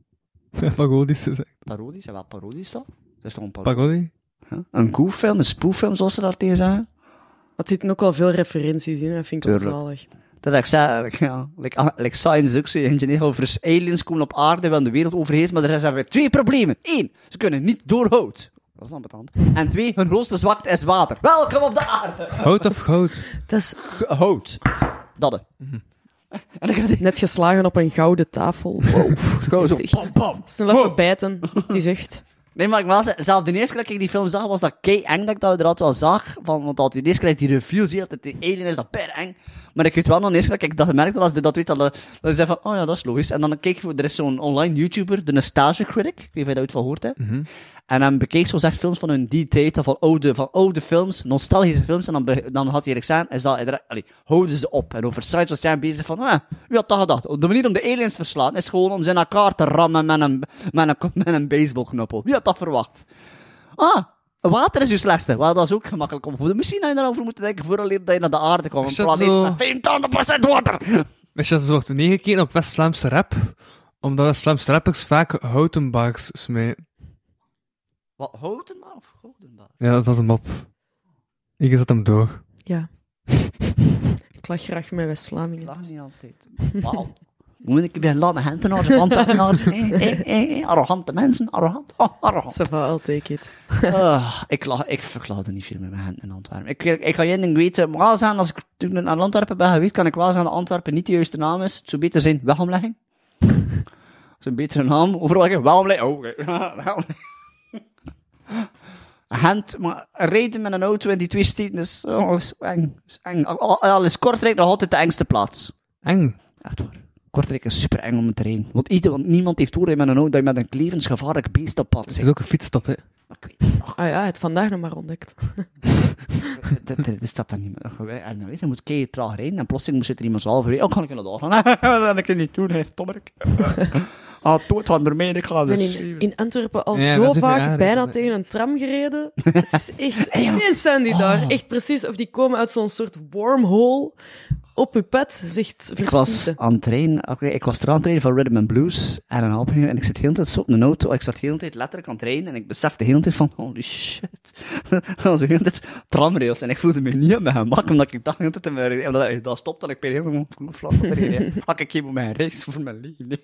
Speaker 2: Pagodisch is echt.
Speaker 1: Parodisch? En wat parodisch toch? Dat is toch een parodie?
Speaker 2: Pagodie?
Speaker 1: Ja? Een gooffilm, een spooffilm, zoals ze daar tegen zeggen.
Speaker 3: Er zitten ook wel veel referenties in, dat vind ik wel
Speaker 1: Tuurlijk.
Speaker 3: zalig.
Speaker 1: Dat ik zei, ja, like science fiction, engineer over aliens komen op aarde, willen de wereld overheersen, maar er zijn weer 2 problemen. 1, ze kunnen niet door hout. Dat is dan betand. En 2, hun grootste zwakte is water. Welkom op de aarde!
Speaker 2: Hout of goud?
Speaker 3: Dat is
Speaker 1: Hout. Dat. En dan gaat hij
Speaker 3: net geslagen op een gouden tafel. Wow.
Speaker 1: gewoon zo,
Speaker 3: Heftig.
Speaker 1: pam, pam.
Speaker 3: Snel even bijten. Het is echt...
Speaker 1: Nee, maar ik was zelf de eerste keer dat ik die film zag, was dat kei eng dat ik dat inderdaad wel zag. Want als die eerste keer dat ik die reveal zie, dat het die alien is, dat per eng. Maar ik weet wel nog de eerste keer dat ik dat gemerkt had, als je dat weet, dat je zei van, oh ja, dat is logisch. En dan kijk je, er is zo'n online YouTuber, de Nostalgia Critic, ik weet niet of je dat ooit van gehoord hebt. En dan bekeek zo echt films van hun die tijd, van oude films, nostalgische films, en dan had hij gezegd, is dat, houden ze op. En over science was hij bezig van, wie had dat gedacht? De manier om de aliens te verslaan is gewoon om ze in elkaar te rammen met een baseballknuppel. Wie had dat verwacht? Water is je slechtste. Wel, dat is ook gemakkelijk om te voelen. Misschien had je daarover moeten denken voordat je naar de aarde kwam.
Speaker 2: Is
Speaker 1: Een
Speaker 2: dat
Speaker 1: planeet
Speaker 2: zo?
Speaker 1: met 25% water!
Speaker 2: Weet je, ze wordt neergekeken op West-Vlaamse rap, omdat West-Vlaamse rappers vaak houtenbars smijten.
Speaker 1: Wat, Houtenbaar of Houdenbaar?
Speaker 2: Ja, dat was een mop. Ik zet hem door.
Speaker 3: Ja. Ik lach graag met West-Vlamingen.
Speaker 1: Dat is niet altijd. Wauw. Moet ik bij landen hentenaars, Antwerpenaars, arrogante mensen, arrogant.
Speaker 3: Ça va, I'll take it.
Speaker 1: Ik verklaarde niet veel met mijn hand in Antwerpen. Ik ga één ding weten, maar zijn, als ik toen naar Antwerpen ben geweest, kan ik wel zeggen dat Antwerpen niet de juiste naam is. Het zou beter zijn wegomlegging. Dat is een betere naam. Overal wegomlegging. Oh, wegomlegging. Hand, maar rijden met een auto in die 2 steden is eng. Is eng. Al is Kortrijk nog altijd de engste plaats.
Speaker 2: Eng.
Speaker 1: Echt waar. Kortrijk is super eng om te rijden. Want niemand heeft door met een auto dat je met een levensgevaarlijk beest op pad
Speaker 2: Het
Speaker 1: zit.
Speaker 2: is ook een fietsstad, hè.
Speaker 1: Maar ik weet nog,
Speaker 3: Ah ja, het vandaag nog maar ontdekt.
Speaker 1: dat staat daar niet meer. En dan weet je, moet keihard traag rijden en plotseling zit er iemand zo halverwege. Oh, kan ik inderdaad gaan? Dat kan ik niet doen, hè, stommerik. Dood van ermee, ik ga
Speaker 3: Ik ben
Speaker 1: dus...
Speaker 3: in Antwerpen al
Speaker 2: Ja,
Speaker 3: zo
Speaker 2: dat is
Speaker 3: vaak
Speaker 2: even
Speaker 3: bijna
Speaker 2: aardig.
Speaker 3: tegen een tram gereden. Het is echt... Nee, zijn die daar. Echt precies. Of die komen uit zo'n soort wormhole op je pad. Zegt
Speaker 1: Ik was
Speaker 3: verschieten.
Speaker 1: aan het trainen, ik was er aan het trainen van Rhythm and Blues en een half uur, en ik zit de hele tijd zo op een auto, ik zat de hele tijd letterlijk aan het trainen en ik besefte de hele tijd van, holy shit, dat was de hele tijd tramrails en ik voelde me niet op mijn gemak, omdat ik dacht de hele tijd, omdat ik dat stopte en ik ben heel vlot gereden. Had ik op mijn reis voor mijn leven, nee.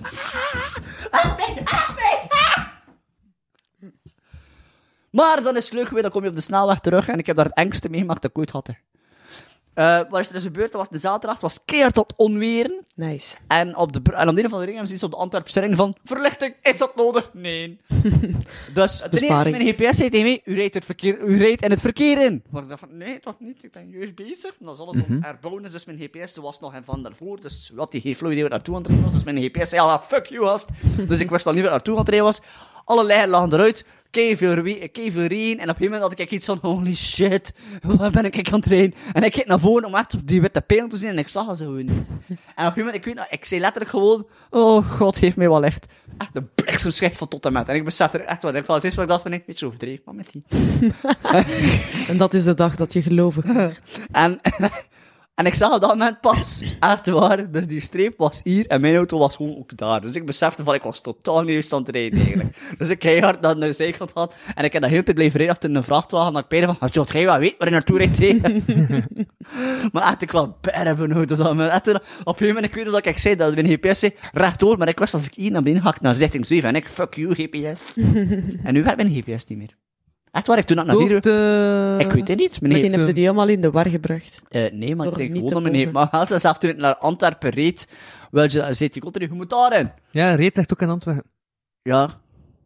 Speaker 1: Maar dan is het leuk weer, dan kom je op de snelweg terug en ik heb daar het engste meegemaakt dat ik ooit had. Wat is er dus gebeurd? Dat was de zaterdag, het was keihard tot onweren.
Speaker 3: Nice.
Speaker 1: En op de een of andere ring hebben ze iets op de Antwerpse ring van, verlichting, is dat nodig? Nee. Dus ten eerste,
Speaker 3: besparing.
Speaker 1: mijn GPS zei tegen mij, u rijdt in het verkeer in. Maar ik dacht van, nee, toch niet, ik ben juist bezig. En dat is alles erbouwen, is dus mijn GPS, er was nog een van daarvoor, dus wat die geen flauw idee waar naartoe aan het rijden was, dus mijn GPS zei, ja, fuck you, gast. Dus ik wist al niet waar naartoe aan het rijden was. Alle lijnen lagen eruit, keiveel regen, en op een moment had ik iets van, holy shit, waar ben ik aan het rijden? En ik keek naar voren om echt op die witte pijl te zien, en ik zag ze gewoon niet. En op een moment, ik weet nog, ik zei letterlijk gewoon, oh god, geef mij wel licht. Echt de bliksemschicht van tot en met. En ik besefte er echt wat, het is wat ik dacht van, nee, weet je, overdreven, maar met die.
Speaker 3: En dat is de dag dat je gelovig wordt.
Speaker 1: En ik zag op dat moment pas, echt waar, dus die streep was hier en mijn auto was gewoon ook daar. Dus ik besefte van, ik was totaal niet juist aan het rijden eigenlijk. Dus ik keihard naar de zijkant had en ik heb dat hele tijd blijven rijden achter een vrachtwagen, dat ik beide van, zult jij wel weten waar je naartoe rijdt, zeker? Maar echt, ik was bijna benauwd op dat moment. Echt, op een gegeven moment, ik weet nog dat ik zei, dat mijn GPS zei, rechtdoor, maar ik wist als ik hier naar beneden ga, ik naar richting zweven en ik, fuck you, GPS. En nu werkt mijn GPS niet meer. Echt waar, ik toen dat naar hier... Ik weet het niet.
Speaker 3: Misschien heb je die helemaal in de war gebracht.
Speaker 1: Nee, maar ik
Speaker 3: Door
Speaker 1: denk
Speaker 3: niet
Speaker 1: gewoon
Speaker 3: te
Speaker 1: dat mijn
Speaker 3: volgen.
Speaker 1: maar als zelf toen ik naar Antwerpen reed, wel, zei hij, god, je moet daarin.
Speaker 2: Ja, Reet ligt ook in Antwerpen.
Speaker 1: Ja.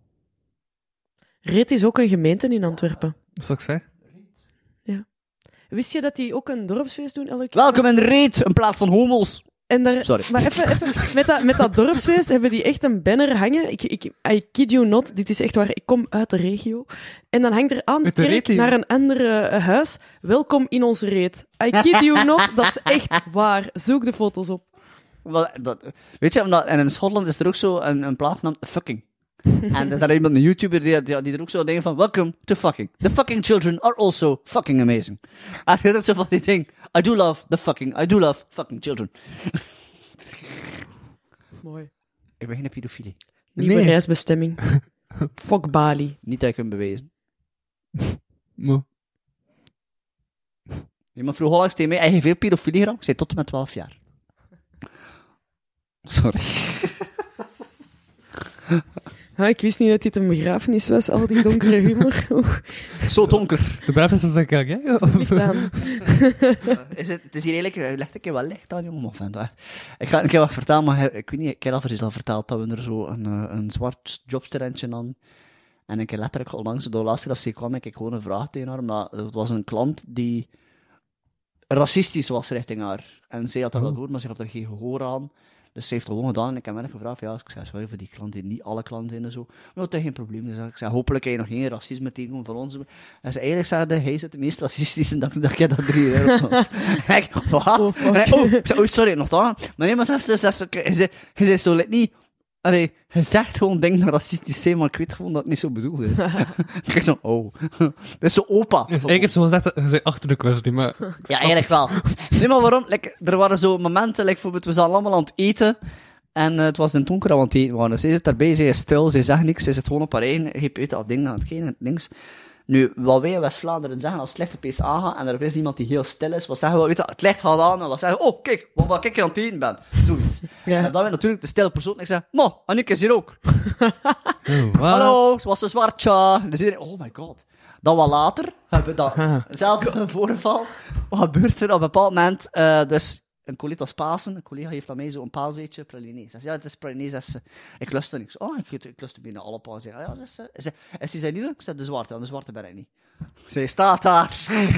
Speaker 3: Reet is ook een gemeente in Antwerpen.
Speaker 2: Wat zou ik zeggen?
Speaker 3: Wist je dat die ook een dorpsfeest doen elke keer?
Speaker 1: Welkom in Reet, in plaats van homo's.
Speaker 3: En daar,
Speaker 1: Sorry.
Speaker 3: Maar even met dat dorpsfeest hebben die echt een banner hangen. I kid you not, dit is echt waar. Ik kom uit de regio. En dan hangt er aan de
Speaker 2: Uit de
Speaker 3: kerk
Speaker 2: regio?
Speaker 3: naar een andere huis. Welkom in ons reet. I kid you not, dat is echt waar. Zoek de foto's op.
Speaker 1: Weet je, omdat, en in Schotland is er ook zo een plaats genaamd Fucking. En er is daar iemand, een YouTuber, die er ook zo denkt van, welcome to fucking. The fucking children are also fucking amazing. En dat is zo van die ding, I do love fucking children.
Speaker 3: Mooi.
Speaker 1: Ik ben geen pedofilie.
Speaker 3: Nieuwe
Speaker 2: Nee.
Speaker 3: reisbestemming. Fuck Bali.
Speaker 1: Niet dat je kunt bewijzen.
Speaker 2: Maar,
Speaker 1: Iemand vroeg onlangs tegen mij, heb je veel pedofilie gedaan? Ik zei, tot en met 12 jaar. Sorry.
Speaker 3: Ja, ik wist niet dat dit een begrafenis was, al die donkere humor. Oeh,
Speaker 1: Zo donker.
Speaker 2: de blijft soms denk ik, hè?
Speaker 3: licht aan.
Speaker 1: Het is hier eigenlijk, legt een keer wel licht aan, jongen. Enfin, echt. Ik ga een keer wat vertellen, maar ik weet niet, ik heb al verteld dat we er zo een zwart jobsterrentje aan. En ik heb letterlijk onlangs, de laatste keer dat ze kwam, heb ik gewoon een vraag tegen haar, maar het was een klant die racistisch was richting haar. En zij had dat wel door, maar ze had er geen gehoor aan. Dus ze heeft het gewoon gedaan en ik heb me gevraagd, ja, ik zei, sorry voor die klanten, niet alle klanten zijn en zo. Maar dat is geen probleem. Dus ik zei, hopelijk heb je nog geen racisme tegenkomen van ons. En ze eigenlijk zei, hij is het meest racistische, dat ik dat 3 euro vond. En ik, wat?
Speaker 3: Oh, fuck.
Speaker 1: Ik zei, sorry, nog dan. Maar nee, maar je zei zo, niet, allee, je zegt gewoon dingen dat racistisch zijn, maar ik weet gewoon dat het niet zo bedoeld is. Ik zeg zo, oh. Dat is zo opa.
Speaker 2: Dus eigenlijk is zo gezegd, ze zijn achter de kwestie, maar...
Speaker 1: Ja, eigenlijk wel. Nee, maar waarom? Er waren zo momenten, bijvoorbeeld, we zaten allemaal aan het eten. En het was in het donker aan het eten waren. Zij zit daarbij, zij is stil, zij zegt niks, zij zit gewoon op haar eigen. Je weet dat ding aan het kijken, links. Nu, wat wij in West-Vlaanderen zeggen, als het licht opeens aangaat en er is iemand die heel stil is, wat zeggen we? Weet je, het licht gaat aan en we zeggen, oh, kijk, wat ik aan het eten ben. Zoiets.
Speaker 3: Ja.
Speaker 1: En dan ben natuurlijk de stille persoon en ik zeg, ma, Aniek is hier ook.
Speaker 2: Oh, wat?
Speaker 1: Hallo, ze was een zwartje. Dus iedereen, oh my god. Dan wat later hebben we dat. Zelfde een voorval. Wat gebeurt er op een bepaald moment? Dus een collega was Pasen. Een collega heeft aan mij zo'n paaseetje praliné. Ze zegt, ja, het is praliné. Ik lust er niks. Oh, ik lust er bijna alle paas. Ja, dat is die zijn niet? Ik zeg, de zwarte. En de zwarte ben ik niet. Zij staat daar.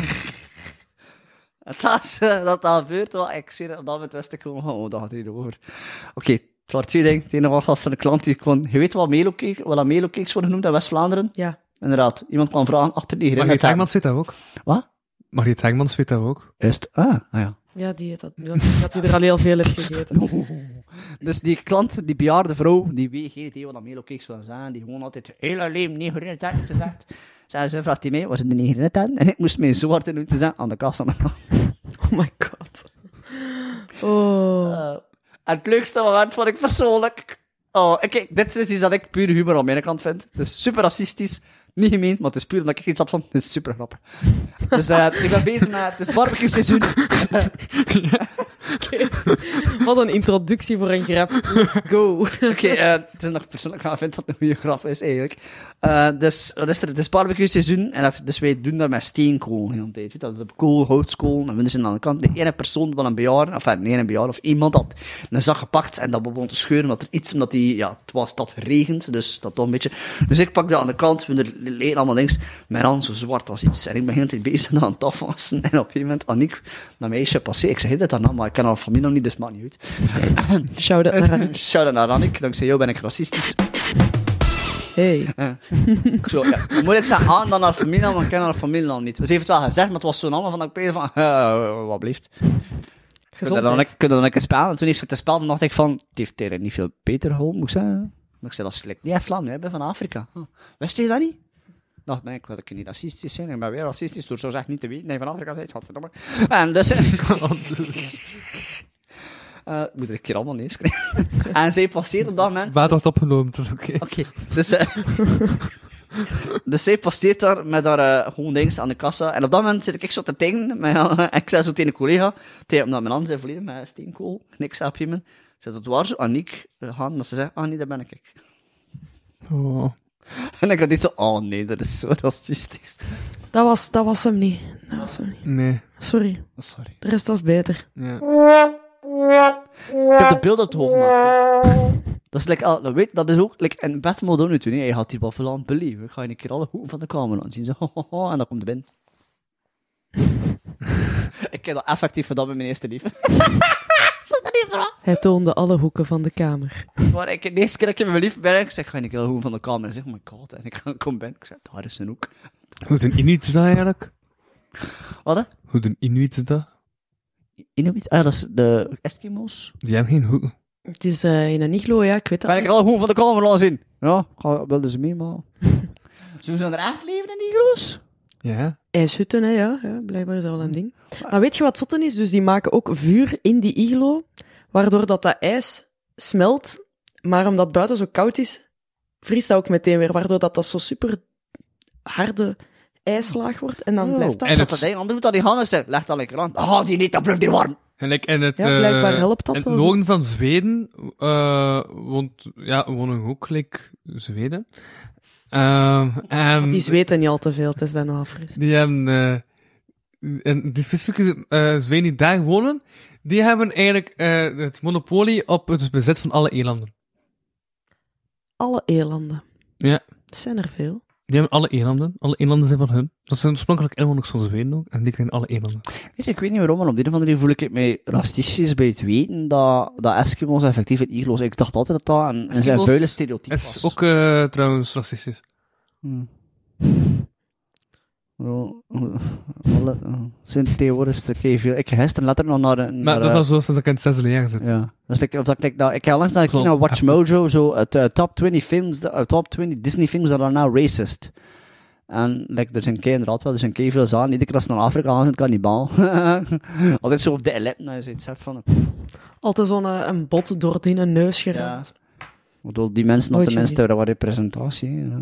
Speaker 1: Het was dat gebeurt. Ik zie dat op dat moment wist ik gewoon, oh, dat gaat er hier over. Oké, het waren 2 dingen. Het ene was van een klant die kon... Je weet wat Melo-cakes worden genoemd in West-Vlaanderen?
Speaker 3: Ja.
Speaker 1: Inderdaad. Iemand kwam vragen achter die
Speaker 2: Margriet Hegmans weet dat ook.
Speaker 1: Wat?
Speaker 2: Margriet Hegmans weet dat ook.
Speaker 1: Is het? Ah ja.
Speaker 3: Ja, die had hij er al heel veel heeft gegeten.
Speaker 1: Dus die klant, die bejaarde vrouw, die weet geen idee wat dat Melo-cakes wil zijn, die gewoon altijd heel alleen 9 gezegd. Ze vraagt hij mij, was het de 9 en ik moest mij zo hard in moeten zijn aan de kassa.
Speaker 3: Oh my god. Oh.
Speaker 1: En het leukste moment vond ik persoonlijk... Oh, kijk, dit is iets dat ik puur humor aan mijn kant vind. Het is super racistisch. Niet gemeend, maar het is puur omdat ik iets had van... Dit is super grappig. Dus ik ben bezig met... Het is barbecue seizoen.
Speaker 3: Wat een introductie voor een grap. Let's go.
Speaker 1: Oké, het is nog persoonlijk, ik vind dat het een goede grap is, eigenlijk. Dus, wat is er? Het is barbecue seizoen, en dus wij doen dat met steenkool de hele tijd. Weet je, dat is kool, houtskool, en we zijn aan de kant. De ene persoon van een bejaarde, of iemand had een zak gepakt, en dat begon te scheuren, omdat het was dat geregend, dus dat toch een beetje. Dus ik pak dat aan de kant, we leden allemaal links, mijn hand zo zwart als iets. En ik ben heel tijd bezig aan het afwassen, en op een gegeven moment, Aniek, dat meisje passeert. Ik zeg dit daarna, maar ik ken haar familie nog niet, dus het maakt niet uit.
Speaker 3: Shout-out naar Annick.
Speaker 1: Shout-out naar Aniek, dankzij jou ben ik racistisch.
Speaker 3: Hey.
Speaker 1: Zo, ja. Dan moet ik zeggen, dan haar familie, maar ik ken haar familie nog niet. Ze heeft het wel gezegd, maar het was zo'n allemaal van dat ik pees van, wat blieft.
Speaker 3: Gezondheid.
Speaker 1: Kun je dan een keer spelen? En toen heeft ze het spel, dan dacht ik van, het heeft eigenlijk niet veel beter geholpen, moet ik zeggen. Maar ik zei, dat is niet echt Vlaanderen, ik ben van Afrika. Wist je dat niet? Ik dacht, nee, ik wil niet racistisch zijn, ik ben weer racistisch, door zo zeg niet te weten, nee, van Afrika bent, godverdomme. En dus... moet er een keer allemaal neerschrijven. En zij passeert op dat moment...
Speaker 2: Waar wordt opgenomen, het is oké.
Speaker 1: Oké, dus zij passeert daar met haar gewoon dingen aan de kassa. En op dat moment zit ik zo te dingen. Ik zei zo tegen een collega, omdat mijn handen zijn volledig met steenkool. Niks op je me. Ik zei, dat waar zo Aniek gaan. Dat ze zegt, nee, dat ben ik.
Speaker 2: Oh.
Speaker 1: En ik had niet zo, oh nee, dat is zo racistisch.
Speaker 3: Dat was hem niet. Dat was hem niet.
Speaker 2: Nee.
Speaker 3: Sorry.
Speaker 1: Oh, sorry.
Speaker 3: De rest was beter.
Speaker 2: Ja.
Speaker 1: Ik heb de beelden te hoog gemaakt. Dat is dat is ook een Beth Maldon nu toen. Je had die wel veel aan het beleven. Ik ga je een keer alle hoeken van de kamer aan zien. Zo, en dan komt de binnen. Ik heb dat effectief gedaan met mijn eerste lief. Zo dat niet vooral.
Speaker 3: Hij toonde alle hoeken van de kamer.
Speaker 1: Maar de eerste keer dat ik met mijn lief ben, ik zeg, ga je een keer alle hoeken van de kamer. En zeg, oh my god. En ik kom binnen. Ik zeg, daar is een hoek.
Speaker 2: Hoe doen Inuits dat eigenlijk?
Speaker 1: Wat hè?
Speaker 2: Hoe doen Inuits dat?
Speaker 1: Inuit? Ah, dat is de Eskimo's.
Speaker 2: Die hebben geen hoeken.
Speaker 3: Het is in een iglo, ja, ik weet dat.
Speaker 1: Ga ik er alle hoeken van de kamer laten zien? Ja, wilden ze mee, maar... Zullen ze er echt leven in iglo's?
Speaker 2: Ja.
Speaker 3: IJshutten, hè, ja. Blijkbaar is dat wel een ding. Maar weet je wat zotten is? Dus die maken ook vuur in die iglo, waardoor dat ijs smelt Maar omdat het buiten zo koud is, vriest dat ook meteen weer, waardoor dat zo super harde ijslaag wordt. En dan blijft dat...
Speaker 2: En
Speaker 1: En dat ding, anders moet dat niet handig zijn. Leg dat lekker aan. Ah, die niet, dat blijft hier warm.
Speaker 2: En in het,
Speaker 3: Ja, blijkbaar helpt dat
Speaker 2: in het
Speaker 3: wel
Speaker 2: noorden van Zweden wonen ook gelijk Zweden. En
Speaker 3: Die zweten niet al te veel, het is dan nog fris.
Speaker 2: die hebben, en die specifieke Zweden die daar wonen, die hebben eigenlijk het monopolie op het bezit van alle elanden.
Speaker 3: Alle elanden.
Speaker 2: Ja.
Speaker 3: Zijn er veel?
Speaker 2: Die hebben alle elanden. Alle elanden zijn van hun. Dat zijn oorspronkelijk inwoners van Zweden ook. En die krijgen alle elanden.
Speaker 1: Weet je, ik weet niet waarom, maar op de een of andere manier voel ik mij racistisch bij het weten dat Eskimo's effectief in iglo's... Ik dacht altijd dat dat een zijn vuile stereotype was.
Speaker 2: Is ook trouwens racistisch.
Speaker 1: Zijn tegenwoordig te veel. Ik ga gisteren letterlijk nog naar...
Speaker 2: Maar dat is al zo sinds ik in het 6e jaar zit.
Speaker 1: Ja. Dus ik heb langs naar Watch Mojo, zo het top 20 films, top 20 Disney films that are now racist. En er zijn inderdaad wel, er zijn veel aan. Iedere keer als ze naar Afrika gaan, zijn kannibaal. Altijd zo op de lippen, dat je zoiets hebt van...
Speaker 3: Altijd zo'n een bot door die een neus geraakt.
Speaker 1: Ik bedoel, die mensen
Speaker 3: Nooit
Speaker 1: op tenminste hebben wat representatie. Ja.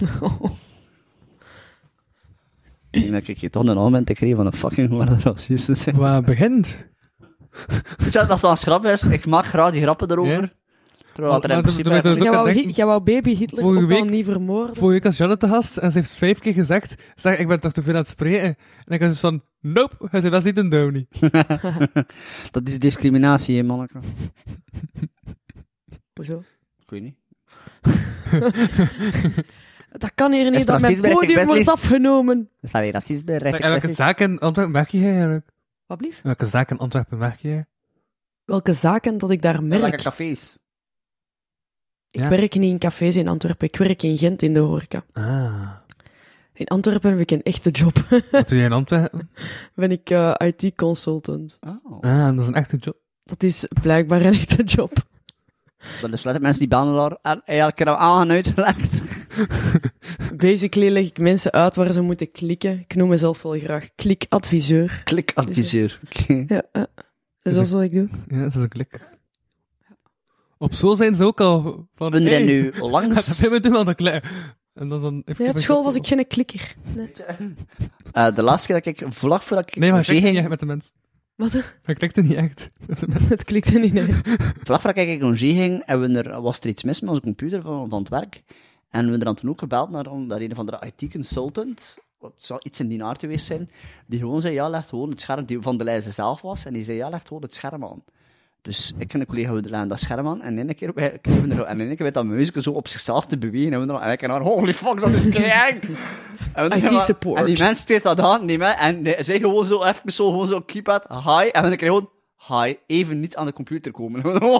Speaker 1: Ik heb toch een moment gekregen van een fucking harde racist.
Speaker 2: Waar begint?
Speaker 1: Weet je wat dat grap is? Ik maak graag die grappen erover.
Speaker 2: Ja.
Speaker 1: Terwijl er in
Speaker 2: Maar
Speaker 1: principe...
Speaker 2: dat- dat-
Speaker 3: Jij wou baby Hitler
Speaker 2: Vorige
Speaker 3: ook al
Speaker 2: week-
Speaker 3: niet vermoorden?
Speaker 2: Vorige week was Janne te gast en ze heeft 5 keer gezegd, zeg, ik ben toch te veel aan het spreken. En ik was dus van, nope, hij zei, dat is niet een Downey.
Speaker 1: Dat is discriminatie, hè, manneke.
Speaker 3: Hoezo?
Speaker 1: Ik weet niet.
Speaker 3: Dat kan hier
Speaker 1: Is
Speaker 3: niet,
Speaker 1: het
Speaker 3: dat mijn
Speaker 1: racisme dat ik
Speaker 3: podium
Speaker 1: best
Speaker 3: wordt
Speaker 1: lees?
Speaker 3: afgenomen.
Speaker 1: Is dat weer racisme?
Speaker 2: En welke zaak in Antwerpen merk je eigenlijk?
Speaker 3: Wat blieft?
Speaker 2: Welke zaak in Antwerpen merk je?
Speaker 3: Welke zaken dat ik daar
Speaker 1: Welke
Speaker 3: merk?
Speaker 1: cafés?
Speaker 3: Ik
Speaker 2: Ja.
Speaker 3: werk niet in cafés in Antwerpen, ik werk in Gent in de horeca.
Speaker 2: Ah.
Speaker 3: In Antwerpen heb ik een echte job.
Speaker 2: Wat doe jij in Antwerpen?
Speaker 3: Ben ik IT-consultant.
Speaker 1: Oh.
Speaker 2: Ah, dat is een echte job.
Speaker 3: Dat is blijkbaar een echte job.
Speaker 1: Dat is letterlijk mensen die bellen daar en eigenlijk hebben aan uitgelegd.
Speaker 3: Basically leg ik mensen uit waar ze moeten klikken. Ik noem mezelf wel graag klikadviseur.
Speaker 1: Klikadviseur. Oké.
Speaker 3: Ja, dus dat is wat ik doe.
Speaker 2: Ja, dat is een klik. Op school zijn ze ook al van...
Speaker 1: Ben jij
Speaker 2: hey,
Speaker 1: nu
Speaker 2: Wat
Speaker 1: langs...
Speaker 2: hebben we doen aan de klik? En dat is dan...
Speaker 3: Nee, op school was ik geen klikker. Nee.
Speaker 1: De laatste keer dat ik... Vlak voordat ik
Speaker 2: Nee, maar
Speaker 1: congé
Speaker 2: ik klikte niet
Speaker 1: ging...
Speaker 2: echt met de mensen.
Speaker 3: Wat?
Speaker 2: Hij klikte niet echt met de mensen.
Speaker 3: Het klikte niet, nee.
Speaker 1: Vlak voordat ik in congé ging, was er iets mis met onze computer van het werk. En we hebben er dan toen ook gebeld naar een van de IT-consultant, wat zou iets in die aard geweest zijn, die gewoon zei, ja, leg gewoon het scherm, die van de lijst zelf was, en die zei, ja, leg gewoon het scherm aan. Dus ik en een collega we leggen dat scherm aan, en in een keer werd dat muisje zo op zichzelf te bewegen, en ik naar, holy fuck, dat is kei
Speaker 3: IT-support.
Speaker 1: En die mens steekt dat aan, en zij gewoon zo even gewoon zo keep it high, en dan ik gewoon, hi, even niet aan de computer komen.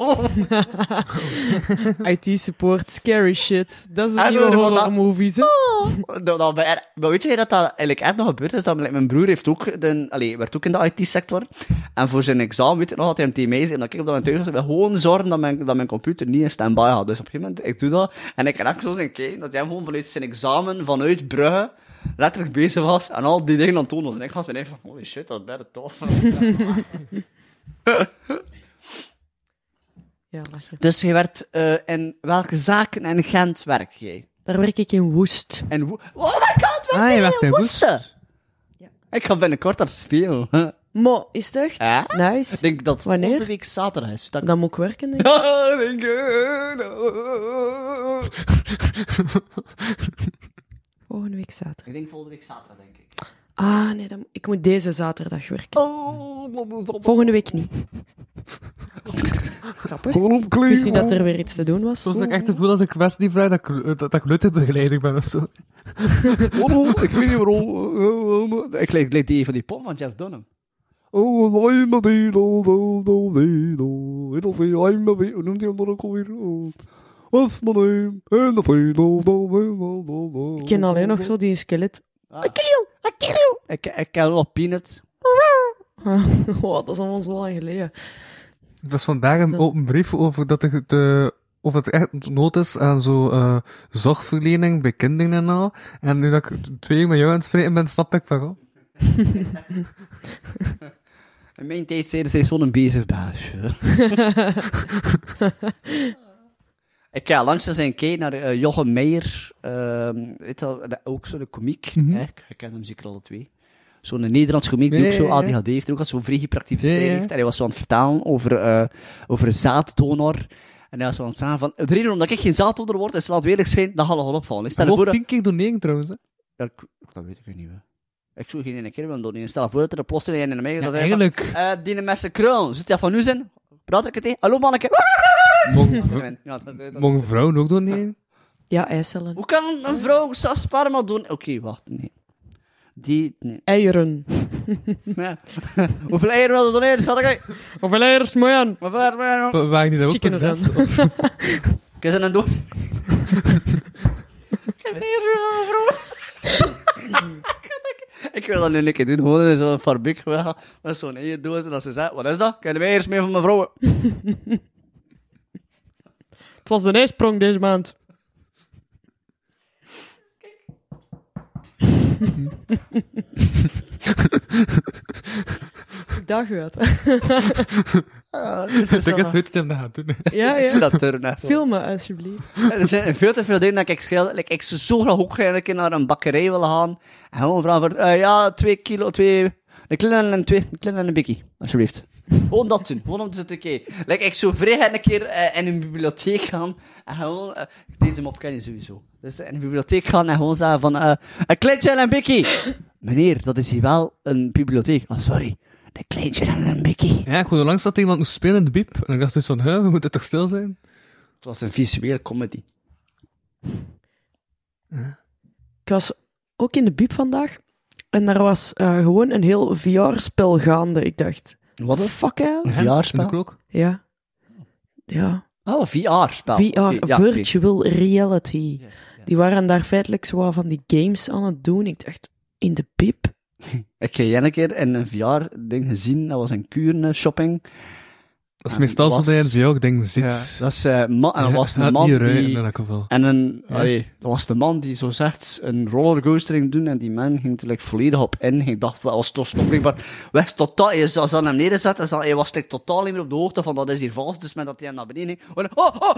Speaker 3: IT-support, scary shit. Dat is
Speaker 1: En
Speaker 3: een nieuwe
Speaker 1: we van dat-
Speaker 3: horrormovies, hè?
Speaker 1: Maar weet je dat eigenlijk echt nog gebeurd is? Dat mijn broer heeft ook werd ook in de IT-sector. En voor zijn examen weet ik nog dat hij een team mee zei. En dat ik op dat thuis was, ik wil gewoon zorgen dat mijn computer niet in standby had. Dus op een gegeven moment, ik doe dat. En ik kan even zo zijn kijken dat hij gewoon vanuit zijn examen, vanuit Brugge, letterlijk bezig was. En al die dingen aan het tonen was. En ik was me van, holy shit, dat is best tof.
Speaker 3: Ja, lach je.
Speaker 1: Dus je werd in welke zaken in Gent werk jij?
Speaker 3: Daar werk ik in Woest.
Speaker 1: En oh my god, wat
Speaker 2: Ah, je
Speaker 1: ben
Speaker 2: werkt
Speaker 1: je
Speaker 2: in
Speaker 1: woesten?
Speaker 3: Ja.
Speaker 1: Ik ga binnenkort daar spelen.
Speaker 3: Mo, is het echt?
Speaker 1: Ja?
Speaker 3: Nice.
Speaker 1: Ik denk dat
Speaker 3: Wanneer?
Speaker 1: volgende week zaterdag is. Dat...
Speaker 3: Dan moet ik werken, denk ik. Volgende week zaterdag.
Speaker 1: Ik denk volgende week zaterdag, denk ik.
Speaker 3: Ah, nee, ik moet deze zaterdag werken. Volgende week niet. Grappig. Ik wist niet dat er weer iets te doen was.
Speaker 2: Soms heb ik echt het gevoel dat ik best niet vrij dat ik luttebegeleiding ben of zo.
Speaker 1: Ik weet niet waarom. Ik lijk die van die pop van Jeff Dunham. Hoe noemt hij hem dan ook alweer? What's my name?
Speaker 3: Ik ken alleen nog zo die skelet.
Speaker 1: I kill you! Ik ken wel Peanut.
Speaker 3: Oh, dat is allemaal zo lang geleden.
Speaker 2: Er was vandaag een open brief over dat of het echt nood is aan zo zorgverlening bij kinderen en al. En nu dat ik 2 uur met jou aan het spreken ben, snap ik waarom.
Speaker 1: In mijn tijd zeiden ze zo'n bezig baasje. Ik ga langs zijn kijken naar Jochem Meijer. Weet je, dat ook zo'n komiek.
Speaker 2: Mhm.
Speaker 1: Ik ken hem zeker alle twee. Zo'n Nederlands komiek die ook zo ADHD heeft. En ook al zo'n vrij hyperactieve stijl heeft. En hij was zo aan het vertellen over een zaaddonor. En hij was zo aan het zeggen van... De reden waarom ik geen zaaddonor word, is laat eerlijk zijn, dat gaat al opvallen. Stel
Speaker 2: Hij
Speaker 1: je voor...
Speaker 2: mocht 10 keer doneren trouwens. Hè.
Speaker 1: Ja, dat weet ik niet. Hè. Ik zou geen ene keer willen doneren. Stel je voor dat er een plotseling in de mij...
Speaker 2: Ja,
Speaker 1: dat hij
Speaker 2: eigenlijk.
Speaker 1: van, die met zijn krul. Zit hij van nu zijn? Praat ik het tegen? Hallo manneke.
Speaker 2: Mogen vrouwen ook doneren?
Speaker 3: Ja, eicellen.
Speaker 1: Hoe kan een vrouw sperma doen? Oké, wacht, nee. Nee.
Speaker 3: Eieren.
Speaker 1: Ja. Hoeveel eieren wil je doneren, schat ik?
Speaker 3: Hoeveel eieren, mojan?
Speaker 1: Hoeveel eieren?
Speaker 2: Waren die dat ook
Speaker 3: Chicken
Speaker 2: per
Speaker 3: run.
Speaker 2: 6? Of-
Speaker 1: Ik is in een doos. Ik heb een eerst van mijn vrouw. Ik wil dat nu een keer doen, gewoon in zo'n fabriek gaan, met zo'n eierdoos, en als ze zegt, wat is dat? Ik heb de eiers mee van mijn vrouw.
Speaker 3: Het was de ijsprong deze maand. Dag uit.
Speaker 1: Dus
Speaker 2: Ik is weet hem dat gaat doen.
Speaker 3: Ja,
Speaker 1: Ik zie
Speaker 3: ja.
Speaker 1: dat er net.
Speaker 3: Film me, alsjeblieft.
Speaker 1: Er zijn veel te veel dingen dat ik scheel. Like, ik zou zo graag ook eigenlijk naar een bakkerij willen gaan. En gewoon vragen voor, ja, 2 kilo, een kleine en een bikkie, alsjeblieft. Gewoon dat doen, gewoon om te zitten kijken. Like, ik zou vrij een keer in een bibliotheek gaan en gewoon, deze mop ken je sowieso. Dus in een bibliotheek gaan en gewoon zeggen van, een kleintje en een bikkie. Meneer, dat is hier wel een bibliotheek. Oh, sorry. Een kleintje en een bikkie.
Speaker 2: Ja, ik hoorde langs dat iemand moest spelen in de biep. En ik dacht dus van, we moeten toch stil zijn?
Speaker 1: Het was een visueel comedy.
Speaker 3: Ik was ook in de biep vandaag. En daar was gewoon een heel VR-spel gaande. Ik dacht,
Speaker 1: Wat
Speaker 3: the fuck,
Speaker 1: Een
Speaker 3: eigenlijk?
Speaker 1: VR-spel?
Speaker 2: En ik ook.
Speaker 3: Ja. Ja.
Speaker 1: Oh, VR-spel.
Speaker 3: VR,
Speaker 1: Oké, ja,
Speaker 3: virtual reality.
Speaker 1: Yes, yes.
Speaker 3: Die waren daar feitelijk zo wat van die games aan het doen. Ik dacht, in de biep?
Speaker 1: Ik heb een keer in een VR-ding gezien, dat was een Kuurne shopping.
Speaker 2: Dat is
Speaker 1: En
Speaker 2: meestal zo
Speaker 1: was-
Speaker 2: dat je in zijn ook dingen ziet.
Speaker 1: Ja, dat is, en dat was een
Speaker 2: Gaat
Speaker 1: man
Speaker 2: niet ruiken
Speaker 1: die...
Speaker 2: in elk geval.
Speaker 1: En
Speaker 2: Ja.
Speaker 1: dat was de man die zo zegt een rollercoaster ging doen en die man ging er like, volledig op in. Ik dacht, wel, als toch blijkbaar wist totaal, je zou ze aan hem neerzetten en hij was like, totaal niet meer op de hoogte van dat is hier vast, dus met dat hij naar beneden ging.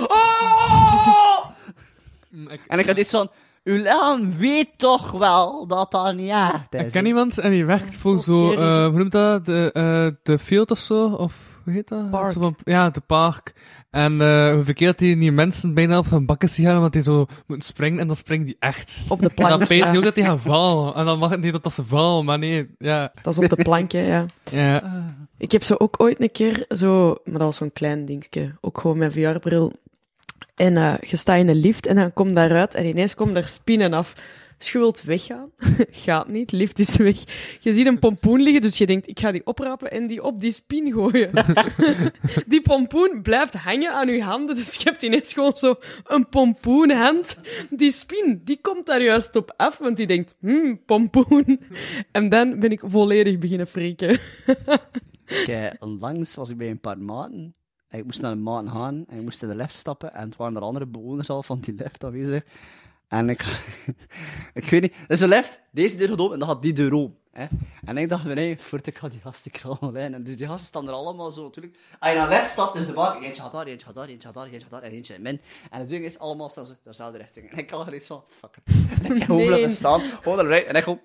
Speaker 1: En ik had iets van, uw lichaam weet toch wel dat dat niet echt is.
Speaker 2: Ik ken iemand en die werkt voor
Speaker 3: zo
Speaker 2: zo,
Speaker 3: scary,
Speaker 2: hoe noemt dat? De Field of zo? Of hoe heet dat?
Speaker 3: Park.
Speaker 2: Zo van- ja, de park. En hoe verkeerd die mensen bijna op hun bakken zien gaan, omdat die zo moeten springen en dan springen die echt.
Speaker 3: Op de
Speaker 2: En dan
Speaker 3: plank.
Speaker 2: peet
Speaker 3: Ja.
Speaker 2: die ook dat die gaan vallen. En dan mag het niet dat ze vallen, maar nee, ja.
Speaker 3: Dat is op de plank, hè, ja.
Speaker 2: Ja.
Speaker 3: Ik heb zo ook ooit een keer zo... Maar dat was zo'n klein dingetje. Ook gewoon met VR-bril. En je staat in een lift en dan komt daaruit en ineens komen er spinnen af. Dus je wilt weggaan. Gaat niet, lift is weg. Je ziet een pompoen liggen, dus je denkt, ik ga die oprapen en die op die spin gooien. Die pompoen blijft hangen aan je handen, dus je hebt ineens gewoon zo een pompoenhand. Die spin, die komt daar juist op af, want die denkt, pompoen. En dan ben ik volledig beginnen frieken.
Speaker 1: Onlangs was ik bij een paar maten. En ik moest naar een maat gaan en ik moest in de lift stappen. En het waren er andere bewoners al van die lift aanwezig. En ik weet niet, er is een lift, deze deur gaat open en dan gaat die deur open. Hè? En ik dacht, nee, voordat ik ga die gasten krallen lijnen. En dus die gasten staan er allemaal zo natuurlijk. Als je naar left stapt, is de bank, eentje gaat daar, eentje gaat daar, eentje gaat daar, eentje gaat daar en eentje in min. En het ding is, allemaal staan ze dezelfde richting. En ik had gelijk zo, fuck it. En ik gewoon blijven staan, gewoon eruit en ik gewoon...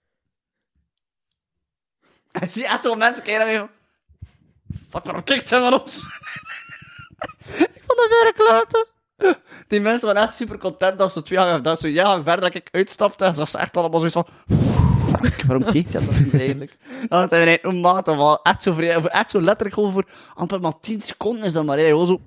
Speaker 1: En je ziet echt wel mensen kijken naar me. Fuck, waarom kijkt hij naar ons? Ik vond dat weer een kluiten. Die mensen waren echt super content dat ze 2 jaar dat zo ja, verder dat ik uitstapte. En ze was echt allemaal zoiets van... Waarom keek je dat niet eigenlijk? Dan had hij een maat of wel echt zo vrij, echt zo letterlijk gewoon voor amper maar 10 seconden is dat maar. Hè. Gewoon zo...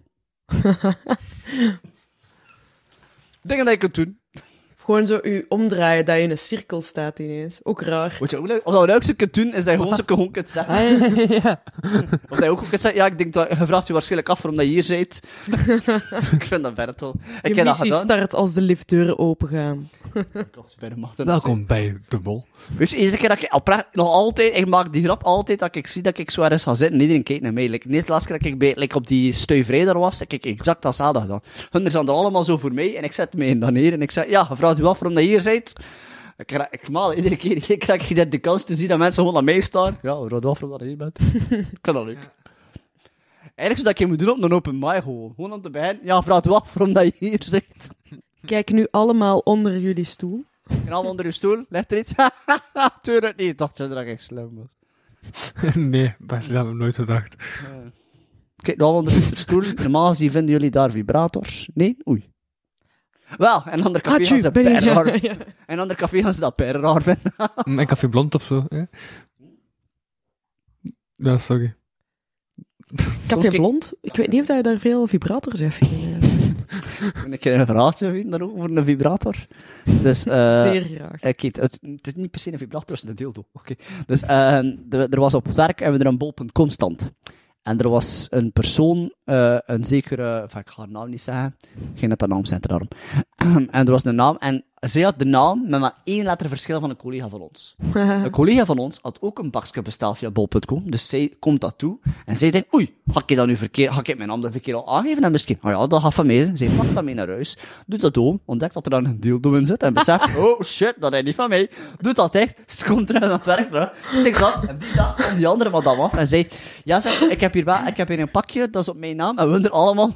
Speaker 1: Dingen dat je kunt doen.
Speaker 3: Gewoon zo u omdraaien, dat je in een cirkel staat ineens. Ook raar.
Speaker 1: Weet je ook leuk? Of dat je leuk kunt doen, is dat je gewoon zo gewoon kunt zeggen.
Speaker 3: Ja.
Speaker 1: Of dat je ook kunt zeggen, ja, ik denk dat je vraagt je waarschijnlijk af waarom dat je hier zit. Ik vind dat verder toch. Ik
Speaker 3: Je
Speaker 1: heb dat
Speaker 3: missie
Speaker 1: gedaan.
Speaker 3: start als de liftdeuren opengaan.
Speaker 1: Bij de macht.
Speaker 2: Welkom bij De Mol.
Speaker 1: Dus iedere keer dat ik oprecht, nog altijd, ik maak die grap altijd dat ik zie dat ik zo ergens ga zitten en iedereen kijkt naar mij. Like, de laatste keer dat ik bij, op die stuiverij daar was, heb ik exact datzelfde gedaan. Hun zijn er allemaal zo voor mij en ik zet mij dan neer en ik zeg, ja, vraag u af waarom dat je hier bent. Ik maal iedere keer krijg ik de kans te zien dat mensen gewoon naar mij staan. Ja, vraag u af waarom dat je hier bent. Ik vind dat leuk. Eigenlijk zou dat je moet doen op een open mic gewoon. Gewoon om te beginnen. Ja, vraag u af waarom dat je hier zit.
Speaker 3: Kijk nu allemaal onder jullie stoel.
Speaker 1: En allemaal onder je stoel. Ligt er iets? Tuurlijk niet. Ik dacht dat ik echt slim was.
Speaker 2: Nee, best, dat heb ik nooit gedacht.
Speaker 1: Kijk, nou onder de stoel. Normaal gezien vinden jullie daar vibrators. Nee? Oei. Wel, in een ander café gaan ze per raar. In een ander café gaan ze dat per raar vinden.
Speaker 2: Een café blond of zo, hè? Ja, sorry.
Speaker 3: Café Blond? Ik weet niet of je daar veel vibrators hebt.
Speaker 1: Moet ik een verhaaltje weten daarover, over een vibrator? Dus,
Speaker 3: Zeer graag.
Speaker 1: kijk, het is niet per se een vibrator, het is een dildo. Oké. Dus er was op het werk hebben we er een bol.com stand. En er was een persoon, een zekere, enfin, ik ga haar naam niet zeggen, geen dat haar naam zijn daarom. En er was een naam, en zij had de naam met maar 1 letter verschil van een collega van ons. Een collega van ons had ook een bakje besteld via bol.com, dus zij komt dat toe, en zij denkt, oei, ga ik dat nu verkeerd, ga ik mijn naam dan verkeerd al aangeven? En misschien, oh ja, dat gaat van mij. Zij pakt dat mee naar huis, doet dat om, ontdekt dat er dan een dildo in zit, en beseft, oh shit, dat is niet van mij. Doet dat echt, ze komt terug aan het werk, bro. Tikt dat, en die dag komt die andere madame af, en zei, ja, zegt ze, ik heb hier een pakje, dat is op mijn naam, en we er allemaal.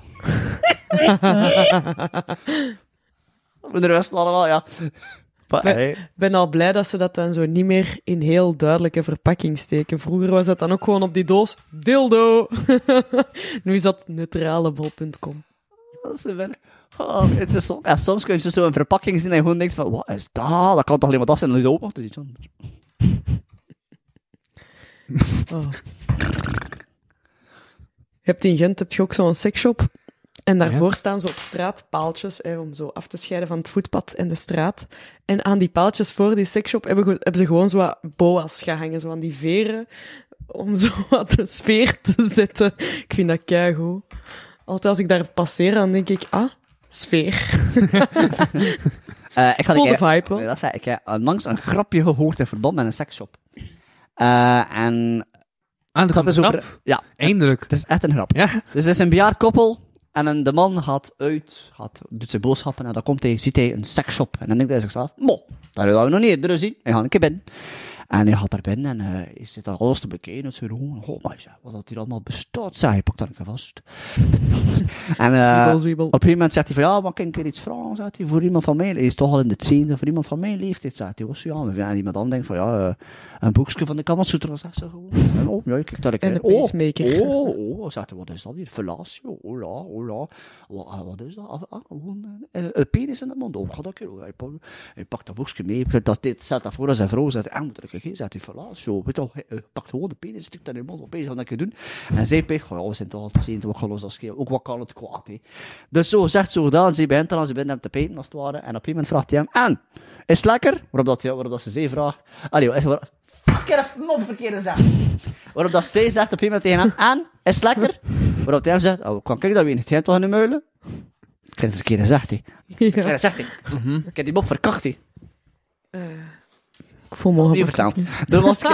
Speaker 1: We de rest allemaal, ja.
Speaker 3: Ik ben al blij dat ze dat dan zo niet meer in heel duidelijke verpakking steken. Vroeger was dat dan ook gewoon op die doos, dildo. Nu is dat neutralebol.com.
Speaker 1: Dat is wel... Oh, het is ja, soms kun je zo een verpakking zien en je gewoon denkt van, wat is dat? Dat kan toch alleen maar dat zijn en niet open, of dat is iets anders.
Speaker 3: Oh. Je hebt in Gent heb je ook zo'n seksshop. En daarvoor staan zo op straat paaltjes, om zo af te scheiden van het voetpad en de straat. En aan die paaltjes voor die seksshop hebben ze gewoon zo wat boa's gehangen, zo aan die veren, om zo wat de sfeer te zetten. Ik vind dat keigoed. Altijd als ik daar passeer, dan denk ik, sfeer.
Speaker 1: Ik ga
Speaker 3: Volle vibe, hoor.
Speaker 1: Dat zei ik, heb langs een grapje gehoord in verband met een seksshop. En...
Speaker 2: dat
Speaker 1: gaat dus
Speaker 2: grap?
Speaker 1: over... Ja,
Speaker 2: Eindelijk.
Speaker 1: het is echt een grap.
Speaker 2: Ja.
Speaker 1: Dus het is een bejaard koppel. En de man doet zijn boodschappen en dan ziet hij een seksshop. En dan denkt hij zichzelf, dat hebben we nog niet eerder gezien. Hij gaat een keer binnen. En hij gaat daar binnen en hij zit daar alles te bekijken. En zo gewoon, oh my god, wat dat hier allemaal bestaat. Zeg, hij pakt daar een keer vast. En
Speaker 3: Zwiebel.
Speaker 1: op een gegeven moment zegt hij van, ja, maar kan ik een keer iets vragen? Zegt hij, voor iemand van mij, hij is toch al in de 10e, voor iemand van mijn leeftijd, zegt hij. Was, ja, en iemand dan denkt van, ja, een boekje van de Kamasutra, zegt ze gewoon. En ja, ik kijk daar een keer.
Speaker 3: En een pacemaker.
Speaker 1: Zegt hij, wat is dat hier? Fellatio, hola. Wat is dat? Een penis in de mond. Ga dat keer. Hij pakt dat boekje mee, zet dat voor aan zijn vrouw, zegt hij, moet ik een zegt hij, fellatio. Weet je, pakt gewoon de penis, stikt dat in de mond, opeens wat dat keer doen. En zij pegt, we zijn toch altijd zien, wat gaan los als scheel. Ook wat kan het kwaad, hè. Dus zo, zegt zo gedaan, ze begint dan, als ze binnen hem te pijpen, als het ware, en op een gegeven moment vraagt hij hem, en, is het lekker? Waarop dat ze zij vraagt, fuck it, even verkeerde zeg. Waarop dat zij zegt op een gegeven moment tegen hem, en, is het lekker? Waarop hij hem zegt, kan ik dat weer niet, hij heeft toch in de muilen? Ik heb het verkeerde zegt, hè. Verkeerde zegt, hè. Ik heb die mop verkocht, hè.
Speaker 3: Ik voel me
Speaker 1: niet verteld. Dat was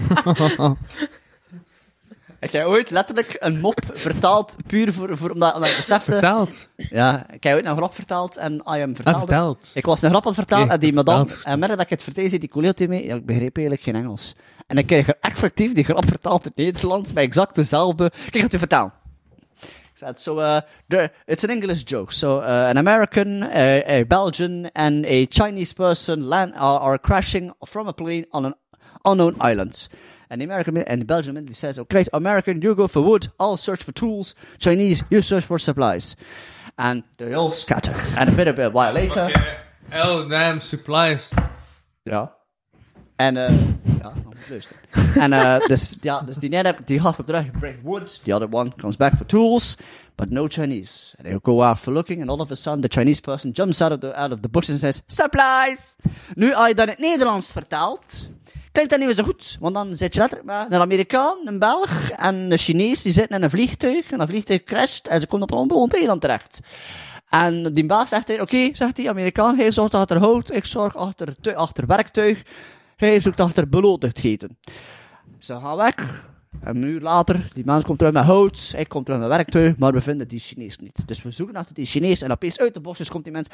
Speaker 1: ik heb ooit letterlijk een mop vertaald, puur voor omdat ik besefte...
Speaker 2: Vertaald?
Speaker 1: Ja, ik heb ooit een grap vertaald en I am vertaalde.
Speaker 2: Vertaald.
Speaker 1: Ik was een grap aan het vertalen en die madame...
Speaker 2: vertaald.
Speaker 1: En merk dat ik het vertelde, zei die collega tegen mij, ja, ik begreep eigenlijk geen Engels. En ik kreeg effectief die grap vertaald in het Nederlands, bij exact dezelfde... Kijk, ik ga het u vertellen. Ik zei het zo, it's an English joke. So, an American, a Belgian and a Chinese person are crashing from a plane on an unknown island. And the American and the Belgian immediately says, okay, American, you go for wood, I'll search for tools. Chinese, you search for supplies. And they all scatter. And a while later...
Speaker 2: Okay. Oh, damn, supplies.
Speaker 1: Ja. En, ja, luister. En, dus die ene, die gaat op terug, bring wood. The other one comes back for tools, but no Chinese. And they go out for looking, and all of a sudden, the Chinese person jumps out of the bush and says, supplies! Nu, als je dat in het Nederlands vertaalt, klinkt dat niet meer zo goed. Want dan zit je letterlijk met een Amerikaan, een Belg en een Chinees, die zitten in een vliegtuig, en dat vliegtuig crasht, en ze komt op een onbewoond eiland terecht. En die Belg zegt hij, oké, zegt die Amerikaan, hij zorgt achter hout, ik zorg achter werktuig, hij zoekt achter benodigdheden. Ze gaan weg. En een uur later, die man komt terug met hout, ik kom terug met werktuig, maar we vinden die Chinees niet. Dus we zoeken achter die Chinees en opeens uit de bosjes komt die mens,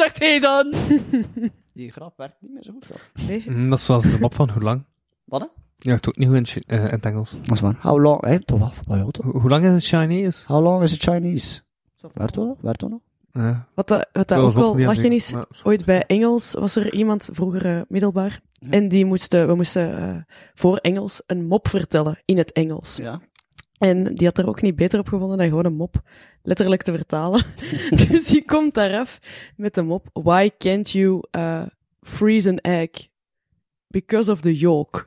Speaker 1: benodigdheden! Die grap werd niet meer zo goed, toch?
Speaker 3: Nee.
Speaker 2: Dat is zoals de mop van hoe lang?
Speaker 1: Wat, hè?
Speaker 2: Ja, het ook niet goed in het Engels.
Speaker 1: Dat is waar. How long, toch wel. Oh, ja, toch.
Speaker 2: Hoe lang is het Chinese?
Speaker 1: How long is it Chinese? Waar toch nog?
Speaker 2: Ja.
Speaker 3: Wat dat
Speaker 2: Dat
Speaker 3: ook
Speaker 2: was
Speaker 3: wel
Speaker 2: niet
Speaker 3: lachen
Speaker 2: aan
Speaker 3: is,
Speaker 2: maar-
Speaker 3: ooit bij Engels was er iemand, vroeger middelbaar, en we moesten voor Engels een mop vertellen in het Engels.
Speaker 1: Ja.
Speaker 3: En die had er ook niet beter op gevonden dan gewoon een mop letterlijk te vertalen. Dus die komt daar af met de mop. Why can't you freeze an egg? Because of the yolk.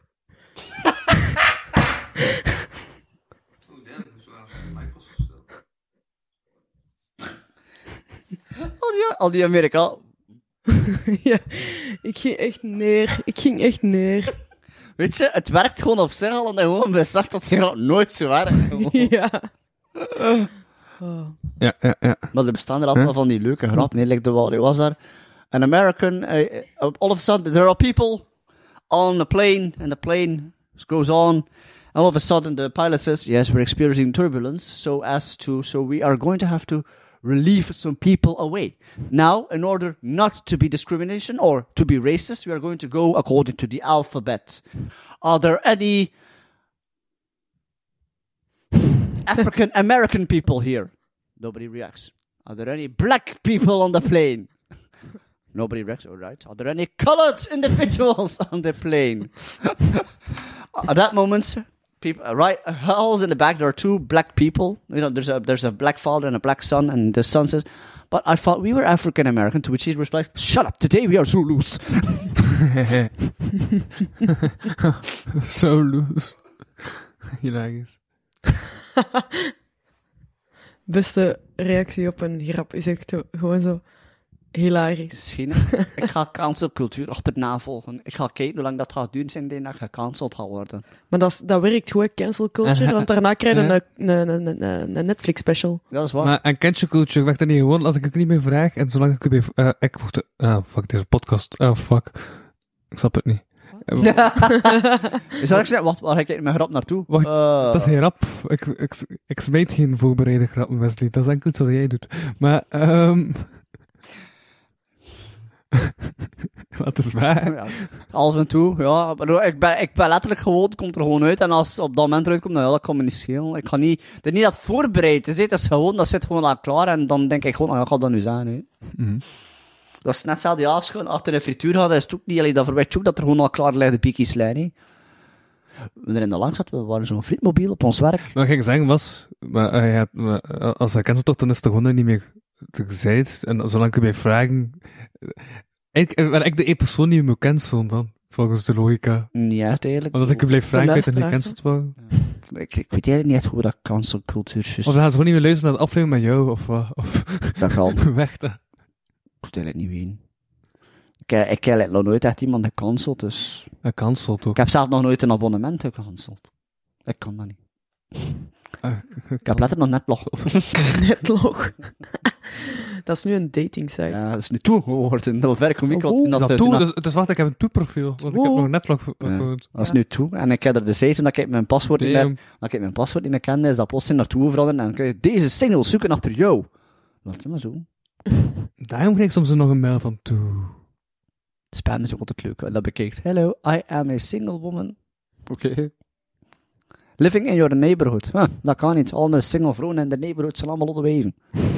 Speaker 1: Al die Amerika.
Speaker 3: Ja, ik ging echt neer.
Speaker 1: Weet je, het werkt gewoon op zich al en dan gewoon beseft dat het gaat nooit zo werkt.
Speaker 3: Ja. Oh.
Speaker 2: Ja.
Speaker 1: Maar er bestaan er altijd wel van die leuke grappen. Nee, like er was daar an American, all of a sudden, there are people on a plane, and the plane goes on, and all of a sudden the pilot says, yes, we're experiencing turbulence, so we are going to have to relieve some people away. Now, in order not to be discrimination or to be racist, we are going to go according to the alphabet. Are there any African American people here? Nobody reacts. Are there any black people on the plane? Nobody reacts. All right. Are there any colored individuals on the plane? At that moment, people right holes in the back. There are two black people. You know, there's a black father and a black son, and the son says, "But I thought we were African American." To which he replies, "Shut up! Today we are Zulus."
Speaker 2: So loose. Hilarisch.
Speaker 3: Beste reactie op een grap is echt gewoon zo hilarisch.
Speaker 1: Misschien. Ik ga cancelcultuur achterna volgen. Ik ga kijken hoe lang dat gaat duren zijn dat gecanceld gaat worden.
Speaker 3: Maar dat werkt goed, hè, cancel culture, want daarna krijg je een Netflix special.
Speaker 1: Dat is waar.
Speaker 2: Maar en cancel culture werkt dat niet gewoon als ik het niet meer vraag en zolang ik het weer... ik word... fuck, deze podcast. Fuck. Ik snap het niet.
Speaker 1: Is dat echt wat? Waar ga ik mijn grap naartoe?
Speaker 2: Wacht, dat is geen rap. Ik smijt geen voorbereide grappen, Wesley. Dat is enkel iets wat jij doet. Maar, wat is waar?
Speaker 1: Ja, af en toe, ja. Maar ik ben letterlijk gewoon, het komt er gewoon uit. En als op dat moment eruit komt, nou ja, dat kan me niet schelen. Ik ga niet, het is niet dat het voorbereid is, hè. Dat is gewoon, dat zit gewoon al klaar. En dan denk ik gewoon, nou ja, ik ga dat nu zijn, hè.
Speaker 2: Mhm.
Speaker 1: Dat is net hetzelfde, ja, als je gewoon achter een frituur gaat, is het ook niet, allee, dat verwijt je ook dat er gewoon al klaar liggen de piekjes liggen, hè. We er in de lang zat, we waren zo'n frietmobiel op ons werk.
Speaker 2: Wat ik ging zeggen was, als hij cancelt toch, dan is het gewoon niet meer te gezegd. En zolang ik je bij vragen... Ben ik de één persoon die je moet cancelen dan? Volgens de logica.
Speaker 1: Niet echt, eigenlijk.
Speaker 2: Want als ik je blijf vragen, weet je niet
Speaker 3: luisteraar,
Speaker 2: gecanceld worden.
Speaker 1: Ik weet eigenlijk niet echt hoe dat cancelcultuur is.
Speaker 2: Of dan gaan ze gewoon niet meer luisteren naar de aflevering met jou, of wat? Of
Speaker 1: Dat kan.
Speaker 2: weg dan.
Speaker 1: Ik moet eigenlijk niet weten. Ik heb nog nooit echt iemand gecanceld, dus...
Speaker 2: Dat cancelt ook.
Speaker 1: Ik heb zelf nog nooit een abonnement gecanceld. Ik kan dat niet. Ik heb letterlijk nog net log.
Speaker 3: Netlog. Dat is nu een dating site.
Speaker 1: Ja, dat is nu toe geworden. Dat werkt om ik
Speaker 3: Oeh,
Speaker 2: Dat toe, dus wacht, ik heb een toe-profiel, want ik heb
Speaker 3: Wow.
Speaker 2: nog net nog
Speaker 1: Dat is nu toe. En ik heb er de steeds, omdat ik mijn paswoord niet meer, dat ik mijn paswoord niet meer kende, is dat plotseling naartoe veranderd. En dan krijg je deze single zoeken achter jou. Laat het maar zo.
Speaker 2: Daarom kreeg ik soms nog een mail van toe.
Speaker 1: Spam is ook altijd leuk. Dat bekijkt. Hello, I am a single woman. Oké. Living in your neighborhood. Huh, dat kan niet. Al mijn single vrouwen in de neighborhood zijn allemaal lottewijven.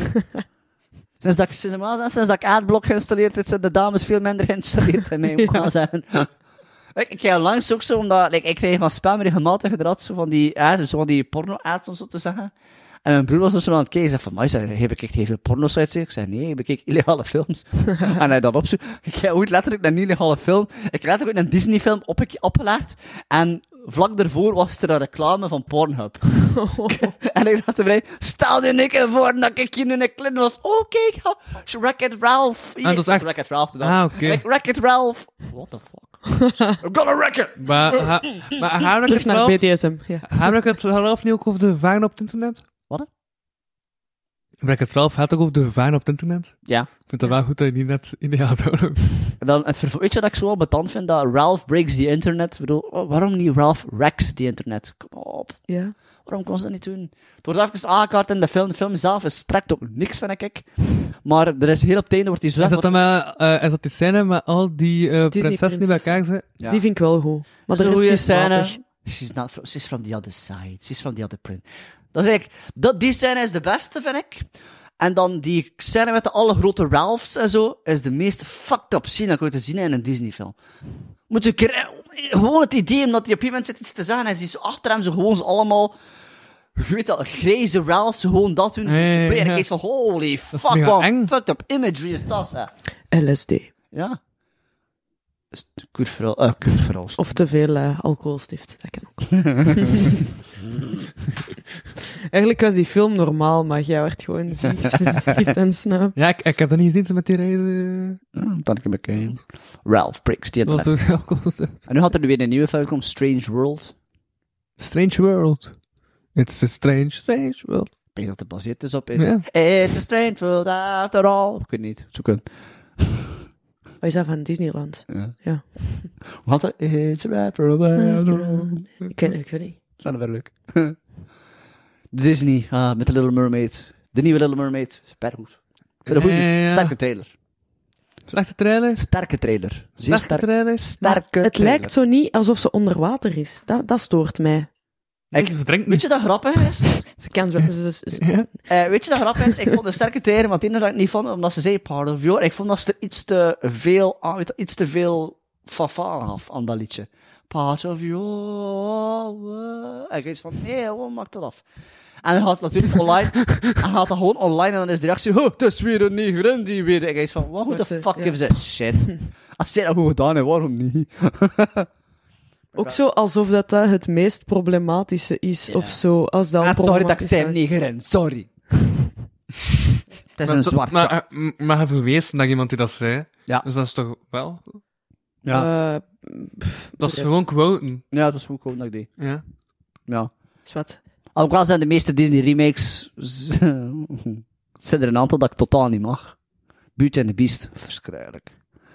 Speaker 1: Sinds dat ik Adblock geïnstalleerd heb, zijn de dames veel minder geïnstalleerd in mij, moet ik wel zeggen. Ik krijg langs ook zo, omdat ik krijg van spam regelmatig eruit, zo van die porno-ads, om zo te zeggen. En mijn broer was er zo aan het kijken. Hij zei van, maar je bekijkt heel veel porno-sites? Ik zei, nee, ik bekijk illegale films. En hij dan opzoekt. Ik heb ooit letterlijk een illegale film. Ik heb letterlijk een Disney-film opgelegd. En vlak daarvoor was er een reclame van Pornhub. En ik dacht erbij, stel je een keer voor dat ik hier nu een klin was. Oh, kijk, Wreck-It Ralph.
Speaker 2: dat is echt...
Speaker 1: Wreck-It Ralph.
Speaker 2: oké.
Speaker 1: Wreck-It Ralph. What the fuck? I'm gonna wreck it!
Speaker 2: Maar gaan we
Speaker 3: Terug naar BDSM. Ja.
Speaker 2: Gaan we het zelf niet ook over de gevaren op het internet?
Speaker 1: Wat?
Speaker 2: Wreck-It Ralph gaat ook over de gevaren op het internet?
Speaker 1: Ja.
Speaker 2: Ik vind het wel goed dat je die net ideaal downloadt.
Speaker 1: Dan, weet je wat ik zo wel betant vind? Dat Ralph breaks the internet. Ik bedoel, waarom niet Ralph wrecks the internet? Kom op.
Speaker 3: Ja.
Speaker 1: Waarom kon ze dat niet doen? Het wordt even aangekaart in de film. De film zelf is strekt op niks, vind ik. Maar er is heel op het einde wordt die zo...
Speaker 2: Is dat die scène met al die prinsessen die bij elkaar zijn?
Speaker 1: Ja.
Speaker 3: Die vind ik wel goed. Maar
Speaker 1: Dat
Speaker 3: de
Speaker 1: is een
Speaker 3: rest
Speaker 1: goede
Speaker 3: is
Speaker 1: scène.
Speaker 3: matig.
Speaker 1: She's from the other side. She's from the other print. Dat is eigenlijk... Die scène is de beste, vind ik. En dan die scène met alle grote Ralphs en zo, is de meest fucked up scene dat ik ooit te zien heb in een Disney-film. Moet je gewoon het idee, omdat hij op een moment zit iets te zeggen, en ze is zo achter hem, zo gewoon ze allemaal... Je weet dat, grijze Ralphs, gewoon dat doen. Ik is van, holy fuck, wat fucked up imagery is dat, hè.
Speaker 3: LSD.
Speaker 1: Ja. Kurt Verhulst.
Speaker 3: Of te veel alcoholstift, dat kan ook. Eigenlijk was die film normaal, maar jij werd gewoon ziek, stift en snap.
Speaker 2: Ja, ik heb dat niet gezien met die reizen.
Speaker 1: Dat ik bekeken. Ralph Briggs, die
Speaker 2: Dat
Speaker 1: had
Speaker 2: was
Speaker 1: net.
Speaker 2: toen alcoholstift.
Speaker 1: En nu had er weer een nieuwe film komen, Strange World.
Speaker 2: Strange World. It's a strange world.
Speaker 1: Ik denk dat het gebaseerd is op
Speaker 2: Ja.
Speaker 1: It's a strange world after all. Ik weet niet, zoeken.
Speaker 3: Wat is dat van Disneyland? Ja.
Speaker 1: Hoe had het? It's a rap after all.
Speaker 3: Ik weet niet.
Speaker 1: Dat is wel leuk. Disney, met The Little Mermaid. De nieuwe Little Mermaid. Supergoed. Een goede, sterke trailer.
Speaker 2: Slechte trailer?
Speaker 1: Sterke trailer. Zeer
Speaker 2: Slechte trailer?
Speaker 1: sterke
Speaker 3: Het
Speaker 1: trailer.
Speaker 3: lijkt zo niet alsof ze onder water is. Dat stoort mij.
Speaker 1: Weet je dat grappig is?
Speaker 3: Ze kan zo...
Speaker 1: Weet je dat grappig is? Ik vond een sterke trailer, want die dat ik niet vond, omdat ze zei part of your. Ik vond dat ze er iets te veel fanfare gaf aan dat liedje. Part of your... En ik weet van, nee, gewoon maak dat af. En dan gaat het natuurlijk online, en gaat dat gewoon online, en dan is de reactie, oh, het is weer een neger in die weer. En ik weet van, what the fuck gives a shit? Als zij dat goed gedaan heeft, waarom niet?
Speaker 3: Ook zo alsof dat het meest problematische is, of zo. Als dat al
Speaker 1: Sorry dat ik
Speaker 3: problematisch
Speaker 1: zei
Speaker 3: is.
Speaker 1: neger in, sorry. Het is een zwart kap.
Speaker 2: Maar je verwezen naar iemand die dat zei.
Speaker 1: Ja.
Speaker 2: Dus dat is toch wel...
Speaker 1: Ja.
Speaker 2: Dat is gewoon quoten.
Speaker 1: Ja, het was goed gewoon dat ik deed.
Speaker 2: Ja.
Speaker 1: Ja.
Speaker 3: Zwat.
Speaker 1: Alhoewel zijn de meeste Disney remakes... zijn er een aantal dat ik totaal niet mag. Beauty and the Beast. Verschrikkelijk.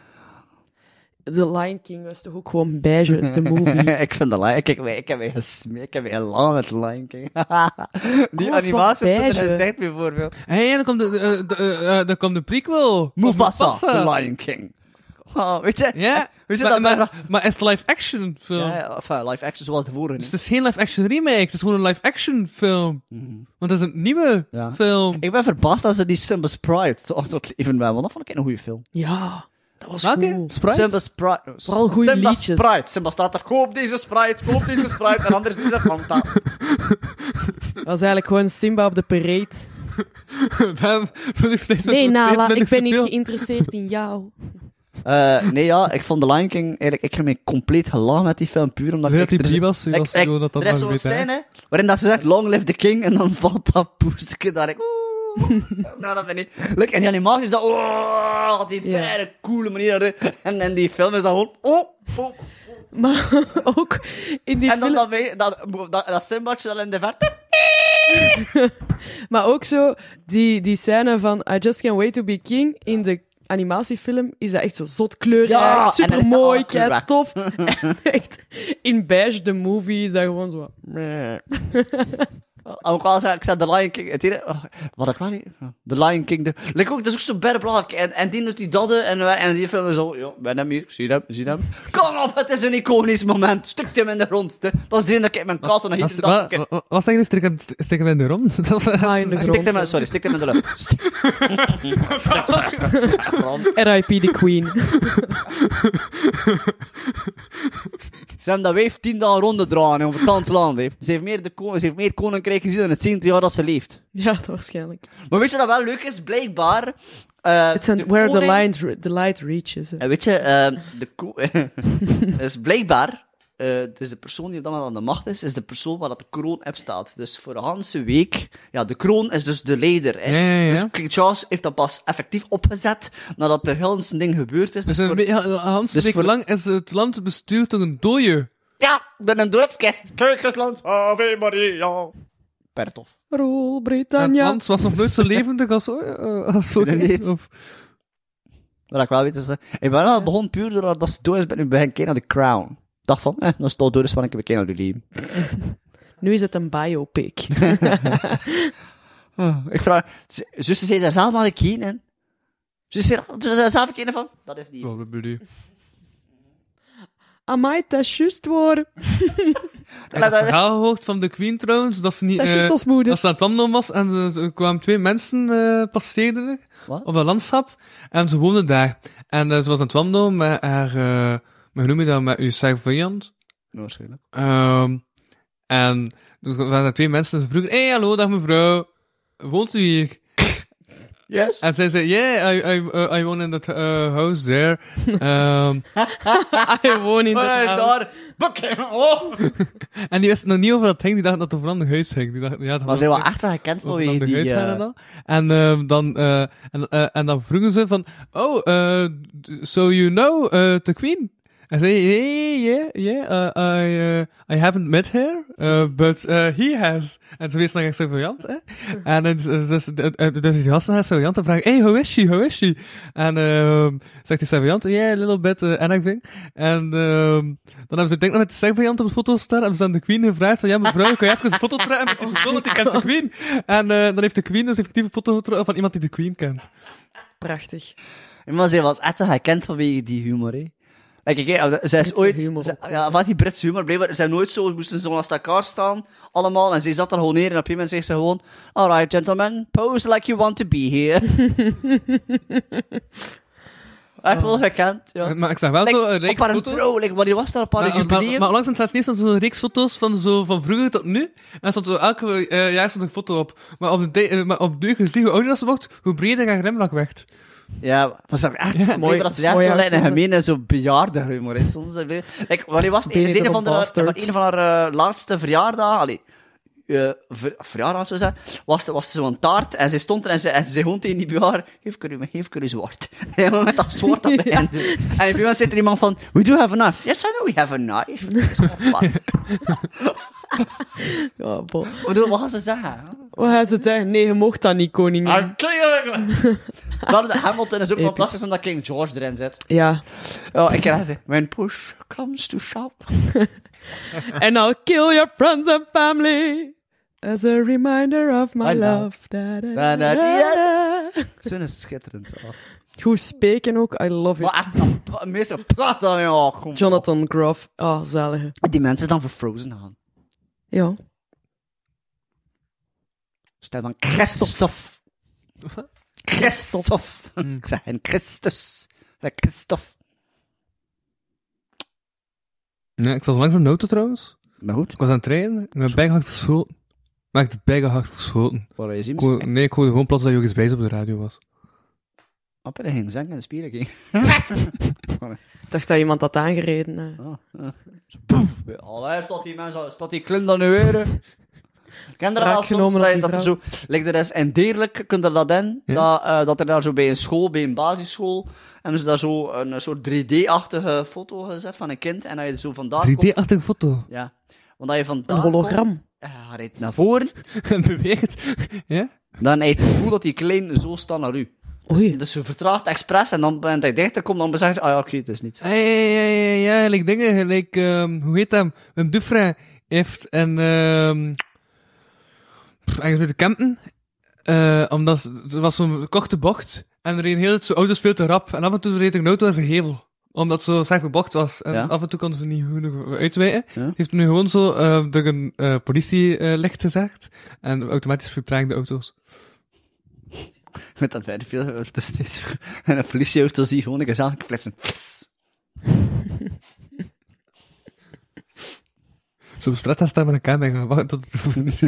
Speaker 3: The Lion King was toch ook gewoon beige, de movie.
Speaker 1: Ik vind de Lion... Ik heb mij gesmeerd. Ik heb mij lang met de Lion King. Die
Speaker 3: Alles was
Speaker 1: animatie heeft
Speaker 3: beige.
Speaker 1: er gezegd bijvoorbeeld.
Speaker 2: Hé, dan komt de prequel.
Speaker 1: Mufasa, The Lion King. Oh, weet je?
Speaker 2: Ja.
Speaker 1: Weet je
Speaker 2: Maar is het live-action film?
Speaker 1: Ja, enfin, live action zoals de vorige.
Speaker 2: Dus het is geen live-action remake, het is gewoon een live-action film. Want het is een nieuwe film.
Speaker 1: Ik ben verbaasd dat ze die Simba Sprite tot leven hebben, want dat vond ik een goede film.
Speaker 3: Ja, dat was
Speaker 2: Welke?
Speaker 3: cool.
Speaker 2: Sprite?
Speaker 1: Simba Sprite.
Speaker 3: Vooral goede
Speaker 1: Simba
Speaker 3: liedjes.
Speaker 1: Sprite. Simba staat er, koop deze Sprite, en anders is het Fanta.
Speaker 3: Dat was eigenlijk gewoon Simba op de parade. Nee,
Speaker 2: Nala,
Speaker 3: Nala, ik ben niet geïnteresseerd in jou.
Speaker 1: Nee, ja, ik vond The Lion King, eigenlijk, ik heb me compleet gelachen met die film, puur omdat
Speaker 2: Dat die G was,
Speaker 1: er is zo'n scène waarin dat ze zegt, long live the king, en dan valt dat poestje daar, nou, dat ben ik, like, en die animatie is dat, dat die hele coole manier, en die film is dat gewoon,
Speaker 3: Maar ook in die
Speaker 1: en dan
Speaker 3: film...
Speaker 1: dat Simbaatje dan in de verte,
Speaker 3: Maar ook zo, die scène van I Just Can't Wait to Be King in de animatiefilm is dat echt zo zot kleurrijk,
Speaker 1: Ja,
Speaker 3: supermooi,
Speaker 1: en dan is dat
Speaker 3: kei tof. En echt, in Beige, de movie, is dat gewoon zo...
Speaker 1: ook al zei ik zei The Lion King, wat ik wel niet, The Lion King, like ook, dat is ook zo bijna belangrijk, en die doet die dadden, en die film is zo, ja, ben hem hier, zie hem. Kom op, het is een iconisch moment, stuk hem in de grond, dat is de ene dat ik mijn katten naar hier dacht.
Speaker 2: Wat zeg je, stikken we in de rond?
Speaker 3: In de grond.
Speaker 1: Stik hem in de lucht.
Speaker 3: R.I.P. the Queen.
Speaker 1: Ze hebben dat weef 10 dagen rondgedragen over het ganse land. Ze heeft meer koninkrijk gezien in het 70 jaar dat ze leeft.
Speaker 3: Ja, dat waarschijnlijk.
Speaker 1: Maar weet je dat wel leuk is? Blijkbaar...
Speaker 3: It's where the light reaches.
Speaker 1: Weet je, dus blijkbaar... dus de persoon die op dat moment aan de macht is de persoon waar dat de kroon op staat. Dus voor de hele week... Ja, de kroon is dus de leider. Hè.
Speaker 2: Ja.
Speaker 1: Dus King Charles heeft dat pas effectief opgezet nadat de hele ding gebeurd is.
Speaker 2: Dus
Speaker 1: Dus
Speaker 2: week
Speaker 1: voor-
Speaker 2: lang is het land bestuurd door een dooie.
Speaker 1: Ja, met een doodskist. Keukenland. Ave Maria. Pertof.
Speaker 3: Rule
Speaker 2: Het
Speaker 3: Britannia.
Speaker 2: land was nog nooit zo levendig als voor
Speaker 1: Weet.
Speaker 2: of
Speaker 1: Wat ik wel weet is... ik ben wel begonnen puur doordat ze dood is, ben ik begin kijken naar The Crown. Ik dacht van, dat is toch dood is, van ik heb kijken naar die leven.
Speaker 3: Nu is het een biopic.
Speaker 1: Ik vraag... Zuster zei daar zelf naar gekeken, hè? Zuster zei daar zelf gekeken van? Dat is niet...
Speaker 2: wat bedoel je?
Speaker 3: Amai, dat is juist waar.
Speaker 2: Ik heb het verhaal gehoord van de Queen trouwens, dat ze niet...
Speaker 3: Dat is juist ons moeder.
Speaker 2: dat ze aan het wandelen was en er kwamen 2 mensen passeerden er
Speaker 1: Wat?
Speaker 2: op dat landschap en ze woonden daar. En ze was aan het wandelen met haar... hoe noem je dat? Met uw servant.
Speaker 1: Waarschijnlijk.
Speaker 2: En dus waren er 2 mensen en ze vroegen, hey, hallo, dag mevrouw. Woont u hier?
Speaker 1: Yes.
Speaker 2: En zij zei, yeah, I woon in that house there.
Speaker 3: I woon in
Speaker 1: Waar is daar?
Speaker 2: En die wist nog niet over dat ding, die dacht dat het over een ander huis ging. Die dacht, ja, het
Speaker 1: Maar ze wel echt wel gekend
Speaker 2: over een
Speaker 1: vanwege
Speaker 2: ander
Speaker 1: die...
Speaker 2: huis gaan en al. En dan vroegen ze van, so you know the Queen? En zei, I haven't met her, but he has. En ze wees naar haar servant, hè. En dus die gast naar haar servant en vraagt, hey, how is she? En zegt die servant, yeah, a little bit anything. En dan hebben ze denk ik met de servant op de foto staan, en ze aan de Queen gevraagd van, ja, mevrouw, kan je even een foto trekken met die persoon, want die kent de Queen. En dan heeft de Queen dus effectief een foto getrokken van iemand die de Queen kent.
Speaker 3: Prachtig.
Speaker 1: Maar ze was echt gekend vanwege die humor, hè. Kijk, zij is
Speaker 3: Britse
Speaker 1: ooit...
Speaker 3: humor
Speaker 1: Ja, wat die Britse humor, blijkbaar. Ze zijn nooit zo... Moesten zo naast elkaar staan, allemaal. En ze zat daar gewoon neer en op een moment zegt ze gewoon... Alright, gentlemen, pose like you want to be here. Echt wel gekend, ja.
Speaker 2: Maar ik zag wel zo een reeks
Speaker 1: op haar
Speaker 2: foto's.
Speaker 1: trouw, maar die was daar een paar jubileum.
Speaker 2: Maar langs het laatst stond zo'n reeks foto's van vroeger tot nu. En stond zo elke jaar stond een foto op. Maar op de zie hoe ouder dat ze wordt, hoe breder haar grimlach werd.
Speaker 1: Ja, maar het is echt
Speaker 3: mooi.
Speaker 1: mooi. Dat is echt
Speaker 3: Mooi
Speaker 1: zo een
Speaker 3: uitgevonden.
Speaker 1: gemene, zo bejaarde humor, hè. Soms, wanneer was het? Het is
Speaker 3: Benedict
Speaker 1: een van
Speaker 3: Bastard.
Speaker 1: haar laatste verjaardagen. Allee. Verjaardag, zo zeggen, was zo'n taart, en ze stond er en ze zei gewoon tegen die bejaarde, geef curry zwart. Helemaal met dat zwart dat bij hen doet. En op een moment zit er iemand van, we do have a knife. Yes, I know we have a knife. Dat is gewoon fun.
Speaker 3: Ja, bon.
Speaker 1: Wat gaan ze zeggen?
Speaker 3: Wat gaan ze zeggen? Nee, je mocht dat niet, koningin.
Speaker 1: I'm clear! Daarom dat Hamilton is ook fantastisch omdat King George erin zit.
Speaker 3: Ja.
Speaker 1: Ja, ik ken ze. When push comes to shove.
Speaker 3: And I'll kill your friends and family as a reminder of my
Speaker 1: I love.
Speaker 3: love. Da, da,
Speaker 1: Da, da,
Speaker 3: da, da.
Speaker 1: Zo'n schitterend. Oh.
Speaker 3: Goed spreken ook, I love it.
Speaker 1: Maar echt, meestal praat dan, ja. Kom op.
Speaker 3: Jonathan Groff. Ah, zalige.
Speaker 1: Die mensen dan voor Frozen gaan.
Speaker 3: Ja.
Speaker 1: Stel dan Christophe. Christophe. Ik zeg hen Christus. Christophe.
Speaker 2: Ja, ik zat langs een auto trouwens.
Speaker 1: Maar goed.
Speaker 2: Ik was aan het trainen. Ik ben bijgehakt geschoten. Maar ik heb bijgehakt geschoten.
Speaker 1: Waar is hij
Speaker 2: Ik hoorde gewoon plots dat Jogis Bijs op de radio was.
Speaker 1: Appel, hij ging zingen en de spieren ging.
Speaker 3: Ik dacht dat iemand had aangereden.
Speaker 1: Poef. Allee, staat die klin dan nu weer. Ken je dat wel soms,
Speaker 3: Wraak genomen op
Speaker 1: dat er
Speaker 3: die
Speaker 1: zo... Like, er is en deerlijk, kun je dat in,
Speaker 2: Ja.
Speaker 1: dat er daar zo bij een school, bij een basisschool, hebben ze daar zo een soort 3D-achtige foto gezet van een kind, en dat je zo vandaar komt...
Speaker 2: 3D-achtige foto.
Speaker 1: Ja. Want dat je vandaar
Speaker 3: Een hologram.
Speaker 1: komt, hij rijdt naar voren,
Speaker 2: En beweegt. Ja?
Speaker 1: dan heb je het gevoel dat die klein zo staat naar u.
Speaker 3: Oei.
Speaker 1: Dus je vertraagt expres, en dan ben je dichter komt, dan zeg je, ah ja, oké, het is niet.
Speaker 2: Ja, gelijk dingen, gelijk, hoe heet hem? Wim Dufresne heeft ergens met de Kempen, omdat het was zo'n korte bocht, en er reden heel zo auto's veel te rap, en af en toe reed er een auto als een hevel. Omdat het zo slecht bebocht was. En
Speaker 1: Ja.
Speaker 2: af en toe konden ze niet genoeg uitwijken.
Speaker 1: Ja.
Speaker 2: Heeft nu gewoon zo door een politielicht gezegd. En automatisch vertragen de auto's.
Speaker 1: Met dat verder veel, het is steeds... En een politieauto zie je gewoon een gezamenlijk flitsen.
Speaker 2: Zo op straat gaan staan met een camera en gaan wachten tot het politie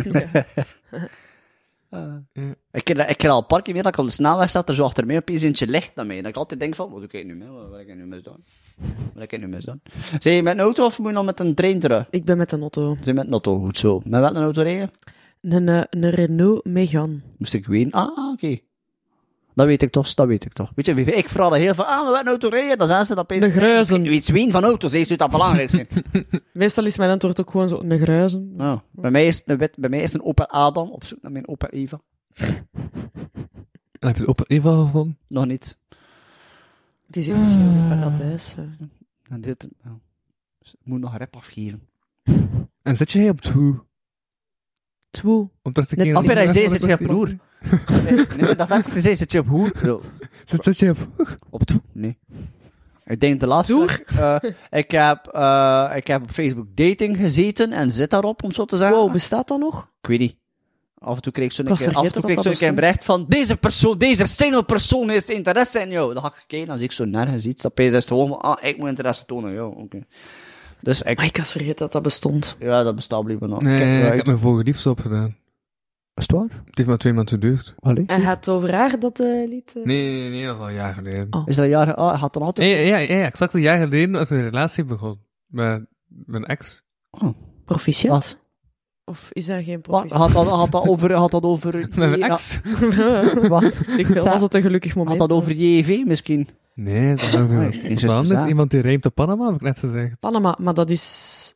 Speaker 1: Ik ken al een paar keer meer dat ik op de snelweg zat, er zo achter mij opeens eentje licht naar mij. Dat ik altijd denk van, wat doe ik nu mee? Wat heb ik nu misdaan? Wat heb ik nu misdaan? Zijn je met een auto of moet je nog met een trein terug?
Speaker 3: Ik ben met een auto.
Speaker 1: Zijn je met een auto? Goed zo. Met welke auto rijden?
Speaker 3: Een Renault Megane.
Speaker 1: Moest ik weten. Ah, oké. Dat weet ik toch. Weet je, ik vraag dat heel veel, met welke auto rijden? Dan zijn ze dat opeens...
Speaker 3: De gruizen.
Speaker 1: Iets weten van auto's, is dat belangrijk zijn.
Speaker 3: Meestal is mijn antwoord ook gewoon zo, een gruizen.
Speaker 1: Nou, bij mij is het een Opel Adam, op zoek naar mijn Opel Eva.
Speaker 2: En heb je het op Eva gevonden?
Speaker 1: Nog niet.
Speaker 3: Die zit misschien in het paradijs.
Speaker 1: En dit, nou, ik moet nog een rep afgeven.
Speaker 2: En zit jij op toe?
Speaker 3: Toe.
Speaker 2: Om terug te
Speaker 3: Net
Speaker 2: keren
Speaker 1: Appel,
Speaker 2: naar
Speaker 1: hij
Speaker 2: die
Speaker 1: zei,
Speaker 2: vraag
Speaker 1: zit je
Speaker 2: van
Speaker 1: op een hoer? Nee, dat had ik gezegd, zit je op hoer? Zo.
Speaker 2: Zit jij op hoer?
Speaker 1: Op toe? Nee. Ik denk de laatste keer, ik heb op Facebook dating gezeten en zit daarop, om het zo te zeggen.
Speaker 3: Wow, bestaat dat nog?
Speaker 1: Ik weet niet. Af en toe kreeg ik zo'n
Speaker 3: Ik was
Speaker 1: keer,
Speaker 3: vergeten dat dat
Speaker 1: een bericht van, deze single persoon heeft interesse in jou. Dan ga ik kijken, dan zie ik zo nergens iets. Dat is het gewoon van, ik moet interesse tonen, ja, oké. Dus
Speaker 3: Maar ik was vergeten dat dat bestond.
Speaker 1: ja, dat bestaat blijkbaar nog.
Speaker 2: Nee, ik heb mijn vorige liefde opgedaan.
Speaker 1: Is het waar?
Speaker 2: Het heeft maar 2 maanden geduurd.
Speaker 1: Allee?
Speaker 3: En gaat het over haar, dat lied?
Speaker 2: Nee, dat is al een jaar geleden.
Speaker 3: Oh.
Speaker 1: Is dat een jaar... Ah, had dan altijd...
Speaker 2: Ja, exact een jaar geleden als mijn relatie begon. Met mijn ex.
Speaker 3: Proficiat?
Speaker 1: Wat?
Speaker 3: Of is dat geen
Speaker 1: Wat?
Speaker 3: proficiat?
Speaker 1: Had dat over...
Speaker 2: Met mijn ex?
Speaker 1: Wat?
Speaker 3: Ik wil, was het een gelukkig moment?
Speaker 1: Had dat over JEV misschien?
Speaker 2: Nee, dat is ook
Speaker 1: het is
Speaker 2: wat anders.
Speaker 1: bizar.
Speaker 2: Iemand die rijmt op Panama, heb ik net gezegd.
Speaker 3: Panama, maar dat is...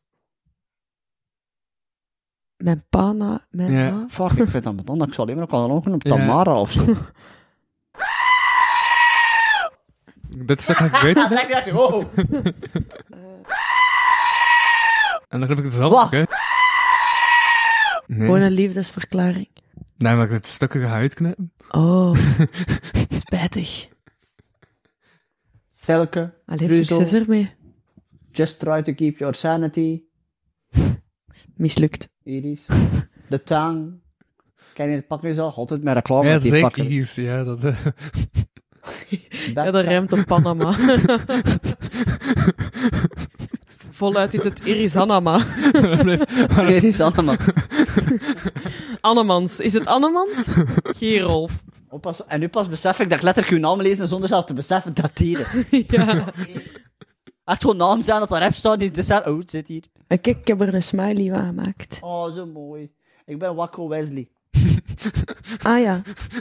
Speaker 3: Mijn pana... Mijn
Speaker 2: Ja.
Speaker 3: ma?
Speaker 1: Fuck, ik vind dat dan. Ik zal alleen maar ook op
Speaker 2: Ja.
Speaker 1: Tamara of zo.
Speaker 2: Dit stuk ga ik uit.
Speaker 1: Wow.
Speaker 2: En dan heb ik het zelf
Speaker 1: Wat?
Speaker 2: ook, hè. Nee.
Speaker 3: Gewoon een liefdesverklaring.
Speaker 2: Nee, maar ik dit stukje ga uitknippen.
Speaker 3: Oh, spijtig.
Speaker 1: Selke,
Speaker 3: Alleen
Speaker 1: Grusel.
Speaker 3: succes ermee.
Speaker 1: Just try to keep your sanity.
Speaker 3: Mislukt.
Speaker 1: Iris. De tang. Ken je het pakje zo? Altijd met reclame.
Speaker 2: Ja,
Speaker 1: met die
Speaker 2: zeker
Speaker 1: pakken.
Speaker 2: iets. Ja, dat...
Speaker 3: Ja, dat ruimt op Panama. Voluit is het Iris Hanama.
Speaker 1: Iris allemaal.
Speaker 3: Annemans. Is het Annemans? Gerolf.
Speaker 1: En nu pas besef ik dat ik letterlijk uw naam lees zonder zelf te beseffen dat het hier is.
Speaker 3: Ja.
Speaker 1: Echt gewoon naam zijn dat erop staat. Die beseft, oh, het zit hier.
Speaker 3: En kijk, ik heb er een smiley van gemaakt.
Speaker 1: Oh, zo mooi. Ik ben Wakko Wesley.
Speaker 3: Ah ja.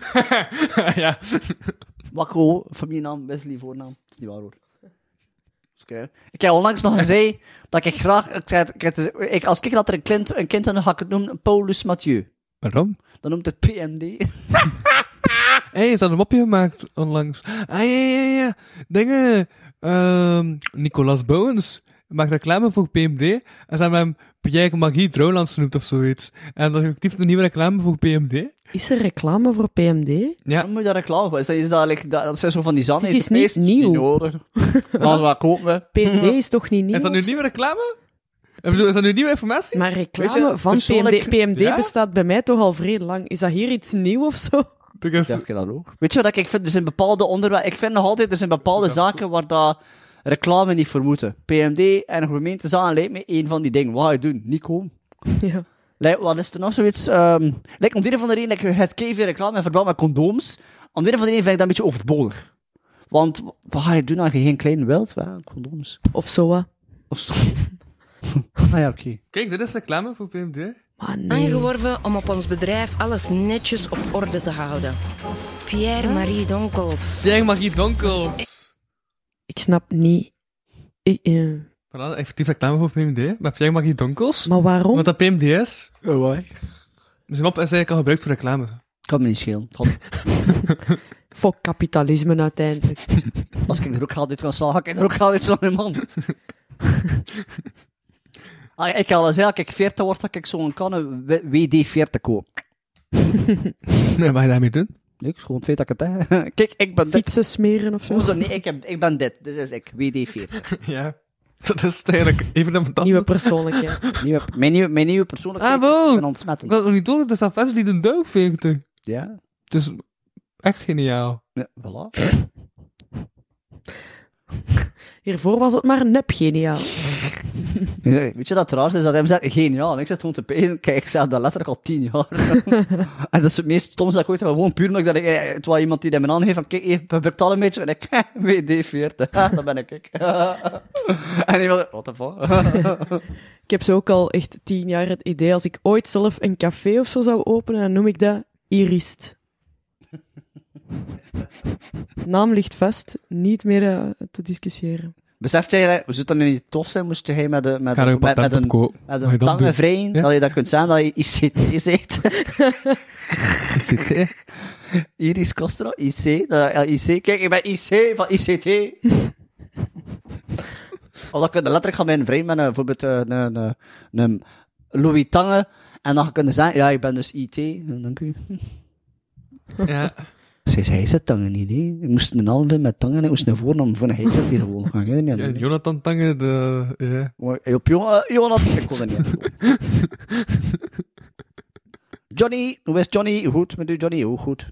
Speaker 2: ja.
Speaker 1: Wakko, familienaam, Wesley, voornaam. Dat is niet waar hoor. Okay. Ik heb onlangs nog gezegd dat ik graag... Als ik dat er een kind dan ga ik het noemen Paulus Mathieu.
Speaker 2: Waarom?
Speaker 1: Dan noemt het PMD.
Speaker 2: Hé, ze hadden een mopje gemaakt onlangs. Ah, ja. Dingen. Nicolas Bowens maakt reclame voor PMD. En ze hebben hem Pierre Magie Drouwlands genoemd of zoiets. En dat is effectief een nieuwe reclame voor PMD.
Speaker 3: Is er reclame voor PMD?
Speaker 2: Ja.
Speaker 1: Dan moet je daar reclame voor. Dat zijn zo van die zanden.
Speaker 3: Dit is niet nieuw.
Speaker 1: Niet nodig. Dan wat kopen we.
Speaker 3: PMD is toch niet nieuw?
Speaker 2: Is dat nu nieuwe reclame? Ik bedoel, is dat nu nieuwe informatie?
Speaker 3: Maar reclame
Speaker 1: Weet je,
Speaker 3: van
Speaker 1: persoonlijk-
Speaker 3: PMD
Speaker 2: Ja?
Speaker 3: bestaat bij mij toch al vrij lang. Is dat hier iets nieuw of zo?
Speaker 2: Dat is...
Speaker 1: Zeg je dat ook? Weet je wat ik vind? Er zijn bepaalde onderwerpen... Ik vind nog altijd, er zijn bepaalde zaken waar dat reclame niet voor moeten. PMD en gemeentezaken lijkt me een van die dingen. Wat ga je doen? Niet komen.
Speaker 3: Ja.
Speaker 1: Wat is er nog zoiets? Om de een van de reden, het keiveel reclame in verband met condooms. Om de een van de reden vind ik dat een beetje overbodig. Want wat ga je doen als je geen klein wilt? Ja, condooms.
Speaker 3: Of zo, hè.
Speaker 1: Of zo. Ah ja, oké.
Speaker 2: Kijk, dit is reclame voor PMD.
Speaker 3: Maar nee.
Speaker 4: Aangeworven om op ons bedrijf alles netjes op orde te houden. Pierre-Marie Donkels.
Speaker 2: Pierre Magie Donkels.
Speaker 3: Ik snap niet...
Speaker 2: Voilà, effectief reclame voor PMD. Met Pierre Magie Donkels.
Speaker 3: Maar waarom?
Speaker 2: Wat dat PMD is.
Speaker 1: Oh, why?
Speaker 2: Dus een mop is eigenlijk al gebruikt voor reclame.
Speaker 1: Kan me niet schelen.
Speaker 3: Fuck kapitalisme uiteindelijk.
Speaker 1: Als ik er ook geld uit kan slaan, ga ik er ook geld uit slaan, man. Ik kan al zeggen, als ik 40 word, dat ik zo'n kanne WD-40 koop.
Speaker 2: Nee, wat ga je daarmee doen?
Speaker 1: Niks, gewoon het feit dat ik het heb. Kijk, ik ben dit.
Speaker 3: Fietsen smeren of zo.
Speaker 1: Hoezo? Nee, ik ben dit. Dit is ik, WD-40.
Speaker 2: Ja. Dat is eigenlijk even dan wat
Speaker 3: Nieuwe persoonlijkheid.
Speaker 1: Mijn nieuwe persoonlijkheid.
Speaker 2: Ah, wow.
Speaker 1: Ik ben
Speaker 2: Ik
Speaker 1: ontsmettend.
Speaker 2: had nog niet door, dat is Sylvester die de duif veegt.
Speaker 1: Ja?
Speaker 2: Het is echt geniaal.
Speaker 1: Ja, voilà.
Speaker 3: Hiervoor was het maar nep geniaal.
Speaker 1: Nee, weet je dat het raarste is? Dat hij zegt, geniaal. En ik zit gewoon te pezen. Kijk, ik zeg dat letterlijk al 10 jaar. En dat is het meest stomste dat ik ooit heb. Gewoon puur omdat het was iemand die dat me aangeeft van, kijk, je betaalt een beetje. En ik, WD-40. Dat ben ik. En iemand, what the fuck?
Speaker 3: Ik heb zo ook al echt 10 jaar het idee, als ik ooit zelf een café of zo zou openen, dan noem ik dat Irist. Naam ligt vast, niet meer te discussiëren.
Speaker 1: Beseft jij, zou het dan nu niet tof zijn, moest jij met
Speaker 2: Ga er een patent op kopen.
Speaker 1: met
Speaker 2: Ga je
Speaker 1: een
Speaker 2: dat
Speaker 1: tangen
Speaker 2: doen?
Speaker 1: vrijen,
Speaker 2: Ja?
Speaker 1: dat je dat kunt zijn, dat je ICT zegt.
Speaker 2: ICT.
Speaker 1: Iris Castro, IC, IC. Kijk, ik ben IC van ICT. Of dat kun je letterlijk gaan bij een vriend met bijvoorbeeld een Louis Tange, en dan kun je zeggen, ja, ik ben dus IT. Dank u.
Speaker 2: Ja.
Speaker 1: Hij zet tangen niet, hè. Ik moest een halve met tangen en ik moest een voornaam van hij zet hier gewoon. Ga je niet
Speaker 2: Ja,
Speaker 1: doen, hè.
Speaker 2: Jonathan Tange, ja.
Speaker 1: Maar, op Jonathan, ik kon er niet aan doen. Johnny, hoe is Johnny? Hoe goed met u, Johnny? Hoe goed?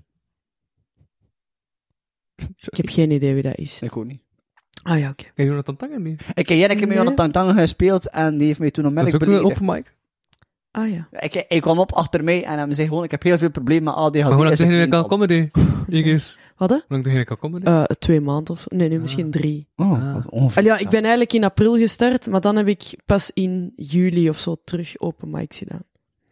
Speaker 3: Ik heb geen idee wie dat is.
Speaker 1: Ik ook niet.
Speaker 3: Ah ja, oké.
Speaker 2: Ken Jonathan Tange niet?
Speaker 1: Ik heb Jenneke met Jonathan Tangen gespeeld en die heeft mij toen
Speaker 2: Dat is
Speaker 1: onmiddellijk
Speaker 2: ook een
Speaker 1: beledigd.
Speaker 2: open mic.
Speaker 3: Ah ja.
Speaker 1: Ik kwam op achter mij en hij zei gewoon, ik heb heel veel problemen met ADHD.
Speaker 2: Maar hoe lang
Speaker 1: Is
Speaker 2: zeg
Speaker 1: het
Speaker 2: je
Speaker 1: één
Speaker 2: al
Speaker 1: van-
Speaker 2: comedy? Igis.
Speaker 3: Wat hè?
Speaker 2: Hoe lang zeg je al comedy?
Speaker 3: 2 maanden of... Nee, nu misschien 3.
Speaker 1: Oh, ongeveer.
Speaker 3: Ja, ik ben eigenlijk in april gestart, maar dan heb ik pas in juli of zo terug open mics gedaan.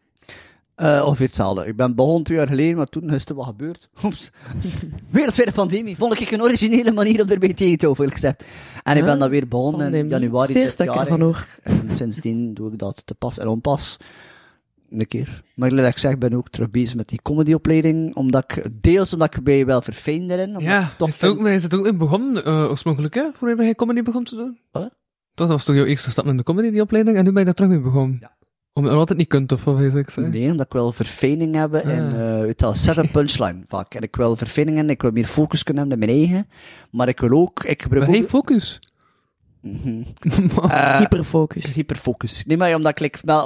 Speaker 1: Ongeveer hetzelfde. Ik ben begonnen 2 jaar geleden, maar toen is er wat gebeurd. Oeps. Weer een tweede pandemie. Vond ik een originele manier om erbij tegen te houden, gezegd. En ik ben dan weer begonnen in
Speaker 3: Pandemie.
Speaker 1: januari
Speaker 3: Dat is het eerste dat ik ervan hoor.
Speaker 1: En sindsdien doe ik dat te pas en onpas. Een keer. Maar ik zeg, ik ben ook terug bezig met die comedyopleiding, omdat ik mij wel verfijnd erin. omdat
Speaker 2: Ja,
Speaker 1: ik toch
Speaker 2: is het ook in begonnen, oorspronkelijk, hè? Voordat je comedy begon te doen?
Speaker 1: Wat?
Speaker 2: Dat was toch jouw eerste stap in de comedy, die opleiding, en nu ben je daar terug mee begonnen?
Speaker 1: Ja.
Speaker 2: Omdat je altijd niet kunt, of wat wil ik zeggen?
Speaker 1: Nee, omdat ik wil verfijning hebben in, weet je, set-up punchline vaak. En ik wil verfijning en ik wil meer focus kunnen hebben in mijn eigen. Maar ik wil ook, ik gebruik
Speaker 2: Maar
Speaker 1: ook...
Speaker 2: hey, focus.
Speaker 1: Mhm.
Speaker 3: Hyperfocus.
Speaker 1: Hyperfocus. Nee, maar omdat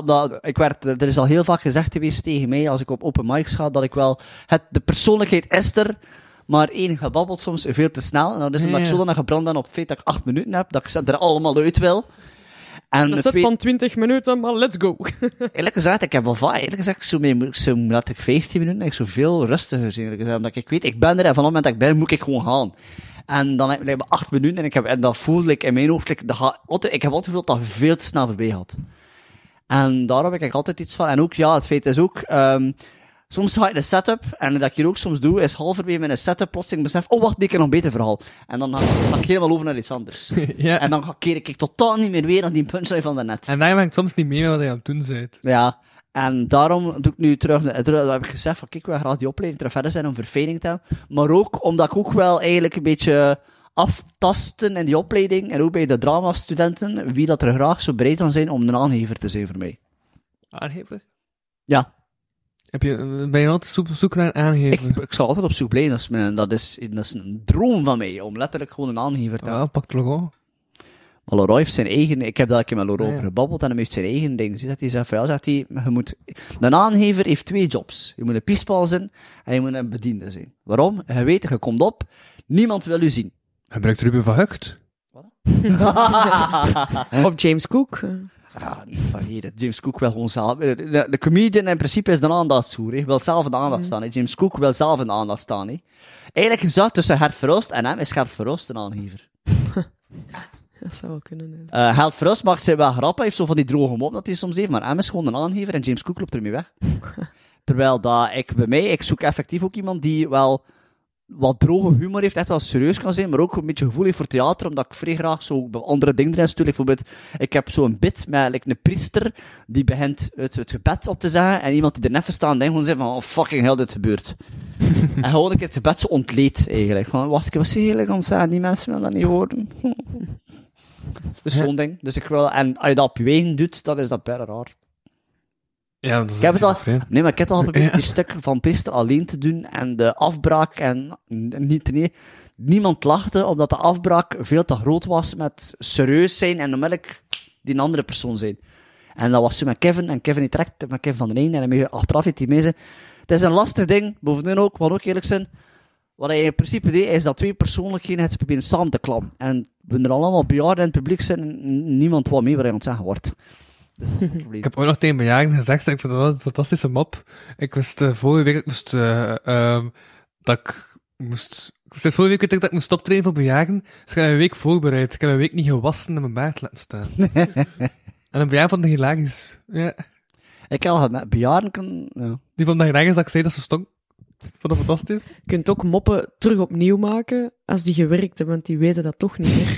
Speaker 1: er is al heel vaak gezegd geweest tegen mij, als ik op open mics ga, dat ik wel, de persoonlijkheid is er, maar één gebabbelt soms veel te snel. En dat is omdat ik zo dan gebrand ben op het feit dat ik 8 minuten heb, dat ik ze er allemaal uit wil. En
Speaker 3: Een set van 20 minuten, maar let's go.
Speaker 1: Eerlijk gezegd, ik heb wel vaak, eerlijk gezegd, laat ik 15 minuten, ik zou veel rustiger zijn, eerlijk gezegd, omdat ik weet, ik ben er, en van het moment dat ik ben, moet ik gewoon gaan. En dan heb ik 8 minuten, en dat voelde ik in mijn hoofd, ik heb altijd gevoeld dat veel te snel voorbij had. En daar heb ik altijd iets van, en ook, ja, het feit is ook, soms ga ik de setup, en dat ik hier ook soms doe, is halverwege met een setup plotseling besef, oh wacht, ik heb nog een beter verhaal. En dan ga ik helemaal over naar iets anders.
Speaker 2: Ja.
Speaker 1: En dan keer ik totaal niet meer weer aan die punchline van daarnet.
Speaker 2: En daar ben ik soms niet mee met wat je aan het doen bent.
Speaker 1: Ja, en daarom doe ik nu terug, dat heb ik gezegd, van kijk, we gaan graag die opleiding terug verder zijn om verfijning te hebben. Maar ook, omdat ik ook wel eigenlijk een beetje aftasten in die opleiding, en ook bij de dramastudenten, wie dat er graag zo bereid kan zijn om een aangever te zijn voor mij.
Speaker 2: Aangever?
Speaker 1: Ja.
Speaker 2: Ben je altijd op zoek naar een aangever?
Speaker 1: Ik zal altijd op zoek blijven, dat is een droom van mij, om letterlijk gewoon een aangever te hebben.
Speaker 2: Ja, pak het logo.
Speaker 1: Maar Laurent heeft zijn eigen, ik heb daar een keer met Laurent
Speaker 2: Ja.
Speaker 1: over gebabbeld, en hij heeft zijn eigen ding. Dus hij zegt van, ja, zegt hij, een aangever heeft 2 jobs. Je moet een piespal zijn, en je moet een bediende zijn. Waarom? Je weet, je komt op, niemand wil u zien.
Speaker 2: Gebruikt Ruben van Hucht?
Speaker 3: Of James Cook.
Speaker 1: Ja, niet van hier. James Cook wil gewoon zelf, de comedian in principe is de aandachtshoer, hè. Wil zelf in de aandacht staan, hè. James Cook wil zelf in de aandacht staan, hè. Eigenlijk gezegd, tussen Gert Verhulst en hem is Gert Verhulst een aangever.
Speaker 3: Dat zou wel kunnen. Hè.
Speaker 1: Gert Verhulst maakt zich wel grappen, heeft zo van die droge mop dat hij soms heeft, maar hem is gewoon een aangever en James Cook loopt ermee weg. Terwijl dat ik zoek effectief ook iemand die wel wat droge humor heeft, echt wel serieus kan zijn, maar ook een beetje gevoel heeft voor theater, omdat ik vrij graag zo andere dingen erin stuur. Bijvoorbeeld, ik heb zo'n bit met een priester, die begint het gebed op te zeggen, en iemand die er net staan denkt gewoon zegt van, oh fucking hell, dit gebeurt. En gewoon een keer het gebed zo ontleed, eigenlijk. Van, wacht, ik was eigenlijk aan het zeggen, die mensen willen dat niet horen. Dus zo'n ding. Dus ik wil, en als je dat op je eigen doet, dan is dat bijna raar.
Speaker 2: Ja, dat is
Speaker 1: Ik heb het al,
Speaker 2: vreemd.
Speaker 1: nee, maar ik heb het al geprobeerd die stuk van priester alleen te doen en de afbraak en niemand lachte omdat de afbraak veel te groot was met serieus zijn en onmiddellijk die een andere persoon zijn. En dat was zo met Kevin en Kevin direct met Kevin van den Einde en hij achteraf heeft hij mee zei, het is een lastig ding, bovendien ook, wat ook eerlijk zijn, wat hij in principe deed, is dat 2 persoonlijkheden het proberen samen te klammen. En we er allemaal bejaarden in het publiek zijn en niemand wat mee wat hij aan het zeggen wordt. Dus dat is het probleem.
Speaker 2: Ik heb ook nog tegen bejaarden gezegd, ik vond dat wel een fantastische mop. Ik wist vorige week, dat ik wist vorige week dat ik moest optreden voor bejaarden, dus ik heb een week voorbereid. Ik heb een week niet gewassen en mijn baard laten staan. En een bejaarde vond dat hilarisch. Ja.
Speaker 1: Ik heb al met bejaarden ja.
Speaker 2: Die vond dat hilarisch dat ik zei dat ze stonk. Ik vond dat fantastisch.
Speaker 3: Je kunt ook moppen terug opnieuw maken als die gewerkt hebben, want die weten dat toch niet meer.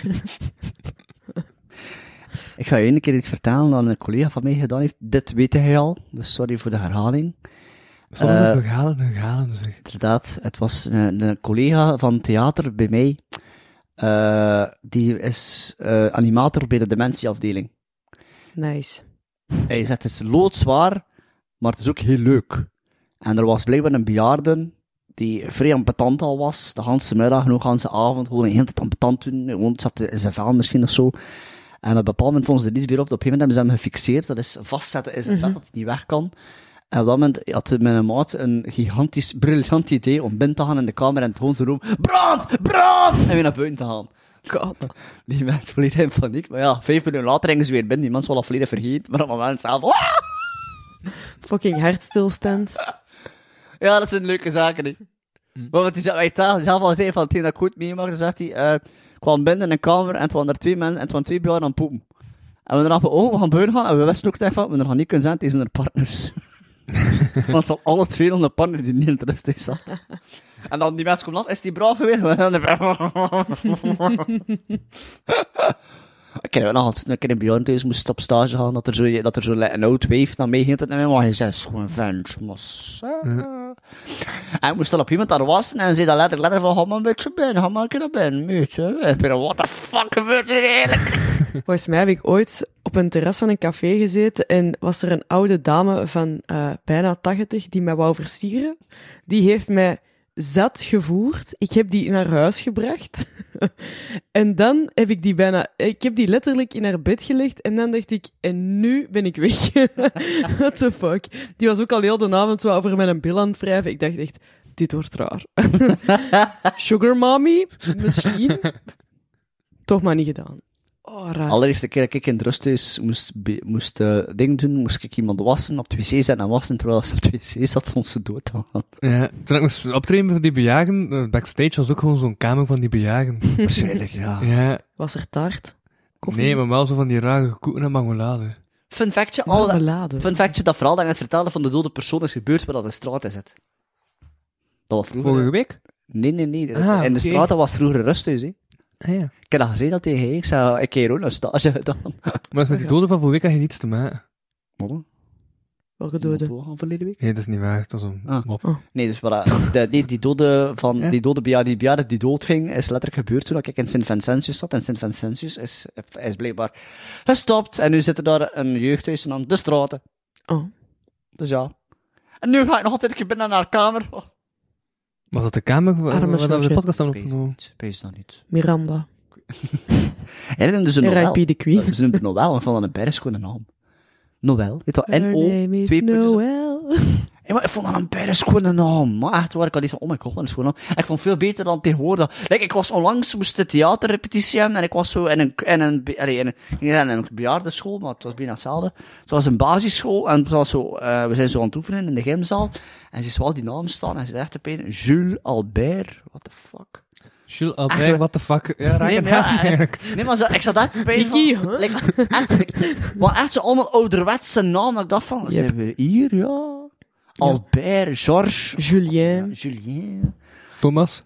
Speaker 1: Ik ga je een keer iets vertellen dat een collega van mij gedaan heeft. Dit weet hij al, dus sorry voor de herhaling.
Speaker 2: Sommige herhalen zeg.
Speaker 1: Inderdaad, het was een collega van theater bij mij. Die is animator bij de dementieafdeling.
Speaker 3: Nice.
Speaker 1: Hij zegt, het is loodzwaar, maar het is ook heel leuk. En er was blijkbaar een bejaarde, die vrij ambetant al was, de hele middag, nog de hele avond, gewoon een hele tijd ambetant doen, gewoon zat in zijn vel misschien of zo. En op een bepaald moment vonden ze er niet meer op, op een gegeven moment hebben ze hem gefixeerd, dat is vastzetten in zijn bed, dat hij niet weg kan. En op dat moment had mijn maat een gigantisch, briljant idee om binnen te gaan in de kamer en gewoon te roepen, brand! Brand! En weer naar buiten te gaan.
Speaker 3: God.
Speaker 1: Die mensen volledig in paniek, maar ja, 5 minuten later gingen ze weer binnen, die mensen wel al volledig vergeten, maar op het moment zelf,
Speaker 3: Fucking hartstilstand.
Speaker 1: ja, dat zijn leuke zaken, hè. Maar wat hij zelf al zei van hetgeen dat ik goed meemaak, dan zegt hij, ik kwam binnen in een kamer en het waren er 2 mensen en het waren 2 bejaarden aan het poepen. En we dachten, we gaan buiten gaan en we wisten ook van, we gaan niet kunnen zijn, het zijn er partners. Want het zal alle 2 om de partner die niet in het rustig zat. En dan die mensen komen af, is die braaf geweest? Ik ken nog eens, een keer in bejaardenhuis moest op stage gaan, dat er zo een oud weef naar mij ging, maar hij zei, gewoon een vent, en ik moest dan op iemand daar wassen, en zei dan letterlijk van, ga maar een beetje binnen, ga maar een keer naar binnen, beetje. En ik ben what the fuck gebeurt er eigenlijk?
Speaker 3: Volgens mij heb ik ooit op een terras van een café gezeten en was er een oude dame van bijna 80 die mij wou versieren. Die heeft mij zat gevoerd. Ik heb die naar huis gebracht. En dan heb ik ik heb die letterlijk in haar bed gelegd en dan dacht ik, en nu ben ik weg. What the fuck? Die was ook al heel de avond zo over mijn bil aan het wrijven. Ik dacht echt, dit wordt raar. Sugar mommy? Misschien. Toch maar niet gedaan. Oh, raar.
Speaker 1: Allereerste keer dat ik in het rusthuis moest ding doen, moest ik iemand wassen, op de wc zetten en wassen, terwijl ze op de wc zat, vond ze dood te gaan.
Speaker 2: Ja, toen ik moest optreden voor die bejaarden, backstage was ook gewoon zo'n kamer van die bejaarden.
Speaker 1: Waarschijnlijk, ja.
Speaker 2: Ja.
Speaker 3: Was er taart? Koffie?
Speaker 2: Nee, maar wel zo van die rare koeken en marmelade.
Speaker 1: Fun factje,
Speaker 3: Marmelade.
Speaker 1: fun factje, dat verhaal dat ik net vertelde van de dode persoon is gebeurd waar dat de straat is zit. Dat was vroeger.
Speaker 2: Vorige week?
Speaker 1: Nee.
Speaker 2: Ah,
Speaker 1: in de
Speaker 2: oké.
Speaker 1: straat, dat was vroeger een rusthuis, hè.
Speaker 2: Ah ja.
Speaker 1: Ik heb dat gezien dat tegen ik zei, ik heb hier ook een stage gedaan.
Speaker 2: Maar met die doden van vorige week had je niets te maken.
Speaker 3: Welke dode?
Speaker 1: Van verleden week?
Speaker 2: Nee, dat is niet waar. Het was een
Speaker 1: Ah.
Speaker 2: mop.
Speaker 1: Nee, dus die dode van,
Speaker 2: Ja.
Speaker 1: die dode bejaarde die doodging, is letterlijk gebeurd toen ik in Sint-Vincentius zat. En Sint-Vincentius is blijkbaar gestopt. En nu zitten daar een jeugdhuis aan de straten.
Speaker 3: Oh.
Speaker 1: Dus ja. En nu ga ik nog altijd een keer binnen naar haar kamer. Oh.
Speaker 2: Was dat de kamer
Speaker 3: Arme
Speaker 2: waar we de
Speaker 3: shit.
Speaker 2: podcast hebben opgenomen?
Speaker 1: Pees nog niet.
Speaker 3: Miranda.
Speaker 1: En noemden ze Noël.
Speaker 3: R.I.P. de Queen.
Speaker 1: Ze noemden Noël, ik vond dat een bijgeschoene naam. Noël. Weet je wel,
Speaker 3: Her
Speaker 1: N-O,
Speaker 3: name is
Speaker 1: 2 puntjes.
Speaker 3: Noël.
Speaker 1: Ja, maar ik vond dat een bijgeschoene naam. Maar echt waar, ik had iets van, oh my god, wat een schone naam. En ik vond het veel beter dan tegenwoordig. Like, ik was onlangs, moest de theaterrepetitie hebben, en ik was zo in een bejaardenschool, maar het was bijna hetzelfde. Het was een basisschool, en het was zo, we zijn zo aan het oefenen in de gymzaal, en ze is wel die naam staan, en ze zegt op een, Jules Albert, what the fuck.
Speaker 2: Jules Albert, what the fuck. Ja, raar
Speaker 1: Nee,
Speaker 2: gedaan, eigenlijk.
Speaker 1: Nee, maar ik zat echt bij
Speaker 3: Mickey,
Speaker 1: van,
Speaker 3: huh?
Speaker 1: like, echt zo allemaal ouderwetse namen, ik dacht van,
Speaker 3: Yep.
Speaker 1: zijn we hier, ja. Albert, Georges,
Speaker 3: Julien.
Speaker 1: Julien,
Speaker 2: Thomas?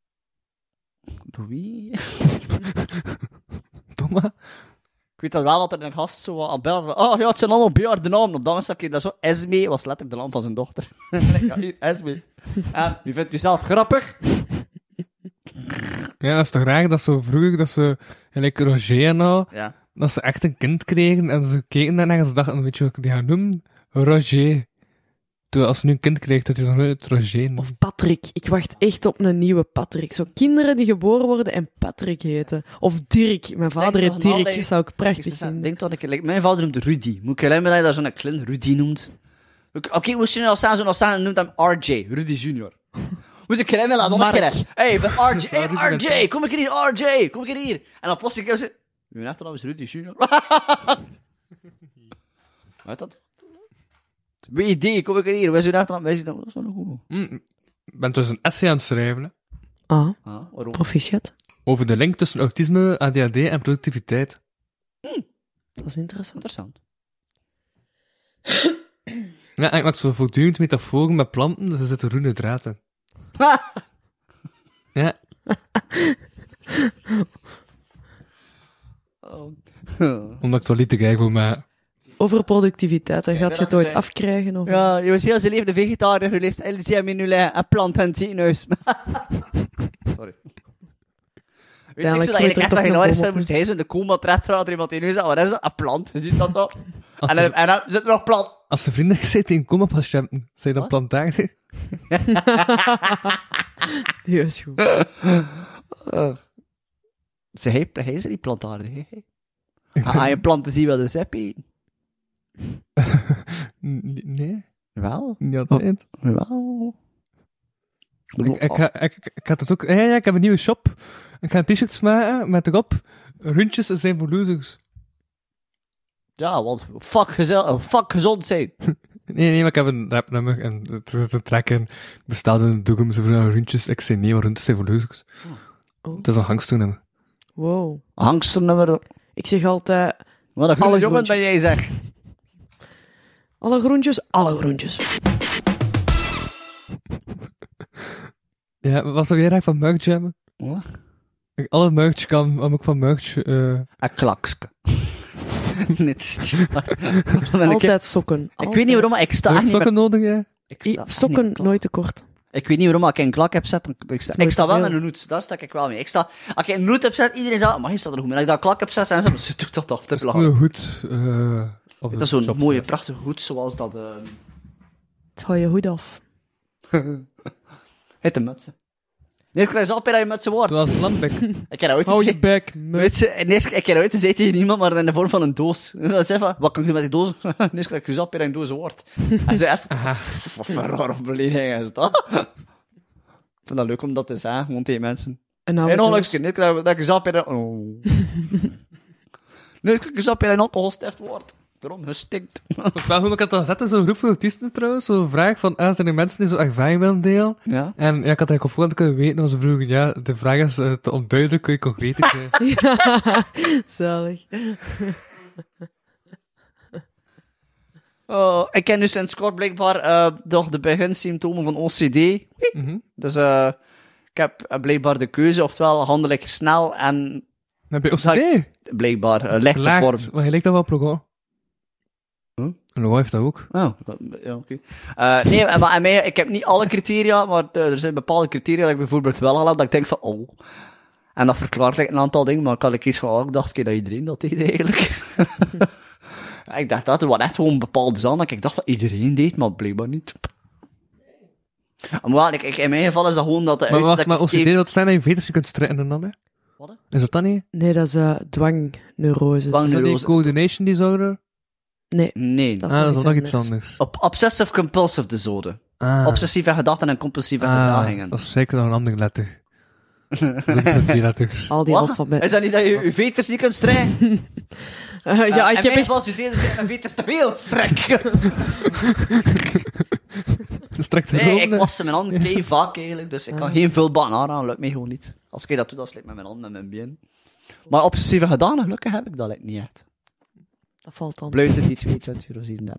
Speaker 1: Louis.
Speaker 2: Thomas?
Speaker 1: Ik weet dat wel dat er een gast zo aan belde. Oh ja, het zijn allemaal bejaarde namen. Op dat moment ik daar zo. Esme was letterlijk de naam van zijn dochter. Ja, hier, Esme. En u vindt u zelf grappig?
Speaker 2: Ja, dat is toch raar dat zo vroeger, dat ze, gelijk Roger en al,
Speaker 1: Ja.
Speaker 2: dat ze echt een kind kregen en ze keken daarnaar en ze dachten, weet je wat ik die gaan noemen? Roger. Terwijl als ze nu een kind krijgt, dat is nog nooit Roger noemen.
Speaker 3: Of Patrick. Ik wacht echt op een nieuwe Patrick. Zo kinderen die geboren worden en Patrick heten. Of Dirk. Mijn vader
Speaker 1: Denk
Speaker 3: heet
Speaker 1: nog
Speaker 3: Dirk.
Speaker 1: nou,
Speaker 3: Dat zou ik
Speaker 1: Ik
Speaker 3: prachtig vinden.
Speaker 1: denk dat mijn vader noemt Rudy. Moet ik alleen maar dat je daar zo'n klein Rudy noemt? Oké, moest je nu al staan, zo nog staan en noemt hem RJ, Rudy Junior. Moet ik alleen maar laten
Speaker 3: Mark.
Speaker 1: kennen? Hey, van RJ,
Speaker 2: Rudy
Speaker 1: hey,
Speaker 2: bent
Speaker 1: RJ, kom ik hier, RJ, kom ik hier. En dan plots ik zo, uw achternaam is Rudy Junior. Weet dat? WD, kom ik hier, wij zijn achternaam, wij zijn dat is wel een goeie.
Speaker 2: Ik ben dus een essay aan het schrijven, hè,
Speaker 3: Ah,
Speaker 1: Ah, waarom?
Speaker 3: proficiat.
Speaker 2: over de link tussen autisme, ADHD en productiviteit.
Speaker 3: Dat is interessant.
Speaker 1: Interessant.
Speaker 2: Ja, en ik maak zo voortdurend metaforen met planten, dus er zitten groene draden. Ja. Omdat ik het wel niet te kijken wil, maar...
Speaker 3: Over productiviteit, dan gaat je het ooit
Speaker 1: zijn.
Speaker 3: afkrijgen? Of...
Speaker 1: Ja, je was heel zijn leven vegetariër, je leeft een plant en ziekenhuis. Sorry. Weet je, ik zou dat eigenlijk echt
Speaker 3: groeit er toch
Speaker 1: wel
Speaker 3: nog
Speaker 1: hilarisch
Speaker 3: boom
Speaker 1: zijn,
Speaker 3: op,
Speaker 1: moest hij zo in de coma terecht gaan, er iemand in huis zat, wat is dat? Een plant, je ziet dat toch? En dan zit er nog plant.
Speaker 2: Als de vrienden zit in coma-patiënten, zijn dat plantaardig?
Speaker 3: Die is goed.
Speaker 1: Hij is niet plantaardig, hè? Aan je planten zien wel de zep eten.
Speaker 2: Nee,
Speaker 1: Wel?
Speaker 2: niet altijd.
Speaker 1: Wel.
Speaker 2: Ik had het ook... Ja, ik heb een nieuwe shop. Ik ga t-shirts maken met erop. Rundjes zijn voor losers.
Speaker 1: Ja, want fuck gezond zijn.
Speaker 2: Nee, maar ik heb een rapnummer en het is een track en ik bestelde een doegum ze voor rundjes. Ik zei nee, maar rundjes zijn voor losers.
Speaker 3: Oh.
Speaker 2: Het is een gangsternummer.
Speaker 3: Wow.
Speaker 1: Hangsternummer.
Speaker 3: Ik zeg altijd,
Speaker 1: Wat een groene
Speaker 3: Alle
Speaker 1: jongen dat
Speaker 3: groentjes.
Speaker 1: jij zegt.
Speaker 3: alle groentjes.
Speaker 2: Ja, wat zou jij eigenlijk van merch jammen?
Speaker 1: Wat?
Speaker 2: Alle merch kan, om ook van merch...
Speaker 1: Een klakske. Nee, het is niet waar. Dan ben
Speaker 3: Altijd sokken.
Speaker 1: ik weet niet waarom, maar ik sta
Speaker 2: Heb
Speaker 1: echt
Speaker 2: je
Speaker 1: niet
Speaker 2: sokken nodig, ja?
Speaker 3: Sokken
Speaker 1: niet
Speaker 3: nooit tekort.
Speaker 1: Ik weet niet waarom, als ik een klak heb zet, ik sta wel
Speaker 3: veel.
Speaker 1: met een noot. Daar sta ik wel mee. Als ik een noot heb zet, iedereen zegt, maar je staat er goed mee. Als ik dat klak heb zet, zijn ze doet dat af te
Speaker 2: Goeie
Speaker 1: blazen.
Speaker 2: hoed.
Speaker 1: Dat is zo'n mooie, prachtige hoed, zoals dat...
Speaker 3: Het hou je goed af.
Speaker 1: Het de mutsen. Nee, ik krijg zo op dat je mutsen wordt.
Speaker 2: Zoals Landbeck.
Speaker 1: Ik heb dat ooit
Speaker 2: Hou je
Speaker 1: gezegd.
Speaker 2: bek,
Speaker 1: Weet je, nee, ik heb dat ooit gezegd tegen iemand, maar in de vorm van een doos. En dan zei van, wat kan ik doen met die doos? Nee, ik krijg je zo op dat je een doos wordt. En zei even, wat voor rare belediging is dat? Ik vind dat leuk om dat te zeggen, gewoon tegen mensen.
Speaker 3: En nou
Speaker 1: En nog
Speaker 3: doos.
Speaker 1: eens, niet dat je zap in oh. Nee, ik zap in een alcoholstift wordt. Daarom gestinkt.
Speaker 2: Wel, hoe ik het dan zetten, zo'n groep van autisten trouwens, zo'n vraag van, zijn er mensen die zo'n ervaring willen delen?
Speaker 1: Ja.
Speaker 2: En ja, ik had eigenlijk op voorhand kunnen weten, maar ze vroegen, ja, de vraag is te onduidelijk, kun je concreter zijn?
Speaker 3: Zalig.
Speaker 1: Ik ken nu sinds kort blijkbaar toch de beginsymptomen van OCD.
Speaker 2: Mhm.
Speaker 1: Dus ik heb blijkbaar de keuze, oftewel handel ik snel en
Speaker 2: Heb je OCD?
Speaker 1: Zal blijkbaar lichte vorm.
Speaker 2: Laagt, maar je lijkt dat wel pro.
Speaker 1: Huh?
Speaker 2: En Loa heeft dat ook.
Speaker 1: Oh, ja, oké. Nee, maar aan mij, ik heb niet alle criteria, maar er zijn bepaalde criteria dat ik bijvoorbeeld wel al heb, dat ik denk van, oh. En dat verklaart een aantal dingen, maar ik had iets van, oh, ik dacht dat iedereen dat deed eigenlijk. Ik dacht dat er was echt gewoon bepaalde zaken, ik dacht dat iedereen deed, maar blijkbaar niet. Maar in mijn geval is dat gewoon dat...
Speaker 2: Maar wacht,
Speaker 1: dat
Speaker 2: maar
Speaker 1: ik
Speaker 2: OCD,
Speaker 1: even-
Speaker 2: dat zijn dat je veters kunt strijden en dan, hè?
Speaker 1: Wat, hè?
Speaker 2: Is dat dan niet?
Speaker 3: Nee, dat is dwangneurose.
Speaker 1: Dwang-
Speaker 2: Is dat niet
Speaker 1: Neurose.
Speaker 2: coordination disorder?
Speaker 3: Nee,
Speaker 1: Nee,
Speaker 3: dat is
Speaker 2: Dat is
Speaker 3: nog
Speaker 2: nog
Speaker 3: iets
Speaker 2: iets anders.
Speaker 1: Obsessive-compulsive disorder.
Speaker 2: Ah.
Speaker 1: Obsessieve gedachten en compulsieve gedragingen.
Speaker 2: Dat is zeker nog een andere letter. Dat zijn 3 letters.
Speaker 3: al die
Speaker 1: Wat?
Speaker 3: alfabet.
Speaker 1: Is dat niet dat je je veters niet kunt strekken?
Speaker 3: Ja, ik heb echt...
Speaker 1: Als je mijn veters te veel strek.
Speaker 2: Strekt
Speaker 1: Nee, ik was mijn handen kei vaak eigenlijk, dus ik kan geen vulbaan aanraken, lukt mij gewoon niet. Als ik dat doe, dan slik ik met mijn handen en mijn been. Maar obsessieve gedachten, gelukkig heb ik dat like, niet echt.
Speaker 3: Dat valt dan.
Speaker 1: Bluiten die 22,37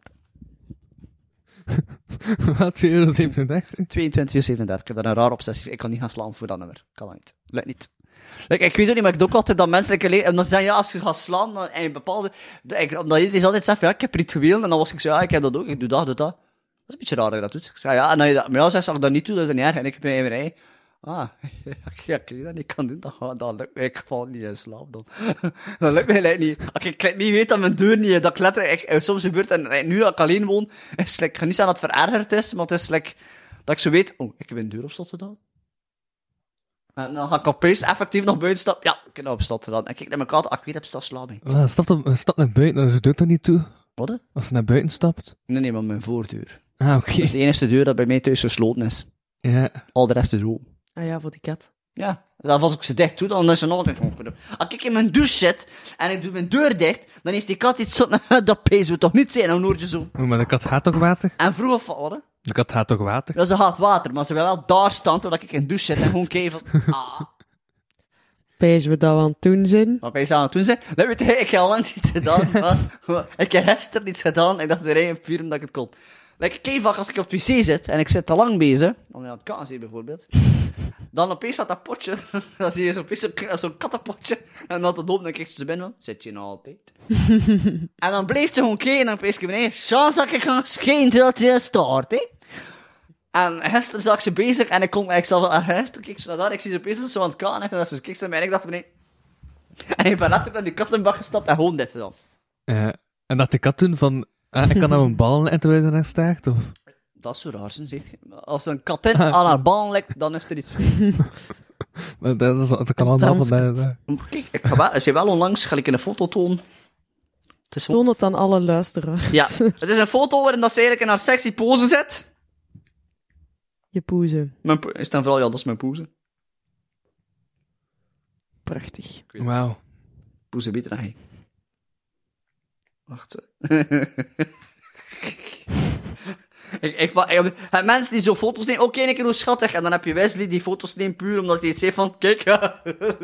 Speaker 1: €.
Speaker 2: Wat, 2,37 €?
Speaker 1: 22,37 €. Ik heb daar een raar obsessief. Ik kan niet gaan slaan voor dat nummer. Kan dat niet. Lukt niet. Like, ik weet het niet, maar ik doe ook altijd dat mensen... En dan zeggen ja, als je gaat slaan, dan, en je bepaalde... Omdat iedereen altijd zegt, ja, ik heb ritueel. En dan was ik zo, ja, ik heb dat ook. Ik doe dat, doe dat. Dat is een beetje raar dat je dat doet. Ik zei, ja, en als je dat, maar ja, zegt, als ik dat niet doe, dat is dat niet erg. En ik heb mijn rij. Ah, ja, ik dat niet kan doen, dan lukt mij. Ik val niet in slaap dan. Dat lukt mij like, niet. Als ik niet weet dat mijn deur niet, dat ik letterlijk, soms gebeurt, en nu dat ik alleen woon, is like, ik ga niet zeggen dat het verergerd is, maar het is like, dat ik zo weet, oh, ik heb een deur op slot gedaan. En dan ga ik opeens effectief nog buiten stappen. Ja, ik heb nou op slot gedaan. En kijk naar mijn kat, ik weet, heb staat slaap mee.
Speaker 2: Stap naar buiten, dan is de deur toch niet toe?
Speaker 1: Wat? Hè?
Speaker 2: Als ze naar buiten stapt?
Speaker 1: Nee, maar mijn voordeur.
Speaker 2: Ah, oké.
Speaker 1: Dat is de enige deur dat bij mij thuis gesloten is.
Speaker 2: Ja.
Speaker 1: Al de rest is open.
Speaker 3: Ah ja, voor die kat.
Speaker 1: Ja, dat als ik ze dicht doe, dan is ze altijd van. Als ik in mijn douche zit en ik doe mijn deur dicht, dan heeft die kat iets van, dat pees we toch niet zijn, dan hoor je zo.
Speaker 2: Oh, maar de kat gaat toch water?
Speaker 1: En vroeger van, wat? Hè?
Speaker 2: De kat gaat toch water?
Speaker 1: Ja, ze gaat water, maar ze wil wel daar staan, terwijl ik in de douche zit en gewoon kijken van,
Speaker 3: Pees we dat we aan het doen zijn?
Speaker 1: Wat ben je aan het doen, zeg? Dat weet je, ik heb al lang iets gedaan, maar ik heb gisteren iets gedaan, ik dacht, er rijden 4 omdat ik het kon. Like, kijk vaak als ik op het wc zit en ik zit te lang bezig, dan aan het kaas bijvoorbeeld, dan opeens gaat dat potje, dan zie je zo'n kattenpotje, en dan het open, dan kijkt ze binnen, zit je nou altijd? En dan blijft ze gewoon kijken, en dan opeens ik beneden, chance dat ik ga schijnen terwijl het start, hè? En gisteren zag ik ze bezig, en ik zelf, gisteren keek ze naar daar, ik zie ze bezig, zo aan het kaan, en dan ze keek ze naar mij, en ik dacht beneden, en ik ben letterlijk in die kattenbak gestapt, en gewoon dit gedaan.
Speaker 2: En En dat de kat toen van, ik kan nou een bal en terwijl hij naar staart, of?
Speaker 1: Dat is zo raar, zeg. Als een katin aan haar bal ligt, dan is er iets verkeerd.
Speaker 2: Maar dat kan allemaal van mij.
Speaker 1: Kijk, ze zijn wel onlangs, ga ik een foto tonen. Het is
Speaker 3: Toon het aan alle luisteraars.
Speaker 1: Ja, het is een foto waarin dat ze eigenlijk in haar sexy pose zit.
Speaker 3: Je poezen.
Speaker 1: Is dan vooral, ja, dat is mijn pose.
Speaker 3: Prachtig.
Speaker 2: Wauw.
Speaker 1: Pose beter dan hij. Wacht. Mensen die zo foto's nemen, oké, een keer hoe schattig. En dan heb je Wesley die foto's neemt puur omdat hij iets zegt van, kijk, ja.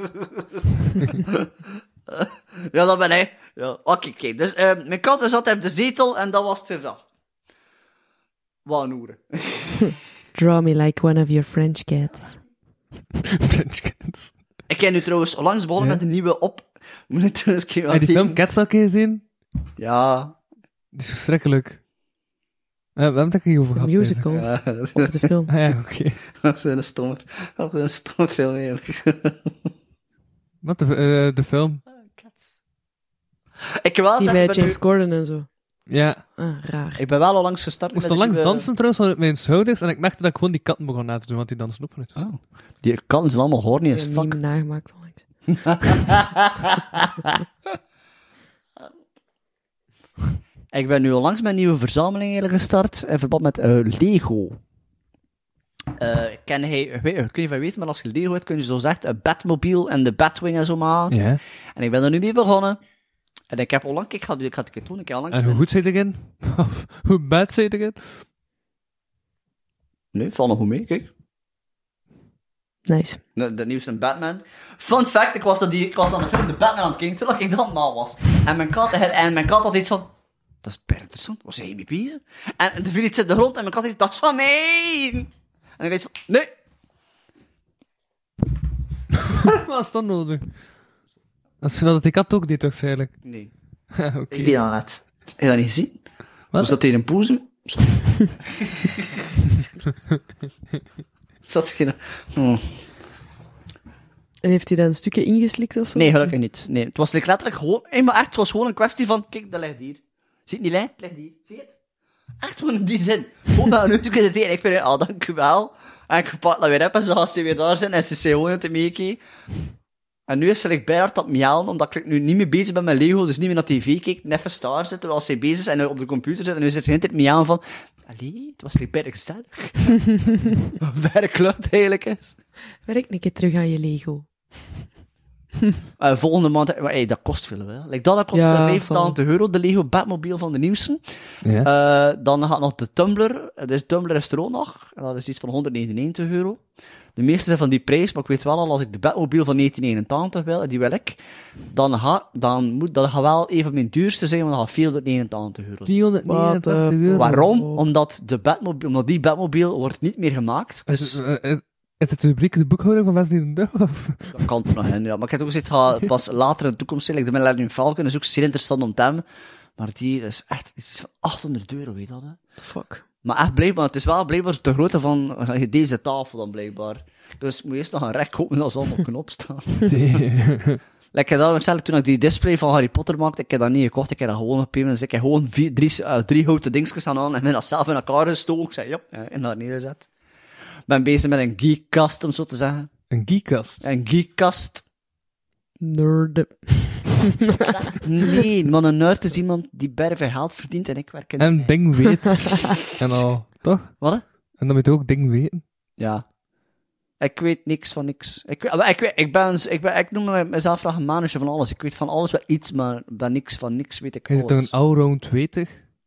Speaker 1: Ja, dat ben hij. Ja, oké, kijk. Dus, mijn kat zat op de zetel en dat was het verhaal. Wat een oere.
Speaker 3: Draw me like one of your French cats.
Speaker 2: French Cats.
Speaker 1: Ik heb nu trouwens onlangs begonnen met een nieuwe Moet ik trouwens een keer wel
Speaker 2: Heb je die film
Speaker 1: kijken?
Speaker 2: Cats al een keer gezien?
Speaker 1: Ja.
Speaker 2: Die is verschrikkelijk. We hebben het er niet over
Speaker 3: Een
Speaker 2: gehad.
Speaker 3: musical.
Speaker 1: Ja,
Speaker 3: Of de film.
Speaker 2: Ah, ja, oké.
Speaker 1: dat is een stomme film, eigenlijk.
Speaker 2: Wat, de film?
Speaker 1: Ik wil wel
Speaker 3: Die
Speaker 1: zeggen,
Speaker 3: bij James Corden en zo.
Speaker 2: Ja.
Speaker 3: Ah, raar.
Speaker 1: ik ben wel onlangs gestart
Speaker 2: Ik moest
Speaker 1: met
Speaker 2: onlangs
Speaker 1: een nieuwe-
Speaker 2: dansen trouwens vanuit mijn schouders en ik merkte dat ik gewoon die katten begon na te doen, want die dansen ook vanuit.
Speaker 1: Oh. Die katten zijn allemaal horny
Speaker 3: Ik
Speaker 1: as
Speaker 3: heb
Speaker 1: fuck.
Speaker 3: een meme nagemaakt onlangs.
Speaker 1: Ik ben nu onlangs met een nieuwe verzameling eigenlijk gestart in verband met Lego. Kun je van weten, maar als je Lego hebt, kun je zo zeggen een Batmobile en de Batwing en zo maken.
Speaker 2: Ja.
Speaker 1: En ik ben er nu mee begonnen. En ik heb onlangs, ik ga het een keer doen, ik heb onlangs...
Speaker 2: En hoe goed zit erin? Of hoe bad zit erin?
Speaker 1: Nee, valt nog goed mee, kijk.
Speaker 3: Nice.
Speaker 1: De nieuwste Batman. Fun fact, ik was dan de film de Batman aan het kijken, terwijl ik dan mal was. En mijn kat had iets van... Dat is bijna interessant, was hij mee bezig? En er viel iets op de grond en mijn kat zei, dat is van mij! En ik dacht van, nee!
Speaker 2: Wat is dat nodig? Dat is wel dat die kat ook deed, toch, eigenlijk?
Speaker 1: Nee.
Speaker 2: Oké.
Speaker 1: Ik deed dat net. Heb je dat niet gezien?
Speaker 2: Wat?
Speaker 1: Was dat hier een poezen? Zat geen...
Speaker 3: En heeft hij dan een stukje ingeslikt of zo?
Speaker 1: Nee, gelukkig niet. Nee, het was letterlijk gewoon... maar echt, het was gewoon een kwestie van... Kijk, dat ligt hier. Zie je het niet, hè? Het ligt hier. Zie je het? Echt gewoon in die zin. Gewoon dat een neusje zit hier. En ik vind, dank u wel. En ik pak dat weer op en zo als ze weer daar zijn. En ze zei gewoon te meekijken. En nu is ik bijhard aan het miauwen, omdat ik nu niet meer bezig ben met Lego, dus niet meer naar tv kijk, even star zitten terwijl zij bezig is en op de computer zit. En nu zit ze het miauwen van, allee, het was niet bijna gezellig. Wat bijna klopt eigenlijk is.
Speaker 3: Werk een keer terug aan je Lego.
Speaker 1: Volgende maand, maar hey, dat kost veel, hè. Like, dat kost
Speaker 3: Ja,
Speaker 1: €85, de Lego Batmobile van de nieuwste.
Speaker 2: Ja.
Speaker 1: Dan gaat nog de Tumbler, dus Tumbler is er ook nog, en dat is iets van €199. De meeste zijn van die prijs, maar ik weet wel al, als ik de Batmobile van 1989 wil, en die wil ik, dan gaat wel even mijn duurste zijn, want dat gaat €489.
Speaker 2: €489.
Speaker 1: Waarom? Omdat die Batmobile wordt niet meer gemaakt. Dus
Speaker 2: Is het de rubriek de boekhouding van Wesley de Dug?
Speaker 1: dat kan er nog in, ja. Maar ik heb ook gezegd, ga pas later in de toekomst zijn. De Millennium Falcon is ook zeer interessant om te hebben. Maar die is echt iets van €800, weet je dat, hè?
Speaker 3: What the fuck?
Speaker 1: Maar echt blijkbaar, het is wel blijkbaar de grootte van deze tafel dan blijkbaar. Dus moet je eerst nog een rek kopen als allemaal knop staan. Like, dat zei ik toen ik die display van Harry Potter maakte, ik heb dat niet gekocht, ik heb dat gewoon gepeven. Dus ik heb gewoon drie houten dingetjes aan en ben dat zelf in elkaar gestoken. Ik zei, ja, en dat neergezet. Ik ben bezig met een geekkast, om zo te zeggen.
Speaker 2: Een geekkast.
Speaker 1: Een geekkast.
Speaker 3: Nerd.
Speaker 1: Nee, man, een nerd is iemand die bijna veel geld verdient en ik werk in...
Speaker 2: En ding weet. En al, toch?
Speaker 1: Wat? Hè?
Speaker 2: En dan moet je ook ding weten.
Speaker 1: Ja. Ik weet niks van niks. Ik noem mezelf graag een manager van alles. Ik weet van alles wel iets, maar bij niks van niks weet ik
Speaker 2: Is het toch
Speaker 1: alles.
Speaker 2: een allround weter?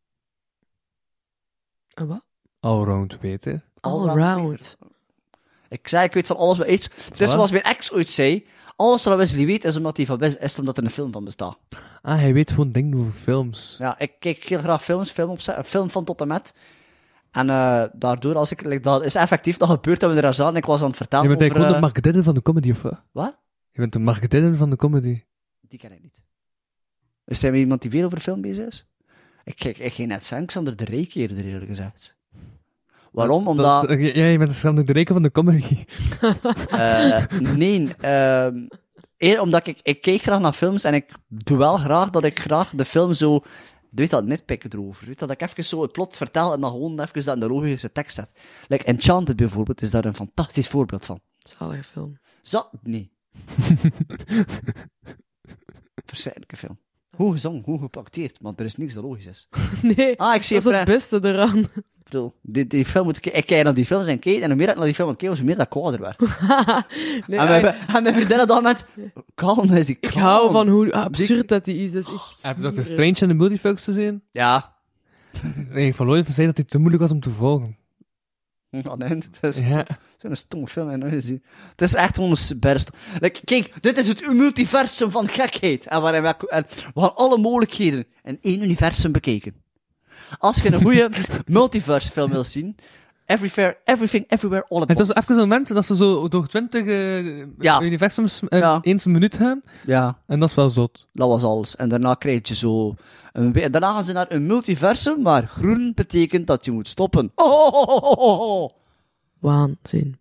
Speaker 3: En wat?
Speaker 2: Allround weter.
Speaker 3: Allround.
Speaker 1: Ik zei, ik weet van alles wel iets. Dus zoals mijn ex ooit zei, alles wat Wesley weet is omdat hij van Wesley is, omdat er een film van bestaat.
Speaker 2: Ah, hij weet gewoon dingen over films.
Speaker 1: Ja, ik kijk heel graag film van tot en met. En daardoor, als ik, dat is effectief dat gebeurd dat we er zaten. Ik was aan het vertellen
Speaker 2: Je bent
Speaker 1: over...
Speaker 2: eigenlijk gewoon de Mark Didden van de comedy, of wat?
Speaker 1: Wat?
Speaker 2: Je bent de Mark Didden van de comedy.
Speaker 1: Die ken ik niet. Is er iemand die veel over film bezig is? Ik ging net zeggen, Xander de Rijk eerder, eerlijk gezegd. Waarom? Omdat...
Speaker 2: Ja, je bent de Xander de Rijke van de comedy.
Speaker 1: Nee, omdat ik kijk graag naar films en ik doe wel graag dat ik graag de film zo weet dat nitpikken erover. Weet dat ik even zo het plot vertel en dan gewoon even dat in de logische tekst zet. Like Enchanted bijvoorbeeld is daar een fantastisch voorbeeld van.
Speaker 3: Zalige film.
Speaker 1: Nee. Verschrikkelijke film. Hoe gezongen, hoe gepacteerd, want er is niks dat logisch is.
Speaker 3: Nee,
Speaker 1: Ik zie
Speaker 3: dat is het beste eraan.
Speaker 1: Ik bedoel, die film moet ik kijk naar die films en kijk, en hoe meer ik naar die film aan het kijken, hoe meer dat ik kwader werd.
Speaker 3: Nee,
Speaker 1: En mijn vriendin op dat moment, kalm is die
Speaker 3: ik
Speaker 1: kalm.
Speaker 3: hou van hoe absurd dat die is. Dat is echt
Speaker 2: Heb je Dr. Strange in de Multiverse gezien?
Speaker 1: Ja.
Speaker 2: Ik van Lloyd zei dat hij te moeilijk was om te volgen.
Speaker 1: Dat is
Speaker 2: Ja.
Speaker 1: zo'n stomme film heb je nooit gezien. Het is echt gewoon een best. Like, kijk, dit is het multiversum van gekheid. En we gaan alle mogelijkheden in één universum bekijken. Als je een goede multiverse film wil zien, Everything, Everywhere, All at
Speaker 2: Het was
Speaker 1: Once.
Speaker 2: even zo'n moment dat ze zo door 20
Speaker 1: Ja.
Speaker 2: universums
Speaker 1: Ja.
Speaker 2: eens een minuut gaan.
Speaker 1: Ja,
Speaker 2: En dat is wel zot.
Speaker 1: dat was alles. En daarna krijg je zo... Daarna gaan ze naar een multiversum, maar groen betekent dat je moet stoppen.
Speaker 3: waanzin.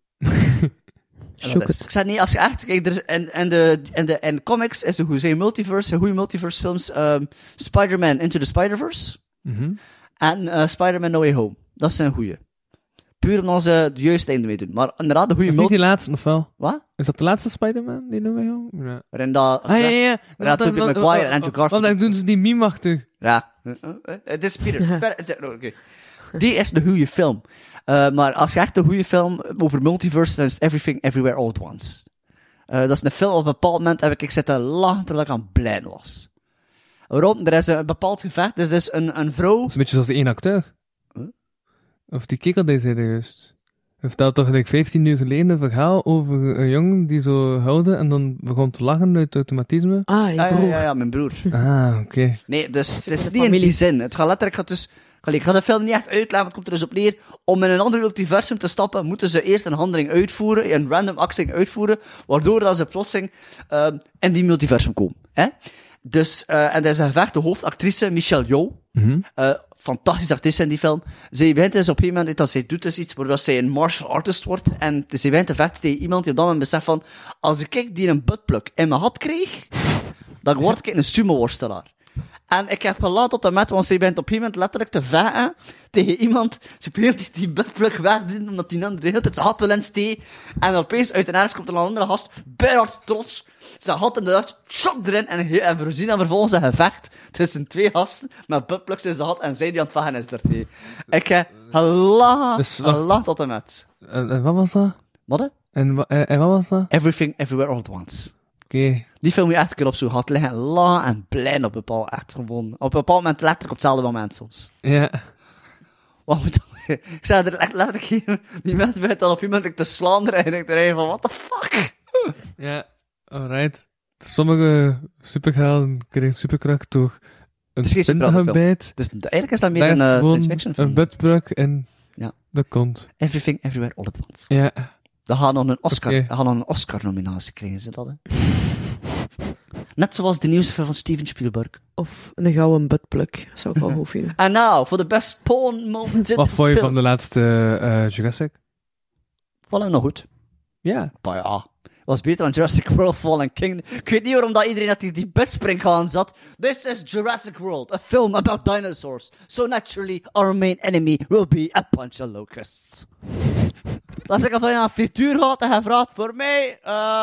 Speaker 1: En
Speaker 3: Shook
Speaker 1: dat is-
Speaker 3: het.
Speaker 1: Ik zeg niet, als je echt... Kijk, er is, in de comics is een goede multiverse, een goede multiverse films. Spider-Man Into the Spider-Verse.
Speaker 2: Mhm.
Speaker 1: En Spider-Man No Way Home. Dat zijn goeie. Puur omdat ze het juiste einde mee doen. Maar inderdaad, de goede
Speaker 2: Is niet die laatste, of wel?
Speaker 1: Wat?
Speaker 2: Is dat de laatste Spider-Man? Die noemen we jou? Ja.
Speaker 1: Waarin dat...
Speaker 2: Ja.
Speaker 1: Ja, Tobey Maguire en Andrew Garfield.
Speaker 2: Want dan doen ze die meme-achtig.
Speaker 1: Ja. Het is Peter. Oké. Die is de goede film. Maar als je echt een goede film over multiverse, dan is het Everything, Everywhere, All at Once. Dat is een film, op een bepaald moment heb ik zitten lachen terwijl ik aan het blij was. Waarom? Er is een bepaald gevecht. Dus er is een vrouw...
Speaker 2: Dat is een beetje zoals de één acteur.
Speaker 1: Huh?
Speaker 2: Of die kikker die zei juist. Hij vertelde toch like 15 uur geleden een verhaal over een jongen die zo huilde en dan begon te lachen uit automatisme.
Speaker 3: Ah, je broer.
Speaker 1: Ja, mijn broer.
Speaker 2: Ah, oké.
Speaker 1: Nee, dus het is
Speaker 3: de
Speaker 1: niet in
Speaker 3: familie.
Speaker 1: die zin. Het gaat letterlijk... Ik ga de film niet echt uitleggen, want het komt er dus op neer. Om in een ander multiversum te stappen, moeten ze eerst een handeling uitvoeren, een random actie uitvoeren, waardoor dat ze plotseling in die multiversum komen. Hè? Dus, en dat is een gevecht, de hoofdactrice, Michelle Yeoh.
Speaker 2: Mhm.
Speaker 1: Fantastische actrice in die film. Zij begint dus op een moment dat zij doet dus iets waardoor zij een martial artist wordt. En zij begint te vechten tegen iemand die op dat moment beseft van, als ik die een buttplug in mijn hand kreeg, dan word ik een sumo-worstelaar. En ik heb gelaten tot en met, want zij bent op een moment letterlijk te vechten tegen iemand. Ze begint die buttplug wegzien, omdat die andere de hele tijd zijn had wel in stee. En opeens uit een ergens komt er een andere gast, bijhard trots. Zijn had in de lucht, chok erin en we zien dan vervolgens een gevecht tussen twee gasten met buttplugs in zijn hand en zij die aan het vechten is daartegen. Ik heb gelaten tot en met.
Speaker 2: En wat was dat?
Speaker 1: Wat hè?
Speaker 2: En wat was dat?
Speaker 1: Everything, Everywhere, All at Once.
Speaker 2: Oké.
Speaker 1: Die film moet je echt een keer op zo'n gat liggen. La en blij op bepaald echt gewoon. Op een bepaald moment letterlijk op hetzelfde moment soms.
Speaker 2: Ja.
Speaker 1: Wat moet dat? Ik zei er echt letterlijk geen... Die mensen beginnen dan op iemand te slaan en ik denk er van, what the fuck?
Speaker 2: Ja. Alright. Sommige superhelden krijgen superkracht door een
Speaker 1: is geen superheldenfilm.
Speaker 2: spingebijt.
Speaker 1: Dus eigenlijk is dat meer
Speaker 2: Daar is
Speaker 1: een
Speaker 2: het
Speaker 1: science
Speaker 2: gewoon
Speaker 1: fiction film.
Speaker 2: een buttplug en
Speaker 1: Ja.
Speaker 2: de kont.
Speaker 1: Everything, Everywhere, All at Once.
Speaker 2: Ja.
Speaker 1: Dat gaat nog een Oscar,
Speaker 2: Oké.
Speaker 1: dat gaat nog een Oscar-nominatie krijgen, ze dat, hè? Net zoals de nieuwste film van Steven Spielberg.
Speaker 3: Of een gouden buttplug. Zou ik wel goed vinden.
Speaker 1: And now, for the best porn moment in
Speaker 2: Wat
Speaker 1: the
Speaker 2: vond je
Speaker 1: film.
Speaker 2: van de laatste Jurassic?
Speaker 1: Vond ik nog goed.
Speaker 2: Ja.
Speaker 1: Maar ja, was beter dan Jurassic World Fallen Kingdom. Ik weet niet waarom dat iedereen dat die bedspringhaan zat. This is Jurassic World, a film about dinosaurs. So naturally, our main enemy will be a bunch of locusts. Als ik al van je een frituur had en hij vraagt voor mij,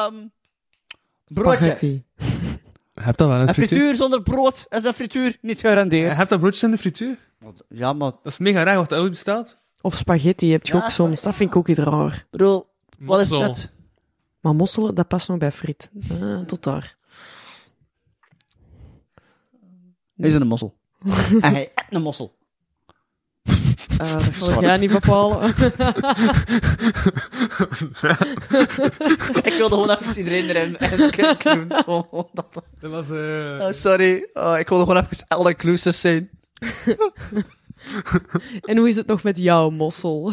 Speaker 1: broodje.
Speaker 3: Spaghetti.
Speaker 2: Je hebt dat wel in de
Speaker 1: Een
Speaker 2: frituur?
Speaker 1: frituur zonder brood is een frituur niet
Speaker 2: Je
Speaker 1: gegarandeerd.
Speaker 2: hebt dat broodjes in de frituur?
Speaker 1: Ja, maar,
Speaker 2: Dat is mega raar, wat dat ooit bestaat.
Speaker 3: Of spaghetti heb je
Speaker 1: Ja,
Speaker 3: ook soms. Dat vind ik ook iets raar.
Speaker 1: bedoel, wat is
Speaker 2: Mossel.
Speaker 1: het?
Speaker 3: Maar mosselen, dat past nog bij friet. Tot daar.
Speaker 1: Hij is een mossel. En hij eet een mossel.
Speaker 3: Dat zal jij niet bepalen.
Speaker 1: Ik wilde gewoon even iedereen erin doen.
Speaker 2: Dat was...
Speaker 1: Sorry, ik wilde gewoon even all-inclusive zijn.
Speaker 3: En hoe is het nog met jouw mossel?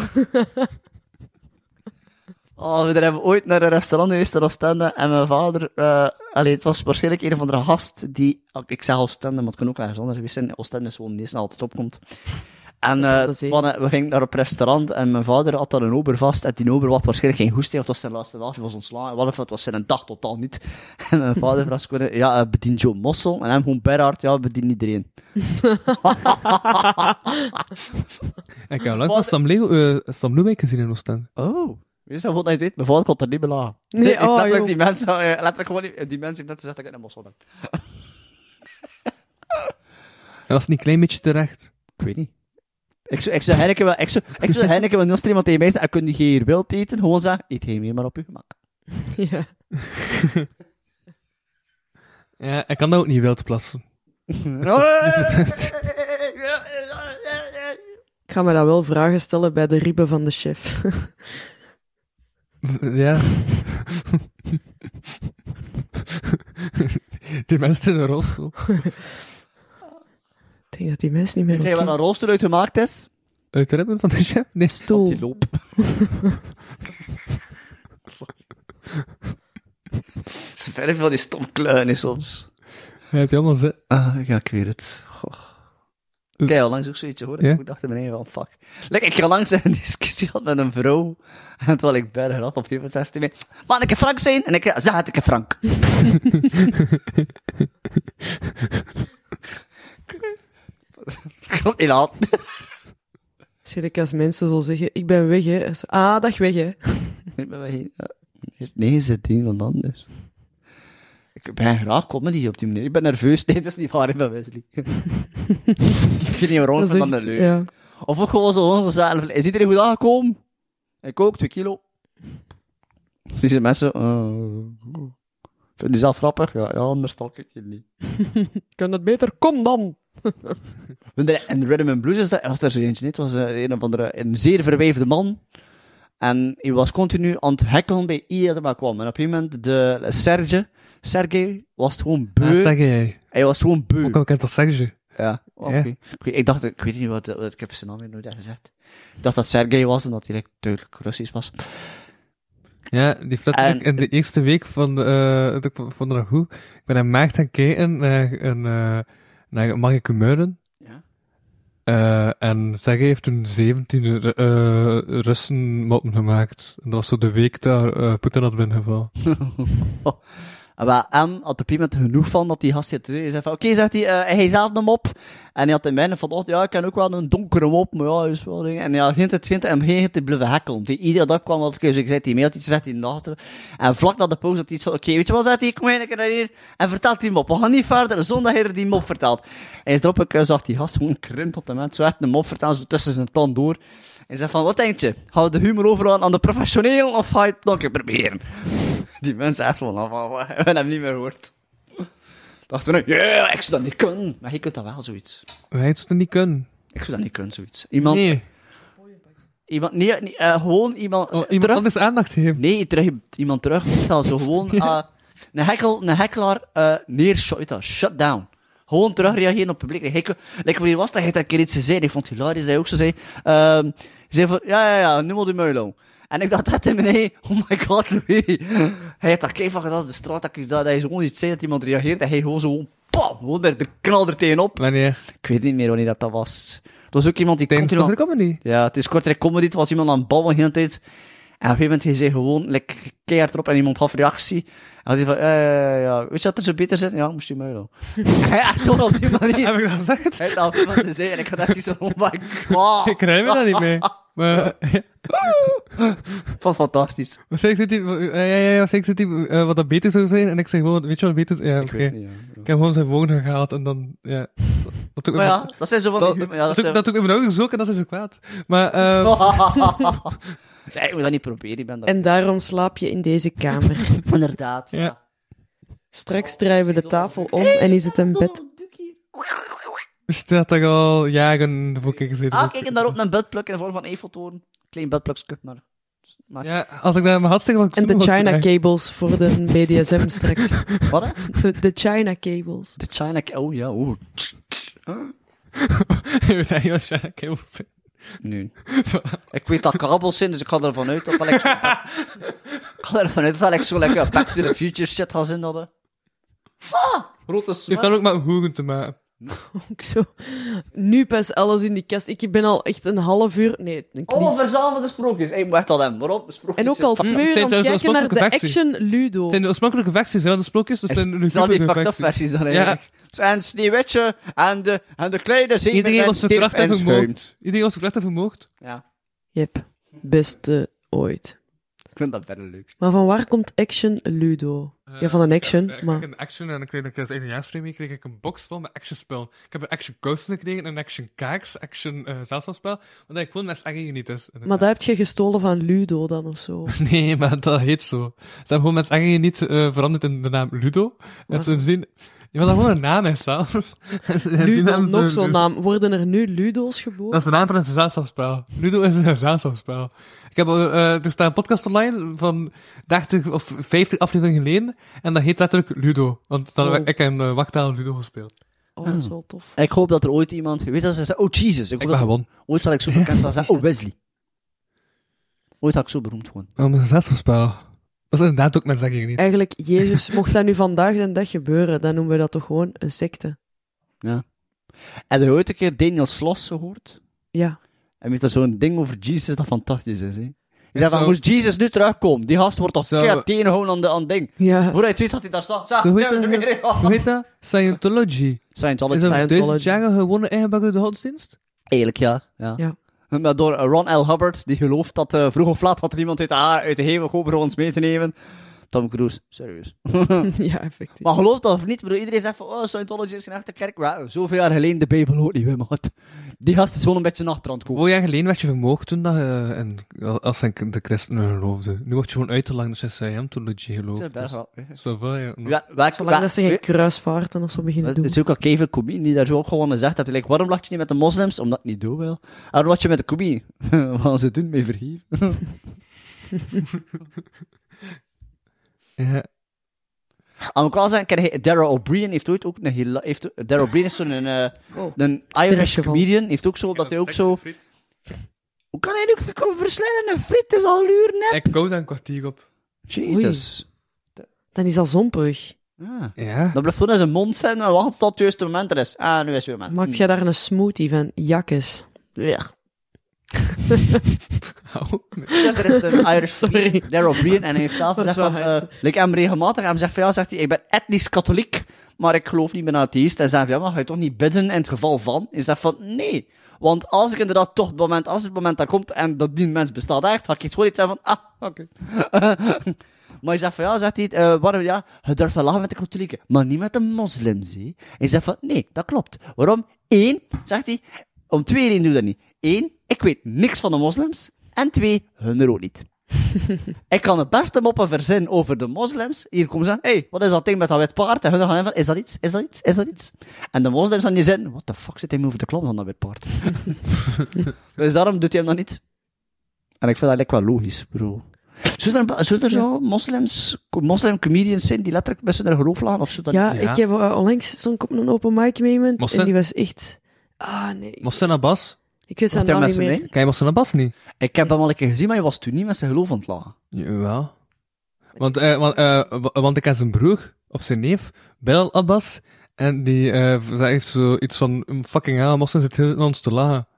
Speaker 1: We hebben ooit naar een restaurant geweest in Oostende en mijn vader, het was waarschijnlijk een of andere gast die, ik zeg Oostende, maar het kan ook ergens anders geweest zijn, Oostende is gewoon die snel altijd opkomt. En
Speaker 3: Dat is wel de zee.
Speaker 1: we gingen naar op restaurant en mijn vader had dan een ober vast en die ober had waarschijnlijk geen goesting, of het was zijn laatste dag, hij was ontslagen, wat of het was zijn dag totaal niet. En mijn vader vroeg gewoon, bedien Joe Mossel, en hem gewoon Berhard, bedien iedereen.
Speaker 2: Ik heb lang van Sam Loobeek gezien in Oostende.
Speaker 1: Oh. Weet je wat je weet? Mijn vader kon er niet meer lachen.
Speaker 3: Nee,
Speaker 1: Ik letterlijk
Speaker 3: joh.
Speaker 1: die mensen, letterlijk gewoon die mensen heeft net gezegd dat ik in een Mossel ben.
Speaker 2: Hij was niet een klein beetje terecht.
Speaker 1: Ik weet niet. Ik zou Heineken wel, als er iemand tegen mij zegt, ik kun je hier wild eten, gewoon zeggen, eet geen meer maar op je gemak.
Speaker 3: Ja.
Speaker 2: Ja, ik kan dat ook niet wild plassen.
Speaker 3: Ik ga me dat wel vragen stellen bij de ribben van de chef.
Speaker 2: Ja. Die mensen in een rolstoel.
Speaker 3: Ik denk dat die mensen niet meer
Speaker 1: Weet je wat een rolstoel uitgemaakt is?
Speaker 2: Uit de ribben van de chef? Nee, stoel.
Speaker 1: Die loop. Ze verder veel die stom kluinen soms.
Speaker 2: Hij heeft die allemaal zin.
Speaker 1: Ja, ik weet het. Kijk, al langs ook zoiets hoor.
Speaker 2: Ja?
Speaker 1: Ik dacht in mijn van fuck. Ik ga langs een discussie had met een vrouw. En terwijl ik bij haar had op 65 mee. Laat ik een Frank zijn? En ik zeg het ik een Frank. Ik kon niet laten.
Speaker 3: Zie ik als mensen zo zeggen, ik ben weg, hè. Zo, dag weg, hè.
Speaker 1: Ik ben weg. Nee, je zit iemand anders. Ik ben graag comedy op die manier. Ik ben nerveus. Nee, dat is niet waar, ik ben Wesley. Ik weet niet waarom, ik ben dan leuk.
Speaker 3: ja.
Speaker 1: Of ook gewoon zo zeggen, is iedereen goed aangekomen? Ik ook, 2 kilo. Dus die mensen, vind je zelf grappig? Ja, anders stalk ik je niet.
Speaker 3: Kan het beter? Kom dan!
Speaker 1: En de Rhythm and Blues is dat, was er zo eentje niet. Het was een of andere, een zeer verwijfde man. En hij was continu aan het hekkelen bij iedereen dat maar kwam. En op een gegeven moment, de Sergej was het gewoon beu.
Speaker 2: Dat zeg jij.
Speaker 1: Hij was gewoon beu.
Speaker 2: Ook al kent als Serge.
Speaker 1: Ja, oké. Ik dacht, ik weet niet wat, ik heb zijn naam weer nooit gezegd. Ik dacht dat Sergej was en dat hij duidelijk Russisch was.
Speaker 2: Ja, die heeft dat ook in de eerste week van ik vond het nog goed. Ik ben naar Maagd gaan kijken naar Mag ik u muiden?
Speaker 1: Ja.
Speaker 2: En Sergej heeft toen 17 Russen moppen gemaakt. En dat was zo de week dat Poetin had binnengevallen.
Speaker 1: Maar M had op iemand genoeg van dat die gast hier terug. Hij zei van, oké, zegt hij zelf een mop. En hij had in mijne van, ja, ik ken ook wel een donkere mop, maar ja, is wel ding. En ja, ging het blijven hekkelen. Iedere dag kwam wat ik zei, die mail, iets zegt hij achter. En vlak na de pauze had hij iets van, oké, weet je wat, zegt hij, kom een keer naar hier en vertelt die mop. We gaan niet verder, zonder dat hij er die mop vertelt. En hij is erop, ik zag die gast gewoon krimp tot de mens, zo echt een mop vertellen, zo tussen zijn tand door. En zei van, wat denk je? Gaan we de humor overlaten aan de professioneel, of ga je het nog een keer proberen? Die mensen echt van, we hebben hem niet meer gehoord. Dachten we, ja, ik zou dat niet kunnen. Maar je kunt dat wel, zoiets.
Speaker 2: Hij zou het niet kunnen.
Speaker 1: Ik zou dat niet kunnen, zoiets. Iemand,
Speaker 2: Nee.
Speaker 1: gewoon iemand,
Speaker 2: Iemand
Speaker 1: terug,
Speaker 2: anders aandacht geven.
Speaker 1: nee, iemand terug, zo gewoon, een hekkelaar, shut down. Gewoon terugreageren op het publiek. Wanneer was dat? Hij had een keer iets gezegd. Ik vond het hilarisch. Hij ook zo zei, zei van, ja, nu moet je muilen. En ik dacht dat in mijn oh my god, Louis. Hij had daar keihard van gedaan op de straat, dat hij gewoon iets zei, dat iemand reageert, en hij gewoon zo, pam, gewoon er knal er tegenop.
Speaker 2: Wanneer?
Speaker 1: Ik weet niet meer wanneer dat was. Het was ook iemand die
Speaker 2: Tijdens de
Speaker 1: continu...
Speaker 2: comedy.
Speaker 1: Ja, het is kortrijk comedy, het was iemand aan het ballen de hele tijd. En op een gegeven moment, hij zei gewoon, keihard erop, en iemand gaf reactie. En hij zei van, ja, weet je wat er zo beter zit? Ja, moest je muilen. Hij echt gewoon op die manier.
Speaker 2: Heb ik dat gezegd?
Speaker 1: Hij had iemand te zeggen, en ik had echt zo, oh my god.
Speaker 2: Ik rijm me dat niet mee. Maar,
Speaker 1: Het was fantastisch.
Speaker 2: wat zei ik, wat dat beter zou zijn? En ik zeg gewoon, weet je wat beter is? Ja,
Speaker 1: Ik
Speaker 2: oké.
Speaker 1: weet niet, ja.
Speaker 2: Ik heb gewoon zijn woorden gehaald en dan, ja. Dat doe ik
Speaker 1: Maar
Speaker 2: met-
Speaker 1: ja, dat zijn zo van die... Ja,
Speaker 2: dat doe ik met mijn ouders ook en dat is zo kwaad. Maar,
Speaker 1: Nee, ik moet dat niet proberen, ik ben dat...
Speaker 3: En daarom slaap je in deze kamer.
Speaker 1: Inderdaad,
Speaker 2: Ja.
Speaker 3: Straks draaien we de tafel om en is het een bed.
Speaker 2: staat er al jaren voor gezeten.
Speaker 1: Ah, kijk, en daarop een bedpluk in de vorm van Eiffeltoren. Klein bedplukje, maar...
Speaker 2: Ja, als ik daar in mijn had steken, dan
Speaker 3: En de China cables voor de BDSM straks.
Speaker 1: Wat, hè?
Speaker 3: De China cables.
Speaker 1: De China... Oh, ja, oh.
Speaker 2: Je weet eigenlijk wat China cables zijn.
Speaker 1: Nee. Ik weet dat kabels zijn, dus ik ga ervan uit dat ik zo... Ik ga ervan uit dat ik zo lekker Back to the Future shit ga zien, dat... Ah! Grote
Speaker 2: Het heeft dan ook met hoeren te maken.
Speaker 3: Ook zo. Nu pas alles in die kast. Ik ben al echt een half uur... Nee, een knie.
Speaker 1: Oh, verzamelde sprookjes. Ik moet echt al hebben. Waarom? Sprookjes.
Speaker 3: En ook al 2 uur
Speaker 2: zijn
Speaker 3: aan het
Speaker 2: trouwens
Speaker 3: kijken naar de
Speaker 2: oorspronkelijke versie.
Speaker 3: Action Ludo.
Speaker 2: Het zijn de oorspronkelijke versies, hè, van de sprookjes. Dus zijn de
Speaker 1: Zal die fucked up
Speaker 2: versies.
Speaker 1: versies dan eigenlijk? En Sneeuwwitje en de kleine zeeman
Speaker 2: Iedereen
Speaker 1: met
Speaker 2: was
Speaker 1: stip
Speaker 2: verkracht en
Speaker 1: en schuim.
Speaker 2: vermoord. Iedereen was verkracht en vermoord.
Speaker 1: Ja,
Speaker 3: Yep. Beste ooit.
Speaker 1: ik vind dat verder leuk.
Speaker 3: Maar van waar komt Action Ludo? Ja, van een Action,
Speaker 2: Ik
Speaker 3: maar...
Speaker 2: kreeg een Action en ik kreeg een eindejaarspremie, kreeg ik een box vol met Action-spel. Ik heb een Action Kousen gekregen, een Action Kaaks, Action zelfspel, wat ik gewoon met echt niet is.
Speaker 3: Maar dat heb je gestolen van Ludo dan of zo?
Speaker 2: Nee, maar dat heet zo. Ze hebben gewoon met echt niet veranderd in de naam Ludo. En ze zien... Ja, maar dat gewoon een naam is zelfs.
Speaker 3: Ludo, nog zo'n naam. Worden er nu Ludo's geboren?
Speaker 2: Dat is de naam van een gezelschapsspel. Ludo is een gezelschapsspel. Ik heb, er staat een podcast online van 30 of 50 afleveringen geleden. En dat heet letterlijk Ludo. Want dan heb ik in Wachttaal Ludo gespeeld.
Speaker 3: Oh, dat is wel tof.
Speaker 1: Ik hoop dat er ooit iemand... Weet dat ze zegt, oh Jesus. Ik
Speaker 2: Ik
Speaker 1: hoop
Speaker 2: ben
Speaker 1: dat
Speaker 2: gewonnen.
Speaker 1: ooit zal ik zo bekend zijn. Oh, Wesley. Ooit had ik zo beroemd gewoon.
Speaker 2: Om een gezelschapsspel. Dat is inderdaad ook met zeggen niet.
Speaker 3: Eigenlijk, Jezus, mocht dat nu vandaag de dag gebeuren, dan noemen we dat toch gewoon een secte?
Speaker 1: Ja. Heb je ooit een keer Daniel Sloss gehoord?
Speaker 3: Ja.
Speaker 1: En weet er zo'n ding over Jesus dat fantastisch is, hè? Je
Speaker 2: Ja,
Speaker 1: zegt van,
Speaker 2: zo-
Speaker 1: moest Jesus nu terugkomen? Die gast wordt toch
Speaker 2: Zo-
Speaker 1: keihard tegengehouden aan het ding.
Speaker 3: Ja.
Speaker 1: Voordat je het weet dat hij daar staat. Zeg,
Speaker 2: Zo heet
Speaker 1: ja,
Speaker 2: dat-
Speaker 1: nu weer, ja.
Speaker 2: Hoe heet dat? Scientology.
Speaker 1: Scientology.
Speaker 2: Is dat
Speaker 3: Scientology.
Speaker 2: 1000 jaar gewonnen ingebakken godsdienst?
Speaker 1: Eigenlijk, ja.
Speaker 3: Ja.
Speaker 1: Maar door Ron L. Hubbard, die gelooft dat vroeg of laat had er iemand uit de hemel komen voor ons mee te nemen. Tom Cruise, serieus.
Speaker 3: Ja, effectief.
Speaker 1: Maar geloof dat of niet, bedoel, iedereen zegt van, oh, Scientology is geen echte kerk. Maar zoveel jaar geleden de Bijbel ook niet, hè, maat. Die gast is gewoon een beetje nachtrand komen.
Speaker 2: Voor jaar geleden werd je vermoord toen dat je als de christenen geloofde. Nu word je gewoon uit te lang dat je Scientology gelooft.
Speaker 1: Ja,
Speaker 2: Dus,
Speaker 1: wel.
Speaker 2: zo wel, ja.
Speaker 3: Zolang dat ze geen kruisvaarten of zo beginnen
Speaker 1: Het
Speaker 3: doen.
Speaker 1: is ook al Kevin Comey die daar zo ook gewoon gezegd heeft. Like, waarom lacht je niet met de moslims? Omdat ik niet doe wel. En waarom lacht je met de Comey? Wat ze doen met verhief.
Speaker 2: Ja.
Speaker 1: En ik wel zeggen, Dara O'Brien heeft ooit ook een Dara O'Brien is zo'n een Irish
Speaker 3: Stressgeval.
Speaker 1: comedian. Heeft ook zo, dat hij ook zo... Hoe kan hij nu komen verslijden? Een friet is al uur net.
Speaker 2: Ik kou daar een kwartier op.
Speaker 1: Jezus.
Speaker 3: Dan is dat zompig.
Speaker 1: Ah.
Speaker 2: Ja.
Speaker 1: Dan blijft gewoon in zijn mond zijn en wacht tot het juiste moment er is. Ah, nu is het weer moment.
Speaker 3: Maakt jij daar een smoothie van? Jakkes. Ja.
Speaker 1: Dus er is een Irish
Speaker 3: Sorry.
Speaker 1: Dara O'Brien en hij heeft zelf
Speaker 3: Dat is
Speaker 1: gezegd
Speaker 3: wel
Speaker 1: van,
Speaker 3: hard.
Speaker 1: like hem regelmatig, hij zegt van ja, zegt hij, ik ben etnisch katholiek, maar ik geloof niet meer in atheïst. En zei van ja, maar ga je toch niet bidden in het geval van? Hij zegt van nee, want als ik inderdaad toch het moment, als het moment dat komt en dat die mens bestaat echt, ga ik iets gewoon iets zeggen van oké. Maar hij zegt van ja, zegt hij, waarom ja, je durft wel lachen met de katholieken, maar niet met de moslims, hè. Hij zegt van nee, dat klopt. Waarom? 1, zegt hij, om 2 redenen doe ik dat niet. 1, ik weet niks van de moslims. En 2, hun er ook niet. Ik kan het beste moppen verzinnen over de moslims. Hier komen ze zeggen, hey, wat is dat ding met dat wit paard? En hun gaan van, is dat iets? Is dat iets? Is dat iets? En de moslims gaan die zeggen, what the fuck zit hij me over te kloppen aan dat wit paard? Dus daarom doet hij hem dat niet. En ik vind dat wel logisch, bro. Zullen er zo moslim-comedians zijn die letterlijk met zijn geloof lagen? Of zo dat
Speaker 3: Ja,
Speaker 1: niet?
Speaker 2: Ja.
Speaker 3: ik heb onlangs stond ik op een open mic met iemand
Speaker 2: Mossen?
Speaker 3: en die was echt... Ah, nee.
Speaker 2: Mohsen Abbas?
Speaker 3: Ik weet zijn
Speaker 1: Wat
Speaker 3: naam
Speaker 1: hij
Speaker 3: niet
Speaker 1: met
Speaker 3: meer.
Speaker 1: zijn,
Speaker 2: Ken je Mohsen Abbas niet?
Speaker 1: Ik heb hem al een keer gezien, maar je was toen niet met zijn geloof aan het lachen.
Speaker 2: Jawel. Want ik heb zijn broer, of zijn neef, Bilal Abbas, en die heeft zoiets van, fucking hell, Mohsen zit heel aan ons te lachen.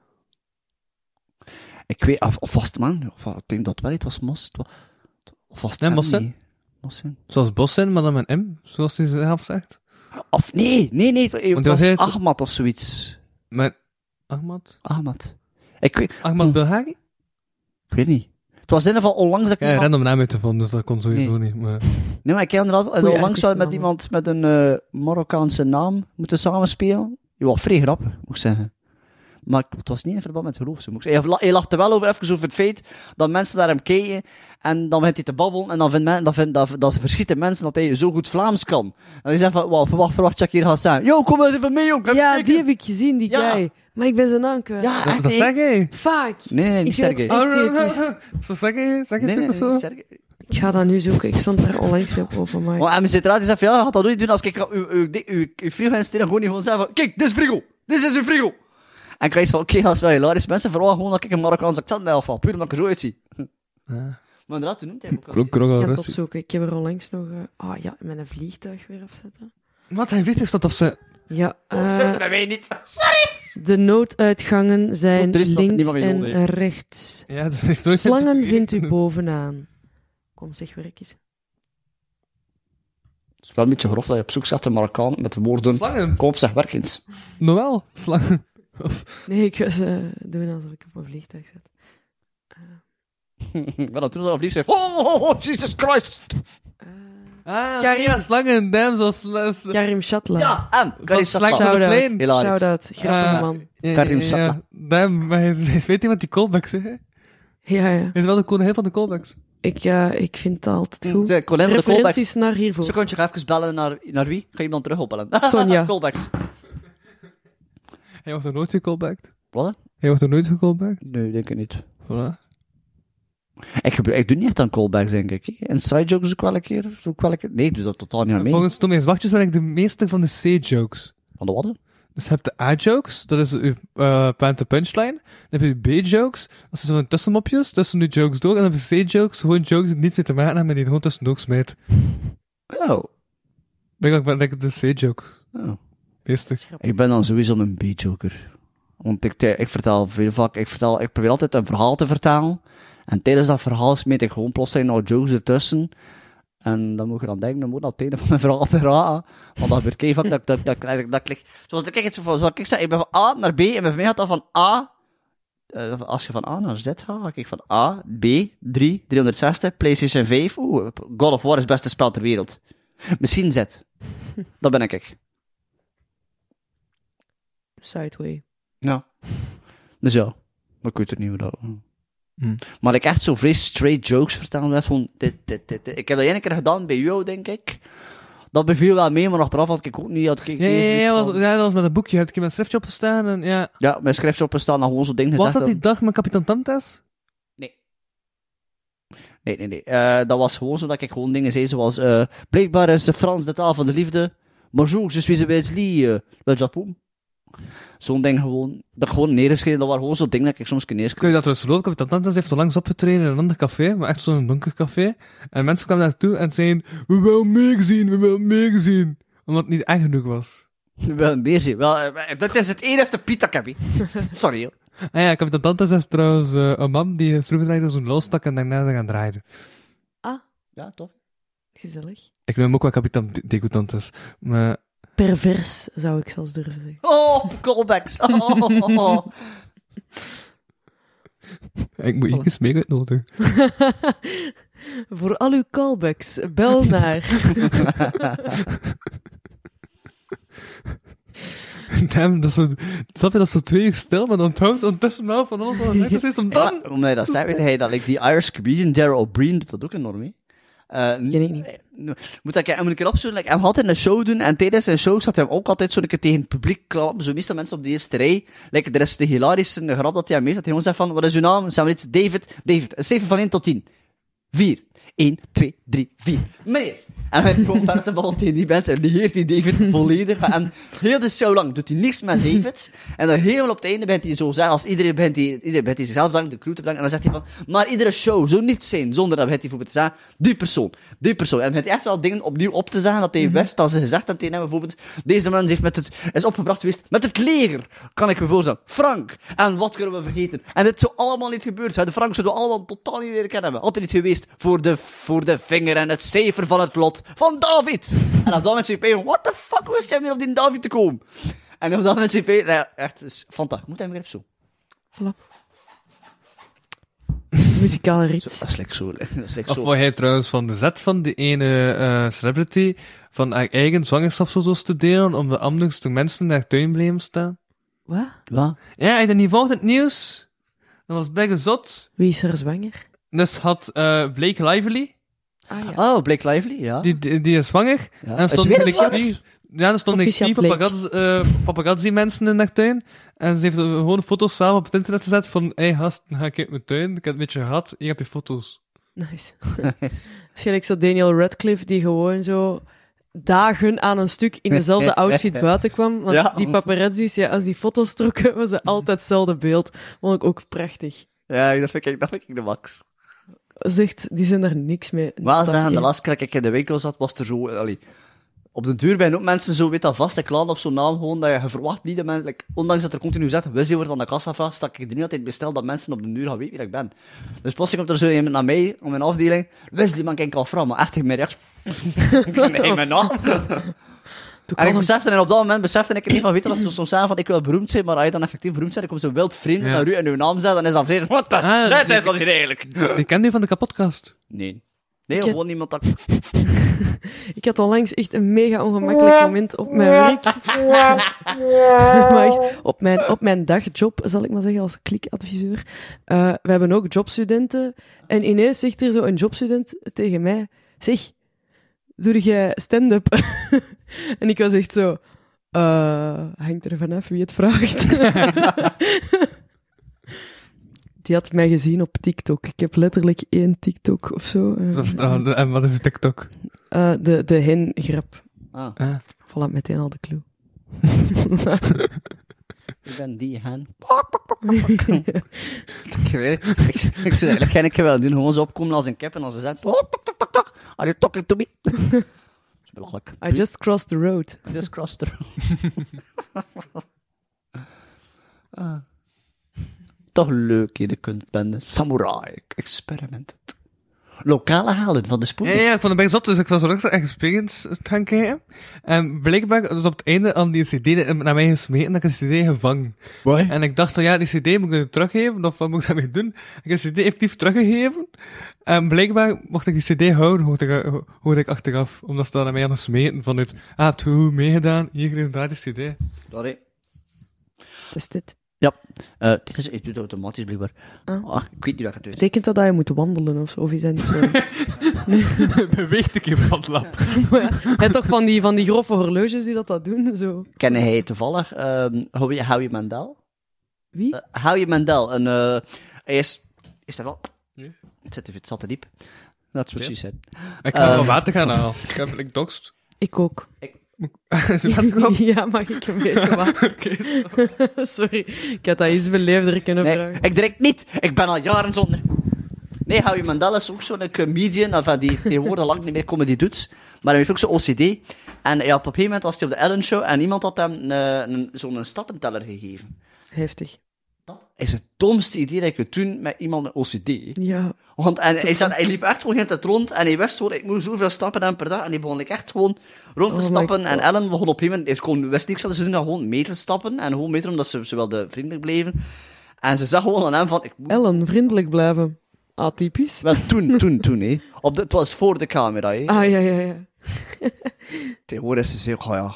Speaker 1: Ik weet, of was het man? Of ik denk dat het wel iets was Mos. Of was het
Speaker 2: Nee,
Speaker 1: M
Speaker 2: Mossen.
Speaker 1: niet? Mossen.
Speaker 2: Zoals Bossen, maar dan met M, zoals hij zelf zegt.
Speaker 1: Of nee, het
Speaker 2: Want
Speaker 1: was
Speaker 2: hij heet-
Speaker 1: Ahmad of zoiets.
Speaker 2: Met Ahmad?
Speaker 1: Ahmad. Ik
Speaker 2: Ahmad Belhagi?
Speaker 1: weet niet. Het was in ieder geval onlangs dat ik
Speaker 2: Ja,
Speaker 1: iemand...
Speaker 2: random naam uit te vonden, dus dat kon sowieso niet. Maar...
Speaker 1: Nee, maar ik heb inderdaad
Speaker 3: Goeie
Speaker 1: onlangs wel met
Speaker 3: artiestennaam.
Speaker 1: iemand met een Marokkaanse naam moeten samenspelen. Ja, vrij grappig, moet ik zeggen. Maar het was niet in verband met geloof, zo moet ik zeggen. Hij lachte wel over het feit dat mensen naar hem kijken en dan begint hij te babbelen en dan vindt dat ze verschieten mensen dat hij zo goed Vlaams kan. En hij zegt van, wow, verwacht ik hier ga staan. Yo, kom eens even mee, jong.
Speaker 3: Ja, die heb ik gezien, die
Speaker 1: Ja.
Speaker 3: guy. Maar ik ben zijn naam kwijt.
Speaker 1: Ja, echt,
Speaker 2: Dat
Speaker 1: hè?
Speaker 2: zeg hij.
Speaker 3: Fuck.
Speaker 1: Nee, niet
Speaker 3: Ik weet
Speaker 1: Sergej.
Speaker 3: ook echt wie het is.
Speaker 2: Zo zeg je? Zeg je
Speaker 1: Nee,
Speaker 2: het of zo?
Speaker 1: Sergej.
Speaker 3: Ik ga dat nu zoeken. Ik stond daar onlangs op open mic.
Speaker 1: Maar hij zit eruit en zegt van, ja, gaat dat nooit doen als ik uw frigo ga stelen, gewoon niet gewoon zeggen van, kijk, dit is frigo. Dit is uw frigo. En ik krijg van, oké, dat is wel hilarisch. Mensen verwachten gewoon dat ik een Marokkaans accent heb, van, puur omdat ik er zo uitzie.
Speaker 2: Ja.
Speaker 1: Maar inderdaad, toen noemt hij hem ook al.
Speaker 2: Klonk er ook al
Speaker 3: Ik ga het
Speaker 2: rustig.
Speaker 3: opzoeken. Ik heb er onlangs nog... met een vliegtuig weer afzetten.
Speaker 2: Wat, hij weet is dat of ze...
Speaker 3: Ja,
Speaker 1: Bij mij niet.
Speaker 3: de nooduitgangen zijn
Speaker 1: Er is nog
Speaker 3: links
Speaker 1: niemand meer
Speaker 3: en
Speaker 1: nodig.
Speaker 3: rechts.
Speaker 2: Ja, dat is nooit
Speaker 3: Slangen vindt u bovenaan. Kom, zeg, werk eens.
Speaker 1: Het is wel een beetje grof dat je op zoek zet naar Marokkaan met de woorden...
Speaker 2: Slangen?
Speaker 1: Kom op, zeg, werk eens.
Speaker 2: Noël, slangen.
Speaker 3: Nee, ik was doen alsof ik op een vliegtuig zat.
Speaker 1: Maar dan toen dat lief zegt... Oh, Jesus Christ!
Speaker 2: Ah,
Speaker 3: Karim.
Speaker 2: ja, slangen, damn, zoals...
Speaker 3: Karim Shatla.
Speaker 1: Ja, Karim
Speaker 2: Slang
Speaker 1: Shatla.
Speaker 2: van de
Speaker 3: Shout-out.
Speaker 2: plane.
Speaker 1: Hilarisch.
Speaker 3: Shout-out. Grappige man.
Speaker 1: Karim Shatla.
Speaker 2: Damn, maar hij weet iemand die callbacks, hè? Hij
Speaker 3: Ja.
Speaker 2: is wel de koningin van de callbacks.
Speaker 3: Ik vind het altijd goed.
Speaker 1: Zeg, Colin van de callbacks.
Speaker 3: Referenties naar hiervoor.
Speaker 1: Secondje, ga even bellen naar wie? Ga iemand terug opbellen?
Speaker 3: Sonja.
Speaker 1: Callbacks.
Speaker 2: Hij wordt er nooit gecallbacked.
Speaker 1: Wat?
Speaker 2: Hij wordt er nooit gecallbacked.
Speaker 1: Nee, denk ik niet.
Speaker 2: Voilà.
Speaker 1: Ik doe niet echt aan callbacks, denk ik. En side jokes ook wel een keer. Nee, ik doe dat totaal niet aan mee.
Speaker 2: Volgens Tommy Zwartjes ben ik de meester van de C-jokes.
Speaker 1: Van de wat?
Speaker 2: Dus je hebt de A-jokes, dat is uw punchline. Dan heb je de B-jokes, dat zijn zo'n tussenmopjes, tussen de jokes door. En dan heb je C-jokes, gewoon jokes die niets mee te maken hebben, maar die je gewoon tussendoor smijt.
Speaker 1: Oh.
Speaker 2: Ben ik de C-jokes.
Speaker 1: Oh.
Speaker 2: Meester.
Speaker 1: Ik ben dan sowieso een B-joker. Want ik vertel veel vaak, ik probeer altijd een verhaal te vertellen. En tijdens dat verhaal smeet ik gewoon plotseling nog jokes ertussen. En dan moet je dan denken, dan moet dat het einde van mijn verhaal te raden. Want dan verkeer vaak dat klik. Zoals ik zeg, ik ben van A naar B, en bij mij gaat dat van A, als je van A naar Z gaat, ga ik van A, B, 3, 360, PlayStation 5, God of War is het beste spel ter wereld. Misschien Z. Dat ben ik.
Speaker 3: Sideway.
Speaker 1: Ja. Dus ja. Maar ik weet het niet hoe dat... Maar ik echt zo vrij straight jokes vertellen werd, gewoon dit. Ik heb dat één keer gedaan bij jou, denk ik. Dat beviel wel mee, maar achteraf had ik ook niet...
Speaker 2: Dat was met een boekje. Heb ik met een schriftje opgestaan en ja.
Speaker 1: Ja, mijn schriftje opgestaan en gewoon zo'n ding gezegd.
Speaker 2: Was dat die dag met Kapitan Tantas?
Speaker 1: Nee. Dat was gewoon zo dat ik gewoon dingen zei zoals... blijkbaar is Frans de taal van de liefde. Bonjour, je suis Wesley, le Japon. Zo'n ding gewoon... Dat gewoon neergeschreven, dat waren gewoon zo'n dingen dat ik soms kan neerschrijven.
Speaker 2: Kun je dat trouwens geloven? Kapitan Tantas heeft onlangs opgetreden in een ander café, maar echt zo'n donker café. En mensen kwamen naartoe en zeiden, we willen meer zien. Omdat het niet echt genoeg was.
Speaker 1: Wel meer zien. Wel, dat is het enigste Piet dat ik heb. Sorry, joh.
Speaker 2: Ah ja, Kapitan Tantas is trouwens een man die schroevendraaier door zo'n lul stak en daarna gaan draaien.
Speaker 1: Ja, tof.
Speaker 3: Gezellig.
Speaker 2: Ik noem hem ook wel Kapitan Degotantas. Maar
Speaker 3: Pervers, zou ik zelfs durven zeggen.
Speaker 1: Oh, callbacks. Oh.
Speaker 2: ik moet hier eens mee uitnodigen.
Speaker 3: Voor al uw callbacks, bel naar...
Speaker 2: Damn, dat is zo... Snap je, dat is zo 2 uur stil, maar dan onthoudt ondertussen wel van alles wat het is om dan...
Speaker 1: Ja, omdat je dat zei, weet hij dat die Irish comedian Darryl O'Brien doet dat ook enorm mee.
Speaker 3: Ken ik niet.
Speaker 1: Moet ik een keer opzoeken, hij had een show doen, en tijdens zijn show zat hij ook altijd zo een keer tegen het publiek klappen, zo meestal mensen op de eerste rij. Er is de hilarische grap dat hij aan mee dat hij gewoon zegt van, wat is uw naam? Zijn we iets? David, een 7 van 1 tot 10. 4. 1, 2, 3, 4. Meneer! En hij heeft gewoon verder te ballen tegen die mensen en negeert die David volledig. En heel de show lang doet hij niks met David. En dan helemaal op het einde bent hij zo zeggen, als iedereen bent hij zichzelf bedankt, de crew te bedanken. En dan zegt hij van, maar iedere show zou niet zijn zonder dat hij bijvoorbeeld te zeggen, die persoon. En dan begint hij echt wel dingen opnieuw op te zeggen, dat hij wist dat ze gezegd hebben tegen hem bijvoorbeeld, deze mens is opgebracht geweest met het leger, kan ik me voorstellen. Frank. En wat kunnen we vergeten? En dit zou allemaal niet gebeurd zijn. De Frank zouden we allemaal totaal niet leren kennen hebben. Altijd niet geweest voor de vinger en het cijfer van het lot van David. En op dat moment zei hij, what the fuck wist jij meer op die David te komen? En op dat moment zei hij, ja, echt, is fantastisch. Moet hij maar even zo.
Speaker 3: Voilà. Muzikale rit.
Speaker 1: Dat is lekker zo. Dat is lekker
Speaker 2: Of
Speaker 1: zo.
Speaker 2: wat hij trouwens van de zet van die ene celebrity van haar eigen zwangerschapsfoto's te delen om de andere mensen naar tuinbleem staan.
Speaker 3: Wat?
Speaker 1: Ja.
Speaker 2: Ja, hij had niet volgt het nieuws. Dat was bijna zot.
Speaker 3: Wie is er zwanger?
Speaker 2: Dus had Blake Lively,
Speaker 3: Ah ja.
Speaker 1: Oh, Blake Lively, ja.
Speaker 2: die is zwanger.
Speaker 1: Ja.
Speaker 2: En er stonden
Speaker 1: Is weer
Speaker 2: like
Speaker 1: het
Speaker 2: vier- ja, er stonden like
Speaker 3: Officieel
Speaker 2: 4 paparazzi-mensen in haar tuin. En ze heeft gewoon foto's samen op het internet gezet van, hey gast, ga ik uit mijn tuin, ik heb het een beetje gehad, hier heb je foto's.
Speaker 3: Nice. Waarschijnlijk zo Daniel Radcliffe, die gewoon zo dagen aan een stuk in dezelfde outfit buiten kwam. Want
Speaker 1: Ja.
Speaker 3: die paparazzi's, ja, als die foto's trokken, was ze altijd hetzelfde beeld. Vond ik ook prachtig.
Speaker 1: Ja, dat vind ik de max.
Speaker 3: Zegt, die zijn daar niks mee.
Speaker 1: Maar
Speaker 3: Dat
Speaker 1: zeggen, de
Speaker 3: hier.
Speaker 1: laatste keer dat ik in de winkel zat, was er zo, Op de duur bij ook mensen zo, weet dat vast, ik laat of zo'n naam gewoon, dat je verwacht niet dat mensen, like, ondanks dat er continu zegt, Wizzy wordt aan de kassa vast, dat ik er niet altijd bestel dat mensen op de duur gaan weten wie ik ben. Dus plots komt er zo iemand naar mij, op mijn afdeling, Wizzy, man, kijk al vrouw, maar echt, ik ben rechts. Nee, mijn naam. En ik besefte, en op dat moment besefte ik niet van, weet je, dat ze soms zeggen van, ik wil beroemd zijn, maar als je dan effectief beroemd bent, ik kom zo wild vreemd naar u en uw naam zegt, dan is dat vrede, what the shit is dat hier eigenlijk?
Speaker 2: Die ken die van de kapotkast.
Speaker 1: Nee, gewoon niemand dat...
Speaker 3: Ik had onlangs echt een mega ongemakkelijk moment op mijn werk. Maar echt, op mijn dagjob, zal ik maar zeggen, als klikadviseur. We hebben ook jobstudenten. En ineens zegt er zo een jobstudent tegen mij, zeg, doe jij stand-up? En ik was echt zo, hangt er vanaf wie het vraagt. Die had mij gezien op TikTok. Ik heb letterlijk 1 TikTok of zo.
Speaker 2: En wat is TikTok?
Speaker 3: De hen-grap.
Speaker 1: Ah.
Speaker 3: Voilà, meteen al de clue.
Speaker 1: Ik ben die hen. Ik weet het. Ik zou eigenlijk geen keer wel doen. Gewoon zo opkomen als een kip en als ze zegt... Are you talking to me? Dat is belachelijk.
Speaker 3: I just crossed the road.
Speaker 1: I just crossed the road. Toch leuk, je de kunstbende. Samurai Experimented. Lokale helden van de spoed.
Speaker 2: Ja, ik vond het best zot, dus ik was er ook zo experience gaan kijken. En blijkbaar, dus op het einde aan die cd naar mij gesmeten, dat ik een cd gevangen.
Speaker 1: What?
Speaker 2: En ik dacht van, ja, die cd moet ik teruggeven, of wat moet ik daarmee doen? Ik heb de cd effectief teruggegeven. En blijkbaar mocht ik die cd houden, hoorde ik achteraf. Omdat ze dan naar mij aan het smeten vanuit, hebt u goed meegedaan, hier is inderdaad die cd.
Speaker 1: Sorry.
Speaker 3: Dat is dit.
Speaker 1: Ja, dit is, ik doe het automatisch blijkbaar. Ik weet niet wat het is.
Speaker 3: Betekent dat je moet wandelen of zo? Of is dat niet zo?
Speaker 2: Beweegt ik in wat lap.
Speaker 3: Je hebt toch van die grove horloges die dat doen? Zo.
Speaker 1: Ken hij toevallig Howie Mandel?
Speaker 3: Wie?
Speaker 1: Howie Mandel. Hij is dat wel?
Speaker 2: Nee.
Speaker 1: Het zat te diep. That's what she said.
Speaker 2: Ik ga van water gaan halen. Ik heb like doxed.
Speaker 3: Ik ook.
Speaker 2: Is het wel?
Speaker 3: Ja, mag ik een beetje water? Sorry, ik had dat iets beleefder kunnen vragen.
Speaker 1: Ik drink niet. Ik ben al jaren zonder. Nee, Howie Mandel is ook zo'n comedian, die tegenwoordig lang niet meer comedy doet, maar hij heeft ook zo'n OCD. En ja, op een gegeven moment was hij op de Ellen Show en iemand had hem zo'n stappenteller gegeven.
Speaker 3: Heftig.
Speaker 1: Dat is het domste idee dat je kunt doen met iemand met OCD.
Speaker 3: Ja.
Speaker 1: Want hij liep echt gewoon heel tijd rond en hij wist gewoon, ik moet zoveel stappen doen per dag. En hij begon echt gewoon rond te stappen. En Ellen begon op een gegeven moment, wist niks anders te doen dan gewoon mee te stappen. En gewoon mee omdat ze wel vriendelijk bleven. En ze zag gewoon aan hem van...
Speaker 3: Ellen, vriendelijk blijven. Atypisch.
Speaker 1: Wel, toen, hè. Het was voor de camera, hè.
Speaker 3: Ah, ja.
Speaker 1: Tegenwoordig is ze zo, ja...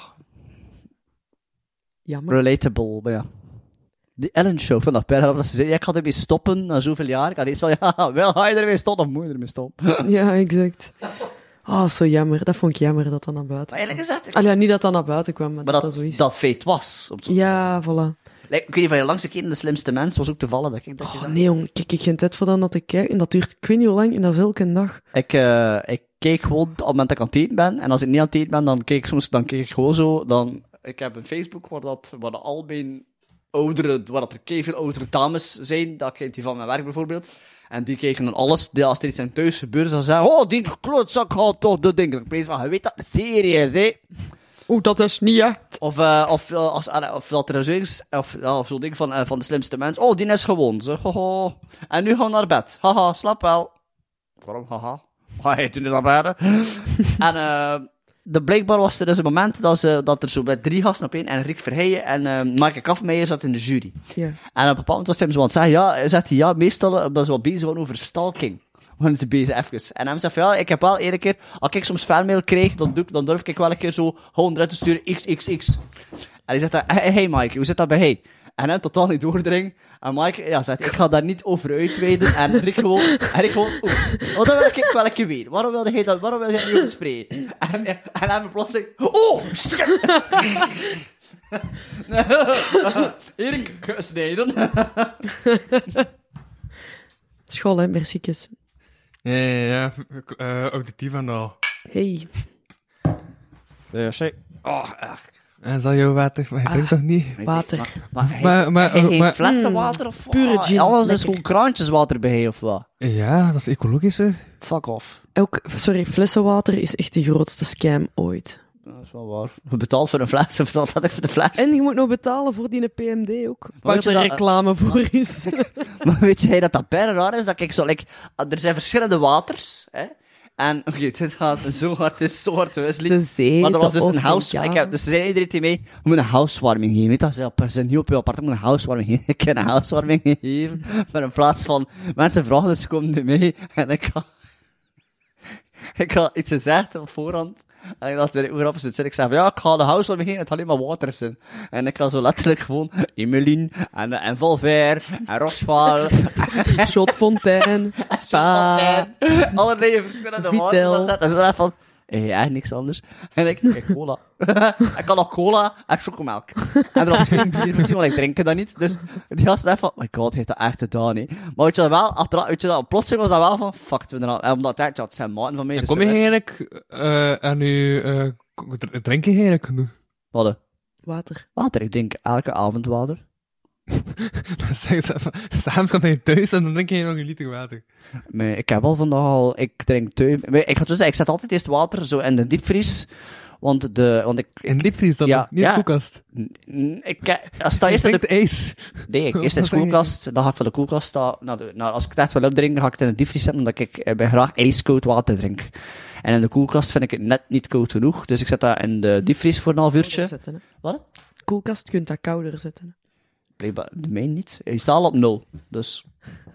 Speaker 3: Jammer.
Speaker 1: Relatable, maar ja. Die Ellen Show, van dat per dat ze zei, ik ga ermee stoppen na zoveel jaar. Ik had eens van, ja, wel ga je ermee stoppen, of moet je ermee stoppen?
Speaker 3: Ja, exact. Zo jammer. Dat vond ik jammer dat dat naar buiten
Speaker 1: Maar eerlijk gezegd...
Speaker 3: kwam. Niet dat dat naar buiten kwam, maar dat zo is.
Speaker 1: Dat feit was.
Speaker 3: Ja, voilà.
Speaker 1: Ik weet niet van je langste keer de slimste mens was ook te vallen.
Speaker 3: Nee, jong, kijk, ik geen tijd voor dan dat ik kijk. En dat duurt, ik weet niet hoe lang, en dat is elke dag.
Speaker 1: Ik kijk gewoon op het moment dat ik aan het eten ben. En als ik niet aan het eten ben, dan kijk ik gewoon zo. Ik heb een Facebook waar al mijn oudere, waar dat er veel oudere dames zijn. Dat kent die van mijn werk bijvoorbeeld. En die kijken dan alles. Als er iets aan thuis gebeurt, dan zeggen oh, die klootzak gaat toch de ding. Ik weet van, je weet dat het serie is, hè.
Speaker 3: Dat is niet echt.
Speaker 1: Of dat er zoiets, of zo'n ding van de slimste mens. Oh, die is gewoon, zo. Hoho. En nu gaan we naar bed. Haha, slaap wel. Waarom, haha? Ga je toen naar bed? En, blijkbaar was er dus een moment dat er zo bij 3 gasten op één, en Rick Verheijen en Maaike Kafmeijer zat in de jury.
Speaker 3: Ja.
Speaker 1: En op een bepaald moment was hij hem zo aan het zeggen, ja, meestal, dat ze wel bezig waren over stalking. Want ze bezig even. En hij zei van, ja, ik heb wel één keer, als ik soms fanmail krijg, dan durf ik wel een keer zo gewoon eruit te sturen, XXX. En hij zegt, hey Mike, hoe zit dat bij hij? En hij totaal niet doordringen. En Mike, zegt, ik ga daar niet over uitweiden. En Rick gewoon, wat wil ik wel een keer weten? Waarom wilde hij niet over spreken? En hij me plots zegt, oh, shit! Erik, gesneden.
Speaker 3: School, hè, merciekes.
Speaker 2: Ja, auditief en al.
Speaker 3: Hey.
Speaker 2: En zal jouw water, maar je drinkt toch niet?
Speaker 3: Water.
Speaker 1: Maar geen flessen water of
Speaker 3: pure gin.
Speaker 1: Alles is
Speaker 3: Lekker.
Speaker 1: gewoon kraantjeswater bij hij of wat?
Speaker 2: Ja, dat is ecologischer.
Speaker 1: Fuck off.
Speaker 3: Flessenwater is echt de grootste scam ooit.
Speaker 1: Dat is wel waar. Je betaalt voor een fles, je betaalt letterlijk voor de fles.
Speaker 3: En je moet nog betalen voor die PMD ook. Waar
Speaker 1: weet je
Speaker 3: er
Speaker 1: dat-
Speaker 3: reclame voor is.
Speaker 1: Maar weet jij dat dat bijna raar is? Dat ik zo, er zijn verschillende waters, hè. En, oké, dit gaat zo hard, het is zo hard Wesley.
Speaker 3: De zee.
Speaker 1: Maar er was
Speaker 3: de
Speaker 1: dus een
Speaker 3: oceaan.
Speaker 1: dus ze zei iedereen tegen mij, we moeten een housewarming geven. Weet je, ze zijn niet op je apart, ik moet een housewarming geven. Ik heb een housewarming gegeven, maar in plaats van, mensen vragen, dus ze komen bij mij, en ik had iets gezegd op voorhand, en ik dacht, hoe grappig is het? Ik zei van, ja, ik ga de housewarming geven, het gaat alleen maar water zijn. En ik ga zo letterlijk gewoon, Emeline, en Volver, en Rochefort,
Speaker 3: Shotfontein, Spa.
Speaker 1: allerlei verschillende
Speaker 3: Vitel.
Speaker 1: waters zetten. En ze dachten van, ja, niks anders. En ik, cola. Ik had nog cola en chocomelk. En er was geen bier, want ik drink dat niet. Dus die gast dacht van, my god, hij heeft dat echt gedaan, hè. Maar weet je dat wel, achteraf, weet je dat, plotseling was dat wel van, fuck, we eraan. En omdat hij, het zijn maten van mij.
Speaker 2: En
Speaker 1: dus
Speaker 2: kom je
Speaker 1: ze wisten-
Speaker 2: eigenlijk aan je... drink je eigenlijk genoeg?
Speaker 1: Wat, hè?
Speaker 3: Water.
Speaker 1: Water, ik drink elke avond water.
Speaker 2: Dan zeggen ze van, s'avonds kom je thuis en dan drink je nog een liter water.
Speaker 1: Maar ik heb al vandaag al, ik drink ik ga dus zeggen, ik zet altijd eerst water zo in de diepvries. Want ik,
Speaker 2: In diepvries dan?
Speaker 1: Ja,
Speaker 2: Niet in
Speaker 1: ja.
Speaker 2: de koelkast?
Speaker 1: als dat eerst in de
Speaker 2: Drinkt ijs.
Speaker 1: Nee, eerst in
Speaker 2: Wat
Speaker 1: de
Speaker 2: zeg je?
Speaker 1: koelkast, dan ga ik van de koelkast staan. Als ik het echt wil opdrinken, ga ik het in de diepvries zetten, omdat ik ben graag ijskoud water drink. En in de koelkast vind ik het net niet koud genoeg, dus ik zet dat in de diepvries voor een half uurtje.
Speaker 3: Zetten, hè.
Speaker 1: Wat?
Speaker 3: Koelkast kunt dat kouder zetten.
Speaker 1: Blijkbaar, de mijn niet. Je staat al op 0, dus...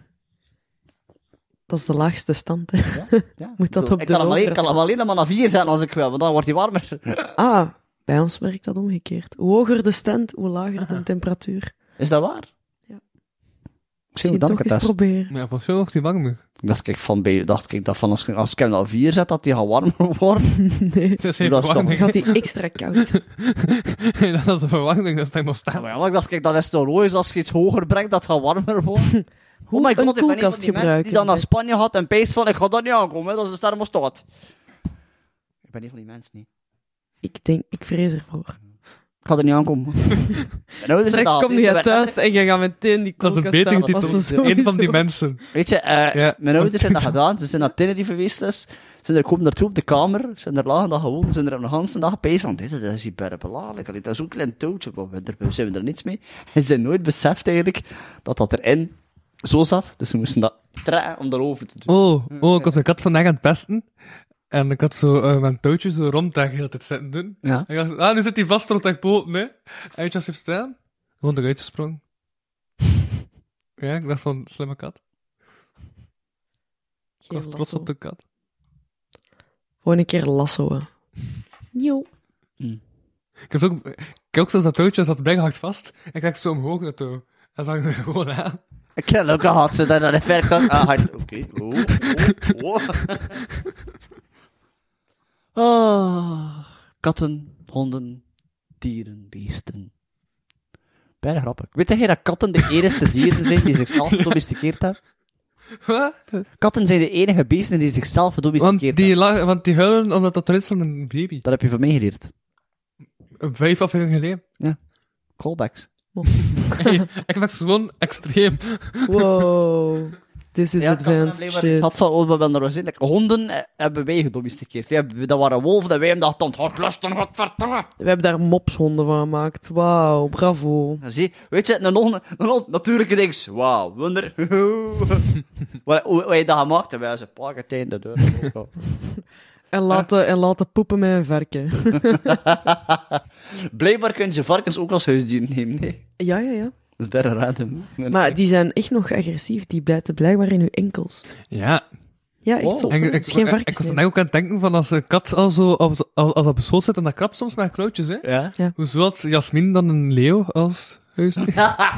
Speaker 3: Dat is de laagste stand, hè.
Speaker 1: Ja.
Speaker 3: Moet dat op
Speaker 1: ik
Speaker 3: de
Speaker 1: kan hem alleen,
Speaker 3: logere
Speaker 1: kan hem
Speaker 3: staan?
Speaker 1: alleen maar naar 4 zetten als ik wil, want dan wordt hij warmer.
Speaker 3: Ah, bij ons werkt dat omgekeerd. Hoe hoger de stand, hoe lager de temperatuur.
Speaker 1: Is dat waar?
Speaker 3: Ja.
Speaker 1: Ik zie
Speaker 3: Misschien
Speaker 1: hoe dat
Speaker 3: toch
Speaker 1: ik het
Speaker 3: eens
Speaker 1: test.
Speaker 3: proberen.
Speaker 2: Maar ja, volgens mij wordt die warmer.
Speaker 1: Dacht ik dat van als ik hem naar 4 zet, dat hij gaat warmer worden.
Speaker 3: Nee,
Speaker 2: Dat is geen
Speaker 1: Dat is
Speaker 3: dan
Speaker 2: verwarming.
Speaker 3: gaat hij extra koud.
Speaker 2: Dat is een verwarming, dat is thermostaat.
Speaker 1: Maar ja, ik dacht, dat is toch logisch als je iets hoger brengt, dat het gaat warmer worden.
Speaker 3: Hoe
Speaker 1: Oh my
Speaker 3: een
Speaker 1: god, ik ben een van
Speaker 3: koelkast
Speaker 1: die mensen
Speaker 3: gebruiken.
Speaker 1: die dan naar Spanje gaat en pees van, ik ga dat niet aankomen, hè, dat is de thermostaat. Ik ben een van die mensen niet.
Speaker 3: Ik vrees ervoor.
Speaker 1: Ik ga er niet aankomen.
Speaker 3: Straks kom je thuis en je gaat meteen die
Speaker 2: Dat is
Speaker 3: koelkast
Speaker 2: een beter
Speaker 3: halen.
Speaker 2: getitel.
Speaker 3: Dat is
Speaker 2: Een van die
Speaker 3: sowieso-
Speaker 2: mensen.
Speaker 1: Weet je,
Speaker 2: Ja.
Speaker 1: mijn ouders hebben dat gedaan, ze zijn naar Tenerife geweest, dus. Ze zijn er komen naartoe op de kamer, ze zijn er lagen dat gewoon, ze zijn er op de hele dag gepees van, dit is hier bijna belangrijk, allee, dat is ook een klein touwtje, maar daar zijn we er niets mee. En ze zijn nooit beseft eigenlijk, dat erin zo zat, dus ze moesten dat trekken om daarover te doen.
Speaker 2: Ik was mijn kat vandaag aan het pesten. En ik had zo mijn touwtje zo rond daar heel de tijd zitten doen.
Speaker 1: Ja.
Speaker 2: En ik dacht, nu zit hij vast rond haar poten, hè. En weet je wat ze heeft gedaan? Gewoon eruit gesprongen. Ja, ik dacht van, slimme kat. Ik was trots op de kat.
Speaker 3: Gewoon een keer lassoen. Jo.
Speaker 2: Ik heb ook zo dat touwtje, dat blijkbaar hard vast. En ik krijg zo omhoog dat touw. En zag ik er gewoon aan.
Speaker 1: Ik ken ook al gehad, ze dat naar ver gaat. Oké. Katten, honden, dieren, beesten. Bijna grappig. Weet jij dat katten de enige dieren zijn die zichzelf gedomesticeerd hebben?
Speaker 2: Wat?
Speaker 1: Katten zijn de enige beesten die zichzelf gedomesticeerd hebben.
Speaker 2: Want die huilen omdat dat eruit is van een baby.
Speaker 1: Dat heb je van mij geleerd.
Speaker 2: 5 afleveringen geleden.
Speaker 1: Callbacks.
Speaker 2: Hey, ik werd gewoon extreem.
Speaker 3: Wow. This is advanced
Speaker 1: Het
Speaker 3: shit.
Speaker 1: had van, we hebben er zin. Honden hebben wij gedomesticeerd. Dat waren wolven en wij hebben dat dan hard lusten, wat verdomme.
Speaker 3: We hebben daar mopshonden van gemaakt. Wauw, bravo.
Speaker 1: Dan zie je, weet je, een hond, natuurlijke dings. Wauw, wonder. Hoe je dat gemaakt hebt, wij zijn pakken tegen de deur.
Speaker 3: En laten poepen met een varken.
Speaker 1: Blijkbaar kun je varkens ook als huisdier nemen, nee.
Speaker 3: Ja.
Speaker 1: Dat is bijna random.
Speaker 3: Maar die zijn echt nog agressief. Die bijten blijkbaar in uw enkels.
Speaker 2: Ja.
Speaker 3: Ja, echt
Speaker 1: Wow.
Speaker 3: zot.
Speaker 2: En
Speaker 3: hè? Het is geen
Speaker 2: ik was
Speaker 3: varkens.
Speaker 2: vandaag ook aan het denken van als een kat al zo, als dat besloot zit en dat krabt soms met klootjes, hè.
Speaker 1: Ja.
Speaker 2: Hoezo had Jasmin dan een leeuw als huisdier?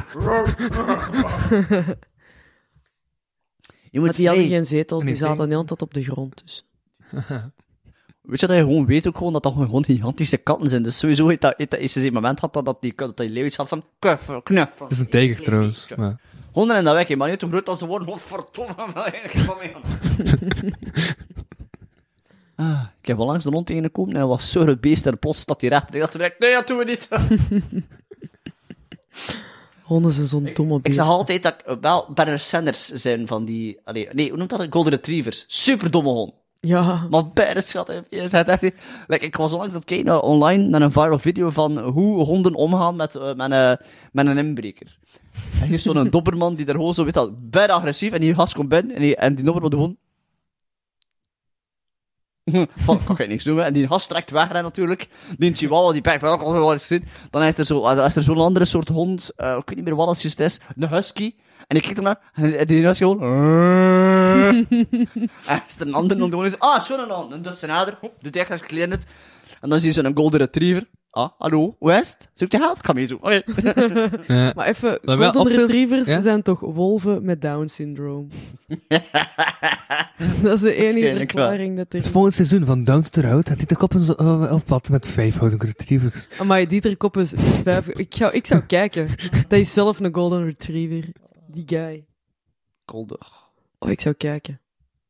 Speaker 1: Je
Speaker 3: Maar
Speaker 1: moet
Speaker 3: die hadden
Speaker 1: vrij-
Speaker 3: geen zetels, die
Speaker 2: Nee,
Speaker 3: zaten
Speaker 2: nee.
Speaker 3: de hele tijd op de grond. Dus.
Speaker 1: Weet je dat je gewoon weet ook gewoon dat dat gewoon gigantische katten zijn. Dus sowieso heeft dat is een moment had dat die leeuw iets had van kuffen, knuffel.
Speaker 2: Het is een tijger trouwens. Maar.
Speaker 1: Honden in dat weg, hè, maar niet hoe groot als ze worden. Wat verdomme. Ik heb al langs de hond tegengekomen en hij was zo groot beest en plots staat hij recht. En ik dacht direct, nee, dat doen we niet.
Speaker 3: Honden zijn zo'n domme
Speaker 1: Ik
Speaker 3: beesten.
Speaker 1: zeg altijd dat ik wel Bernard Sanders zijn van die... nee, hoe noemt dat? Golden Retrievers. Super domme hond.
Speaker 3: Ja.
Speaker 1: Maar bijna schat, hè. Je zegt echt, like, ik was onlangs aan het kijken online naar een viral video van hoe honden omgaan met een inbreker. En hier is zo'n dobberman die daar gewoon zo, weet dat, bijna agressief, en die gast komt binnen, en die dobberman doet gewoon... Van, kan je niks doen, hè. En die gast trekt weg, hè, natuurlijk. Die chihuahua, die pijkt wel al eens in. Dan is er zo'n andere soort hond, ik weet niet meer wat het juist is, een husky. En ik kijk ernaar, en die husky gewoon... En is er een andere hond, gewoon eens, zo'n hond. En dat is zijn nader, doet hij echt als klein het. En dan zie je zo'n golden retriever. Hallo, hoe is het? Zoekt je geld? Ik ga mee zo. Oké.
Speaker 2: Ja.
Speaker 3: Maar even,
Speaker 2: Dan wel
Speaker 3: golden
Speaker 2: op-
Speaker 3: retrievers
Speaker 2: ja?
Speaker 3: zijn toch wolven met Down-syndroom? Dat is de enige
Speaker 1: Waarschijnlijk wel.
Speaker 3: verklaring dat er...
Speaker 2: Het volgende seizoen van Down to the Road had hij de koppen op pad met 5 golden retrievers.
Speaker 3: Amai, Dieter Koppes, 5... Ik zou kijken. Dat is zelf een golden retriever. Die guy.
Speaker 1: Golden.
Speaker 3: Oh, ik zou kijken.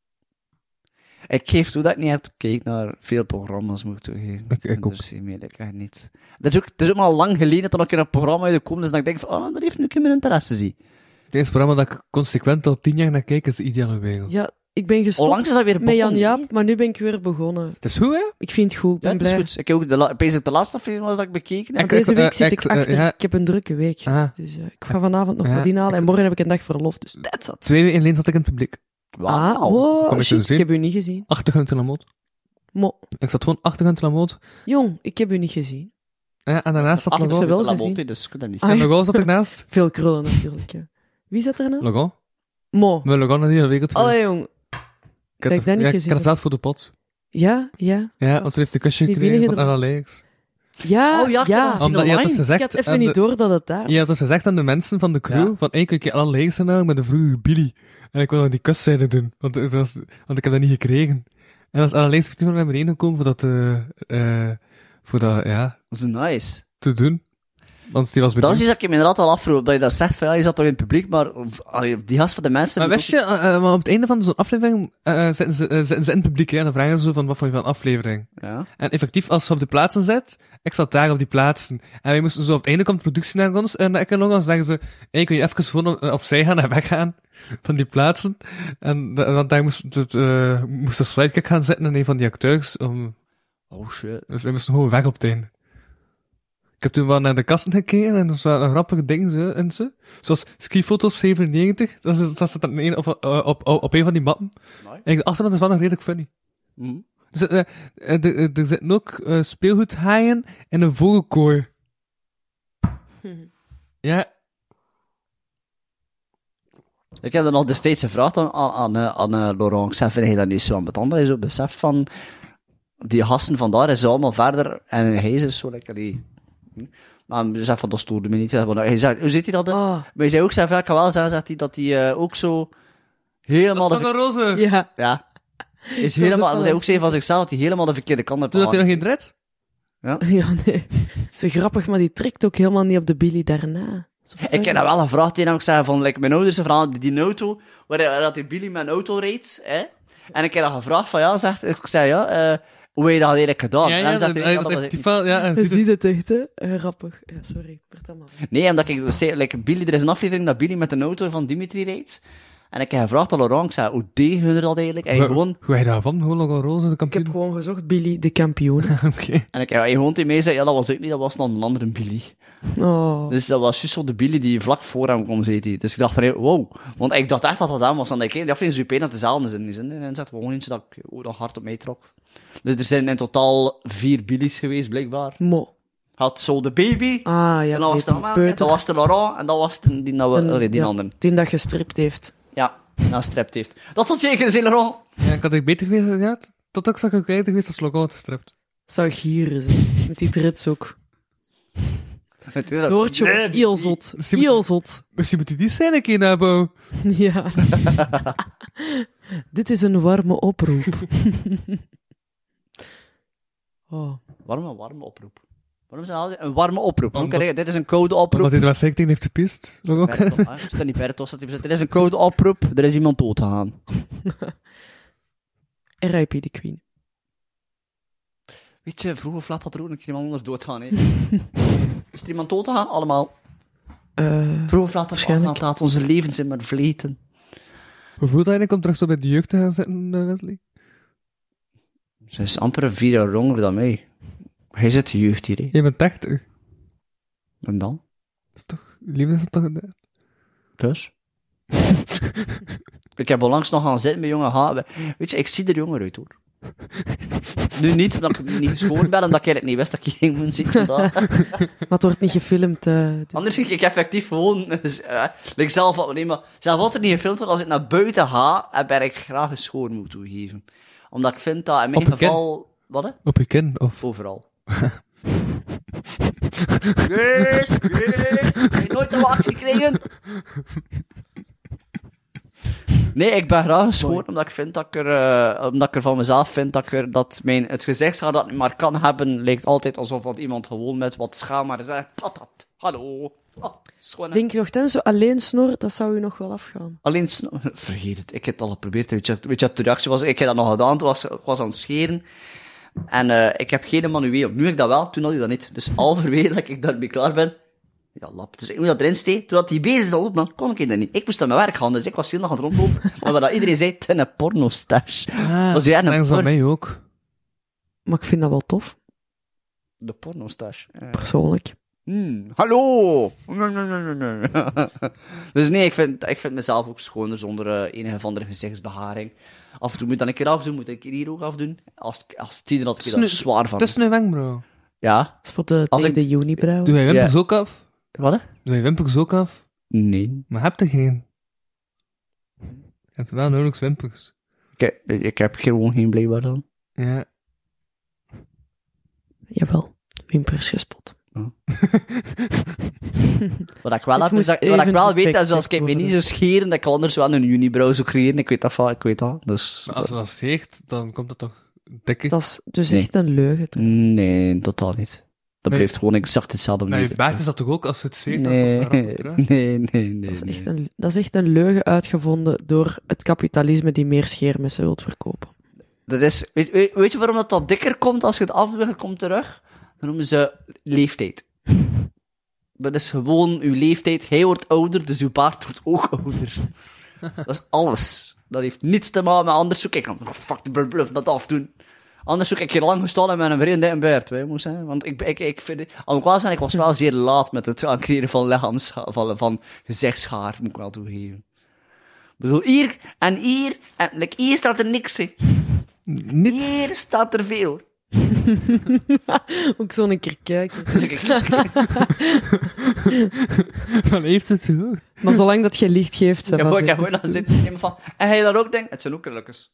Speaker 1: Ik geef toe dat ik niet heb gekeken naar veel programma's, moet ik toegeven.
Speaker 2: Ik ook.
Speaker 1: Dus meen ik echt niet. Het is ook maar lang geleden dat er nog een keer een programma uitgekomen is, dat ik denk van, daar heeft nu een keer mijn interesse, zie.
Speaker 2: Het eerste programma dat ik consequent al 10 jaar naar kijk is Ideale Wereld.
Speaker 3: Ja, ik ben gestopt
Speaker 1: Onlangs is dat weer
Speaker 3: met
Speaker 1: begonnen.
Speaker 3: Jan Jaap, maar nu ben ik weer begonnen.
Speaker 2: Het is goed, hè?
Speaker 3: Ik vind het goed, ik
Speaker 1: Ja,
Speaker 3: ben
Speaker 1: dat is
Speaker 3: blij.
Speaker 1: goed. Ik heb ook de laatste aflevering was dat ik bekeken heb.
Speaker 3: Maar deze week zit ik
Speaker 2: ik-
Speaker 3: achter.
Speaker 2: ja.
Speaker 3: Ik heb een drukke week.
Speaker 2: Ah.
Speaker 3: Dus ik ga vanavond nog
Speaker 2: Ja,
Speaker 3: wat inhalen en morgen heb ik een dag verlof. Dus that's it.
Speaker 2: 2 weken in Leens zat ik in het publiek.
Speaker 1: Wauw.
Speaker 3: Wow,
Speaker 2: Kom ik
Speaker 3: shit,
Speaker 2: te zien?
Speaker 3: ik heb u niet gezien.
Speaker 2: Achter Gunther Lamotte.
Speaker 3: Mo,
Speaker 2: Ik zat gewoon achter Gunther Lamotte.
Speaker 3: jong, ik heb u niet gezien.
Speaker 2: Ja, en daarnaast zat
Speaker 3: heb ze
Speaker 2: Logan.
Speaker 3: wel
Speaker 1: Lamotte,
Speaker 3: gezien.
Speaker 1: dus ik kan dat niet
Speaker 3: Ah,
Speaker 2: En
Speaker 3: ja.
Speaker 2: Logan zat ernaast.
Speaker 3: Veel krullen natuurlijk, ja. Wie zat er nou?
Speaker 2: Logan.
Speaker 3: Mo.
Speaker 2: Met Logan en die wereld.
Speaker 3: Allee, jong.
Speaker 2: Ik heb
Speaker 3: dat ik dat niet
Speaker 2: ik
Speaker 3: gezien
Speaker 2: heb
Speaker 3: heb.
Speaker 2: het voor de pot.
Speaker 3: Ja.
Speaker 2: Ja, want hij heeft de kusje
Speaker 3: die
Speaker 2: gekregen
Speaker 3: winnen
Speaker 2: van
Speaker 3: er-
Speaker 2: Alex.
Speaker 3: Ja,
Speaker 1: Oh ja, ik heb dat gezien.
Speaker 2: Omdat je had dus
Speaker 1: online.
Speaker 2: gezegd...
Speaker 3: Ik had even
Speaker 2: aan
Speaker 3: niet
Speaker 2: de-
Speaker 3: door dat het daar
Speaker 2: Je had dus gezegd aan de mensen van de crew,
Speaker 1: Ja.
Speaker 2: van, kun je Alex nou met de vroege Billy? En ik wil nog die kuszijde doen, want ik heb dat niet gekregen. En als Alex heeft toen naar beneden gekomen voor dat, ja,
Speaker 1: Dat is nice.
Speaker 2: te doen. Want die was
Speaker 1: Dat
Speaker 2: bedankt.
Speaker 1: is iets dat ik me inderdaad al afvroeg, dat je dat zegt van, ja, je zat toch in het publiek, maar die gast van de mensen...
Speaker 2: Maar wist je, maar op het einde van zo'n aflevering zitten ze in het publiek, hè, en dan vragen ze zo van, wat vond je van de aflevering?
Speaker 1: Ja.
Speaker 2: En effectief, als ze op de plaatsen zit, ik zat daar op die plaatsen. En wij moesten zo op het einde komt de productie naar ons, en ik en Logan, zeggen ze, kun je even gewoon opzij gaan en weggaan van die plaatsen? En want daar moest een sidekick gaan zitten en een van die acteurs,
Speaker 1: Oh shit.
Speaker 2: dus wij moesten gewoon weg op het einde. Ik heb toen wel naar de kasten gekeken en er zaten grappige dingen zo, in ze. Zoals Skifoto's 97, dat zit dan op een van die mappen.
Speaker 1: Nice.
Speaker 2: En de achtergrond is wel nog redelijk funny.
Speaker 1: Mhm.
Speaker 2: Er zitten ook speelgoedhaaien en een vogelkooi. Ja,
Speaker 1: Ik heb er nog destijds gevraagd aan Laurent. Ik zei, vind je dat niet zo aan het andere? Hij zo besef van, die gasten vandaar is allemaal verder, en hij is zo lekker die... Maar hij zei van, dat stoorde me niet. Hij zei, hoe zit hij dat?
Speaker 3: Ah,
Speaker 1: Maar hij zei ook, zei, van, ik kan wel zeggen, zegt hij, dat hij ook zo helemaal...
Speaker 2: dat is toch een roze.
Speaker 3: ja.
Speaker 1: Ja. Is
Speaker 3: ook
Speaker 1: helemaal,
Speaker 3: wel
Speaker 1: dat hij ook
Speaker 3: iets.
Speaker 1: zei van zichzelf, dat hij helemaal de verkeerde kant heeft
Speaker 2: Toen had hij nog geen dread.
Speaker 3: Ja, nee. Zo grappig, maar die trekt ook helemaal niet op de Billy daarna. Zo
Speaker 1: Ik heb dat wel gevraagd tegen hem. Ik zei van, like, mijn ouders vragen die auto, waar dat die Billy met een auto reed, hè. En ik heb dat gevraagd van, ja, zegt, ik zei, ja, hoe heb je dat eigenlijk gedaan? En hij zegt,
Speaker 2: dat
Speaker 1: dat
Speaker 2: is
Speaker 1: was
Speaker 2: echt
Speaker 1: ik
Speaker 2: die
Speaker 1: niet.
Speaker 2: van, ja, en
Speaker 3: Je
Speaker 2: ziet het-
Speaker 3: ziet het echt, hè? Grappig. Ja, sorry. Vertel maar.
Speaker 1: Nee, omdat ik, like, Billy, er is een aflevering dat Billy met een auto van Dimitri rijdt. En ik heb gevraagd aan Laurent, ik zei, hoe deed je dat eigenlijk? En hij gewoon,
Speaker 2: Hoe heb je daarvan? Gewoon nog een roze, de
Speaker 3: Ik
Speaker 2: kampioen?
Speaker 3: heb gewoon gezocht Billy, de kampioen.
Speaker 2: Oké.
Speaker 1: en hij gewoon tegen mij zei, ja, dat was ik niet, dat was dan een andere Billy.
Speaker 3: Oh.
Speaker 1: Dus dat was juist zo de Billy die vlak voor hem kwam, zei hij. Dus ik dacht van, hey, wow. Want ik dacht echt dat dat hem was. Dan ik, die aflevering is bijna dezelfde in. En zat gewoon eentje dat ik ook nog hard op mij trok. Dus er zijn in totaal 4 Billy's geweest, blijkbaar.
Speaker 3: Mo.
Speaker 1: Had zo de baby,
Speaker 3: Ah, ja.
Speaker 1: en dan was de
Speaker 3: Peuter.
Speaker 1: dat was de Laurent, en dat was die, die
Speaker 3: ja,
Speaker 1: andere.
Speaker 3: Die dat gestript heeft.
Speaker 1: Ja, gestript heeft. Dat tot zeker, zei Laurent.
Speaker 2: Ja, ik had het beter geweest, ja. Tot ook zou ik beter geweest als Logan had gestript.
Speaker 3: Zou gieren zijn. Met die drits ook. Doortje wordt heel zot.
Speaker 2: Misschien-
Speaker 3: Heel zot.
Speaker 2: Misschien moet hij die scène een keer nabouwen.
Speaker 3: Ja. Dit is een warme oproep. Oh.
Speaker 1: Warme oproep. Waarom zijn altijd een warme oproep? Hoe
Speaker 2: Omdat-
Speaker 1: kan ik- dit is een code oproep.
Speaker 2: Omdat hij er wat tegen heeft gepist. Logan.
Speaker 1: Bertos, hè? Is dat niet Bertos dat hij bezit? Er is een code oproep, er is iemand doodgegaan.
Speaker 3: R.I.P. de Queen.
Speaker 1: Weet je, vroeg of laat had er ook een keer iemand anders doodgaan, hè. Is er iemand doodgegaan? Allemaal. Vroeg of laat
Speaker 3: waarschijnlijk.
Speaker 1: laat onze levens in maar vleten.
Speaker 2: Hoe voelt het eigenlijk om terug zo bij de jeugd te gaan zitten, Wesley?
Speaker 1: Ze is amper 4 jaar jonger dan mij. Hij zit de jeugd hier, hè.
Speaker 2: Je bent 80.
Speaker 1: En dan?
Speaker 2: Dat is toch... Liefde is toch...
Speaker 1: Dus? Ik heb onlangs nog gaan zitten met jonge haar. Weet je, ik zie er jonger uit, hoor. Nu niet, omdat ik niet geschoren ben, omdat ik het niet wist dat ik ging moeten zien vandaag.
Speaker 3: Maar het wordt niet gefilmd. Dus.
Speaker 1: Anders ging ik effectief gewoon... like zelf, nee, maar zelf als er niet gefilmd wordt, als ik naar buiten ga, ben ik graag een schoon moet toegeven. Omdat ik vind dat in mijn
Speaker 2: Op je
Speaker 1: geval... Wat, hè?
Speaker 2: Op je kin, of...
Speaker 1: Overal. Yes! Ga je nooit een actie krijgen? Nee, ik ben graag geschoren, omdat ik vind dat omdat ik er van mezelf vind dat het gezichtshaar dat ik maar kan hebben, lijkt altijd alsof dat iemand gewoon met wat schaam maar zegt, patat, hallo. Oh, schoon.
Speaker 3: Denk je nog dan zo alleen snor, dat zou je nog wel afgaan.
Speaker 1: Alleen vergeet het, ik heb het al geprobeerd, weet je wat de reactie was? Ik heb dat nog gedaan, ik was aan het scheren. En ik heb geen manueel. Nu heb ik dat wel, toen had ik dat niet. Dus halverwege dat ik daarmee klaar ben, ja, lap. Dus ik moet dat erin steken. Totdat die bezig is al, dan kon ik dat niet. Ik moest aan mijn werk gaan, dus ik was heel nog aan het rondlopen. Maar wat iedereen zei, het is een pornostash.
Speaker 2: Dat is van mij ook.
Speaker 3: Maar ik vind dat wel tof,
Speaker 1: De pornostash.
Speaker 3: persoonlijk.
Speaker 1: Hallo! Dus nee, ik vind mezelf ook schoner zonder enige of andere gezichtsbeharing. Af en toe moet ik dat een keer afdoen, moet ik hier ook afdoen. Als het tien had ik dat zwaar van.
Speaker 2: Dat is een wenkbrauw.
Speaker 1: Ja.
Speaker 3: Dat is voor tegen de junibrouw.
Speaker 2: Doe jij wimpers ook af?
Speaker 1: Wat, hè?
Speaker 2: Doe je wimpers ook af?
Speaker 1: Nee.
Speaker 2: Maar heb er geen. Je hebt wel nauwelijks wimpers.
Speaker 1: Ik heb gewoon geen blijkbaar dan.
Speaker 2: Ja.
Speaker 3: Jawel, wimpers gespot.
Speaker 1: Wat ik wel, weet, is als ik me niet zou scheren, dat ik anders wel een unibrow zou creëren. Ik weet dat. Dus,
Speaker 2: Maar als je dat scheert, dan komt het toch dikker?
Speaker 3: Dat is dus echt een leugen.
Speaker 1: Nee, totaal niet. Dat blijft gewoon exact hetzelfde.
Speaker 2: Nee, je baard is dat toch ook, als je het scheert,
Speaker 1: nee,
Speaker 2: dan komt het terug?
Speaker 1: Nee.
Speaker 3: Dat is echt een leugen uitgevonden door het kapitalisme die meer scheermessen wilt verkopen.
Speaker 1: Dat is, weet je waarom dat dikker komt als je het afdoet en het komt terug? Dan noemen ze leeftijd. Dat is gewoon uw leeftijd. Hij wordt ouder, dus uw baard wordt ook ouder. Dat is alles. Dat heeft niets te maken met anders zoek. Ik kan fuck de bluff dat afdoen. Anders zoek ik hier lang gestaan met een vriend in baard, moet zeggen. Want ik vind, ik was wel zeer laat met het aankleden van van gezichtshaar, moet ik wel toegeven. Ik bedoel, hier, en like, hier staat er niks, hè.
Speaker 2: Niets.
Speaker 1: Hier staat er veel.
Speaker 3: Ook zo'n keer kijken.
Speaker 2: Van heeft het zo?
Speaker 3: Maar zolang dat je licht geeft,
Speaker 1: Ik heb gewoon dat zitten van, en hij dat ook denkt, het zijn ook krulletjes.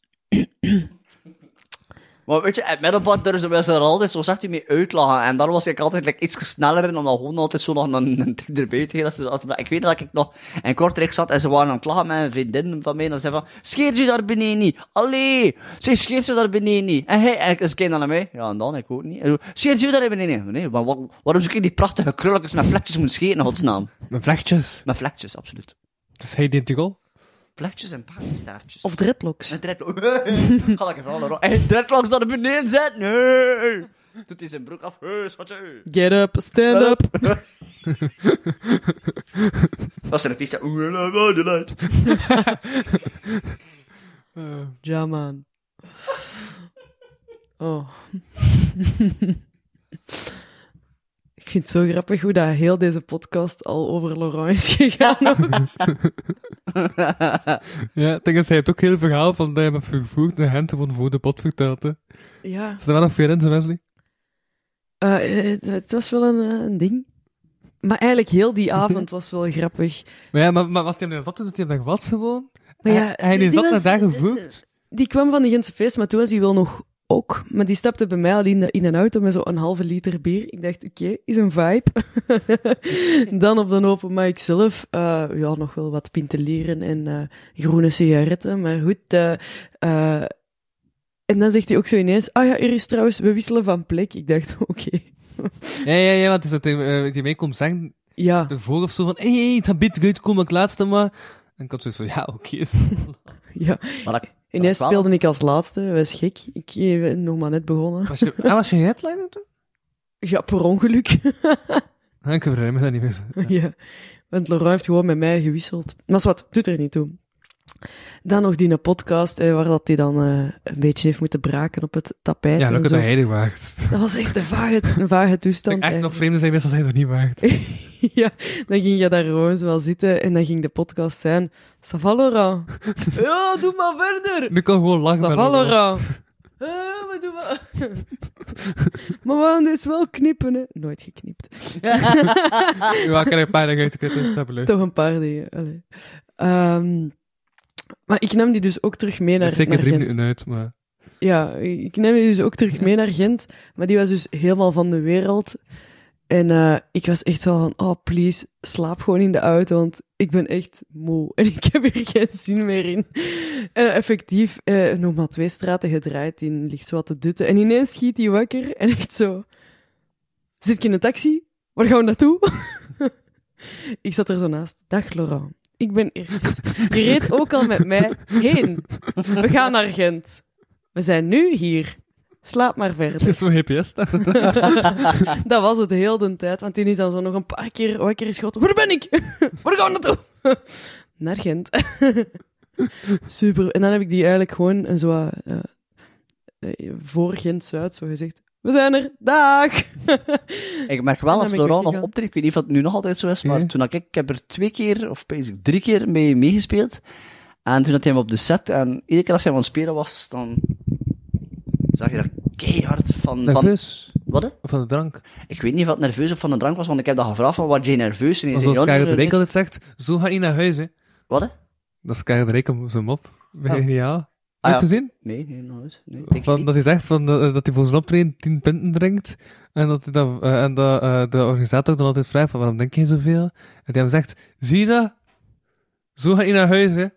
Speaker 1: Maar weet je, het middelbaar durfde ze er altijd zo zegt hij mee uitlachen. En daar was ik altijd iets sneller in, omdat gewoon altijd zo nog een tik erbij te geven. Ik weet dat ik nog in Kortrijk zat en ze waren aan het lachen met een vriendin van mij. En dan zei van, scheert je daar beneden niet? Allee, zij scheert je daar beneden niet. En hij, ze kijkt dan naar mij. Ja, en dan, ik ook niet. En scheert je daar beneden niet? Nee, maar waarom zou ik die prachtige krulletjes met vlekjes moeten scheren, in godsnaam?
Speaker 2: Met vlechtjes?
Speaker 1: Met vlekjes, absoluut.
Speaker 2: Dat is hij identical?
Speaker 1: Vlechtjes en paardenstaartjes.
Speaker 3: Of dreadlocks.
Speaker 1: Een dreadlock. Ga ik even al hey, dreadlocks naar beneden zetten. Nee. Doet hij zijn broek af. Hey, schatje.
Speaker 3: Get up, stand up.
Speaker 1: Was er een pizza?
Speaker 3: Ja, man. Oh. Ik vind het zo grappig hoe dat heel deze podcast al over Laurent is gegaan.
Speaker 2: Ja, ik denk dat hij het ook heel verhaal van dat je me vervoerd naar Gent van voor de pot verteld, hè.
Speaker 3: Ja.
Speaker 2: Zit er wel nog veel in, Wesley?
Speaker 3: Het was wel een ding. Maar eigenlijk heel die avond was wel grappig.
Speaker 2: Maar ja, maar was hij zat toen dat hij daar was gewoon?
Speaker 3: Maar ja,
Speaker 2: hij zat naar daar gevoerd?
Speaker 3: Die kwam van die Gentse feest, maar toen was hij wel nog ook. Maar die stapte bij mij al in een auto met zo'n halve liter bier. Ik dacht, oké, is een vibe. Dan op de open mic zelf, ja, nog wel wat pintelieren en groene sigaretten. Maar goed, en dan zegt hij ook zo ineens, ja, hier is trouwens, we wisselen van plek. Ik dacht, oké.
Speaker 2: Ja, want dus dat hij mee komt zeggen,
Speaker 3: Ja.
Speaker 2: ervoor of zo, van, hey, het gaat beter uitkomen, ik laatste maar. En ik had zoiets van, ja, oké.
Speaker 3: Ja.
Speaker 1: Maar
Speaker 3: Ineens speelde ik als laatste, dat was gek. Ik ben nog maar net begonnen.
Speaker 2: Was je headliner toen?
Speaker 3: Ja, per ongeluk.
Speaker 2: Ik herinner me dat niet meer.
Speaker 3: Ja. Want Laurent heeft gewoon met mij gewisseld. Maar wat, doet er niet toe. Dan nog die podcast, waar dat hij dan een beetje heeft moeten braken op het tapijt.
Speaker 2: Ja,
Speaker 3: en
Speaker 2: lukt
Speaker 3: zo.
Speaker 2: dat heilig waagt.
Speaker 3: Dat was echt een vage toestand.
Speaker 2: Echt nog vreemde zijn als hij dat niet waagt.
Speaker 3: Ja, dan ging je daar gewoon zo wel zitten en dan ging de podcast zijn. Ça va, Laurent? Ja, doe maar verder.
Speaker 2: Nu kan gewoon lang
Speaker 3: Ça va, Laurent? Maar doe maar. Maar we gaan dit wel knippen, hè? Nooit geknipt.
Speaker 2: Ja, ik heb een paar dingen uit te knippen, dat hebben we leuk.
Speaker 3: Toch een paar dingen. Allee. Maar ik nam die dus ook terug mee naar,
Speaker 2: Zeker
Speaker 3: naar
Speaker 2: 3
Speaker 3: Gent.
Speaker 2: minuten uit, maar...
Speaker 3: Ja, ik nam die dus ook terug mee naar Gent. Maar die was dus helemaal van de wereld. En ik was echt zo van, oh please, slaap gewoon in de auto, want ik ben echt moe. En ik heb hier geen zin meer in. Effectief, nog maar 2 straten gedraaid, die ligt zo wat te dutten. En ineens schiet hij wakker en echt zo... Zit ik in een taxi? Waar gaan we naartoe? Ik zat er zo naast. Dag Laurent. Ik ben Erwin. Je reed ook al met mij heen. We gaan naar Gent. We zijn nu hier. Slaap maar verder.
Speaker 2: Dat is zo'n GPS dan.
Speaker 3: Dat was het heel de tijd, want die is dan zo nog een paar keer wakker geschoten. Waar ben ik? Waar gaan we naartoe? Naar Gent. Super. En dan heb ik die eigenlijk gewoon zo voor Gent-Zuid zo gezegd. We zijn er. Dag!
Speaker 1: Ik merk wel,
Speaker 3: En
Speaker 1: als
Speaker 3: dan ben ik
Speaker 1: Laurent nog
Speaker 3: weggegaan.
Speaker 1: optreedt, ik weet niet of het nu nog altijd zo is, maar
Speaker 2: Nee.
Speaker 1: toen ik heb er 2 keer, of basically 3 keer mee meegespeeld. En toen had hij hem op de set, en iedere keer als hij aan het spelen was, dan zag je daar keihard van...
Speaker 2: Nerveus.
Speaker 1: Wat? Hè?
Speaker 2: Of van de drank.
Speaker 1: Ik weet niet of het nerveus of van de drank was, want ik heb dat gevraagd van, waar jij nerveus? En hij
Speaker 2: Maar
Speaker 1: zei,
Speaker 2: zoals
Speaker 1: ja,
Speaker 2: Karel de
Speaker 1: nee,
Speaker 2: Rijk altijd zegt, zo ga je naar huis, hè.
Speaker 1: Wat? Hè?
Speaker 2: Dat is Karel de Rijk op zijn mop. Ben je
Speaker 1: Oh.
Speaker 2: geniaal?
Speaker 1: Ah,
Speaker 2: Heb je
Speaker 1: ja.
Speaker 2: het gezien?
Speaker 1: Nee, nooit. Nee, denk ik
Speaker 2: Van,
Speaker 1: niet.
Speaker 2: dat hij zegt van, dat hij voor zijn optreden 10 punten drinkt. En dat, hij dat, en dat de organisator dan altijd vraagt van, waarom denk je zoveel? En die hem zegt, zie je dat? Zo ga je naar huis, hè.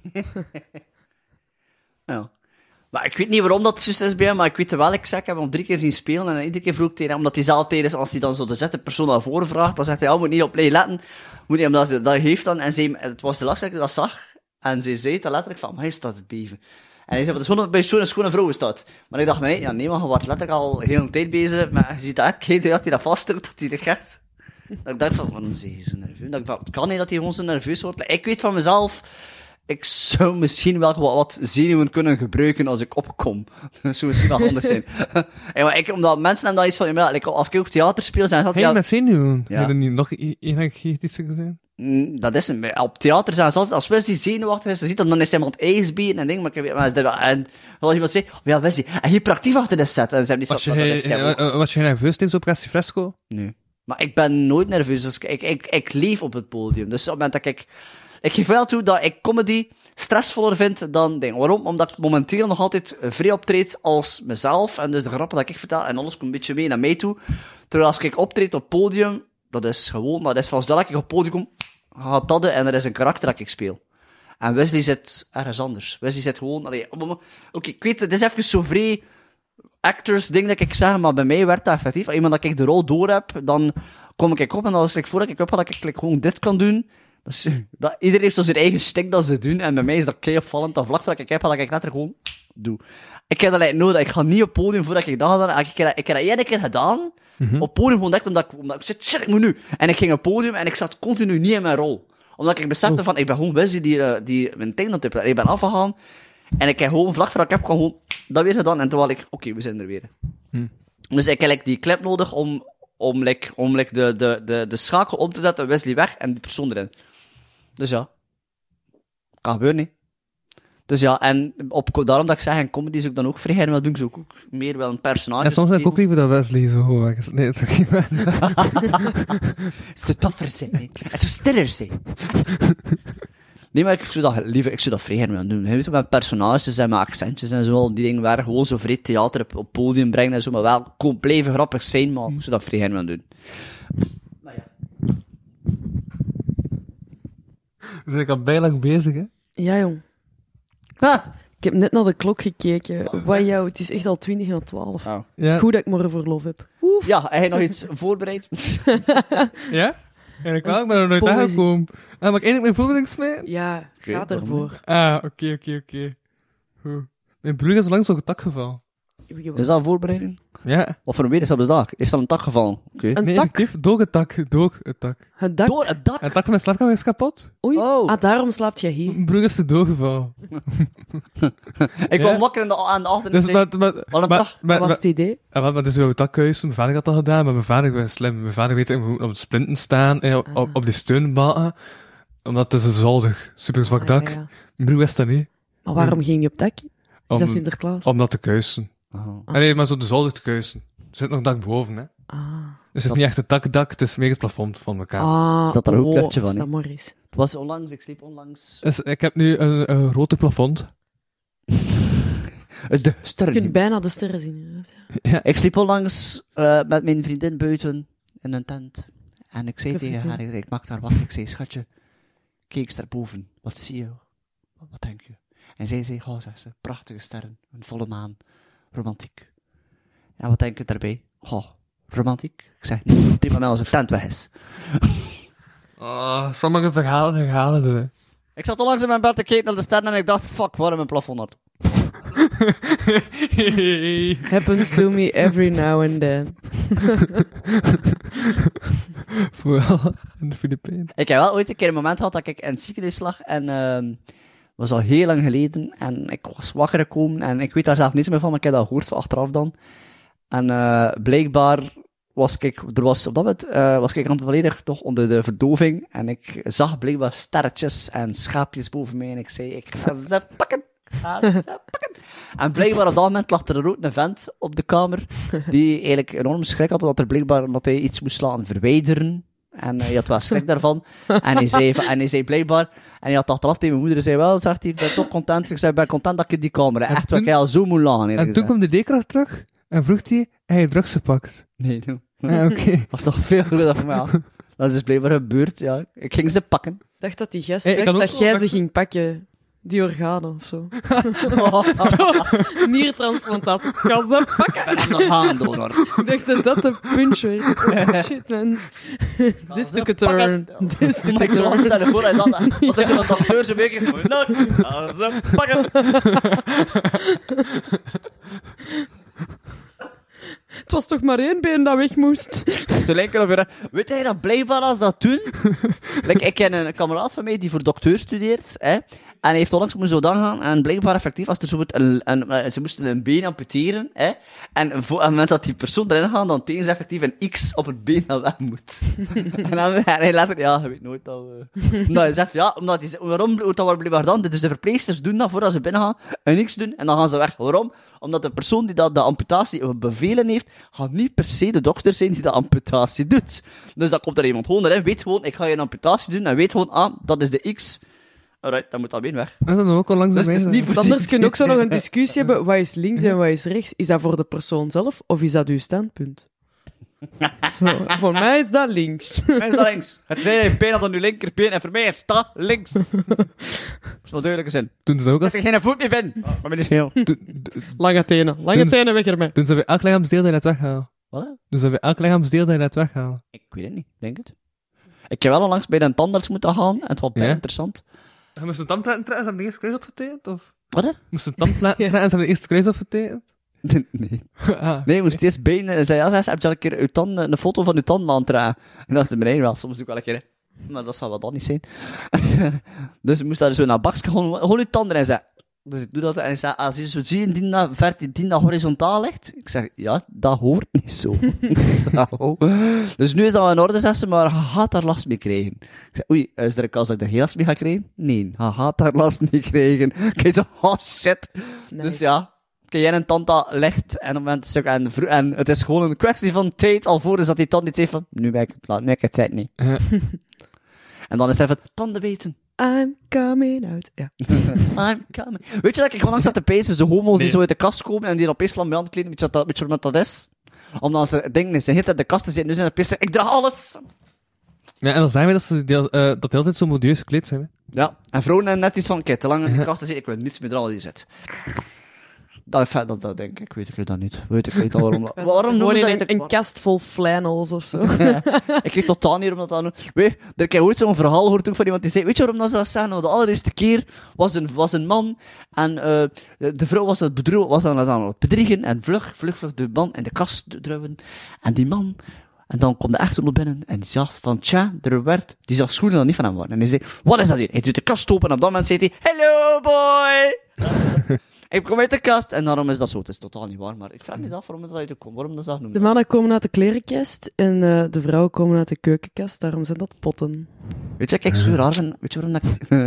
Speaker 1: Ja. Maar ik weet niet waarom dat juist is bij hem, maar ik weet het wel, ik heb hem 3 keer zien spelen en iedere keer vroeg ik tegen hem, omdat hij zelf tijdens, als hij dan zo de zette persoon naar voren vraagt, dan zegt hij, ja, moet niet op play letten, moet niet, omdat hij dat heeft dan, en het was de laatste keer dat ik dat zag, en ze zei het letterlijk van, maar hij staat te beven. En hij zei, het is gewoon bij zo'n schone vrouw staat. Maar ik dacht, maar nee, maar je wordt letterlijk al heel een tijd bezig, maar je ziet dat, kijk, dat hij dat vastdrukt, dat hij dat gaat. Dat ik dacht van, waarom zeg je zo nerveus? Dat ik van, het kan niet dat hij gewoon zo nerveus wordt. Ik weet van mezelf, ik zou misschien wel wat zenuwen kunnen gebruiken als ik opkom. Dat zou misschien wel anders zijn. En maar omdat mensen hebben dat iets van, ja, like, als ik ook theater speel, zijn dat...
Speaker 2: Ga je met zenuwen?
Speaker 1: Ja.
Speaker 2: Heb je er niet nog iets gezien?
Speaker 1: Dat is een, op theater zijn ze altijd, als Wesley zenuwachtig is, dan is hij iemand ijsbeen en dingen, en als iemand zegt, ja Wesley, en hyperactief achter de set, en ze hebben
Speaker 2: Was
Speaker 1: die dat is hij ook.
Speaker 2: je nerveus tijdens Operatie Fresco?
Speaker 1: Nee. Maar ik ben nooit nerveus, dus ik leef op het podium. Dus op het moment dat ik geef wel toe dat ik comedy stressvoller vind dan dingen. Waarom? Omdat ik momenteel nog altijd vrij optreed als mezelf, en dus de grappen dat ik vertel, en alles komt een beetje mee naar mij toe. Terwijl als ik optreed op het podium, dat is van zodra ik op het podium kom, gaat dat en er is een karakter dat ik speel. En Wesley zit ergens anders. Wesley zit gewoon... Oké, ik weet, het is even zo vrij actors ding dat ik zeg, maar bij mij werd dat effectief. Als iemand dat ik de rol door heb, dan kom ik op en dan is het voordat ik op dat ik gewoon dit kan doen. Iedereen heeft zo zijn eigen stik dat ze doen, en bij mij is dat kei opvallend. Dat vlak voordat ik heb, dat ik letterlijk gewoon doe. Ik heb dat nodig, ik ga niet op het podium voordat ik dat gedaan heb. Ik heb dat 1 keer gedaan, op het podium ontdekt, omdat ik zei, shit, ik moet nu. En ik ging op het podium en ik zat continu niet in mijn rol. Omdat ik besefte van, ik ben gewoon Wesley die mijn ting aan het ik ben afgegaan. En ik heb gewoon vlak voordat ik heb, gewoon dat weer gedaan. En toen was ik, oké, we zijn er weer. Dus ik heb die clip nodig om de schakel om te zetten, Wesley weg en die persoon erin. Dus ja. Kan gebeuren, niet. Dus ja, en daarom dat ik zeg, en comedy is ook dan ook vrij, maar doen ze ook meer wel een personage.
Speaker 2: En soms heb ik ook
Speaker 1: spelen.
Speaker 2: liever dat Wesley zo hoog weg is. Nee, dat is ook niet waar.
Speaker 1: Zo toffer zijn, hè. En zo stiller zijn. Nee, maar ik zou dat vrij willen doen. He, met personages en met accentjes en zo, die dingen waar gewoon zo vrij theater op het podium brengen en zo, maar wel blijven grappig zijn, maar ik zou dat vrij willen doen. Maar ja.
Speaker 2: We zijn al bijna lang bezig, hè.
Speaker 3: Ja, jong.
Speaker 1: Ha!
Speaker 3: Ik heb net naar de klok gekeken. Wauw, het is echt al 20:12.
Speaker 1: Oh.
Speaker 2: Ja.
Speaker 3: Goed dat ik morgen verlof heb. Oef.
Speaker 1: Ja, heb je nog iets voorbereid?
Speaker 2: Ja? Eigenlijk wel,
Speaker 3: Een
Speaker 2: ik ben er nooit
Speaker 3: stuk
Speaker 2: aangekomen. En mag ik eindelijk mijn voorbereiding smijten?
Speaker 3: Ja, gaat
Speaker 1: waarom
Speaker 3: ervoor.
Speaker 2: Ah, oké. Goed. Mijn broer is langs op het dak gevallen.
Speaker 1: Is dat een voorbereiding?
Speaker 2: Ja.
Speaker 1: Wat voor een wetenschap is dat? Is van een tak gevallen? Oké.
Speaker 3: Een
Speaker 2: Nee,
Speaker 3: tak?
Speaker 2: effectief. Door het tak.
Speaker 3: Het dak?
Speaker 1: Door het dak?
Speaker 2: En het dak van mijn slaapkamer is kapot.
Speaker 3: Oei.
Speaker 1: Oh.
Speaker 3: Ah, daarom slaapt jij hier.
Speaker 2: Mijn broer is er doorgevallen.
Speaker 1: Ik
Speaker 2: Ja.
Speaker 1: kwam wakker aan de achter en
Speaker 2: Dus
Speaker 1: zei... Wat een dag.
Speaker 3: Wat was het idee?
Speaker 2: maar dus we het takhuizen. Mijn vader had dat gedaan, maar mijn vader was slim. Mijn vader weet hoe op de splinten staan, op die steunbaten. Omdat het is een zolder, super zwak dak.
Speaker 3: Ja, ja.
Speaker 2: Mijn broer wist dat niet.
Speaker 3: Maar waarom ging je op dak? Is dat
Speaker 2: Om,
Speaker 3: Sinterklaas?
Speaker 2: om dat te kuisen.
Speaker 1: Oh.
Speaker 2: Nee, maar zo de zolder te kuisen. Er zit nog dak boven, hè.
Speaker 3: Ah.
Speaker 2: Dus het is niet echt het dak, het is meer het plafond van elkaar.
Speaker 3: Ah.
Speaker 1: Is dat er ook luchtje van,
Speaker 3: Is
Speaker 1: hè?
Speaker 3: dat Morris?
Speaker 1: Het was onlangs, ik sliep onlangs...
Speaker 2: Dus ik heb nu een grote plafond.
Speaker 1: Het is de
Speaker 3: Je
Speaker 1: sterren.
Speaker 3: kunt bijna de sterren zien. Inderdaad, ja.
Speaker 2: Ja.
Speaker 1: Ik sliep onlangs met mijn vriendin buiten in een tent. En ik zei
Speaker 3: De
Speaker 1: tegen haar,
Speaker 3: vriendin.
Speaker 1: ik zei, ik maak daar wakker. Ik zei, schatje, kijk eens daarboven. Wat zie je? Wat denk je? En zij zei, oh, zegt ze, prachtige sterren, een volle maan, romantiek. En wat denk je daarbij? Oh, romantiek? Ik zeg, nee, prima met onze tent weg is.
Speaker 2: Sommige verhalen herhalen ze.
Speaker 1: Ik zat onlangs in mijn bed te kijken naar de sterren en ik dacht, fuck, waarom een plafond had?
Speaker 3: Happens to me every now and then.
Speaker 2: Vooral in de Filipijnen.
Speaker 1: Ik heb wel ooit een keer een moment gehad dat ik in het ziekenhuis lag en was al heel lang geleden en ik was wakker gekomen en ik weet daar zelf niets meer van, maar ik heb dat gehoord van achteraf dan. En blijkbaar was ik, op dat moment was ik volledig nog onder de verdoving en ik zag blijkbaar sterretjes en schaapjes boven mij en ik zei, ik ga ze pakken. En blijkbaar op dat moment lag er ook een vent op de kamer die eigenlijk enorm schrik had, omdat hij iets moest laten verwijderen. En hij had wel schrik daarvan. En hij zei blijkbaar, en hij had achteraf tegen mijn moeder, zei wel, zegt hij, ik ben toch content. Ik zei, ik ben content dat ik in die kamer heb. Echt,
Speaker 2: toen-
Speaker 1: wat ik al zo moet lachen.
Speaker 2: En toen kwam de leerkracht terug en vroeg hij, heb je drugs gepakt?
Speaker 1: Nee, no.
Speaker 2: Oké.
Speaker 1: Was nog veel groter van mij. Ja. Dat is dus blijkbaar gebeurd, ja. Ik ging ze pakken.
Speaker 3: Ik dacht dat die gast
Speaker 2: Hey, ik
Speaker 3: dacht
Speaker 2: kan
Speaker 3: dat
Speaker 2: ook
Speaker 3: jij
Speaker 2: wel
Speaker 3: ze
Speaker 2: wachten.
Speaker 3: ging pakken. Die organen of zo. Niertransplantatie. Ik ga ze pakken.
Speaker 1: En nog aan doen, hoor.
Speaker 3: Ik dacht dat dat de punch werd. Oh, shit, man. This took a turn. This took a
Speaker 1: Ik was
Speaker 3: turn.
Speaker 1: daar voor en dat is een docteur zijn week. Ze pakken.
Speaker 3: Het was toch maar één been dat weg moest.
Speaker 1: Te linker of rechts. Weet hij dat blijkbaar als dat doen? Like, ik ken een kameraad van mij die voor dokter studeert, hè. En hij heeft onlangs moeten zo dan gaan, en blijkbaar effectief, als er zo ze moesten een been amputeren, hè. En op het moment dat die persoon erin gaat, dan tegen ze effectief een X op het been dat weg moet. En dan en hij laat het, ja, je weet nooit dat omdat hij zegt, ja, omdat hij zegt, waarom doet dat blijkbaar dan? Dus de verpleegsters doen dat voordat ze binnen gaan, een X doen, en dan gaan ze weg. Waarom? Omdat de persoon die dat de amputatie bevelen heeft, gaat niet per se de dokter zijn die de amputatie doet. Dus dan komt er iemand gewoon erin, weet gewoon, ik ga je een amputatie doen, en weet gewoon, ah, dat is de X. Alright, dan moet dat been weg.
Speaker 2: Dat is dan ook al langs
Speaker 1: Dus het is niet
Speaker 3: Want anders kun je ook zo nog een discussie hebben. Wat is links en wat is rechts? Is dat voor de persoon zelf of is dat uw standpunt? Zo, voor mij is dat links.
Speaker 1: Mij is dat links. Het zijn je pijn aan uw linkerbeen en voor mij is dat links. Dat is wel duidelijke zin.
Speaker 2: Toen ze ook
Speaker 1: Als
Speaker 2: als...
Speaker 1: ik geen voet meer ben. Maar ben is heel.
Speaker 3: Lange tenen weg ermee.
Speaker 2: Toen ze bij elk lichaamsdeel dat je het weghalen.
Speaker 1: Wat?
Speaker 2: Dus bij elk lichaamsdeel dat je het weghalen.
Speaker 1: Ik weet het niet, denk het. Ik heb wel onlangs bij een tandarts moeten gaan en het was bijna
Speaker 2: Ja?
Speaker 1: interessant.
Speaker 2: Je moest een tandplaten trekken en ze hebben de eerste kruis opgetekend? Of?
Speaker 1: Wat? Hè?
Speaker 2: Moest een tandplaten trekken en ze hebben de eerste kruis opgetekend?
Speaker 1: Nee.
Speaker 2: Ah.
Speaker 1: Nee, je moest eerst benen en zei, ja, heb je al een keer uw tanden, een foto van uw tanden laten dragen? En dat is mijn wel, soms doe ik wel een keer, hè. Maar dat zal wel dan niet zijn. Dus ik moest daar zo naar bakje gewoon uw tanden en zei. Dus ik doe dat en hij zei, als je zo ziet die dat horizontaal ligt, ik zeg, ja, dat hoort niet zo. Zo. Dus nu is dat wel in orde, zegt ze, maar je gaat daar last mee krijgen. Ik zeg, oei, is er een kans dat ik er geen last mee ga krijgen? Nee, je gaat daar last mee krijgen. Kijk zo, oh shit.
Speaker 3: Nice.
Speaker 1: Dus ja, kijk, jij een tand dat ligt en, op het moment stuk, en het is gewoon een kwestie van tijd, alvorens dat die tand iets heeft van, nu ben ik het laat, nu heb ik het tijd niet.
Speaker 2: Ja.
Speaker 1: En dan is het even, tanden weten.
Speaker 3: I'm coming out. Ja.
Speaker 1: I'm coming. Weet je dat ik onlangs zat te pezen, de homo's die zo uit de kast komen en die opeens flamboyant kleden, weet je wat dat is? Omdat ze denken, ze zitten in de kast te zitten, nu zijn ze pezen, ik draag alles!
Speaker 2: Ja, en dan zijn we dat ze dat de hele tijd zo modieus gekleed zijn. Hè?
Speaker 1: Ja, en vrouwen hebben net iets van, kijk, te lang in de kast te zitten, ik wil niets meer dragen wat die zit. Dat denk ik, weet ik dat niet. Weet ik niet waarom. Waarom
Speaker 3: Gewoon
Speaker 1: noemen ze
Speaker 3: in
Speaker 1: dat?
Speaker 3: een kast vol flannels of zo.
Speaker 1: Ik weet totaal niet waarom dat doen. Ik heb ooit zo'n verhaal gehoord ook van iemand die zei, weet je waarom dat ze dat zeggen? Nou, de allereerste keer was een man en de vrouw was aan het bedriegen en vlug de man in de kast druiven. En die man, en dan kwam de echtgenoot binnen en die zag van, die zag schoenen dat niet van hem waren. En hij zei, wat is dat hier? Hij doet de kast open en op dat moment zei hij, hello boy! Ik kom uit de kast en daarom is dat zo. Het is totaal niet waar, maar ik vraag me af waarom dat uitkomt. Waarom dat noemen.
Speaker 3: De mannen komen uit de klerenkast en de vrouwen komen uit de keukenkast. Daarom zijn dat potten.
Speaker 1: Weet je wat ik zo raar vind? Weet je waarom dat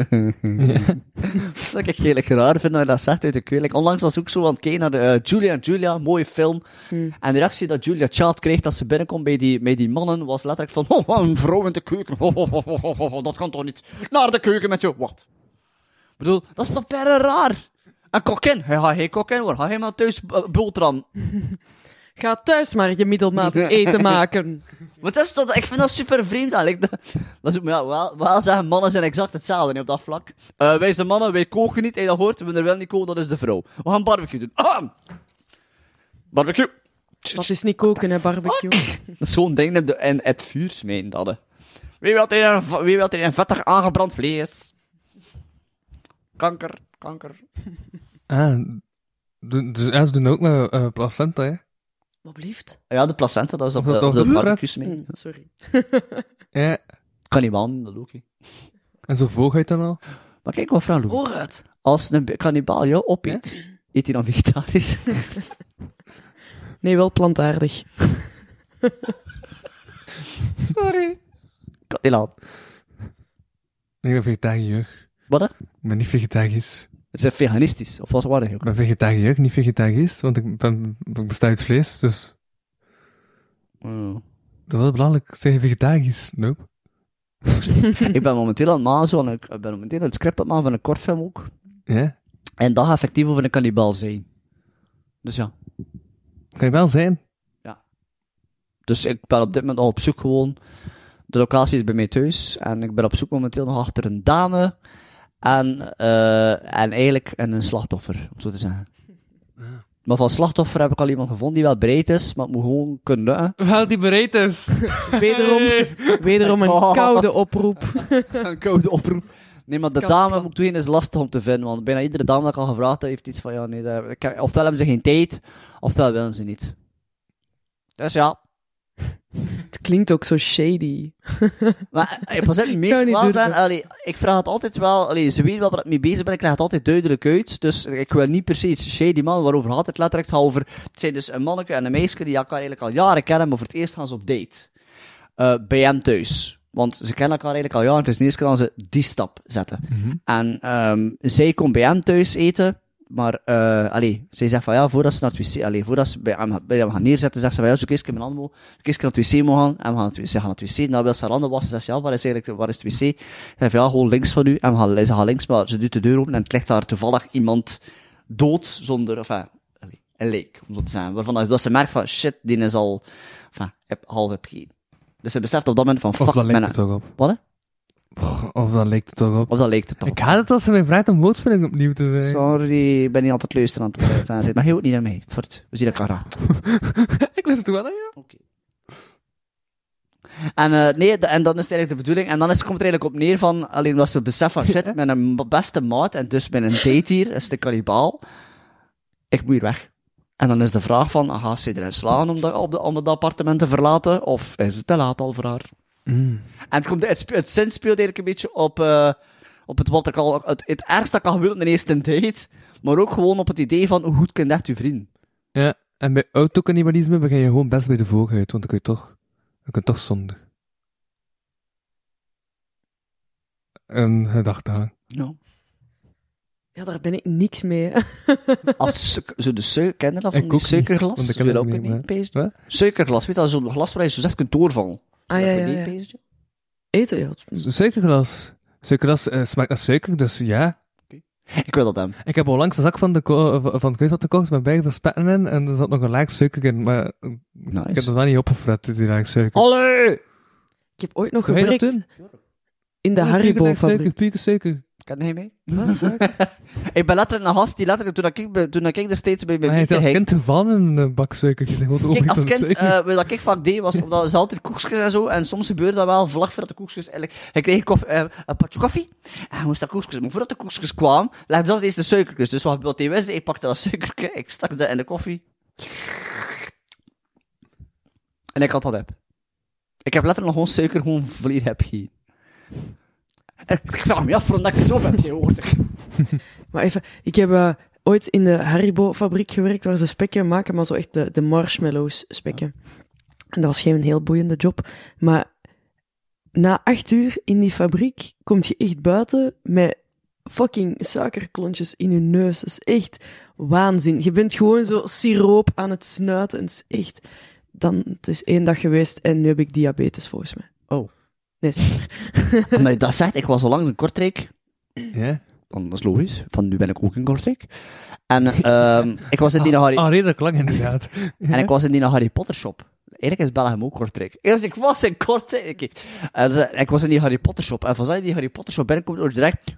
Speaker 1: dat ik heel erg raar vind dat je dat zegt uit de keuken? Onlangs was ik ook zo aan het kijken naar de Julia, mooie film. En de reactie dat Julia Child kreeg dat ze binnenkomt bij die mannen was letterlijk van, oh, een vrouw in de keuken. Dat kan toch niet? Naar de keuken met je. Wat? Ik bedoel, dat is toch perre raar? Een kokin. Hij gaat geen kokin worden. Ga hij maar thuis boterham.
Speaker 3: Ga thuis maar je middelmatig eten maken.
Speaker 1: Maar het is toch, ik vind dat super vreemd eigenlijk. Dat is, ja, wel zeggen, mannen zijn exact hetzelfde niet, op dat vlak. Wij zijn mannen, wij koken niet. En dat hoort, we er wel niet koken, dat is de vrouw. We gaan barbecue doen. Barbecue.
Speaker 3: Dat is niet koken, hè, barbecue.
Speaker 1: Dat is zo'n ding in het vuur smijten, dat. Hè. Wie wil er een vettig aangebrand vlees? Kanker.
Speaker 2: Ze doen ook met placenta, hè?
Speaker 3: Wat blieft?
Speaker 1: Ja, de placenta, dat is op
Speaker 2: Of dat
Speaker 1: de
Speaker 2: toch
Speaker 1: barbecue smijten.
Speaker 3: Sorry.
Speaker 2: Ja.
Speaker 1: Kan niet man, dat ook niet.
Speaker 2: En zo voogheid dan al?
Speaker 1: Maar kijk wat vraag, Lou.
Speaker 3: Vooruit.
Speaker 1: Als een kannibaal jou opeet, eet hij dan vegetarisch?
Speaker 3: Nee, wel plantaardig.
Speaker 1: Sorry. Ik had niet laten.
Speaker 2: Ik ben vegetariër.
Speaker 1: Wat hè?
Speaker 2: Ik ben niet vegetarisch.
Speaker 1: Is het veganistisch? Of wat was het
Speaker 2: Ik
Speaker 1: ook?
Speaker 2: ben vegetariër, niet vegetarisch, want ik besta uit vlees, dus dat is wel belangrijk. Zeg je vegetarisch? Nope.
Speaker 1: Ik ben momenteel aan het maken, ik ben momenteel het script aan het maken van een kortfilm ook.
Speaker 2: Ja?
Speaker 1: En dat gaat effectief over een kannibaal zijn. Dus ja.
Speaker 2: Kan je wel zijn?
Speaker 1: Dus ik ben op dit moment al op zoek gewoon. De locatie is bij mij thuis. En ik ben op zoek momenteel nog achter een dame. En eigenlijk een slachtoffer, om zo te zeggen. Maar van slachtoffer heb ik al iemand gevonden die wel bereid is, maar het moet gewoon kunnen lukken.
Speaker 2: Wel die bereid is.
Speaker 3: Wederom een koude oproep.
Speaker 1: Een koude oproep. Nee, maar de dame, moet ik toegeven, is lastig om te vinden, want bijna iedere dame dat ik al gevraagd heb, heeft iets van, ja, nee, oftewel hebben ze geen tijd, oftewel willen ze niet. Dus ja.
Speaker 3: Het klinkt ook zo shady.
Speaker 1: Maar pas op, meestal wel zijn, ik vraag het altijd wel, ze weten wel waar ik mee bezig ben, ik leg het altijd duidelijk uit, dus ik wil niet per se iets shady man, waarover gaat het letterlijk, het gaat over, het zijn dus een manneke en een meisje die elkaar eigenlijk al jaren kennen, maar voor het eerst gaan ze op date. Bij hem thuis. Want ze kennen elkaar eigenlijk al jaren, het is de eerste keer dat ze die stap zetten. En zij komt bij hem thuis eten, maar zij zegt van ja, voordat ze naar het wc, voordat ze bij hem gaan neerzetten, zegt ze van ja, zoek eens mijn handen, zoek eens naar het wc mogen gaan, en we gaan ze gaan naar het wc, dan wil ze haar handen wassen, zegt ze ja, waar is het wc? Ze zegt ja, gewoon links van u, en ze gaan links, maar ze doet de deur open, en het ligt daar toevallig iemand dood, zonder, een leek, om zo te zeggen, waarvan dat ze merkt van shit, die is al, half opgegeten. Dus ze beseft op dat moment van fuck,
Speaker 2: of dat lijkt het toch op.
Speaker 1: Wat hè?
Speaker 2: Of dat leek het toch op.
Speaker 1: Of dat leek het toch
Speaker 2: Ik haat het als ze mij vraagt om woordspeling opnieuw te zeggen.
Speaker 1: Sorry, ik ben niet altijd luisteren aan het zijn. Maar heel niet naar mij. We zien elkaar aan.
Speaker 2: Ik luister wel naar jou.
Speaker 1: Oké. En en dan is het eigenlijk de bedoeling. En dan komt het er eigenlijk op neer van, alleen omdat ze beseffen van shit, met een beste maat, en dus met een date hier, is de kannibaal. Ik moet hier weg. En dan is de vraag van, gaat ze erin slagen om dat appartement te verlaten, of is het te laat al voor haar? En het zin speelt eigenlijk een beetje op het wat ik al, het ergste dat kan gebeuren op de eerste date, maar ook gewoon op het idee van, hoe goed kent echt uw vriend?
Speaker 2: Ja, en bij autocannibalisme begin je gewoon best bij de vooruit, want dan kun je toch zonder. Een gedachte aan.
Speaker 1: Ja.
Speaker 3: Ja, daar ben ik niks mee.
Speaker 1: Als zo de suiker, ken je dat
Speaker 2: Ik
Speaker 1: van
Speaker 2: ook
Speaker 1: die suikerglas?
Speaker 2: niet, want ik
Speaker 1: Dat
Speaker 2: ken
Speaker 1: wil
Speaker 2: het
Speaker 1: ook
Speaker 2: niet,
Speaker 1: niet pees.
Speaker 2: Wat?
Speaker 1: Suikerglas, weet je, dat is zo'n glas waar je zo zegt kunt doorvallen.
Speaker 3: Ah, ja. Eten, ja.
Speaker 2: Suikerglas. Suikerglas smaakt naar suiker, dus ja.
Speaker 1: Ik wil dat hem.
Speaker 2: Ik heb onlangs een zak van het kwijt gekocht met bergen van spetten in, en er zat nog een laag suiker in, maar
Speaker 1: Nice.
Speaker 2: ik heb dat wel niet opgefret, die laag suiker.
Speaker 1: Allee!
Speaker 3: Ik heb ooit nog
Speaker 2: Zou jij dat
Speaker 3: gewerkt
Speaker 2: doen?
Speaker 3: in de Haribo-fabriek.
Speaker 2: Puur suiker.
Speaker 1: Ken je mee?
Speaker 3: Wat, suiker?
Speaker 1: Ik ben letterlijk een gast die letterlijk, toen ik destijds bij
Speaker 2: Maar
Speaker 1: mijn
Speaker 2: je bent als
Speaker 1: ging...
Speaker 2: kind gevallen in een bak suiker. Je zegt gewoon
Speaker 1: Kijk, als
Speaker 2: overgetoond
Speaker 1: kind,
Speaker 2: suiker.
Speaker 1: wat ik vaak deed, was omdat ze altijd koekjes en zo, en soms gebeurde dat wel, vlak voordat de koekjes, eigenlijk, ik kreeg een potje koffie, en je moest dat koekjes, maar voordat de koekjes kwamen, legde dat eerst de suikertjes. Dus wat hij wist, ik pakte dat suikertje, ik stak dat in de koffie, en ik had dat heb. Ik heb letterlijk nog gewoon suiker, gewoon volledig heb gegeten. En ik vraag me af waarom dat ik zo ben tegenwoordig.
Speaker 3: Maar even, ik heb ooit in de Haribo-fabriek gewerkt, waar ze spekken maken, maar zo echt de marshmallows spekken. En dat was geen heel boeiende job. Maar na 8 uur in die fabriek kom je echt buiten met fucking suikerklontjes in je neus. Dat is echt waanzin. Je bent gewoon zo siroop aan het snuiten. Het is echt... Het is 1 dag geweest en nu heb ik diabetes, volgens mij.
Speaker 1: Oh.
Speaker 3: Nee, is niet waar.
Speaker 1: Maar dat zegt, ik was al langs in Kortrijk.
Speaker 2: Ja?
Speaker 1: Dat is logisch. Van nu ben ik ook in Kortrijk. En ik was in die
Speaker 2: redelijk lang inderdaad.
Speaker 1: En ik was in die Harry Potter shop. Eigenlijk is Belgium ook Kortrijk. Eerst, ik was in Kortrijk. Okay. En ik was in die Harry Potter shop. En van die Harry Potter shop binnenkomt, hoor je direct...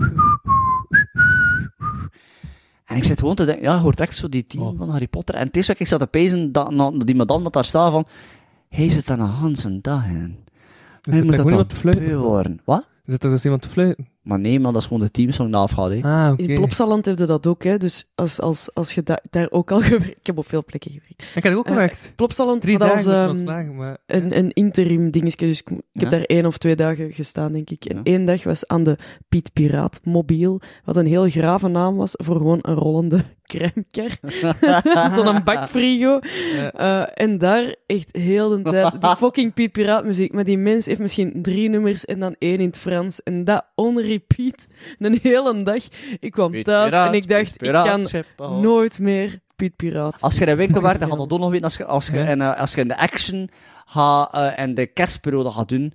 Speaker 1: En ik zit gewoon te denken, ja, je hoort direct zo die team van Harry Potter. En het eerste wat ik zat te pezen, die madame dat daar staat van... Hij zit daar een ganse dag in. Hij moet dat dan beu worden. Wat?
Speaker 2: Zit er dus iemand te fluiten?
Speaker 1: Maar nee, man, dat is gewoon de teamsong die afgaat, hè.
Speaker 2: Ah, oké.
Speaker 3: In Plopsaland heb je dat ook, hè. Dus als je daar ook al gewerkt... Ik heb op veel plekken gewerkt.
Speaker 2: Ik heb ook gewerkt.
Speaker 3: Plopsaland,
Speaker 2: 3
Speaker 3: dat
Speaker 2: dagen
Speaker 3: was
Speaker 2: ontslagen, maar...
Speaker 3: een interim dingetje. Dus ik heb
Speaker 1: Ja.
Speaker 3: daar 1 of 2 dagen gestaan, denk ik. En
Speaker 1: Ja.
Speaker 3: 1 dag was aan de Piet Piraat Mobiel, wat een heel grave naam was voor gewoon een rollende crèmekar. Zo'n bakfrigo. En daar echt heel de tijd die fucking Piet Piraat muziek. Maar die mens heeft misschien 3 nummers en dan 1 in het Frans. En dat on repeat een hele dag. Ik kwam thuis en ik dacht, ik kan nooit meer Piet Piraat.
Speaker 1: Als je in een winkel werkt, dan gaat dat ook nog weten. Als je in de action en de kerstperiode gaat doen,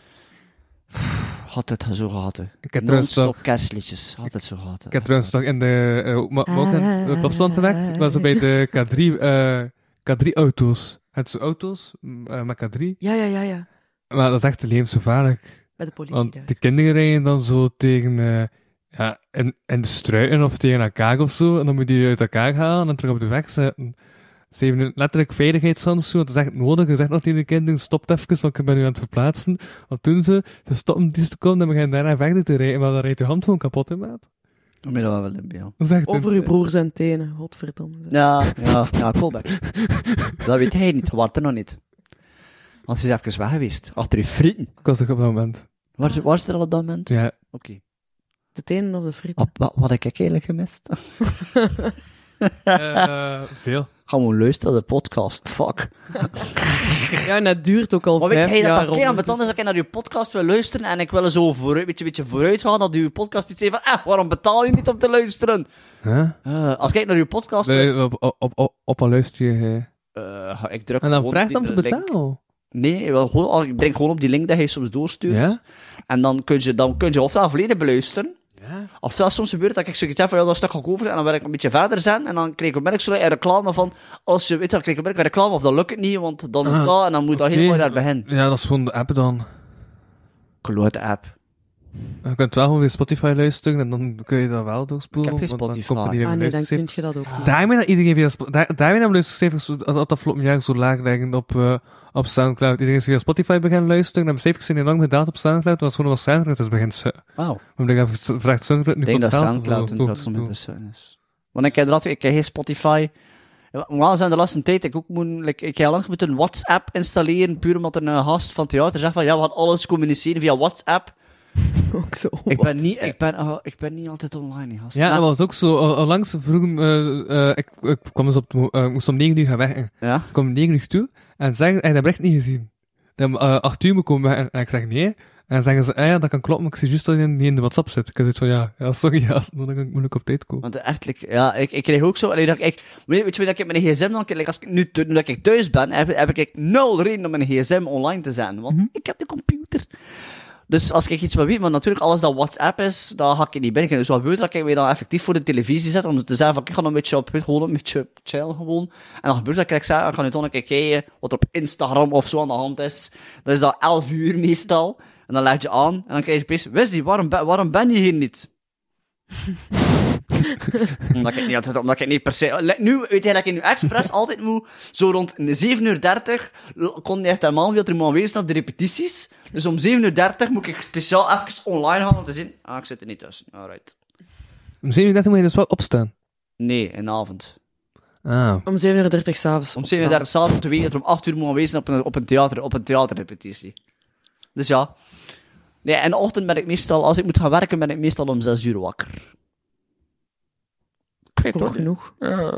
Speaker 1: had het zo gehad.
Speaker 2: Ik heb trouwens
Speaker 1: Non-stop
Speaker 2: nog...
Speaker 1: kerstliedjes. Had het zo gehad.
Speaker 2: Ik heb trouwens nog in de... maar ook in de Plopsaland gewerkt. Ik was bij de K3-auto's. Het zijn auto's met K3.
Speaker 3: Ja.
Speaker 2: Maar dat is echt levensgevaarlijk.
Speaker 3: Bij de politie.
Speaker 2: Want
Speaker 3: daar.
Speaker 2: de kinderen rijden dan zo tegen... in de struiken of tegen elkaar of zo. En dan moet je die uit elkaar halen en terug op de weg zetten. Ze hebben letterlijk veiligheidshandschoen, want dat is echt nodig. Je zegt nog tegen de kinderen, stop even, want ik ben nu aan het verplaatsen. Want toen ze stoppen 10 seconden en beginnen daarna verder te rijden, maar dan rijdt je hand gewoon kapot in maat.
Speaker 1: Dan ben je dat wel in, ja.
Speaker 2: Dat is echt
Speaker 3: Over
Speaker 2: insane.
Speaker 3: uw broer zijn tenen, godverdomme.
Speaker 1: Ja, callback. Dat weet hij niet, wat er nog niet. Want hij is even weg geweest, achter je vrienden.
Speaker 2: Ik was er op dat moment.
Speaker 1: Waar is er al op dat moment?
Speaker 2: Ja.
Speaker 1: Oké.
Speaker 3: De tenen of de frieten?
Speaker 1: Wat heb ik eigenlijk gemist?
Speaker 2: Veel.
Speaker 1: Ga maar luisteren naar de podcast, fuck.
Speaker 3: Ja, en dat duurt ook al
Speaker 1: Maar weet
Speaker 3: 5
Speaker 1: je dat
Speaker 3: jaar.
Speaker 1: oké aan betand is dat ik naar uw podcast wil luisteren en ik wil zo een beetje vooruit gaan dat uw podcast iets zegt van, waarom betaal je niet om te luisteren?
Speaker 2: Huh?
Speaker 1: Als ik naar uw podcast wil,
Speaker 2: Op een luister je.
Speaker 1: ga ik druk
Speaker 2: En dan
Speaker 1: gewoon
Speaker 2: vraagt
Speaker 1: op
Speaker 2: hem
Speaker 1: die
Speaker 2: te
Speaker 1: link.
Speaker 2: betalen.
Speaker 1: Nee, ik druk gewoon op die link dat hij soms doorstuurt.
Speaker 2: Ja?
Speaker 1: En dan kun je ofwel volledig beluisteren,
Speaker 2: Ja.
Speaker 1: ofwel soms gebeurt dat ik zoiets heb van, ja, dat stuk ga ik over en dan wil ik een beetje verder zijn en dan kreeg ik merk zo een reclame van, als je weet, dan kreeg ik een reclame of dan lukt het niet, want dan moet dat en dan moet dat helemaal daar beginnen.
Speaker 2: Ja, dat is gewoon de app dan.
Speaker 1: Klote app.
Speaker 2: Je kunt wel gewoon weer Spotify luisteren en dan kun je dat wel doorspoelen.
Speaker 1: Ik heb geen
Speaker 2: want dan
Speaker 1: Spotify.
Speaker 2: komt er niet
Speaker 3: Ah
Speaker 2: meer
Speaker 3: nee, dan
Speaker 2: luistercijfers.
Speaker 3: kun je dat ook niet.
Speaker 2: Daarmee dat iedereen via daarmee dat luistercijfers als dat afgelopen jaar zo laag liggen op Soundcloud. Iedereen is via Spotify beginnen luisteren en de cijfers zijn heel lang gedaan op Soundcloud, was gewoon wat Soundcloud is begint te
Speaker 1: Wauw.
Speaker 2: omdat ik vraagt Soundcloud nu
Speaker 1: Ik denk dat
Speaker 2: constant
Speaker 1: Soundcloud
Speaker 2: zo-
Speaker 1: inderdaad nog met de sun is. Want ik heb geen Spotify. Normaal zijn de laatste tijd, ik heb lang moeten een WhatsApp installeren, puur omdat er een gast van theater zegt van, ja, we gaan alles communiceren via WhatsApp.
Speaker 3: Ook zo.
Speaker 1: Ik ben niet altijd online, gast.
Speaker 2: Ja, dat was ook zo. Onlangs vroeg ik kwam dus moest om 9 uur gaan werken.
Speaker 1: Ja?
Speaker 2: Ik kwam om 9 uur toe en zeggen, hij dat bericht niet gezien. Dan 8 uur moet komen werken. En ik zeg nee. En dan zeggen ze, ja, dat kan kloppen, maar ik zie juist dat je niet in de WhatsApp zit. Ik had zoiets van, ja, sorry, ja, dan kan ik moeilijk op tijd komen.
Speaker 1: Want echt, ja, ik kreeg ook zo, weet je dat ik met mijn gsm dan, als ik nu dat ik thuis ben, heb ik 0 reden om mijn gsm online te zijn, want ik heb de computer. Dus als ik iets wil weten, maar natuurlijk alles dat WhatsApp is, dan ga ik niet binnen. Dus wat gebeurt dat ik me dan effectief voor de televisie zet, om te zeggen van, ik ga een beetje gewoon een beetje chill gewoon. En dan gebeurt dat ik ga nu toch een keer kijken wat er op Instagram of zo aan de hand is. Dat is dat 11 uur meestal. En En dan leg je aan, en dan krijg je opeens, Wesley, waarom ben je hier niet? omdat ik niet per se... Nu, weet je, dat ik nu expres altijd moet, zo rond 7:30 kon je echt helemaal weer er moet aanwezig op de repetities. Dus om 7:30 moet ik speciaal even online gaan om te zien, ik zit er niet tussen. Alright.
Speaker 2: Om 37 moet je dus wel opstaan.
Speaker 1: Nee, in de avond.
Speaker 2: Ah.
Speaker 3: Om 7:30 s'avonds.
Speaker 1: Om 7:30 s'avonds te weten dat er om 8 uur moet aanwezig op een theaterrepetitie. Dus ja. Nee, in de ochtend ben ik meestal, als ik moet gaan werken, ben ik meestal om 6 uur wakker. Kijk,
Speaker 3: Vroeg genoeg.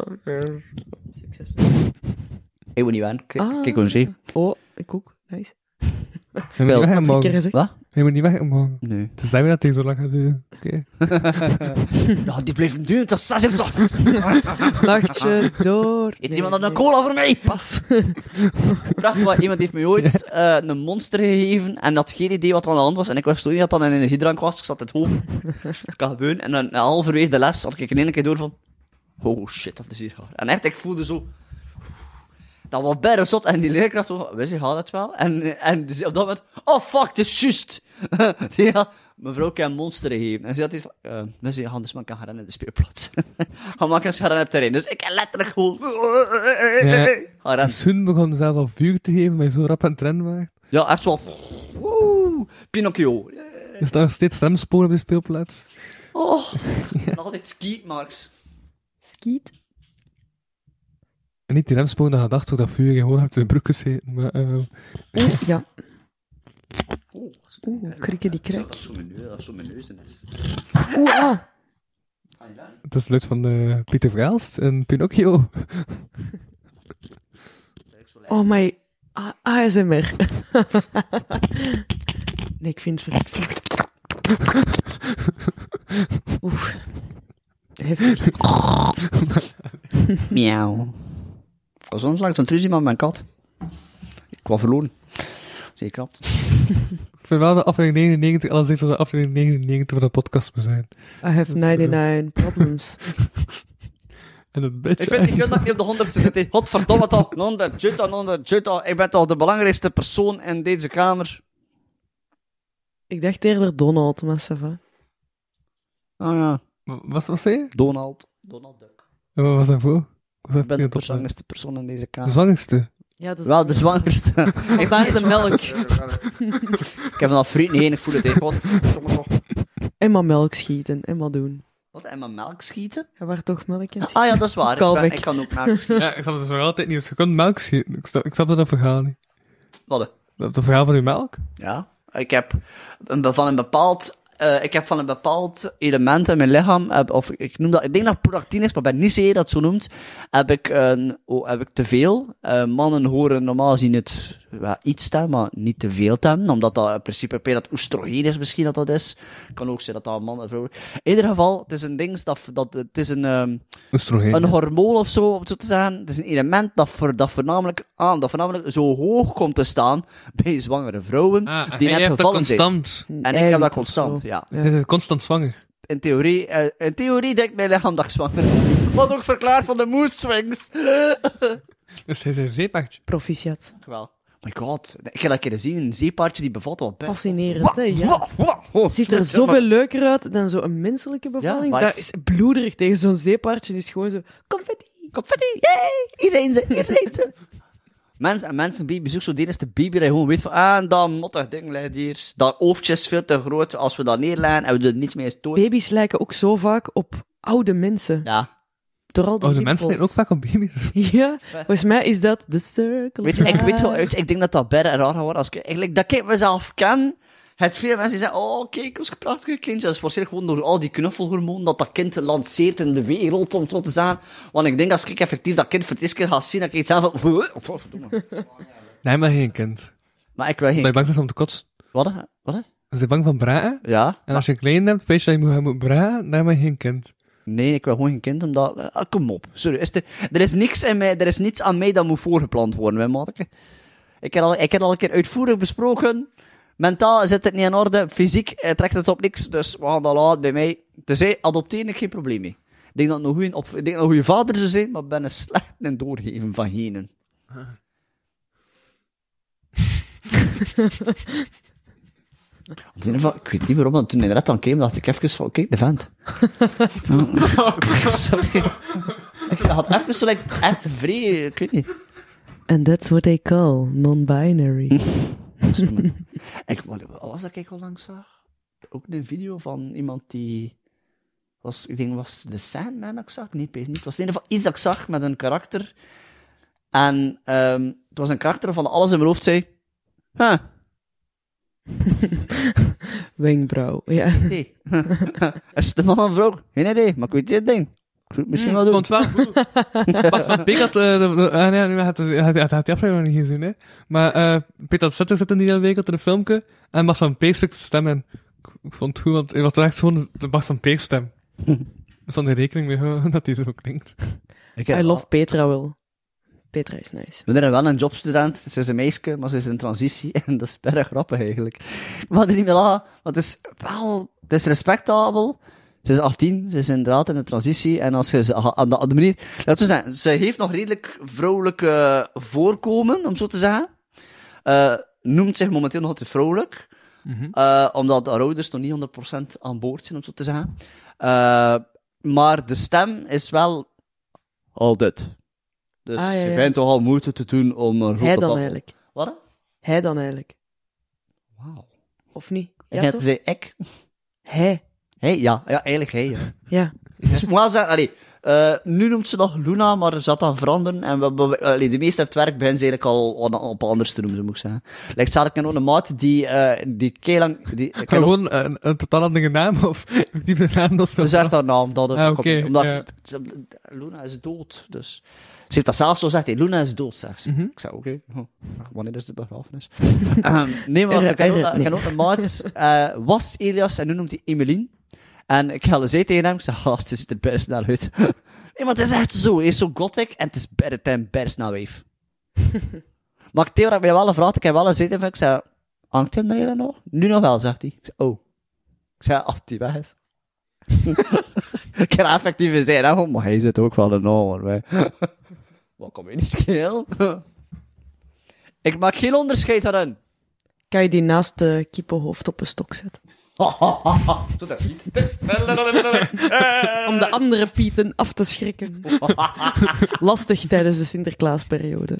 Speaker 1: Ik moet niet wennen.
Speaker 3: Ah.
Speaker 1: Kijk hoe zee.
Speaker 3: Oh, ik ook. Nice.
Speaker 2: Je moet niet weg
Speaker 3: Wat 3 keer
Speaker 2: morgen.
Speaker 3: gezegd.
Speaker 1: Wat?
Speaker 2: Je moet niet weg morgen.
Speaker 1: Nee.
Speaker 2: Het is dat dat tegen zo lang gaat duren. Oké.
Speaker 1: Ja, die blijven duren tot 6 uur 's ochtends.
Speaker 3: Nachtje door.
Speaker 1: Eet iemand een cola voor mij?
Speaker 3: Pas.
Speaker 1: Prachtig, iemand heeft me ooit een monster gegeven en had geen idee wat er aan de hand was. En ik wist toen niet dat dat een energiedrank was. Ik zat het hoog. Dat kan gebeuren. En dan halverwege de les had ik in één keer door van... Oh shit, dat is hier gaar. En echt, ik voelde zo... Dat was bijna zot. En die leerkracht zo... Wist je, gaat het wel? En dus op dat moment... Oh fuck, het is juist. Ja, mevrouw kan een monster geven. En ze had iets van... Wist je, dus man kan gaan rennen in de speelplaats. Ga maar eens gaan rennen op het terrein. Dus ik heb letterlijk gewoon...
Speaker 2: Ja.
Speaker 1: Ga rennen.
Speaker 2: Soon begon ze zelf al vuur te geven, maar je zo rap aan het rennen waren.
Speaker 1: Ja, echt zo. Woe, Pinocchio.
Speaker 2: Er staan nog steeds stemsporen op de speelplaats.
Speaker 1: Oh, nog altijd skietmarks.
Speaker 3: Skiet.
Speaker 2: En niet die remsporen dat gedacht door dat vuur je gewoon hebt in de broek gezeten. Maar,
Speaker 3: Ja.
Speaker 1: Oeh,
Speaker 3: krieken die krek.
Speaker 1: Dat is zo mijn neus in is.
Speaker 3: Ah.
Speaker 2: het is het luid van Pieter Verhelst en Pinocchio.
Speaker 3: Oh my... ASMR. Nee, ik vind het... Oeh. Heftig.
Speaker 1: Miauw. Ik was onlangs aan het ruzie met mijn kat. Ik was verloren. Zeker klopt.
Speaker 2: Ik vind wel dat aflevering 99, alles even de aflevering 99 van de podcast moet zijn.
Speaker 3: I have 99 problems.
Speaker 2: En dat beetje...
Speaker 1: Ik vind dat ik niet op de 100ste zit. Godverdomme toch. 100, Jutta. Ik ben toch de belangrijkste persoon in deze kamer.
Speaker 3: Ik dacht eerder Donald, maar ça va.
Speaker 1: Oh ja.
Speaker 2: Wat zei je?
Speaker 1: Donald Duck.
Speaker 2: En wat was dat voor?
Speaker 1: Ik ben de belangrijkste persoon in deze
Speaker 2: De
Speaker 1: kamer.
Speaker 2: zwangerste.
Speaker 3: Ja, dat is
Speaker 1: Wel, de zwangerste.
Speaker 3: Ik ben de melk.
Speaker 1: Ik heb vanaf vrienden heen, ik voel het tegen. Godverdomme toch.
Speaker 3: En maar melk schieten. En maar doen.
Speaker 1: Wat, en mijn melk schieten?
Speaker 3: Je waar toch melk in?
Speaker 1: Ah ja, dat is waar.
Speaker 3: Callback.
Speaker 1: Ik kan ook melk schieten.
Speaker 2: Ja, ik snap het nog altijd niet. Dus je kunt melk schieten. Ik snap dat verhaal niet.
Speaker 1: Wat?
Speaker 2: Dat verhaal van uw melk?
Speaker 1: Ja. Ik heb van een bepaald element in mijn lichaam, ik noem dat, ik denk dat het prolactine is, maar ik ben niet zeker dat het zo noemt, heb ik te veel. Mannen horen normaal gezien het iets te, maar niet te veel te hebben, omdat dat in principe dat oestrogeen is misschien dat is. Kan ook zijn dat dat een man en vrouw. In ieder geval, het is een ding het is een hormoon of zo, om het zo te zeggen. Het is een element dat voornamelijk zo hoog komt te staan bij zwangere vrouwen die net gevallen zijn.
Speaker 2: Constant.
Speaker 1: En ik heb dat constant, ja.
Speaker 2: Je bent constant zwanger.
Speaker 1: In theorie denkt mijn lichaam dat ik zwanger ben. Wat ook verklaart van de mood swings.
Speaker 2: Dus hij is een zeepaardje.
Speaker 3: Proficiat.
Speaker 1: Wel. My god. Ik heb dat keer gezien, een zeepaardje die bevat wat best.
Speaker 3: Fascinerend, hè? Ja. Het ziet er zoveel leuker uit dan zo'n menselijke bevalling.
Speaker 1: maar
Speaker 3: Dat is bloederig tegen zo'n zeepaardje. Die is gewoon zo... Confetti!
Speaker 1: Confetti, yay! Hier zijn ze. Mensen baby zoeken zo de eerste baby dat je gewoon weet van, dat mottig ding ligt hier. Dat hoofdje is veel te groot. Als we dat neerleggen en we er niets mee stoot.
Speaker 3: Baby's lijken ook zo vaak op oude mensen.
Speaker 1: Ja.
Speaker 3: Door al die
Speaker 2: Oh, de mensen
Speaker 3: rimpels.
Speaker 2: zijn ook vaak op baby's.
Speaker 3: Ja, volgens mij is dat the circle.
Speaker 1: Weet je, ik denk dat dat bijna raar gaat worden. Als dat ik mezelf ken, het veel mensen die zeggen, oh, kijk, ons prachtige kindje. Dat is waarschijnlijk gewoon door al die knuffelhormonen dat kind lanceert in de wereld, om het zo te zeggen. Want ik denk, als ik effectief dat kind voor het eerste keer ga zien, dat ik iets zelf van,
Speaker 2: Nee, maar geen kind.
Speaker 1: maar ik wil geen...
Speaker 2: Omdat je bang bent om te kotsen.
Speaker 1: Wat?
Speaker 2: Als je bang van braken.
Speaker 1: Ja?
Speaker 2: En als je een klein hebt, weet je dat je moet braken, dan heb je geen kind.
Speaker 1: Nee, ik wil gewoon geen kind, omdat... kom op. Sorry, er is niks in mij, er is niets aan mij dat moet voorgeplant worden, hè, maatje. Ik heb al een keer uitvoerig besproken. Mentaal zit het niet in orde. Fysiek trekt het op niks. Dus we gaan dat laten bij mij. Dus adopteren ik geen probleem mee. Ik denk dat ik een goede vader zou zijn, maar ik ben een slecht in doorgeven van genen. In ieder geval, ik weet niet waarom, want toen hij net aan kwam, dacht ik even van, kijk, de vent. Sorry. Ik had even zo, echt vrij, ik weet niet.
Speaker 3: And that's what they call non-binary.
Speaker 1: Wat was dat ik al langs zag? Ook een video van iemand die... ik denk, was het de Sandman dat ik zag? Nee, pees niet. Het was in ieder geval iets dat ik zag met een karakter. En het was een karakter waarvan alles in mijn hoofd zei...
Speaker 3: Wenkbrauw, ja.
Speaker 1: Nee. Is het een man of een vrouw? Geen idee, maar ik weet niet het ding. Ik zou het misschien wel doen.
Speaker 2: Want wel goed. Bart van Beek had... hij had die aflevering nog niet gezien, hè. Maar Peter Sutter zit in die hele week in een filmpje. En Bart van Beek spreekt de stem in. Ik vond het goed, want hij was toch echt gewoon de Bart van Beek stem. Dus dan er rekening mee houden dat hij zo klinkt.
Speaker 3: I love Petra wel. Petra is nice.
Speaker 1: We hebben wel een jobstudent. Ze is een meisje, maar ze is in transitie. En dat is bijna grappig, eigenlijk. Maar er niet meer aan. Want het is respectabel. Ze is 18, ze is inderdaad in de transitie. En als je ze aan de manier... Laten we zeggen, ze heeft nog redelijk vrouwelijke voorkomen, om zo te zeggen. Noemt zich momenteel nog altijd vrouwelijk. Omdat haar ouders nog niet 100% aan boord zijn, om zo te zeggen. Maar de stem is wel al dit. Dus je bent toch al moeite te doen om een
Speaker 3: Hij dan eigenlijk.
Speaker 1: Wat?
Speaker 3: Hij dan eigenlijk.
Speaker 1: Wauw.
Speaker 3: Of niet?
Speaker 1: Ja,
Speaker 3: Ja,
Speaker 1: en
Speaker 3: toch?
Speaker 1: zei ik.
Speaker 3: Hij.
Speaker 1: Hey, ja, eigenlijk hij. Ja.
Speaker 3: Ja.
Speaker 1: Dus ik moet wel zeggen, nu noemt ze nog Luna, maar ze had dat veranderen. En de meeste op het werk beginnen ze eigenlijk al op anders te noemen, moet ik zeggen. Lijkt zelfs ik een maat die keilang...
Speaker 2: Gewoon een totaal andere naam, of die de naam dat
Speaker 1: Ze zegt haar naam.
Speaker 2: Oké,
Speaker 1: omdat Luna is dood, dus... Ze heeft dat zelf zo gezegd, hey, Luna is dood, zegt ze. Ik zei, oké, wanneer is de begrafenis? Nee, maar ik ken ook een maat, was Elias, en nu noemt hij Emeline. En ik zei tegen hem, ik zei, het ziet er best snel uit. Nee, maar het is echt zo, hij is zo gothic, en het is best snel wijf. Maar Theo had mij wel gevraagd, ik heb wel gezeten, ik zei, hangt hem er nog? Nu nog wel, zegt hij. Ik zei, oh. Ik zei, als die weg is. Ik kan effectief zijn, maar hij zit ook wel een hoor. Wat kan je niet schelen? Ik maak geen onderscheid daarin.
Speaker 3: Kan je die naast de kippenhoofd op een stok zetten?
Speaker 1: Zo dat niet.
Speaker 3: Om de andere Pieten af te schrikken. Lastig tijdens de Sinterklaasperiode.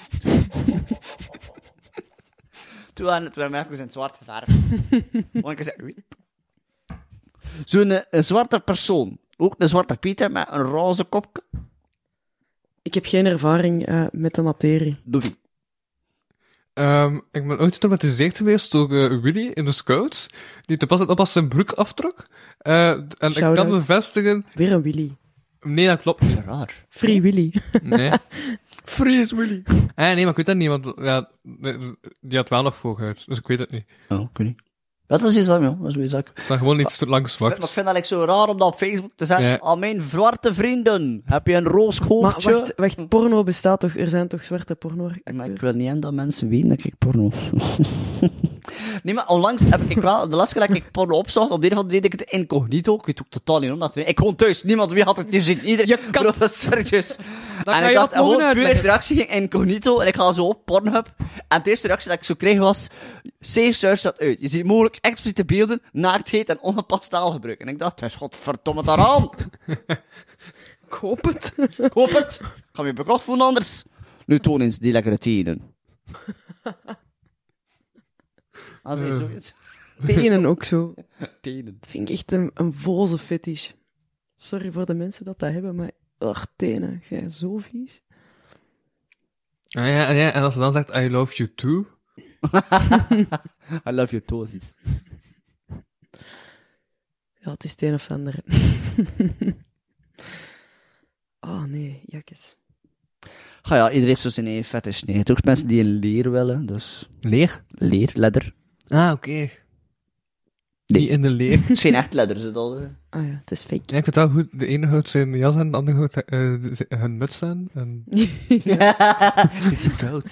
Speaker 1: Toen waren het mijn in het zwart geverfd. Want ik zei, zo'n zwarte persoon. Ook een zwarte Piet met een roze kopje.
Speaker 3: Ik heb geen ervaring met de materie.
Speaker 1: Doe die.
Speaker 2: Ik ben ooit getraumatiseerd geweest door Willy in de Scouts, die te pas op als zijn broek aftrok. En ik kan bevestigen...
Speaker 3: Weer een Willy.
Speaker 2: Nee, dat klopt niet.
Speaker 1: Raar.
Speaker 3: Free Willy.
Speaker 2: Nee.
Speaker 3: Free is Willy.
Speaker 2: Nee, maar ik weet dat niet, want ja, die had wel nog vooruit, dus ik weet het niet.
Speaker 1: Oh, ik weet niet. Dat is iets joh. Dat is weer zak.
Speaker 2: Het is dan gewoon iets te lang
Speaker 1: Maar
Speaker 2: zwart.
Speaker 1: ik vind dat zo raar om dat op Facebook te zeggen.
Speaker 2: Ja.
Speaker 1: Aan mijn zwarte vrienden, heb je een roos
Speaker 3: Maar
Speaker 1: hoofdje?
Speaker 3: wacht, porno bestaat toch? Er zijn toch zwarte porno-acteurs?
Speaker 1: Maar ik wil niet dat mensen weten dat ik porno... Nee, maar onlangs heb ik wel... De laatste keer dat ik porno opzocht, op de een of andere reden deed ik het incognito. Ik weet ook totaal niet omdat... Ik woon thuis, niemand wie had het gezien. Iedereen...
Speaker 3: Je kat.
Speaker 1: Bro, dat is serieus.
Speaker 3: kan
Speaker 1: En
Speaker 3: je
Speaker 1: ik
Speaker 3: dat
Speaker 1: had
Speaker 3: mogen
Speaker 1: gewoon puur
Speaker 3: uitleggen.
Speaker 1: reactie ging incognito. En ik ga zo op Pornhub. En de eerste reactie dat ik zo kreeg was... Save search dat uit. Je ziet mogelijk expliciete beelden, naaktheid en ongepast taalgebruik. En ik dacht, het is godverdomme daaraan.
Speaker 3: Ik hoop het.
Speaker 1: Ik hoop het. Ik ga me bekrocht voelen anders. Nu toon eens die lekkere tenen. Als je zoiets...
Speaker 3: Tenen ook zo.
Speaker 1: Tenen.
Speaker 3: Vind ik echt een voze fetish. Sorry voor de mensen dat hebben, maar... Ach, tenen. Jij zo vies.
Speaker 2: Ja, en als ze dan zegt, I love you too...
Speaker 1: I love your toesies.
Speaker 3: Ja, het is het een of het andere. Oh nee, jakkes.
Speaker 1: Ja, iedereen heeft zo zijn eigen fetish. Nee, toch mensen die een leer willen, dus...
Speaker 2: Leer?
Speaker 1: Leer, leather.
Speaker 2: Ah, oké. Die in de leer.
Speaker 1: Het is geen echt leather, is het al.
Speaker 3: Ah ja, het is fake.
Speaker 2: Ja, ik vind het wel goed. De ene houdt zijn jas aan, de andere houdt hun muts aan. En...
Speaker 1: Het is koud.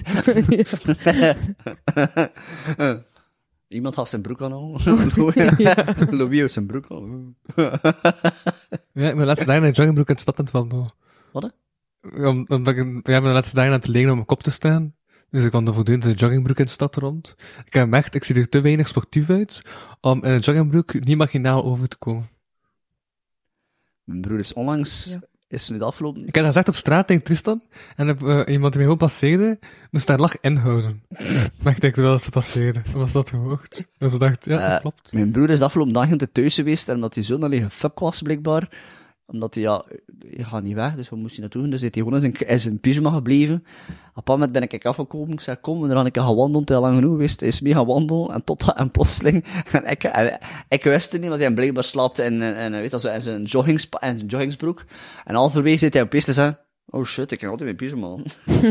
Speaker 1: Iemand had zijn broek aan al. Louis heeft zijn broek aan.
Speaker 2: Ja, mijn laatste dagen in joggingbroek in de stad aan het wandelen.
Speaker 1: Wat?
Speaker 2: Omdat ik mijn laatste dagen aan het legen om mijn kop te staan. Dus ik wandel voortdurend in de joggingbroek in de stad rond. Ik heb gemerkt, ik zie er te weinig sportief uit om in een joggingbroek niet marginaal over te komen.
Speaker 1: Mijn broer is onlangs, is nu de afgelopen...
Speaker 2: Ik heb dat gezegd op straat tegen Tristan, en heb, iemand die mij gewoon passeerde, moest daar lach inhouden. Maar ik dacht wel dat ze passeerde. Was dat gehoord? En ze dacht, ja, dat klopt.
Speaker 1: Mijn broer is de afgelopen dagen te thuis geweest, en omdat hij zo alleen fuck was, blijkbaar. Omdat hij, je gaat niet weg, dus wat moest hij naartoe doen? Dus hij is gewoon in zijn pyjama gebleven. Op een bepaald moment ben ik afgekomen, ik zei, kom, we gaan gaan wandelen, te lang genoeg geweest. Hij is mee gaan wandelen, en plotseling, ik wist het niet, want hij blijkbaar slaapte in zijn joggingsbroek. En halverwege zit hij opeens te zeggen, oh shit, ik kan altijd mijn pyjama aan.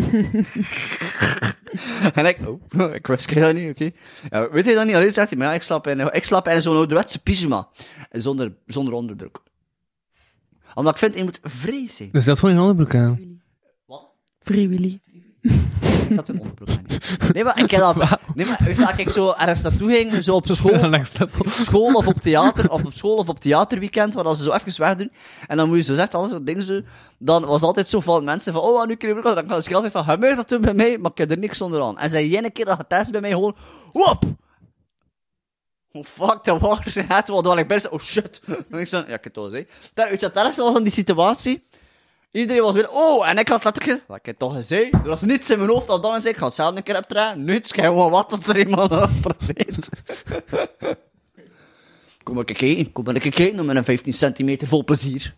Speaker 1: En ik wist dat niet, oké. Ja, weet je dat niet? Alleen zegt hij, maar ja, ik slaap in zo'n ouderwetse pyjama. Zonder onderbroek. Omdat ik vind, je moet vrij zijn.
Speaker 2: Dus dat gewoon een onderbroek aan.
Speaker 1: Wat?
Speaker 3: Free Willy.
Speaker 1: Dat is een onderbroek aan. Nee, maar ik heb dat... Nee, maar weet je, als ik zo ergens naartoe ging, zo op school of op theater, of op theaterweekend, waar ze zo even wegdoen, en dan moet je zo zeggen, alles wat dingen zo, dan was het altijd zo van mensen van, oh, nu kun je broek aan, dan kan je altijd van, ga je dat doen bij mij, maar ik heb er niks onder aan. En zei één keer dat getest bij mij gewoon, wop! Oh fuck, dat was het wel, dat ik best, oh shit. En ik zei, ja, ik heb het al gezegd. Weet je wat het ergste was van die situatie? Iedereen was weer, oh, en ik had letterlijk, wat ik het toch gezegd. Er was niets in mijn hoofd dat dan zei, ik ga het zelf een keer optreden. Nu, het gewoon wat dat er iemand achter deed. Kom maar kijken, met een 15 centimeter vol plezier.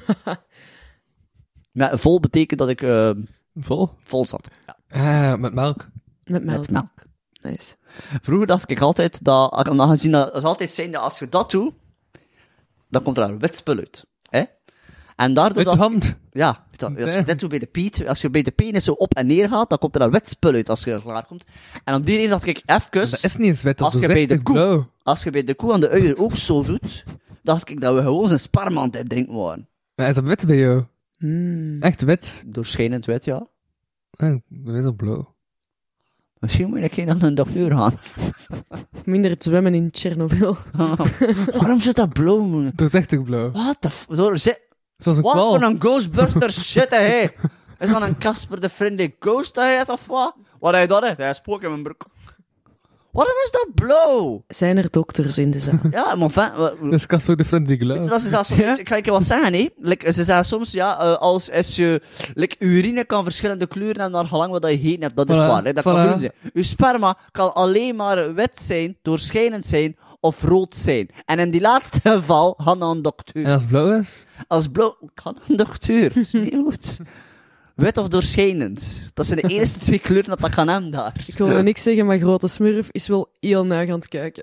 Speaker 1: Ja, vol betekent dat ik, vol zat. Ja.
Speaker 2: Met melk.
Speaker 3: Met melk.
Speaker 1: Met melk.
Speaker 3: Nice.
Speaker 1: Vroeger dacht ik altijd dat, aangezien dat ze altijd zijn dat als je dat doet, dan komt er een wit spul uit. Hè? En daardoor
Speaker 2: Uit de hand.
Speaker 1: Ja, als je dit doet bij de piet, als je bij de penis zo op en neer gaat, dan komt er een wit spul uit als je er klaar komt. En op die reden dacht ik even,
Speaker 2: Dat is niet eens wit, dat
Speaker 1: als
Speaker 2: is
Speaker 1: je
Speaker 2: zo
Speaker 1: bij de
Speaker 2: wit
Speaker 1: koe,
Speaker 2: blauw.
Speaker 1: als je bij de koe aan de uier ook zo doet, dacht ik dat we gewoon zijn sperma aan het drinken waren.
Speaker 2: Maar is dat wit bij jou? Echt wit?
Speaker 1: Doorschijnend wit, ja.
Speaker 2: Wit of blauw?
Speaker 1: Misschien moet ik geen naar een dokter gaan.
Speaker 3: Minder het zwemmen in Tsjernobyl.
Speaker 1: Waarom zit dat blauw?
Speaker 2: Dat is echt blauw.
Speaker 1: What the
Speaker 2: Zoals een
Speaker 1: wat
Speaker 2: kwal.
Speaker 1: voor een Ghostbuster shit, hè? Is dat een Casper the Friendly Ghost, hè, of wat? Wat hij dat, hè? Hij spook in mijn broek. Waarom is dat blauw?
Speaker 3: Zijn er dokters in de zaal?
Speaker 1: Ja, maar
Speaker 2: Dat is Casper de Friendly Glove.
Speaker 1: dat is dat soms, ik ga je wat zeggen, hè? Like, ze zeggen soms, ja, als je, urine kan verschillende kleuren hebben naar gelang wat je gegeten hebt, dat is waar, hè? Dat kan groen zijn. Je sperma kan alleen maar wit zijn, doorschijnend zijn, of rood zijn. En in die laatste geval, gaan naar een dokter.
Speaker 2: En als het blauw is?
Speaker 1: Als blauw, ga naar een dokter. Dat is niet goed. Wit of doorschijnend. Dat zijn de eerste twee kleuren dat kan hebben daar.
Speaker 3: Ik wil niks zeggen, maar Grote Smurf is wel heel naar aan het kijken.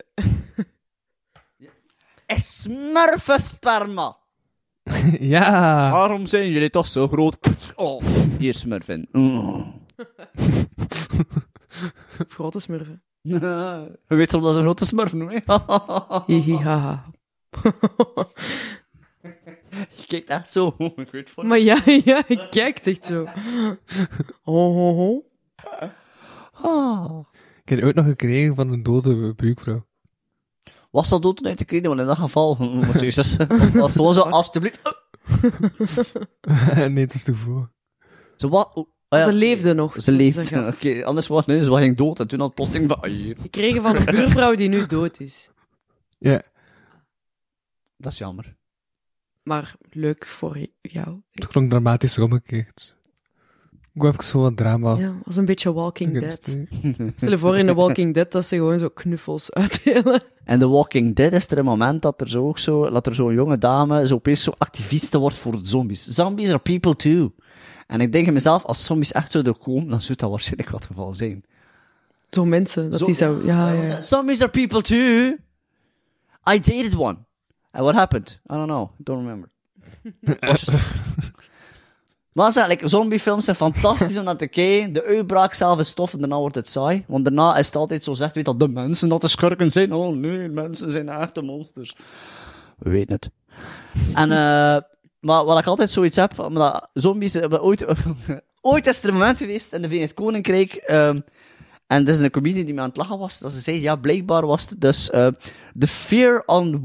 Speaker 1: Is smurfensperma.
Speaker 2: Ja.
Speaker 1: Waarom zijn jullie toch zo groot? Oh, hier smurfen. Oh.
Speaker 3: Grote Smurfen.
Speaker 1: Je weet soms dat ze een grote smurf noemen.
Speaker 3: Hihihaha.
Speaker 1: Je kijkt echt zo. Ik weet van.
Speaker 3: Maar ja, ik kijk echt zo. Oh.
Speaker 2: Ik heb die ooit nog gekregen van een dode buurvrouw.
Speaker 1: Was dat dood uit te krijgen? Want in dat geval, wat Jezus, was het gewoon zo, alsjeblieft.
Speaker 2: Nee, het was tevoren.
Speaker 1: Zo wat? Oh, ja.
Speaker 3: Ze leefde nog.
Speaker 1: Ze leeft.
Speaker 3: Ze gaf.
Speaker 1: Oké, anders was nee, ze was ging dood en toen had het plotseling van, hier.
Speaker 3: Ik kreeg van een buurvrouw die nu dood is.
Speaker 2: Ja.
Speaker 1: Dat is jammer.
Speaker 3: Maar leuk voor jou.
Speaker 2: Het klonk dramatisch omgekeerd. Ik wou even zo wat drama.
Speaker 3: Ja, was een beetje Walking Dead. Stel je voor in The Walking Dead dat ze gewoon zo knuffels uitdelen.
Speaker 1: En The Walking Dead is er een moment dat er zo'n jonge dame zo opeens zo activiste wordt voor zombies. Zombies are people too. En ik denk in mezelf, als zombies echt zouden komen, dan zou dat waarschijnlijk wat het geval zijn.
Speaker 3: Zo mensen, dat die zou... Ja.
Speaker 1: Zombies are people too. I dated one. And what happened? I don't know. I don't remember. Maar like, zombiefilms zijn fantastisch om naar te kijken. De uitbraak zelf is tof en daarna wordt het saai. Want daarna is het altijd zo zegt, weet dat de mensen dat de schurken zijn. Oh nee, mensen zijn echte monsters. We weten het. En, maar wat ik altijd zoiets heb, omdat zombies, ooit is er een moment geweest in de Verenigd Koninkrijk, en dit is een comedian die me aan het lachen was, dat ze zei, ja, blijkbaar was het dus, the fear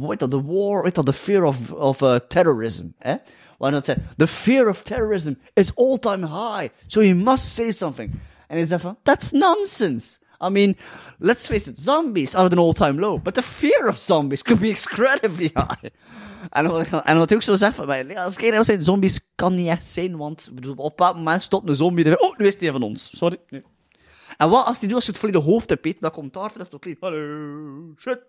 Speaker 1: of terrorism, hè? Want dat zei, the fear of terrorism is all-time high, so you must say something. En hij zei van, that's nonsense. I mean, let's face it, zombies are at an all-time low, but the fear of zombies could be incredibly high. En wat hij ook zo zegt van mij, als ik eerlijk zijn, zombies kan niet echt zijn, want ik bedoel, op dat moment stopt een zombie er, oh, nu is die van ons, sorry. Nee. En wat als die doet, als je het volledig hoofd hebt, Peter, dan komt daar terug tot leven. Hallo, shit.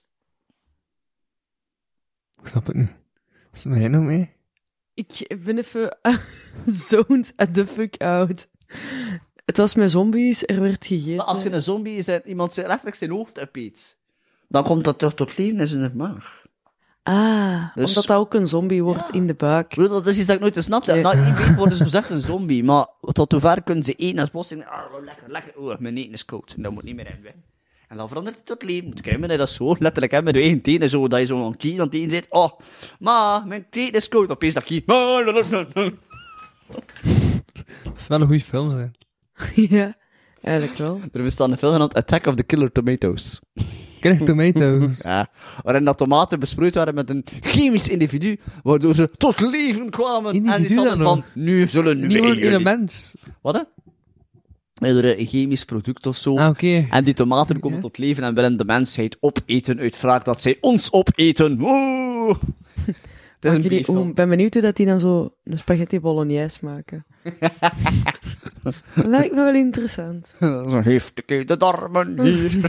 Speaker 2: Ik snap het niet. Wat is er jij nog mee?
Speaker 3: Ik ben even zoned the fuck out. Het was met zombies, er werd gegeten.
Speaker 1: Maar als je een zombie is, iemand letterlijk zijn hoofd opeet, dan komt dat toch tot leven in zijn maag.
Speaker 3: Dus... omdat dat ook een zombie wordt in de buik.
Speaker 1: Ik bedoel, dat is iets dat ik nooit snap. Ja. Na 1 week worden ze gezegd een zombie, maar tot hoever kunnen ze eten en plotseling, lekker, mijn eten is koud. Dat moet niet meer in. En dan verandert het tot leven. Moet krijgen dat zo, letterlijk, hè, met je eigen tenen, zo, dat je zo een kie aan het eten zit. Oh, maar, mijn eten is koud. Opeens dat kie.
Speaker 2: Dat is wel een goede film, zijn.
Speaker 3: Ja, eigenlijk wel.
Speaker 1: Er bestaat een film genaamd Attack of the Killer Tomatoes.
Speaker 2: Killer Tomatoes.
Speaker 1: Ja, waarin dat tomaten besproeid waren met een chemisch individu, waardoor ze tot leven kwamen.
Speaker 2: Individu
Speaker 1: en iets hadden
Speaker 2: dan
Speaker 1: van, nu zullen
Speaker 2: Niet gewoon
Speaker 1: jullie...
Speaker 2: een mens.
Speaker 1: Wat, hè? Door een chemisch product of zo.
Speaker 2: Ah, oké.
Speaker 1: En die tomaten komen tot leven en willen de mensheid opeten uit wraak dat zij ons opeten. Woe! Het is een brieffilm.
Speaker 3: Ik ben benieuwd hoe dat die dan zo een spaghetti bolognese maken. Lijkt me wel interessant.
Speaker 1: Zo heeft ik de darmen hier.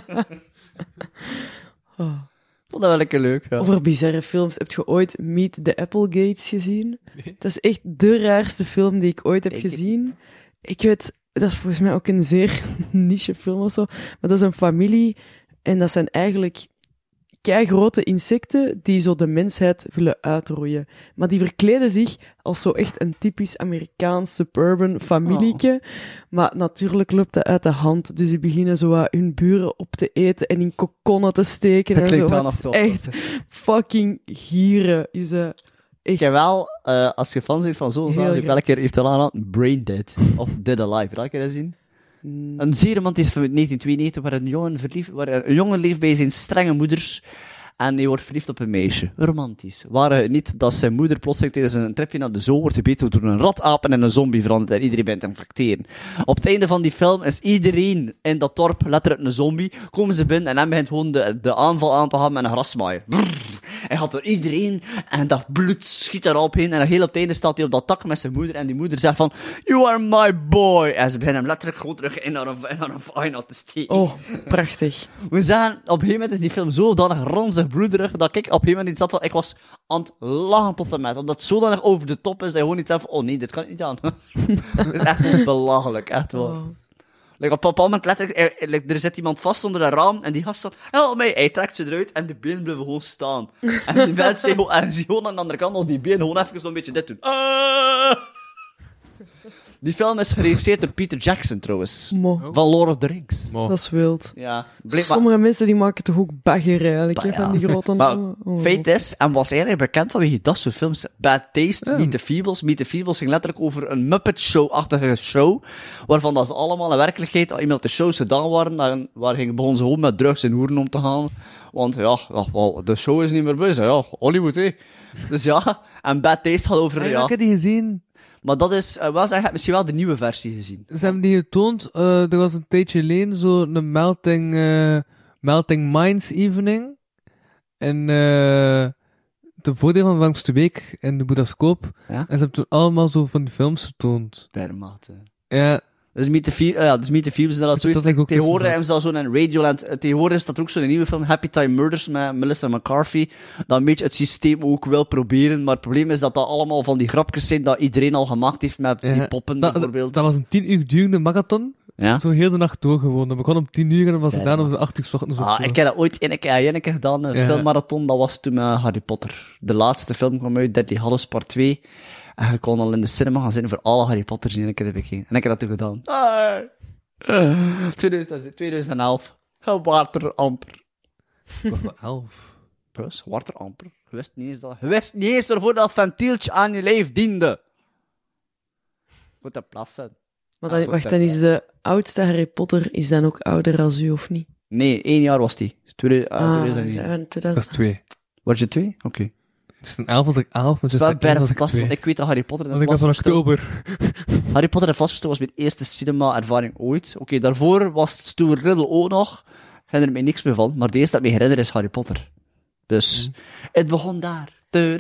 Speaker 3: Oh.
Speaker 1: Ik vond dat wel lekker leuk, ja.
Speaker 3: Over bizarre films. Heb je ooit Meet the Applegates gezien? Nee. Dat is echt de raarste film die ik ooit heb gezien. Ik weet, dat is volgens mij ook een zeer niche film of zo. Maar dat is een familie en dat zijn eigenlijk keigrote insecten die zo de mensheid willen uitroeien. Maar die verkleden zich als zo echt een typisch Amerikaans suburban familietje. Oh. Maar natuurlijk loopt dat uit de hand. Dus die beginnen zo hun buren op te eten en in kokonnen te steken. Dat en zo. Dat is echt fucking gieren. Is echt...
Speaker 1: Ik heb wel, als je fan bent van zo'n zaak, heb ik wel een keer heeft al aan Brain Dead of Dead Alive. Heb je dat gezien? Een zeer romantisch film uit 1992, waar een jongen leeft bij zijn strenge moeders en hij wordt verliefd op een meisje. Romantisch. Waar niet dat zijn moeder plotseling tijdens een tripje naar de zoo wordt gebeten door een rataap en een zombie verandert en iedereen bent te infecteren. Op het einde van die film is iedereen in dat dorp letterlijk een zombie. Komen ze binnen en hij begint gewoon de aanval aan te gaan met een grasmaaier. Hij gaat door iedereen en dat bloed schiet erop heen en heel op het einde staat hij op dat tak met zijn moeder en die moeder zegt van You are my boy. En ze beginnen hem letterlijk gewoon terug in naar een vagina te steken.
Speaker 3: Oh, prachtig.
Speaker 1: We zagen, op een gegeven moment is die film zodanig ranzig bloederig dat ik op een gegeven moment iets zat van, ik was aan het lachen tot en met, omdat het zodanig over de top is dat je gewoon niet zegt van, oh nee, dit kan ik niet aan. Het is echt belachelijk, echt wel. Oh. Like, op een bepaald moment letterlijk, er zit iemand vast onder een raam en die gast van, help mij, hij trekt ze eruit en de benen blijven gewoon staan. En die mensen zien gewoon aan de andere kant als die benen gewoon even zo'n beetje dit doen. Die film is geregisseerd door Peter Jackson, trouwens. Van Lord of the Rings.
Speaker 3: Dat is wild.
Speaker 1: Ja.
Speaker 3: Sommige mensen die maken toch ook bagger, eigenlijk, van die grote...
Speaker 1: Maar feit is, en was eigenlijk bekend vanwege dat soort films, Bad Taste, Meet the Feebles. Meet the Feebles ging letterlijk over een Muppet Show-achtige show, waarvan dat ze allemaal in werkelijkheid, als iemand de shows gedaan waren, begonnen ze gewoon met drugs en hoeren om te gaan. Want ja, de show is niet meer bezig, ja, Hollywood, hè. Dus ja, en Bad Taste gaat over...
Speaker 2: Ik heb die gezien.
Speaker 1: Maar dat is, wel zeg, ik heb misschien wel de nieuwe versie gezien.
Speaker 2: Ze hebben die getoond, er was een tijdje geleden zo'n Melting Minds evening. En de voordeel van langste week in de Boedascoop. Ja? En ze hebben toen allemaal zo van die films getoond.
Speaker 1: Permate.
Speaker 2: Ja.
Speaker 1: Dus Meet the Feebles, dat zoiets. Tegenwoordig hebben ze al zo'n Radioland. Tegenwoordig is dat ook zo'n nieuwe film, Happy Time Murders, met Melissa McCarthy. Dat een beetje het systeem ook wil proberen. Maar het probleem is dat dat allemaal van die grapjes zijn dat iedereen al gemaakt heeft met die poppen, bijvoorbeeld.
Speaker 2: Dat was een 10 uur durende marathon. Ja? Zo heel de nacht doorgewoon. We begonnen om 10 uur en dan was het gedaan om 8 uur 's ochtends.
Speaker 1: Ik heb dat ooit een keer gedaan, een filmmarathon. Dat was toen met Harry Potter. De laatste film kwam uit, Deadly Hallows Part 2. En ik kon al in de cinema gaan zitten voor alle Harry Potters die ik heb gekeken. En ik heb dat toen gedaan. 2011. Water amper.
Speaker 2: 11.
Speaker 1: Plus, water amper. Je wist niet eens waarvoor dat ventieltje aan je lijf diende. Moet dat plat zijn.
Speaker 3: Maar dan, wacht, dan is de oudste Harry Potter is dan ook ouder als u, of niet?
Speaker 1: Nee, 1 jaar was die.
Speaker 3: 2000.
Speaker 2: Dat is 2.
Speaker 1: Was je 2? Oké.
Speaker 2: Dus een 11 was ik 11, maar dus
Speaker 1: ik weet dat Harry Potter...
Speaker 2: Want ik was van oktober.
Speaker 1: Harry Potter en vastgestoken was mijn eerste cinema-ervaring ooit. Oké, daarvoor was Stuart Riddle ook nog. Ik herinner me niks meer van, maar de eerste dat ik me herinner is Harry Potter. Dus, het begon daar.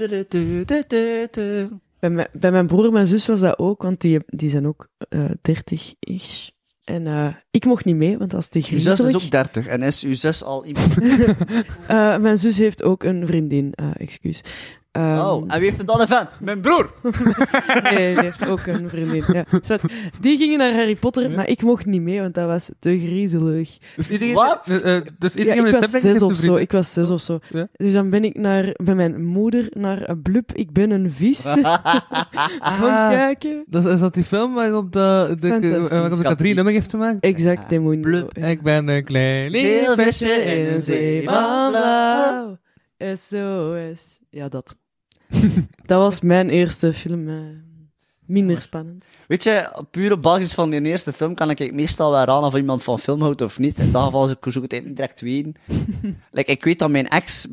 Speaker 3: Bij mijn broer en mijn zus was dat ook, want die zijn ook 30-ish. En ik mocht niet mee, want dat was te
Speaker 1: Uw
Speaker 3: griezelig.
Speaker 1: zus is ook 30 en is uw zus al iemand...
Speaker 3: Mijn zus heeft ook een vriendin, excuus.
Speaker 1: Oh, en wie heeft er dan een vent? Mijn broer!
Speaker 3: Nee, die heeft ook een vriendin. Ja. Die gingen naar Harry Potter, maar ik mocht niet mee, want dat was te griezelig.
Speaker 2: Dus iedereen...
Speaker 1: Wat?
Speaker 2: Dus
Speaker 3: Ja,
Speaker 2: iedereen
Speaker 3: ik
Speaker 2: met
Speaker 3: was
Speaker 2: een
Speaker 3: 6 of zo. Ik was 6 of zo.
Speaker 2: Ja.
Speaker 3: Dus dan ben ik bij mijn moeder naar Blub, ik ben een vis. Gaan kijken.
Speaker 2: Is dat die film waarop de K3 nummer heeft gemaakt?
Speaker 3: Exact, die moet
Speaker 1: Blub.
Speaker 3: ja.
Speaker 2: Ik ben een klein
Speaker 1: Heel
Speaker 2: visje
Speaker 1: visje
Speaker 2: in een zee van blauw.
Speaker 3: SOS. Ja, dat. Dat was mijn eerste film. Minder spannend.
Speaker 1: Weet je, puur op basis van die eerste film kan ik meestal wel raden of iemand van film houdt of niet. In dat geval zoek ik het niet direct weten. Ik weet dat mijn ex,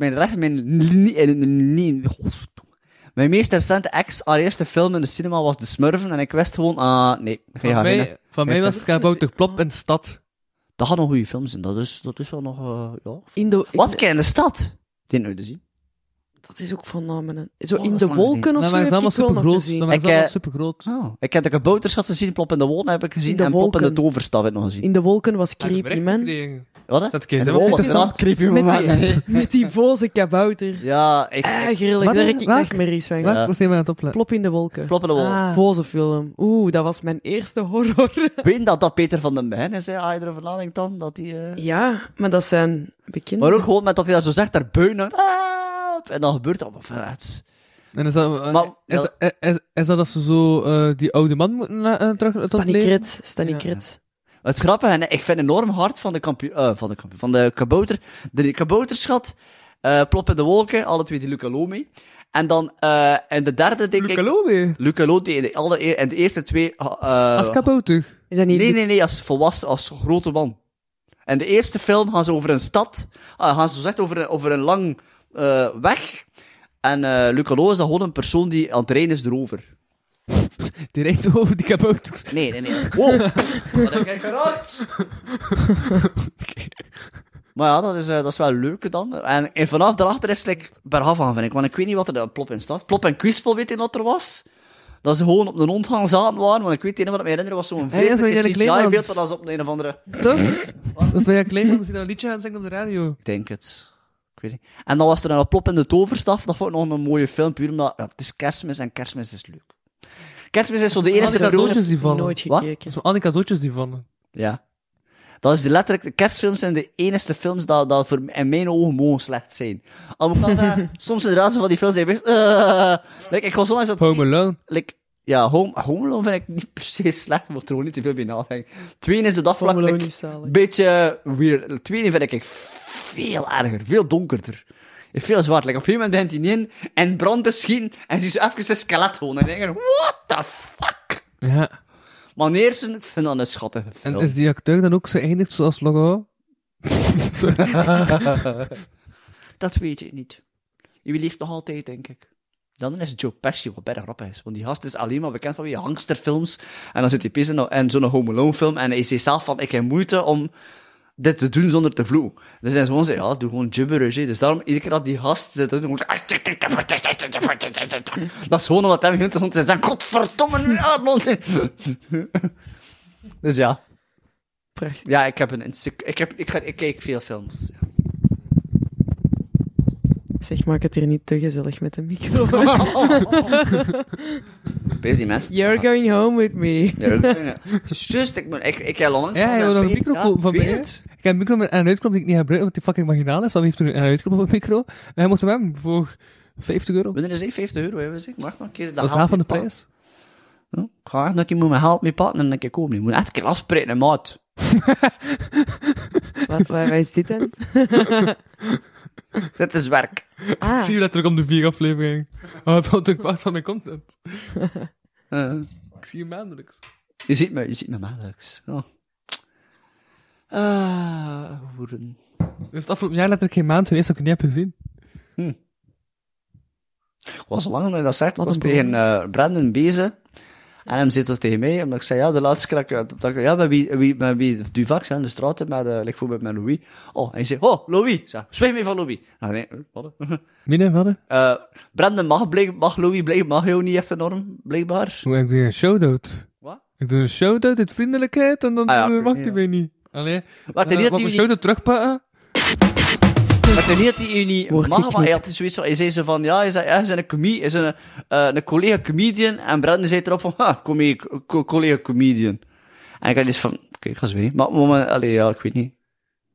Speaker 1: mijn meest recente ex, haar eerste film in de cinema was De Smurfen. En ik wist gewoon, nee.
Speaker 2: Van mij was het Kabouter Plop in de stad.
Speaker 1: Dat gaat een goede film zijn. Dat is wel nog, ja.
Speaker 3: In
Speaker 1: Wat, kijk in de stad? Die nooit te zien.
Speaker 3: Dat is ook van namen. Zo
Speaker 1: Oh,
Speaker 3: in
Speaker 1: dat
Speaker 3: de
Speaker 1: is lang
Speaker 3: wolken of
Speaker 2: Dat
Speaker 3: zo
Speaker 2: was
Speaker 3: heb
Speaker 2: allemaal
Speaker 3: ik wel nog
Speaker 2: supergroot.
Speaker 3: gezien.
Speaker 2: Dat was
Speaker 1: Ik,
Speaker 2: allemaal supergroot.
Speaker 1: Oh. Ik heb de kabouterschat gezien, Plop in de Wolken heb ik gezien,
Speaker 3: In de
Speaker 1: en Plop in de
Speaker 3: Wolken.
Speaker 1: Toverstad heb ik nog gezien.
Speaker 3: In de wolken was creepy, man.
Speaker 1: Wat, hè?
Speaker 2: Dat
Speaker 1: In
Speaker 2: kees,
Speaker 1: de
Speaker 2: hè?
Speaker 1: Wolken
Speaker 2: Wat
Speaker 1: staat creepy
Speaker 3: Met
Speaker 1: moment.
Speaker 3: met die voze kabouters.
Speaker 1: Ja,
Speaker 3: Grillig,
Speaker 2: Wat?
Speaker 3: daar heb ik
Speaker 2: Wat?
Speaker 3: nachtmerries van.
Speaker 2: Wat?
Speaker 1: Ja.
Speaker 2: Was niet meer aan het opletten?
Speaker 3: Plop in de wolken.
Speaker 1: Plop in de Wolken.
Speaker 3: Voze film. Dat was mijn eerste horror.
Speaker 1: Weet je dat Peter van den Begin is, hè? Als je erover nadenkt dan, dat die...
Speaker 3: Ja, maar dat zijn bekende.
Speaker 1: Maar ook gewoon met dat hij dat zo zegt, daar buiten, en dan gebeurt dat allemaal vet.
Speaker 2: En is dat,
Speaker 1: Maar-
Speaker 2: is dat als ze zo die oude man moeten terug tot
Speaker 3: Stanny
Speaker 2: leven?
Speaker 3: Kret. Stanny
Speaker 2: Ja.
Speaker 3: Kret.
Speaker 1: Het grappige, en ik vind enorm hard van de kabouter, de kabouterschat, Plop in de Wolken, alle twee die Luca Lomi. En dan, en de derde, denk ik...
Speaker 2: Lucalobe.
Speaker 1: Luca Lomi, en de eerste twee...
Speaker 2: Als kabouter.
Speaker 3: Is dat niet...
Speaker 1: Nee, als volwassen, als grote man. En de eerste film gaan ze over een stad, gaan ze zo zegt over een lang weg. En Luca Lomi is dan gewoon een persoon die aan het rijden is erover.
Speaker 2: Die rijdt over die kabouters.
Speaker 1: Nee. Wow! Wat heb ik geraakt? Maar ja, dat is wel leuk dan. En vanaf daarachter is het like, bergaf aan, vind ik. Want ik weet niet wat er Plop in staat. Plop en Quispel, weet je wat er was? Dat ze gewoon op de hond gaan zaten waren. Want ik weet niet wat ik me herinner, was zo'n
Speaker 2: Ja, dat is wel
Speaker 1: vreselijke
Speaker 2: Janne
Speaker 1: CGI-beeld,
Speaker 2: Kleemans.
Speaker 1: maar dat is op een of andere...
Speaker 2: Toch? Dat is bij Jan Kleemans die dan een liedje aan zingen op de radio.
Speaker 1: Ik denk het. Ik weet niet. En dan was er een Plop in de Toverstaf. Dat vond ik nog een mooie film, puur omdat het is kerstmis en kerstmis is leuk. Kerstmis is zo de
Speaker 2: Al die
Speaker 1: enige periode...
Speaker 2: cadeautjes die vallen.
Speaker 3: Nooit
Speaker 1: Wat?
Speaker 3: gekeken.
Speaker 2: Dat zijn al die cadeautjes die vallen.
Speaker 1: Ja. Dat is letterlijk, de kerstfilms zijn de enige films dat voor in mijn ogen mogen slecht zijn. Al moet ik wel zeggen, soms zijn er wel zo van die films die je like, ik was zo langs dat...
Speaker 2: Home Alone.
Speaker 1: Like, ja, Home Alone vind ik niet per se slecht, maar er gewoon niet te veel bij nadenken. Tweede is de dag vlak,
Speaker 3: Home Alone
Speaker 1: like,
Speaker 3: is zalig.
Speaker 1: beetje weird. Tweede vind ik veel erger, veel donkerder. Veel zwart. Like, op een gegeven moment begint hij niet in en brandt te schieten en zie je zo even een skelet gewoon. En dan denk je, what the fuck?
Speaker 2: Ja.
Speaker 1: Maar Neersen, ik vind dat een schattige film.
Speaker 2: En is die acteur dan ook zo eindigt zoals Logo?
Speaker 1: Dat weet je niet. Je leeft nog altijd, denk ik. Dan is Joe Pesci wat bijna grappig is. Want die gast is alleen maar bekend van die hangsterfilms. En dan zit hij opeens in zo'n Home Alone film. En hij zegt zelf van, ik heb moeite om dit te doen zonder te vloeken. Dus hij gewoon zegt, ja, doe gewoon gibberish. Hè. Dus daarom, iedere keer dat die gast zit, dan moet dat is gewoon omdat hij begint te zeggen, godverdomme, ja, nonsens. Dus ja.
Speaker 3: Prachtig.
Speaker 1: Ja, ik kijk veel films. Ja.
Speaker 3: Zeg, maak het hier niet te gezellig met de micro.
Speaker 1: Wees die mensen.
Speaker 3: You're going home with me.
Speaker 1: Ja, juist, ik heb al langs.
Speaker 2: Ja, je wil nog een micro kopen van mij.
Speaker 1: weet.
Speaker 2: Ik heb een micro met een uitknop die ik niet gebruik, want die fucking marginaal is. Want wie heeft er een uitknop op een micro? En hij mocht hem hebben voor €50.
Speaker 1: Wanneer is hij? €50, hè? Ik mag nog een keer
Speaker 2: Dat is half van de prijs.
Speaker 1: Ja, ik ga echt nog een keer mijn geld mee pakken en dan kan ik komen. Ik moet echt een keer afspreken in maat.
Speaker 3: Wat is dit dan?
Speaker 1: Dit is werk.
Speaker 3: Ah,
Speaker 2: Zie je letterlijk om de 4 aflevering. Oh, het valt een kwart van mijn content. Ik zie je maandelijks.
Speaker 1: Je ziet me maandelijks. Oh. Hoeren.
Speaker 2: Dus het afgelopen jaar letterlijk geen maand geweest dat ik het niet heb gezien.
Speaker 1: Ik was al lang dat je dat zegt. Ik
Speaker 3: Wat
Speaker 1: was
Speaker 3: een
Speaker 1: tegen Brandon bezig. En hij zei toch tegen mij, omdat ik zei, ja, de laatste keer dat ik ja, met wie Duvax, in de straat, met, like bijvoorbeeld met Louis. Oh, en hij zei, oh, Louis. Zeg, zwijg mee van Louis. Nou, nee, wat?
Speaker 2: Wie wat?
Speaker 1: Brandon mag Louis, mag jou niet echt enorm, blijkbaar.
Speaker 2: Hoe ik doe een shout-out?
Speaker 1: Wat?
Speaker 2: Ik doe een shout-out uit vriendelijkheid en dan mag hij mij niet. Allee,
Speaker 1: Wacht, niet dat
Speaker 2: wat
Speaker 1: hij
Speaker 2: een shout-out terugpakken?
Speaker 1: Maar ten niet dat hij u niet
Speaker 3: Wordt
Speaker 1: mag, maar hij
Speaker 3: geknipt.
Speaker 1: had zoiets van, hij zei zo van, ja, hij is een collega comedian, en Brandon zei erop van, collega comedian. En ik had dus van, oké, ik ga eens mee. Maar moment, ja, ik weet niet.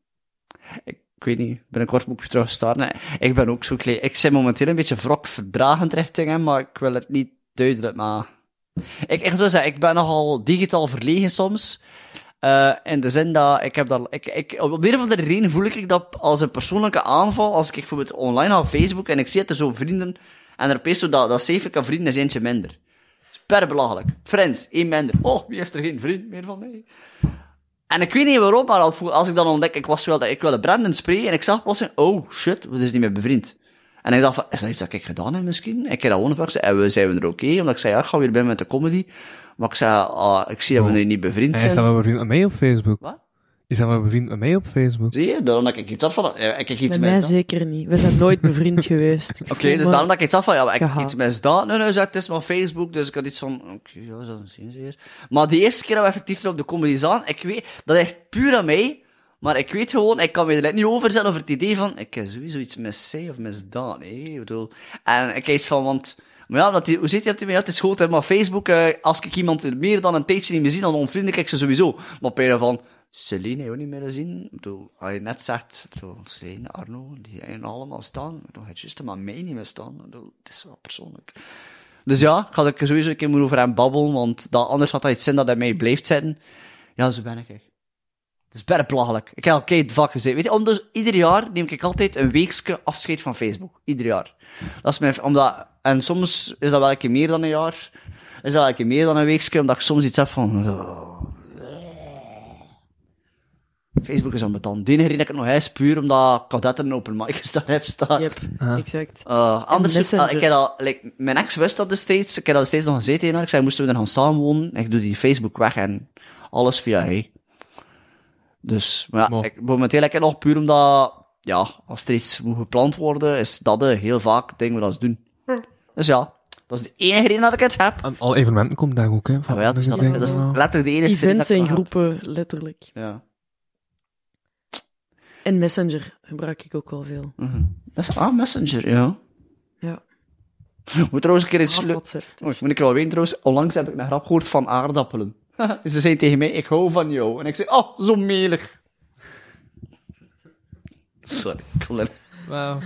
Speaker 1: Ik weet niet, binnenkort moet ik terug starten. Ik ben ook zo klein. Ik ben momenteel een beetje wrok verdragend richting hem, maar ik wil het niet duidelijk maken. Ik zou zeggen, ik ben nogal digitaal verlegen soms. In de zin dat ik heb dat, op de een of andere reden voel ik dat als een persoonlijke aanval, als ik bijvoorbeeld online ga op Facebook en ik zie het er zo vrienden, en er opeens zo dat cijfer aan vrienden is eentje minder. Per belachelijk. Friends, 1 minder. Oh, wie is er geen vriend meer van mij? En ik weet niet waarom, maar als ik dan ontdek, ik wilde Brandon spreken en ik zag plotseling, oh shit, we zijn niet meer bevriend. En ik dacht van, is dat iets dat ik gedaan heb misschien? Ik heb dat gewoon gevraagd, en zijn we er oké? Omdat ik zei, ja, ik ga weer binnen met de comedy. Maar ik zei, ik zie dat we nu niet bevriend
Speaker 2: Hij
Speaker 1: zijn.
Speaker 2: is dan wel bevriend met mij op Facebook.
Speaker 1: Wat?
Speaker 2: Is dan wel bevriend met mij op Facebook?
Speaker 1: Zie je? Daarom dat ik iets had van, ik heb iets
Speaker 3: Bij mij
Speaker 1: misdaan.
Speaker 3: zeker niet. We zijn nooit bevriend geweest.
Speaker 1: Oké, dus daarom dat ik iets had van, ja, maar ik heb
Speaker 3: Gehaat.
Speaker 1: iets misdaan. Nee, het is maar Facebook, dus ik had iets van, oké, ja, zo zien ze eerst. Maar de eerste keer dat we effectief er op de comedy zaten, ik weet, dat is echt puur aan mij, maar ik weet gewoon, ik kan me er net niet over zetten over het idee van, ik heb sowieso iets miszegd of misdaan, ik bedoel. En ik heb iets van, want, maar ja, hoe zit je op die mij? Het is goed, hè, maar Facebook, als ik iemand meer dan een tijdje niet meer zie, dan onvriend ik ze sowieso. Maar op een van, Celine heb je ook niet meer gezien. Ik bedoel, als je net zegt, ik bedoel, Celine, Arno, die zijn allemaal staan. Ik bedoel, het is juist maar mij niet meer staan. Ik bedoel, het is wel persoonlijk. Dus ja, ga ik sowieso een keer moeten over hem babbelen, want anders had dat iets zin dat hij mij blijft zitten. Ja, zo ben ik. Het is bijna belachelijk. Ik heb al keihard vak gezegd. Weet je, dus ieder jaar neem ik altijd een weekje afscheid van Facebook. Ieder jaar. Dat is mijn, en soms is dat wel een keer meer dan een jaar. Is dat wel een keer meer dan een weekje, omdat ik soms iets heb van, Facebook is ambetant. De enige reden dat ik het nog eens puur omdat Cadet er een open mic daar staat.
Speaker 3: Yep,
Speaker 2: Ah.
Speaker 3: exact.
Speaker 1: Anders,
Speaker 3: Messenger.
Speaker 1: ik heb al, mijn ex wist dat destijds. Ik heb dat steeds nog gezeten tegen haar. Ik zei, moesten we er gaan samenwonen? Ik doe die Facebook weg en alles via hij. Dus, maar ja,
Speaker 2: Mo.
Speaker 1: momenteel heb ik het nog puur omdat, ja, als er iets moet gepland worden, is dat heel vaak dingen we dat doen. Dus ja, dat is de enige reden dat ik het heb.
Speaker 2: En alle evenementen komen daar ook, hè.
Speaker 1: Ah, ja, dat is letterlijk de enige reden
Speaker 3: Events
Speaker 1: dat ik
Speaker 3: en
Speaker 1: het heb.
Speaker 3: groepen, letterlijk.
Speaker 1: Ja.
Speaker 3: En Messenger gebruik ik ook wel veel.
Speaker 1: Messenger, ja.
Speaker 3: Ja.
Speaker 1: Moet trouwens een keer iets
Speaker 3: Haat
Speaker 1: leuk.
Speaker 3: WhatsApp,
Speaker 1: Oh,
Speaker 3: dus.
Speaker 1: moet ik wel weten trouwens, onlangs heb ik een grap gehoord van aardappelen. Ze zei tegen mij, ik hou van jou. En ik zei, oh, zo melig. Sorry, Colin.
Speaker 2: Wauw.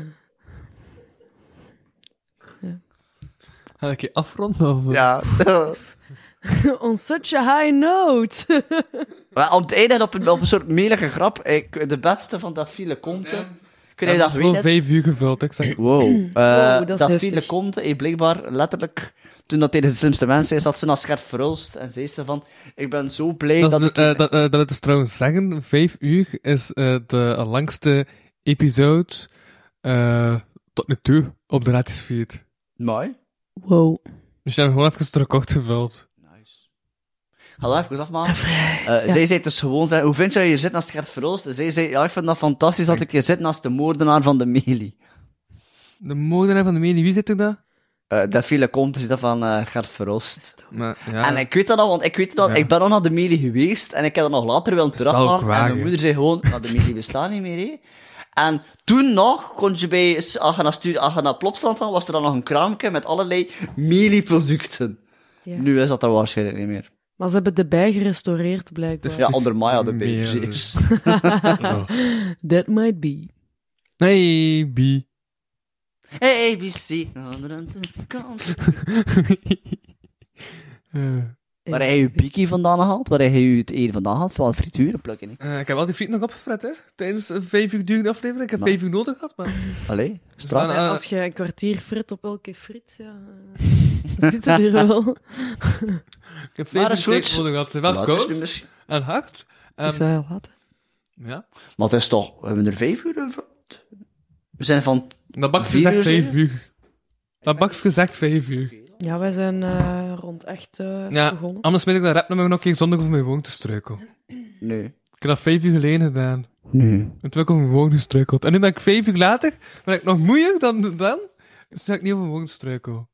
Speaker 2: Ga ik je afronden? Of?
Speaker 1: Ja.
Speaker 3: On such a high note.
Speaker 1: Maar op het einde op een soort melige grap. De beste van dat file Conte. Ik weet niet
Speaker 2: dat
Speaker 1: of
Speaker 2: is
Speaker 1: je
Speaker 2: wel
Speaker 1: dat weet.
Speaker 2: 5 uur gevuld, ik zeg.
Speaker 1: Wow.
Speaker 3: dat is
Speaker 1: Dat
Speaker 3: heftig.
Speaker 1: file Conte heeft blijkbaar letterlijk, toen dat hij de slimste mensen is, zat ze naar scherp verhulst. En zei ze van, ik ben zo blij dat ik...
Speaker 2: Dat wil dus trouwens zeggen, 5 uur is de langste episode tot nu toe op de Ratis feed.
Speaker 1: Mooi.
Speaker 3: Wow.
Speaker 2: Dus je hebt gewoon even het record gevuld.
Speaker 1: Nice. Ga dat even afmaken.
Speaker 3: Ja.
Speaker 1: Zij zei dus gewoon, hoe vind je hier zitten als Gert Verhulst? Zij zei, ja, ik vind dat fantastisch dat ik hier zit naast de moordenaar van de Meli.
Speaker 2: De moordenaar van de media, wie zit er daar?
Speaker 1: Dat file komt, is dat van Gert Verhulst.
Speaker 2: Maar, ja.
Speaker 1: En ik weet dat al, want ik weet dat,
Speaker 2: Ja.
Speaker 1: ik ben nog naar de Meli geweest, en ik heb dat nog later willen
Speaker 2: is wel
Speaker 1: teruggaan,
Speaker 2: kwaad,
Speaker 1: en mijn
Speaker 2: hè.
Speaker 1: moeder zei gewoon, nou, de Meli bestaat niet meer, hè. En toen nog, kon je bij, als je naar Plopsland kwam, was er dan nog een kraampje met allerlei Meli-producten.
Speaker 3: Ja.
Speaker 1: Nu is dat er waarschijnlijk niet meer.
Speaker 3: Maar ze hebben de bij gerestaureerd, blijkbaar.
Speaker 2: Dus-
Speaker 1: Ja, onder Maya de
Speaker 2: meer,
Speaker 1: Beers.
Speaker 2: Oh.
Speaker 3: That might be.
Speaker 2: Nee, B.
Speaker 1: Hey, ABC. Waar heb je je piekie vandaan gehaald? Waar heb je het eten vandaan gehaald? Van frituur plukken, hè?
Speaker 2: Ik heb al die friet nog opgefret, hè. Tijdens een 5 uur durende aflevering. Ik heb
Speaker 1: Maar-
Speaker 2: 5 uur nodig gehad, maar...
Speaker 1: Allee, straf.
Speaker 2: Maar,
Speaker 3: Ja, als je een kwartier frit op elke frit, ja... dan zit het hier wel.
Speaker 2: Ik heb
Speaker 1: Maar
Speaker 2: 5
Speaker 1: dat is
Speaker 2: uur tijd
Speaker 1: goed.
Speaker 2: nodig gehad. Het is wel
Speaker 1: Laat eens
Speaker 2: koud
Speaker 1: nu misschien.
Speaker 2: en hard.
Speaker 3: Is dat heel laat?
Speaker 2: Ja.
Speaker 1: Maar het is toch... We hebben er 5 uur over. We zijn van...
Speaker 2: Dat bakje
Speaker 1: 4
Speaker 2: zegt
Speaker 1: uur
Speaker 2: 5
Speaker 1: zeker?
Speaker 2: uur. Dat bakje zegt 5 uur.
Speaker 3: Ja, wij zijn rond 8
Speaker 2: Ja,
Speaker 3: begonnen.
Speaker 2: anders weet ik dat rapnummer nog een keer zonder over mijn woon te struikelen.
Speaker 1: Nee.
Speaker 2: Ik heb dat 5 uur geleden gedaan.
Speaker 1: Nee.
Speaker 2: En toen ben ik over mijn woon gestruikeld. En nu ben ik 5 uur later, ben ik nog moeier dan. Dus ben ik niet over mijn woon struikel.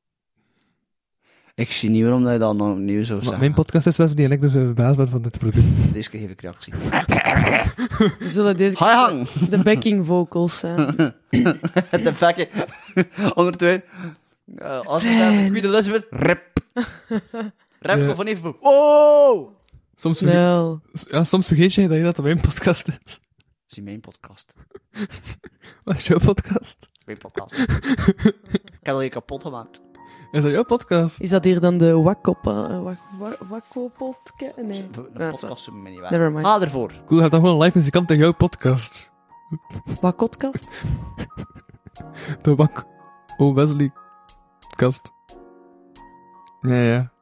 Speaker 1: Ik zie niet waarom dat je dat nog opnieuw zou
Speaker 2: Maar
Speaker 1: zeggen.
Speaker 2: mijn podcast is Wesley en ik dus verbaasd ben van dit product.
Speaker 1: Deze keer geef ik reactie.
Speaker 3: We zullen deze
Speaker 1: Hi hang!
Speaker 3: de backing vocals zijn.
Speaker 1: De vakken. Onder twee. Als we zeggen, Queen Elizabeth. Rip. Rip
Speaker 2: Ja.
Speaker 1: van even. Wow!
Speaker 3: Snel.
Speaker 2: Soms vergeet jij dat je dat op mijn podcast is.
Speaker 1: Dat is mijn podcast.
Speaker 2: Wat is jouw podcast?
Speaker 1: Mijn podcast. Ik heb al je kapot gemaakt.
Speaker 2: Is dat jouw podcast?
Speaker 3: Is dat hier dan de Wakko-podcast? Nee.
Speaker 1: De podcast zoeken me niet waar.
Speaker 3: Never mind.
Speaker 1: Ga ervoor.
Speaker 2: Cool, gaat dan gewoon live muzikant tegen jouw podcast.
Speaker 3: Wakkotcast?
Speaker 2: De Wak. Oh, Wesley. Kast. Ja.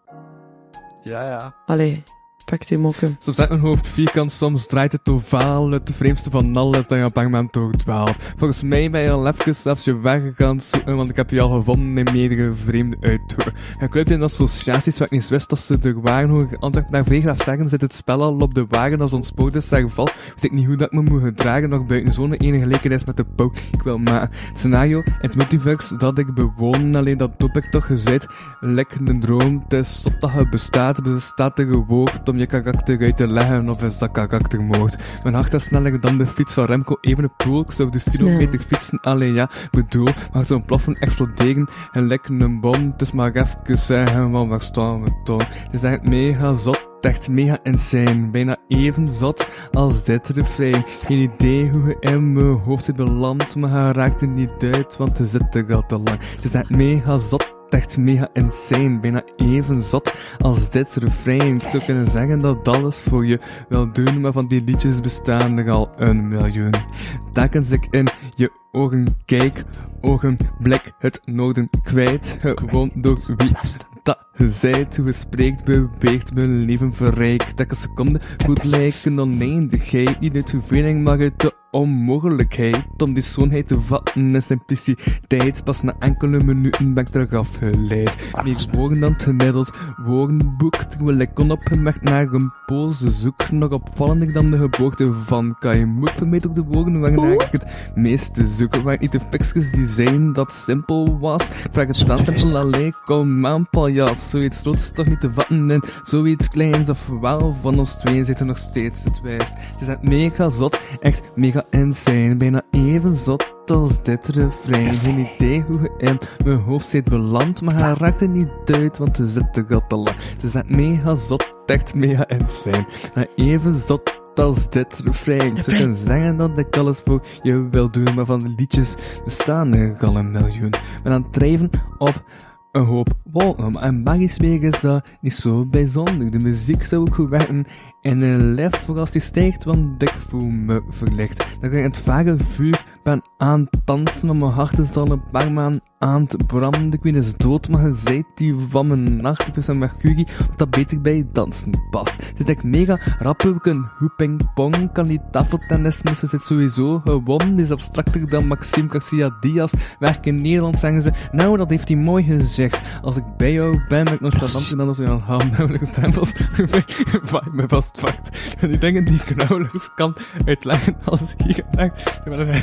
Speaker 1: Ja.
Speaker 3: Allee, pak die mokken.
Speaker 2: Soms zet mijn hoofd vierkant, soms draait het ovaal. Het vreemdste van alles dat je op een moment doordwaalt. Volgens mij ben je al even zelfs je weg gaan zoeken, want ik heb je al gevonden in meerdere vreemde uithoeken. Je kruipt in associaties waar ik niet wist dat ze er waren. Hoe ik antwoord naar vrij graag zeggen, zit het spel al op de wagen als ontspoord is, zeg val. Weet ik niet hoe dat ik me moet gedragen, nog buiten zo'n enige gelijkenis met de pauw. Ik wil maken scenario in het multiverse dat ik bewoon, alleen dat heb ik toch gezegd. Lekker een droom, het is zot dat je bestaat er een woord om je karakter uit te leggen, of is dat karaktermoord? Mijn hart is sneller dan de fiets van Remco Evenepoel. Ik zou dus kilometer fietsen, alleen ja, bedoel, maar zo'n ploffen exploderen en lekker een bom. Dus maar even zeggen, want waar staan we toch? Het is echt mega zot, echt mega insane. Bijna even zot als dit refrein. Geen idee hoe je in mijn hoofd zit beland, maar hij raakt er niet uit, want hij zit er al te lang. Het is echt mega zot. Echt mega insane, bijna even zot als dit refrein. Ik zou kunnen zeggen dat alles voor je wil doen, maar van die liedjes bestaan er al 1 miljoen. Telkens ik in je ogen kijk, ogenblik het noorden kwijt. Gewoon door wie dat je zijt, hoe je spreekt, beweegt, mijn leven verrijkt. Elke seconde goed lijken oneindigheid, niet uit verveling, maar uit de onmogelijkheid om die schoonheid te vatten in simpliciteit. Pas na enkele minuten ben ik terug afgeleid. Meer woorden dan gemiddeld woordenboek, terwijl ik onopgemerkt naar een pose zoek. Nog opvallender dan de geboorte van Kai Moek. Vermeed ook de woorden waarnaar ik het meeste zoek. Waar niet de fixjes die zijn dat simpel was. Ik vraag het standtempel alleen, kom aan paljas. Zoiets groots is toch niet te vatten in zoiets kleins, of wel van ons tweeën zit er nog steeds het wijst. Het is echt mega zot, echt mega insane, bijna even zot als dit refrein. Geen idee hoe je in mijn hoofd zit beland, maar hij raakt er niet uit, want ze zit er al te lang. Het is echt mega zot, echt mega insane, maar even zot als dit refrein. Ik zou kunnen zeggen dat ik alles voor je wil doen, maar van de liedjes bestaan er al 1 miljoen. Ik ben aan het drijven op een hoop wolken, maar magisch weer is dat niet zo bijzonder. De muziek zou ook goed werken in een lift voor als die stijgt, want ik voel me verlicht. Dat ik in het vage vuur ben aan het dansen, maar mijn hart is al een paar maanden aan het branden. De queen is dood, maar je zei die van mijn nacht. Ik wist aan Mercurie, wat dat beter bij dansen past. Zit ik mega rap, ook een hoepingpong. Kan niet tafeltennissen, dus ze zit sowieso gewonnen. Die is abstracter dan Maxime Garcia Diaz. Werk in Nederland, zeggen ze. Nou, dat heeft hij mooi gezegd. Als ik bij jou ben, ben ik nog chalanter dan als je aan ham namelijk stempels waar ik me vastpakt. En die dingen die ik nauwelijks kan uitleggen als ik hier denk.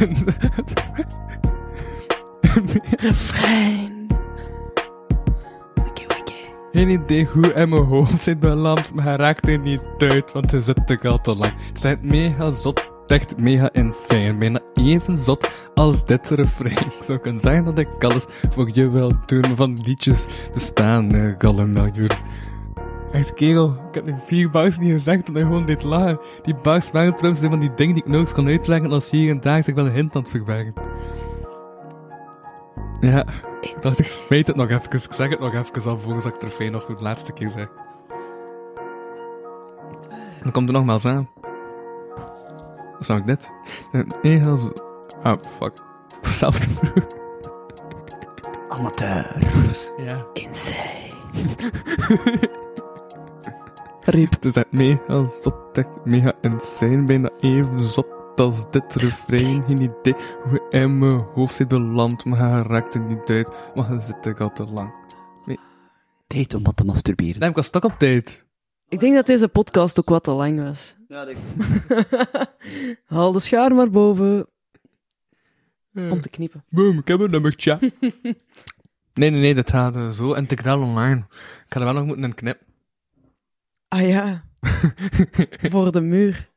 Speaker 3: Refrein. Oké.
Speaker 2: Geen idee hoe in mijn hoofd zit beland, maar hij raakt er niet uit, want hij zit er al te lang. Het is mega zot, echt mega insane, bijna even zot als dit refrein. Ik zou kunnen zeggen dat ik alles voor je wil doen, maar van liedjes bestaan er al 1 miljoen. Echt kerel, ik heb nu 4 bugs niet gezegd omdat je gewoon dit lachen. Die bugs waren trouwens van die dingen die ik nooit kan uitleggen als hier en daar zich wel een hint aan het verbergen. Ja, dus ik weet het nog even, ik zeg het nog even alvorens ik het trofee nog voor de laatste keer zeg. Dan komt er nogmaals aan. Wat zou ik dit? Nee, als... Ah, fuck. Hetzelfde.
Speaker 1: Amateur.
Speaker 2: Ja.
Speaker 3: Insane. Riep.
Speaker 2: Het is echt mega zot, echt mega insane, bijna even zot als dit refrein. Geen idee hoe je in mijn hoofd zit beland, maar hij raakt er niet uit, maar hij zit er al te lang.
Speaker 1: Tijd om wat te masturberen.
Speaker 2: Nee, ik was toch op tijd.
Speaker 3: Ik denk dat deze podcast ook wat te lang was.
Speaker 1: Ja,
Speaker 3: Haal de schaar maar boven. Om te knippen.
Speaker 2: Boom, ik heb een nummertje. Nee, dat gaat zo integraal online. Ik ga er wel nog moeten in knippen.
Speaker 3: Ah ja. Voor de muur.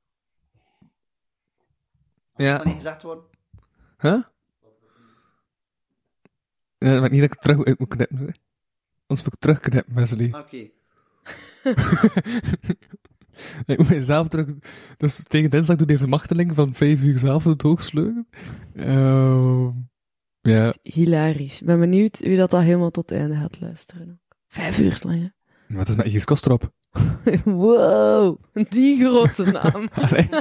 Speaker 2: Ja.
Speaker 1: Kan niet gezegd worden?
Speaker 2: Huh? Ja, dat maakt niet dat ik terug uit moet knippen. Hè. Anders moet ik terugknippen, Wesley.
Speaker 1: Oké.
Speaker 2: Ik moet mezelf terug... Dus tegen dinsdag doe deze machteling van 5 uur zelf het hoogsleuren. Ja.
Speaker 3: Hilarisch. Ik ben benieuwd wie dat helemaal tot het einde gaat luisteren. 5 uur lang, hè.
Speaker 2: Wat is met Iggy's kost erop?
Speaker 3: Wow, die grote naam.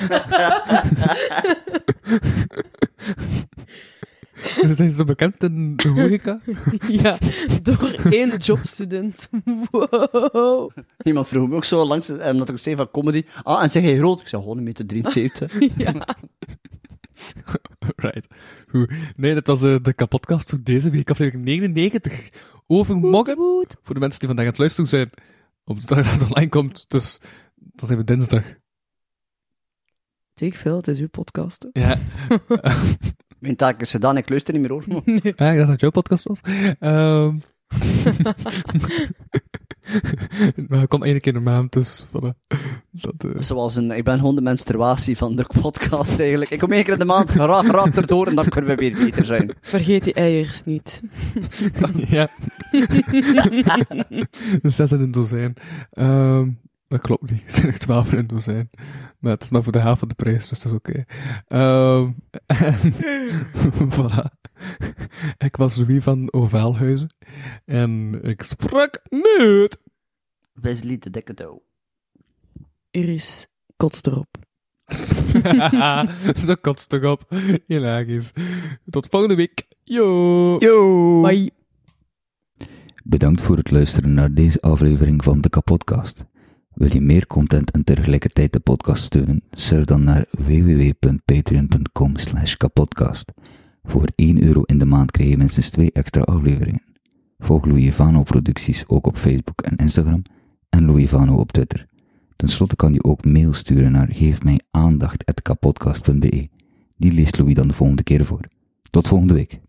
Speaker 2: Zijn ze zo bekend in de horeca?
Speaker 3: Ja, door 1 jobstudent. Wow.
Speaker 1: Iemand vroeg me ook zo langs, en dat ik zei van comedy. Ah, en zeg jij groot? Ik zei gewoon 1,73 meter.
Speaker 3: Ja.
Speaker 2: Right. Goed. Nee, dat was de kapotcast voor deze week, aflevering 99. Over Moggen. Voor de mensen die vandaag aan het luisteren zijn, op de dag dat het online komt. Dus, dat zijn we dinsdag.
Speaker 3: Weet ik veel, het is uw podcast. Hè.
Speaker 2: Ja.
Speaker 1: Mijn taak is gedaan, ik luister niet meer hoor.
Speaker 2: Ja, ik dacht dat het jouw podcast was. Maar ik kom 1 keer in de maand, dus voilà.
Speaker 1: Zoals ik ben gewoon de menstruatie van de podcast eigenlijk. Ik kom 1 keer in de maand, raak erdoor en dan kunnen we weer beter zijn.
Speaker 3: Vergeet die eiers niet.
Speaker 2: Ja. Dus 6 in een dozijn. Dat klopt niet. Het zijn echt 12 in een dozijn. Maar het is maar voor de helft van de prijs, dus dat is oké. Voilà. Ik was Louis van Ovaalhuizen. En ik sprak met...
Speaker 1: Wesley de dikke douw.
Speaker 3: Iris kotst erop.
Speaker 2: Zo kotst toch op. Hilarisch. Tot volgende week. Yo.
Speaker 1: Yo.
Speaker 3: Bye.
Speaker 5: Bedankt voor het luisteren naar deze aflevering van de Kapodcast. Wil je meer content en tegelijkertijd de podcast steunen? Surf dan naar www.patreon.com/kapodcast. Voor €1 in de maand krijg je minstens 2 extra afleveringen. Volg Louis Vano producties ook op Facebook en Instagram en Louis Vano op Twitter. Ten slotte kan je ook mail sturen naar geefmijaandacht@kapodcast.be. Die leest Louis dan de volgende keer voor. Tot volgende week.